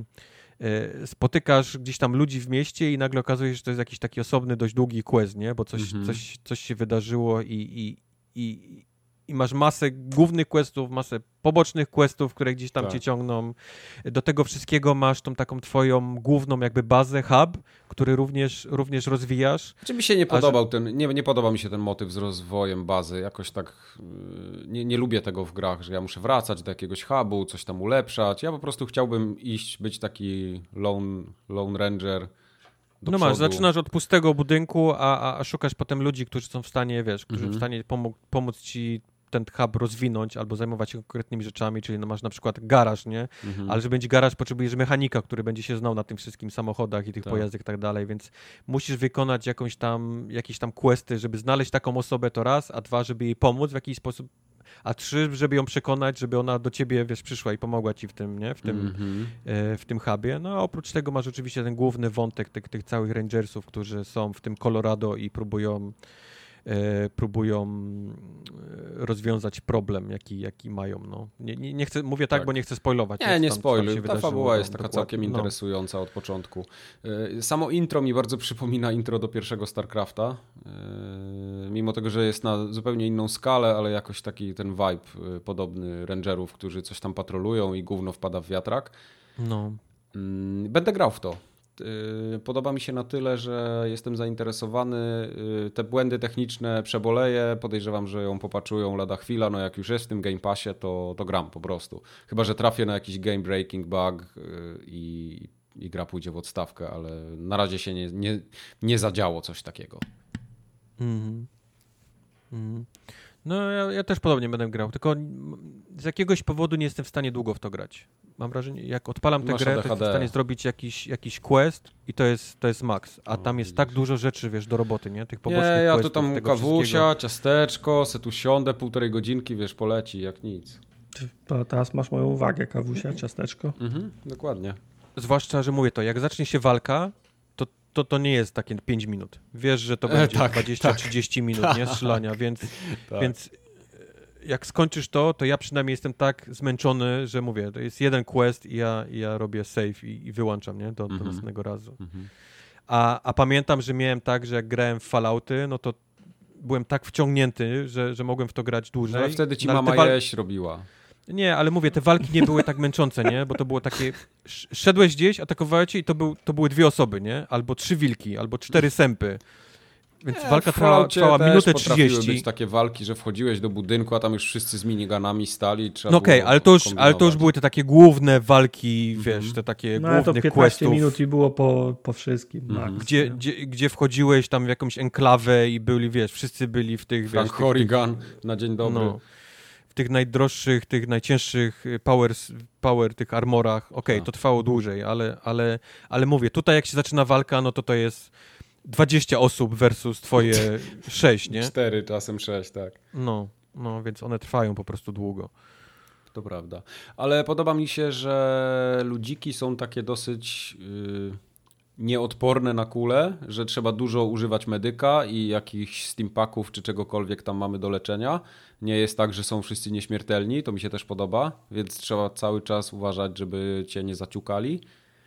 spotykasz gdzieś tam ludzi w mieście i nagle okazuje się, że to jest jakiś taki osobny, dość długi quest, nie? Bo coś, mhm. coś, coś się wydarzyło i, i, i, i masz masę głównych questów, masę pobocznych questów, które gdzieś tam tak. cię ciągną. Do tego wszystkiego masz tą taką twoją główną jakby bazę, hub, który również, również rozwijasz. Czy mi się nie podobał że... ten, nie, nie podoba mi się ten motyw z rozwojem bazy. Jakoś tak nie, nie lubię tego w grach, że ja muszę wracać do jakiegoś hubu, coś tam ulepszać. Ja po prostu chciałbym iść, być taki lone, lone ranger. Do no przodu. masz, zaczynasz od pustego budynku, a, a, a szukasz potem ludzi, którzy są w stanie, wiesz, którzy mhm. w stanie pomóc, pomóc ci ten hub rozwinąć albo zajmować się konkretnymi rzeczami, czyli no masz na przykład garaż, nie? Mhm. Ale żeby będzie garaż, potrzebujesz mechanika, który będzie się znał na tym wszystkim samochodach i tych tak. pojazdach i tak dalej, więc musisz wykonać jakąś tam, jakieś tam questy, żeby znaleźć taką osobę, to raz, a dwa, żeby jej pomóc w jakiś sposób, a trzy, żeby ją przekonać, żeby ona do ciebie, wiesz, przyszła i pomogła ci w tym, nie? W tym, mm-hmm. e, w tym hubie. No a oprócz tego masz oczywiście ten główny wątek tych, tych całych rangersów, którzy są w tym Colorado i próbują e, próbują rozwiązać problem, jaki, jaki mają, no. Nie, nie, nie chcę, mówię tak, tak, bo nie chcę spoilować. Nie, nie spoiluj. Ta fabuła jest tam, taka całkiem no. interesująca od początku. Samo intro mi bardzo przypomina intro do pierwszego StarCrafta. Mimo tego, że jest na zupełnie inną skalę, ale jakoś taki ten vibe podobny rangerów, którzy coś tam patrolują i gówno wpada w wiatrak. No. Będę grał w to. Podoba mi się na tyle, że jestem zainteresowany. Te błędy techniczne przeboleję. Podejrzewam, że ją popaczują lada chwila. No jak już jest w tym Game Passie, to, to gram po prostu. Chyba że trafię na jakiś game breaking bug i, i gra pójdzie w odstawkę, ale na razie się nie, nie, nie zadziało coś takiego. Mhm. Mhm. No ja, ja też podobnie będę grał, tylko z jakiegoś powodu nie jestem w stanie długo w to grać. Mam wrażenie, jak odpalam tę grę, to jestem w stanie zrobić jakiś, jakiś quest i to jest, to jest max. A tam jest tak dużo rzeczy, wiesz, do roboty, nie? Tych pobocznych questów. Nie, ja questów, tu tam kawusia, ciasteczko, se tu siądę, półtorej godzinki, wiesz, poleci jak nic. To teraz masz moją uwagę, kawusia, ciasteczko. Mhm, dokładnie. Zwłaszcza, że mówię to, jak zacznie się walka, to to, to nie jest takie pięć minut. Wiesz, że to będzie e, tak, dwadzieścia trzydzieści tak. minut, tak. nie? Strzelania, więc, tak. więc jak skończysz to, to ja przynajmniej jestem tak zmęczony, że mówię, to jest jeden quest i ja, i ja robię save i, i wyłączam, nie? Do, mm-hmm. do następnego razu. Mm-hmm. A, a pamiętam, że miałem tak, że jak grałem w Fallouty, no to byłem tak wciągnięty, że, że mogłem w to grać dłużej. No, ale wtedy ci no, mama wal... jeść robiła. Nie, ale mówię, te walki nie były tak męczące, nie? Bo to było takie, szedłeś gdzieś, atakowałeś cię i to, był, to były dwie osoby, nie? Albo trzy wilki, albo cztery sępy. Więc nie, walka trwała, trwała minutę trzydzieści. Być takie walki, że wchodziłeś do budynku, a tam już wszyscy z minigunami stali. Trzeba no okej, okay, ale, to już, ale to już były te takie główne walki, mm-hmm. wiesz, te takie no, główne questów. No to piętnaście minut i było po, po wszystkim. Mm-hmm. Max, gdzie, gdzie, gdzie wchodziłeś tam w jakąś enklawę i byli, wiesz, wszyscy byli w tych... Frank wiesz, Horrigan tych, na dzień dobry. No, w tych najdroższych, tych najcięższych power, power tych armorach. Okej, okay, to trwało dłużej, ale, ale, ale mówię, tutaj jak się zaczyna walka, no to to jest dwadzieścia osób versus twoje sześć, nie? cztery, czasem sześć, tak. No, no, więc one trwają po prostu długo. To prawda. Ale podoba mi się, że ludziki są takie dosyć yy, nieodporne na kulę, że trzeba dużo używać medyka i jakichś steampaków czy czegokolwiek tam mamy do leczenia. Nie jest tak, że są wszyscy nieśmiertelni, to mi się też podoba, więc trzeba cały czas uważać, żeby cię nie zaciukali.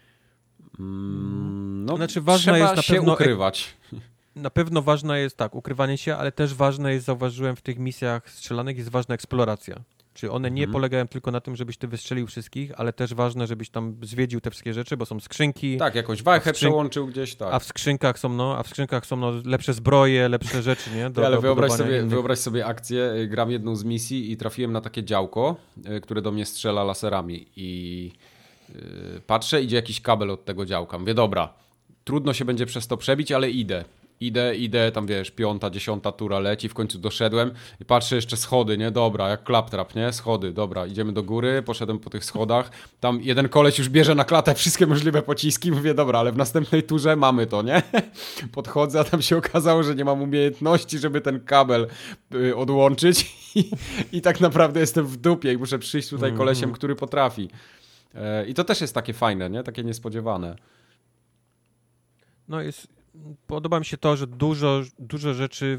Mm, no, Znaczy, ważne trzeba jest na się pewno ukrywać. Na pewno ważne jest tak, ukrywanie się, ale też ważne jest, zauważyłem w tych misjach strzelanych, jest ważna eksploracja. Czyli one nie Mhm. polegają tylko na tym, żebyś ty wystrzelił wszystkich, ale też ważne, żebyś tam zwiedził te wszystkie rzeczy, bo są skrzynki. Tak, jakąś wajchę skrzyn- przełączył gdzieś, tak. A w skrzynkach są, no, a w skrzynkach są no, lepsze zbroje, lepsze rzeczy, nie? Do, ale do wyobraź budowania sobie, innych. wyobraź sobie akcję, y, gram jedną z misji i trafiłem na takie działko, y, które do mnie strzela laserami i y, patrzę, idzie jakiś kabel od tego działka. Mówię, dobra, trudno się będzie przez to przebić, ale idę. Idę, idę, tam wiesz, piąta, dziesiąta tura leci, w końcu doszedłem i patrzę jeszcze schody, nie? Dobra, jak klaptrap, nie? Schody, dobra, idziemy do góry, poszedłem po tych schodach, tam jeden koleś już bierze na klatę wszystkie możliwe pociski, mówię, dobra, ale w następnej turze mamy to, nie? Podchodzę, a tam się okazało, że nie mam umiejętności, żeby ten kabel y, odłączyć i, i tak naprawdę jestem w dupie i muszę przyjść tutaj kolesiem, który potrafi. E, I to też jest takie fajne, nie? Takie niespodziewane. No jest, podoba mi się to, że dużo, dużo rzeczy,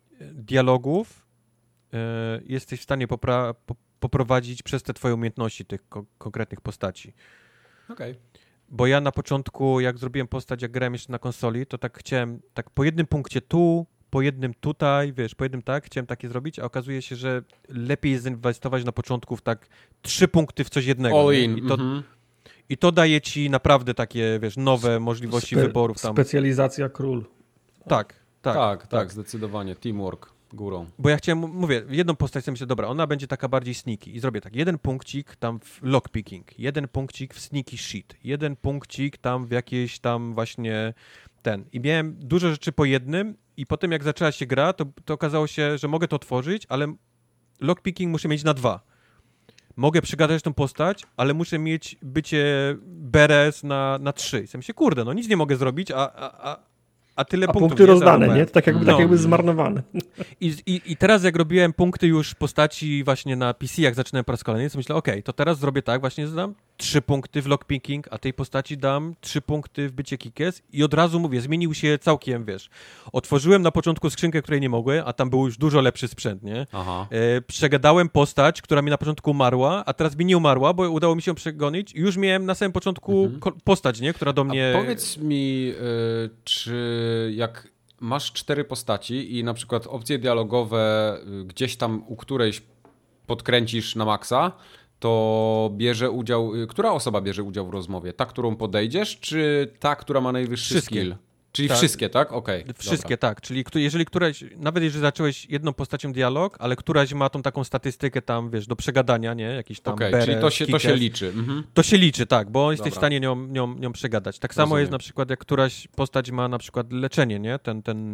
dialogów e, jesteś w stanie popra- po, poprowadzić przez te twoje umiejętności tych ko- konkretnych postaci. Okej. Okay. Bo ja na początku, jak zrobiłem postać, jak grałem jeszcze na konsoli, to tak chciałem, tak po jednym punkcie tu, po jednym tutaj, wiesz, po jednym tak, chciałem takie zrobić, a okazuje się, że lepiej jest zainwestować na początku w tak trzy punkty w coś jednego. All nie? in. I to, mm-hmm. I to daje ci naprawdę takie, wiesz, nowe możliwości Spe- wyborów tam. Specjalizacja król. Tak, tak, Tak, tak, tak. zdecydowanie. Teamwork górą. Bo ja chciałem, mówię, jedną postać sobie myślę, dobra, ona będzie taka bardziej sneaky i zrobię tak, jeden punkcik tam w lockpicking, jeden punkcik w sneaky shit, jeden punkcik tam w jakieś tam właśnie ten. I miałem dużo rzeczy po jednym i potem jak zaczęła się gra, to, to okazało się, że mogę to tworzyć, ale lockpicking muszę mieć na dwa. Mogę przygadać tą postać, ale muszę mieć bycie beres na, na trzy. I sobie myślę, kurde, no nic nie mogę zrobić, a, a, a, a tyle A punktów. punkty nie rozdane, zarobałem. nie? Tak jakby, No. tak jakby zmarnowane. I, i, I teraz jak robiłem punkty już postaci właśnie na P C, jak zaczynałem po raz kolejny, to myślę, okej, okay, to teraz zrobię tak, właśnie dam trzy punkty w lockpicking, a tej postaci dam trzy punkty w bycie kickers i od razu mówię, zmienił się całkiem, wiesz. Otworzyłem na początku skrzynkę, której nie mogłem, a tam był już dużo lepszy sprzęt, nie? Aha. E, przegadałem postać, która mi na początku umarła, a teraz mi nie umarła, bo udało mi się ją przegonić i już miałem na samym początku Mhm. ko- postać, nie? Która do mnie... A powiedz mi, y, czy jak masz cztery postaci i na przykład opcje dialogowe y, gdzieś tam u którejś podkręcisz na maksa, to bierze udział, y, która osoba bierze udział w rozmowie? Ta, którą podejdziesz, czy ta, która ma najwyższy Wszystkie. skill? Czyli Tak. wszystkie, tak? Okej. Wszystkie, dobra. tak. Czyli któ- jeżeli któraś, nawet jeżeli zacząłeś jedną postacią dialog, ale któraś ma tą taką statystykę tam, wiesz, do przegadania, nie? Jakiś tam Okej, beres, czyli to się, to się kickers. liczy. Mhm. To się liczy, tak, bo jesteś Dobra. w stanie nią, nią, nią przegadać. Tak samo Rozumiem. jest na przykład, jak któraś postać ma na przykład leczenie, nie? Ten, ten,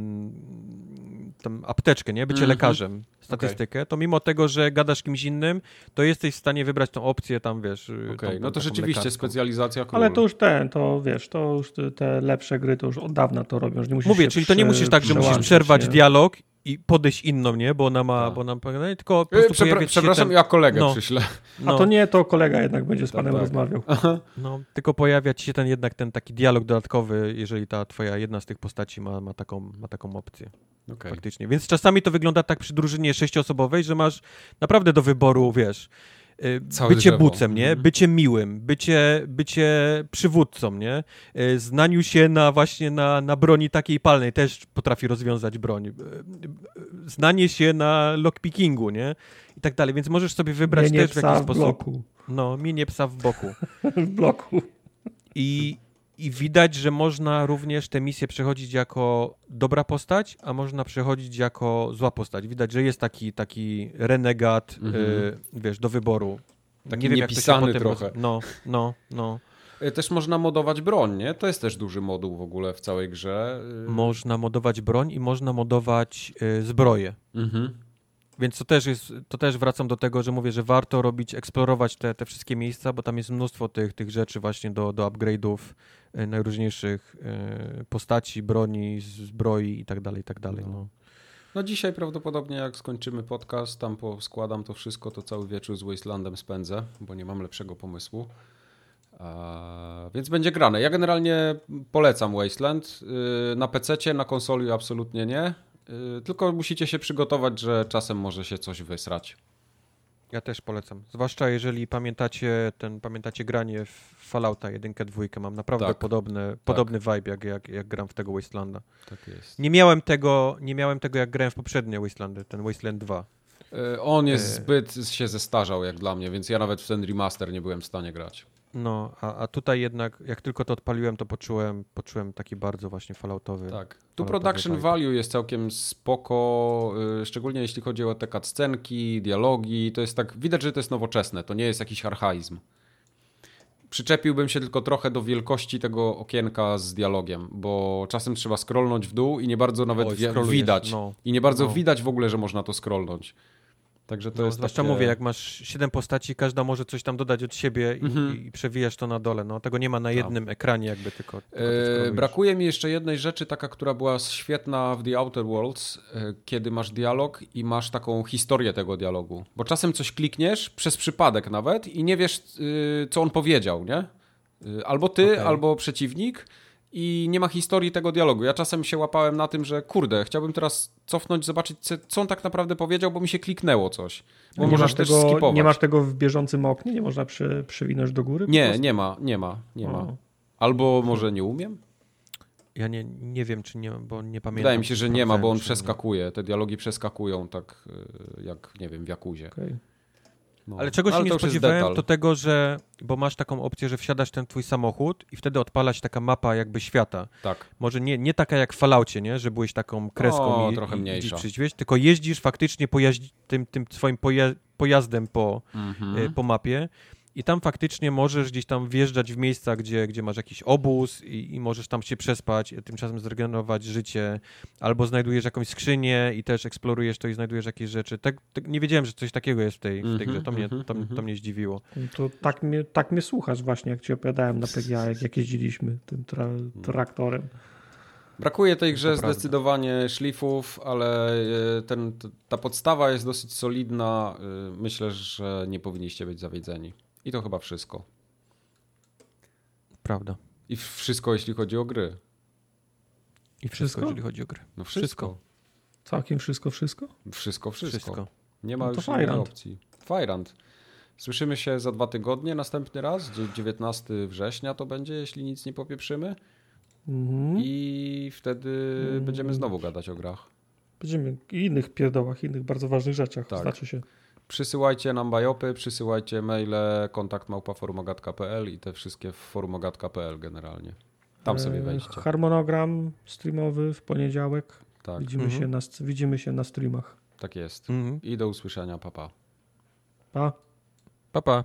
ten apteczkę, nie? Bycie Mhm. lekarzem, statystykę, to mimo tego, że gadasz kimś innym, to jesteś w stanie wybrać tą opcję tam, wiesz... Okej, tą, tą no to taką rzeczywiście lekarską. specjalizacja król. Ale to już ten, to wiesz, to już te- te lepsze gry to już od dawna to robią, że nie musisz Mówię, się czyli to nie prze- musisz tak, że musisz przełączyć, przerwać nie? dialog i podejść inną, nie? Bo ona ma, Tak. bo ona ma, tylko po Y, prostu Przepra- pojawia ci się przepraszam, ten, ja kolegę no. przyślę. no, A to nie, to kolega jednak będzie z Tak, panem tak. rozmawiał. no, tylko pojawia ci się ten jednak ten taki dialog dodatkowy, jeżeli ta twoja jedna z tych postaci ma, ma, taką, ma taką opcję. Okej. Faktycznie. Więc czasami to wygląda tak przy drużynie sześcioosobowej, że masz naprawdę do wyboru, wiesz, y, Całe bycie drzewo. bucem, nie? Mhm. Bycie miłym, bycie, bycie przywódcą, nie? Y, Znaniu się na właśnie na, na broni takiej palnej też potrafi rozwiązać broń. Y, y, y, Znanie się na lockpickingu, nie? I tak dalej. Więc możesz sobie wybrać Nie, nie też w psa jakiś w sposób. bloku. No, mienie psa w boku. W bloku. I, I widać, że można również te misje przechodzić jako dobra postać, a można przechodzić jako zła postać. Widać, że jest taki, taki renegat, Mhm. y, wiesz, do wyboru. Taki Nie wiem, jak to się niepisany potem trochę. roz- No, no, no. Y, Też można modować broń, nie? To jest też duży moduł w ogóle w całej grze. Y, Można modować broń i można modować y, zbroję. Mhm. Więc to też jest, to też wracam do tego, że mówię, że warto robić, eksplorować te, te wszystkie miejsca, bo tam jest mnóstwo tych, tych rzeczy właśnie do, do upgrade'ów y, najróżniejszych y, postaci, broni, zbroi i tak dalej, i tak dalej. No. No dzisiaj prawdopodobnie jak skończymy podcast, tam składam to wszystko, to cały wieczór z Wastelandem spędzę, bo nie mam lepszego pomysłu. A, więc będzie grane. Ja generalnie polecam Wasteland. Yy, na pececie, na konsoli absolutnie nie. Yy, tylko musicie się przygotować, że czasem może się coś wysrać. Ja też polecam. Zwłaszcza jeżeli pamiętacie ten, pamiętacie granie w Fallouta jedynkę, dwójkę. Mam naprawdę Tak. podobne, Tak. podobny vibe, jak, jak, jak gram w tego Wastelanda. Tak jest. Nie miałem tego, nie miałem tego, jak grałem w poprzednie Wastelandy, ten Wasteland dwa. Yy, on jest Yy. zbyt się zestarzał jak dla mnie, więc ja nawet w ten remaster nie byłem w stanie grać. No, a, a tutaj jednak, jak tylko to odpaliłem, to poczułem, poczułem taki bardzo właśnie falloutowy. Tak. Tu falloutowy production vibe. value jest całkiem spoko, yy, szczególnie jeśli chodzi o te cutscenki, dialogi. To jest tak, widać, że to jest nowoczesne, to nie jest jakiś archaizm. Przyczepiłbym się tylko trochę do wielkości tego okienka z dialogiem, bo czasem trzeba scrollnąć w dół i nie bardzo nawet Oj, wi- scrollujesz, widać. no. I nie bardzo No. widać w ogóle, że można to scrollnąć. Także to No, jest zwłaszcza takie... mówię, jak masz siedem postaci, każda może coś tam dodać od siebie i, Mhm. i przewijasz to na dole. No, tego nie ma na jednym ekranie jakby, tylko, tylko to E, scrollujesz. brakuje mi jeszcze jednej rzeczy, taka, która była świetna w The Outer Worlds, e, kiedy masz dialog i masz taką historię tego dialogu. Bo czasem coś klikniesz, przez przypadek nawet, i nie wiesz, y, co on powiedział, nie? Y, Albo ty, Okej. albo przeciwnik, i nie ma historii tego dialogu. Ja czasem się łapałem na tym, że kurde, chciałbym teraz cofnąć, zobaczyć, co- co on tak naprawdę powiedział, bo mi się kliknęło coś. Bo nie, możesz masz też tego, skipować. nie masz tego w bieżącym oknie? Nie można przy, przewinąć do góry? po Nie, prostu? nie ma, nie ma, nie ma. O. Albo może nie umiem? Ja nie, nie wiem, czy nie, bo nie pamiętam. Wydaje mi się, że nie ma, bo on Sprawdzałem, czy nie. przeskakuje. Te dialogi przeskakują tak y, jak, nie wiem, w Jakuzie. Okej. No. Ale czego się Ale nie to już jest spodziewałem, detal. to tego, że, bo masz taką opcję, że wsiadasz w ten twój samochód i wtedy odpala się taka mapa jakby świata. Tak. Może nie, nie taka jak w Falloutie, nie? Że byłeś taką kreską O, i, trochę i mniejsza. gdzieś przyćwieć, tylko jeździsz faktycznie pojaździ, tym, tym swoim poja pojazdem po, Mhm. y, po mapie i tam faktycznie możesz gdzieś tam wjeżdżać w miejsca, gdzie, gdzie masz jakiś obóz i, i możesz tam się przespać, tymczasem zregenerować życie, albo znajdujesz jakąś skrzynię i też eksplorujesz to i znajdujesz jakieś rzeczy. Tak, tak, nie wiedziałem, że coś takiego jest w tej, w tej Mhm, grze. To mnie, mhm, to, mhm. to mnie zdziwiło. To tak mnie, tak mnie słuchasz właśnie, jak ci opowiadałem na P G A, jak, jak jeździliśmy tym tra traktorem. Brakuje tej grze To prawda. zdecydowanie szlifów, ale y, ten, t- ta podstawa jest dosyć solidna. Y, Myślę, że nie powinniście być zawiedzeni. I to chyba wszystko. Prawda. I w- wszystko, jeśli chodzi o gry. I wszystko, Wszystko? jeżeli chodzi o grę. No wszystko. Całkiem wszystko, wszystko? Wszystko, wszystko. Wszystko. Nie ma No to już innej Fajrant. opcji. Fajrant. Słyszymy się za dwa tygodnie następny raz. Dzie- dziewiętnastego września to będzie, jeśli nic nie popieprzymy. Mhm. I wtedy Mm. będziemy znowu gadać o grach. Będziemy i innych pierdołach, innych bardzo ważnych rzeczach. Tak. Znaczy się. Przysyłajcie nam bajopy, przysyłajcie maile kontakt małpa forumogatka kropka p l i te wszystkie w forumogatka kropka p l generalnie. Tam sobie E, wejście. Harmonogram streamowy w poniedziałek. Tak, Widzimy, Mhm. się na, widzimy się na streamach. tak jest. Mhm. I do usłyszenia, papa. Pa. Pa, pa.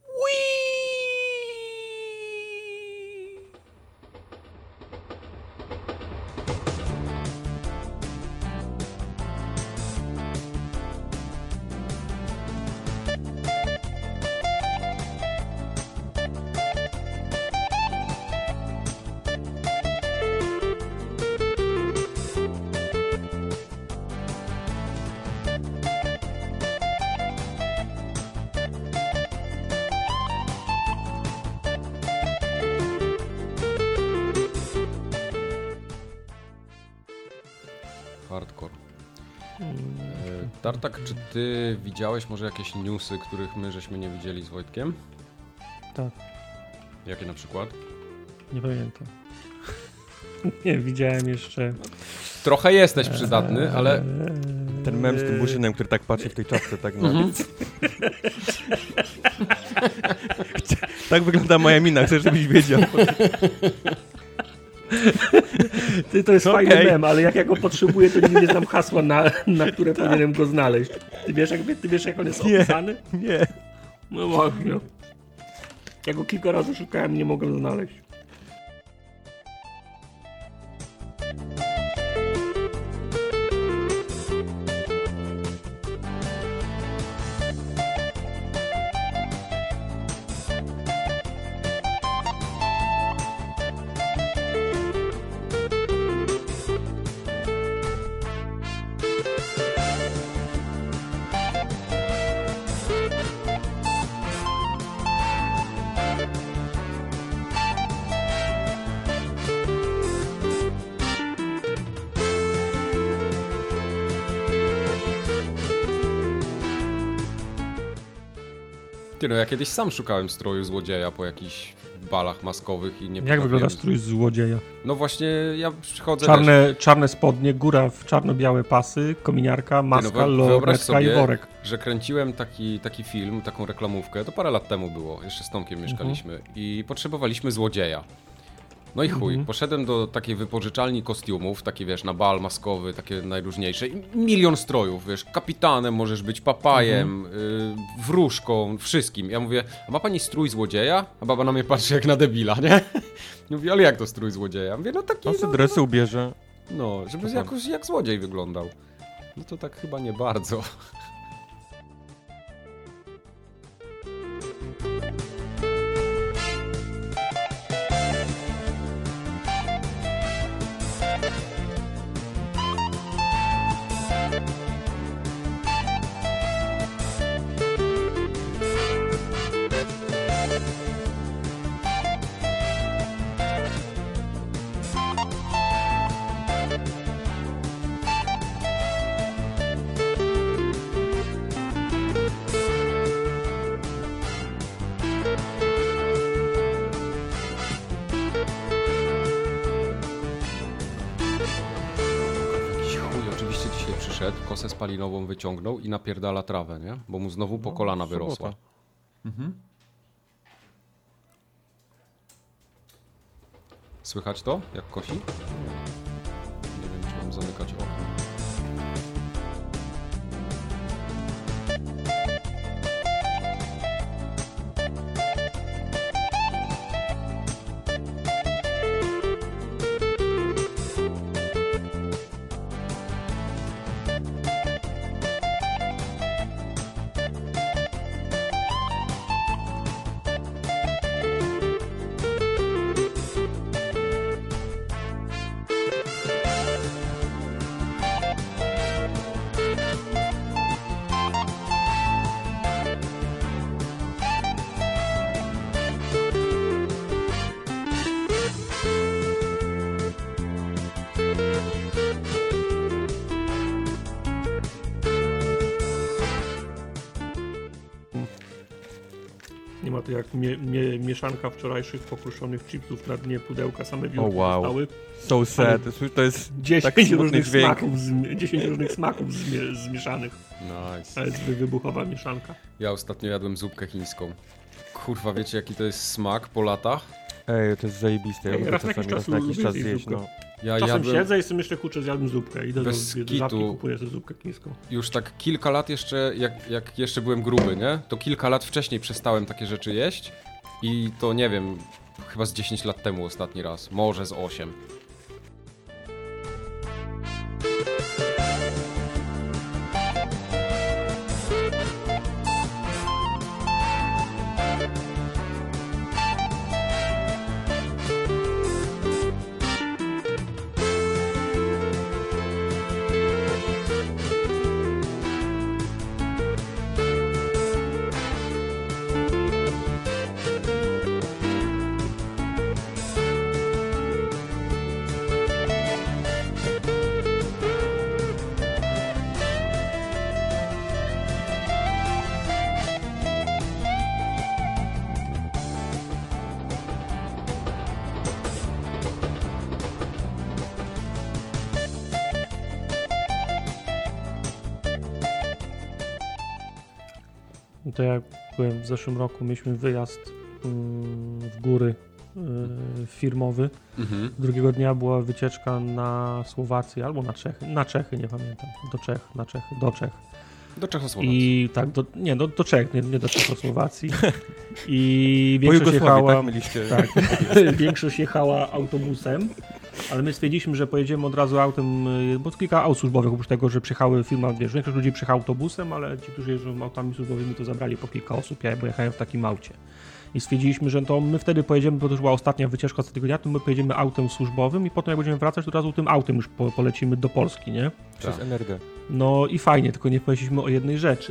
Hardcore. E, Tartak, czy ty widziałeś może jakieś newsy, których my żeśmy nie widzieli z Wojtkiem? Tak, Jakie na przykład? nie pamiętam. Nie, widziałem jeszcze... Trochę jesteś przydatny, ale... Ten mem z tym burzynem, który tak patrzy w tej czapce, tak no. Mhm. Tak wygląda moja mina, chcę, żebyś wiedział. Ty, to jest Okej. fajny mem, ale jak ja go potrzebuję, to nigdy nie znam hasła, na, na które powinienem go znaleźć. Ty wiesz, jak, ty wiesz, jak on jest Nie. opisany? Nie. No właśnie. Ja go kilka razy szukałem, nie mogłem znaleźć. Ty no, ja kiedyś sam szukałem stroju złodzieja po jakichś balach maskowych i nie Jak wygląda strój złodzieja? No właśnie, ja przychodzę... Czarne, czarne spodnie, góra w czarno-białe pasy, kominiarka, maska, Ty no, lornetka i worek. Że kręciłem taki, taki film, taką reklamówkę, to parę lat temu było, jeszcze z Tomkiem mieszkaliśmy mhm. i potrzebowaliśmy złodzieja. No i chuj, mhm. poszedłem do takiej wypożyczalni kostiumów, takie wiesz, na bal maskowy, takie najróżniejsze i milion strojów, wiesz, kapitanem możesz być, papajem, mhm. y, wróżką, wszystkim. Ja mówię, a ma pani strój złodzieja? A baba na mnie patrzy jak na debila, nie? I mówi, ale jak to strój złodzieja? Mówię, no taki... On sobie no, dresy ubierze. No, żeby jakoś jak złodziej wyglądał. No to tak chyba nie bardzo. Kosę spalinową wyciągnął i napierdala trawę, nie? Bo mu znowu po kolana no, wyrosła. Mhm. Słychać to, jak kosi? Nie wiem, czy mam zamykać okno. Nie ma to jak mie, mie, mieszanka wczorajszych pokruszonych chipsów na dnie pudełka, same wielkie oh, wow. zostały. So sad, to jest dziesięć różnych smaków, dziesięć różnych smaków zmie, zmieszanych. Nice. To jest wybuchowa mieszanka. Ja ostatnio jadłem zupkę chińską. Kurwa, wiecie jaki to jest smak po latach? Ej, to jest zajebiste. Ej, raz na jakiś czas, na jakiś czas zjeść, no. Ja Czasem jadłem... siedzę, jestem jeszcze kurczę, zjadłem zupkę. Idę Bez do żabki, kupuję sobie zupkę chińską. Już tak kilka lat jeszcze, jak, jak jeszcze byłem gruby, nie? To kilka lat wcześniej przestałem takie rzeczy jeść. I to nie wiem, chyba z dziesięć lat temu ostatni raz. Może z osiem. To jak byłem w zeszłym roku, mieliśmy wyjazd w góry firmowy. Mhm. Drugiego dnia była wycieczka na Słowację albo na Czechy. Na Czechy, nie pamiętam. Do Czech, na Czechy, do Czech. Do Czechosłowacji. I tak, do, nie, do, do Czech, nie, nie do Czechosłowacji. I większość jechała, tak, mieliście... tak, większość jechała autobusem, ale my stwierdziliśmy, że pojedziemy od razu autem, bo to kilka aut służbowych, oprócz tego, że przyjechały firma, wiesz, większość ludzi przyjechała autobusem, ale ci, którzy jeżdżą autami służbowymi, to zabrali po kilka osób, ja bo jechałem w takim aucie. I stwierdziliśmy, że to my wtedy pojedziemy, bo to już była ostatnia wycieczka z tego dnia, to my pojedziemy autem służbowym i potem jak będziemy wracać, to od razu tym autem już po, polecimy do Polski, nie? Przez energię. No i fajnie, tylko nie powiedzieliśmy o jednej rzeczy.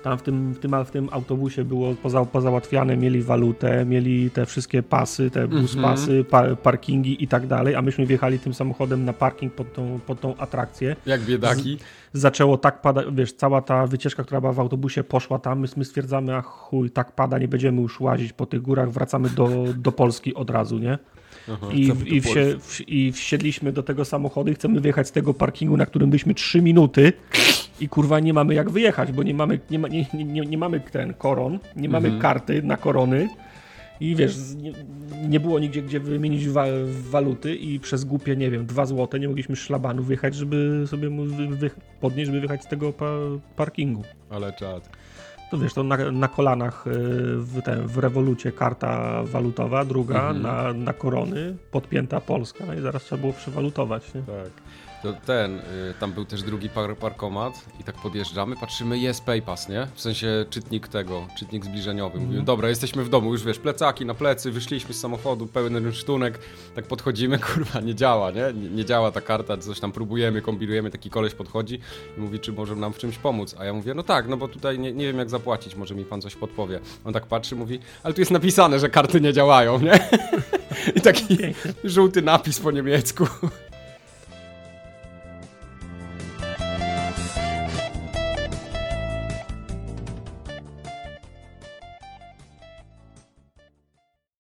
Tam w tym, w tym, w tym autobusie było poza, pozałatwiane, mieli walutę, mieli te wszystkie pasy, te buspasy, pa, parkingi i tak dalej, a myśmy wjechali tym samochodem na parking pod tą, pod tą atrakcję. Jak biedaki. Z, zaczęło tak padać, wiesz, cała ta wycieczka, która była w autobusie, poszła tam, my, my stwierdzamy, a chuj, tak pada, nie będziemy już łazić po tych górach, wracamy do, do Polski od razu, nie? Aha, I, w, i, wsie, w, I wsiedliśmy do tego samochodu i chcemy wyjechać z tego parkingu, na którym byliśmy trzy minuty i kurwa nie mamy jak wyjechać, bo nie mamy, nie, ma, nie, nie, nie mamy ten koron, nie mamy mhm. karty na korony i wiesz, nie, nie było nigdzie gdzie wymienić wa, waluty i przez głupie, nie wiem, dwa złote nie mogliśmy szlabanu wyjechać, żeby sobie wy, wy, podnieść, żeby wyjechać z tego pa, parkingu. Ale czad. To wiesz, to na, na kolanach w, ten, w rewolucie karta walutowa, druga mhm. na, na korony, podpięta Polska, no i zaraz trzeba było przewalutować, nie? Tak. To ten, y, tam był też drugi par parkomat i tak podjeżdżamy, patrzymy, jest PayPass, nie? W sensie czytnik tego, czytnik zbliżeniowy. Mówimy, mm. dobra, jesteśmy w domu, już wiesz, plecaki na plecy, wyszliśmy z samochodu, pełen rynsztunek, tak podchodzimy, kurwa, nie działa, nie? Nie, nie działa ta karta, coś tam próbujemy, kombinujemy, taki koleś podchodzi i mówi, czy może nam w czymś pomóc, a ja mówię, no tak, no bo tutaj nie, nie wiem jak zapłacić, może mi pan coś podpowie. On tak patrzy, mówi, ale tu jest napisane, że karty nie działają, nie? I taki żółty napis po niemiecku.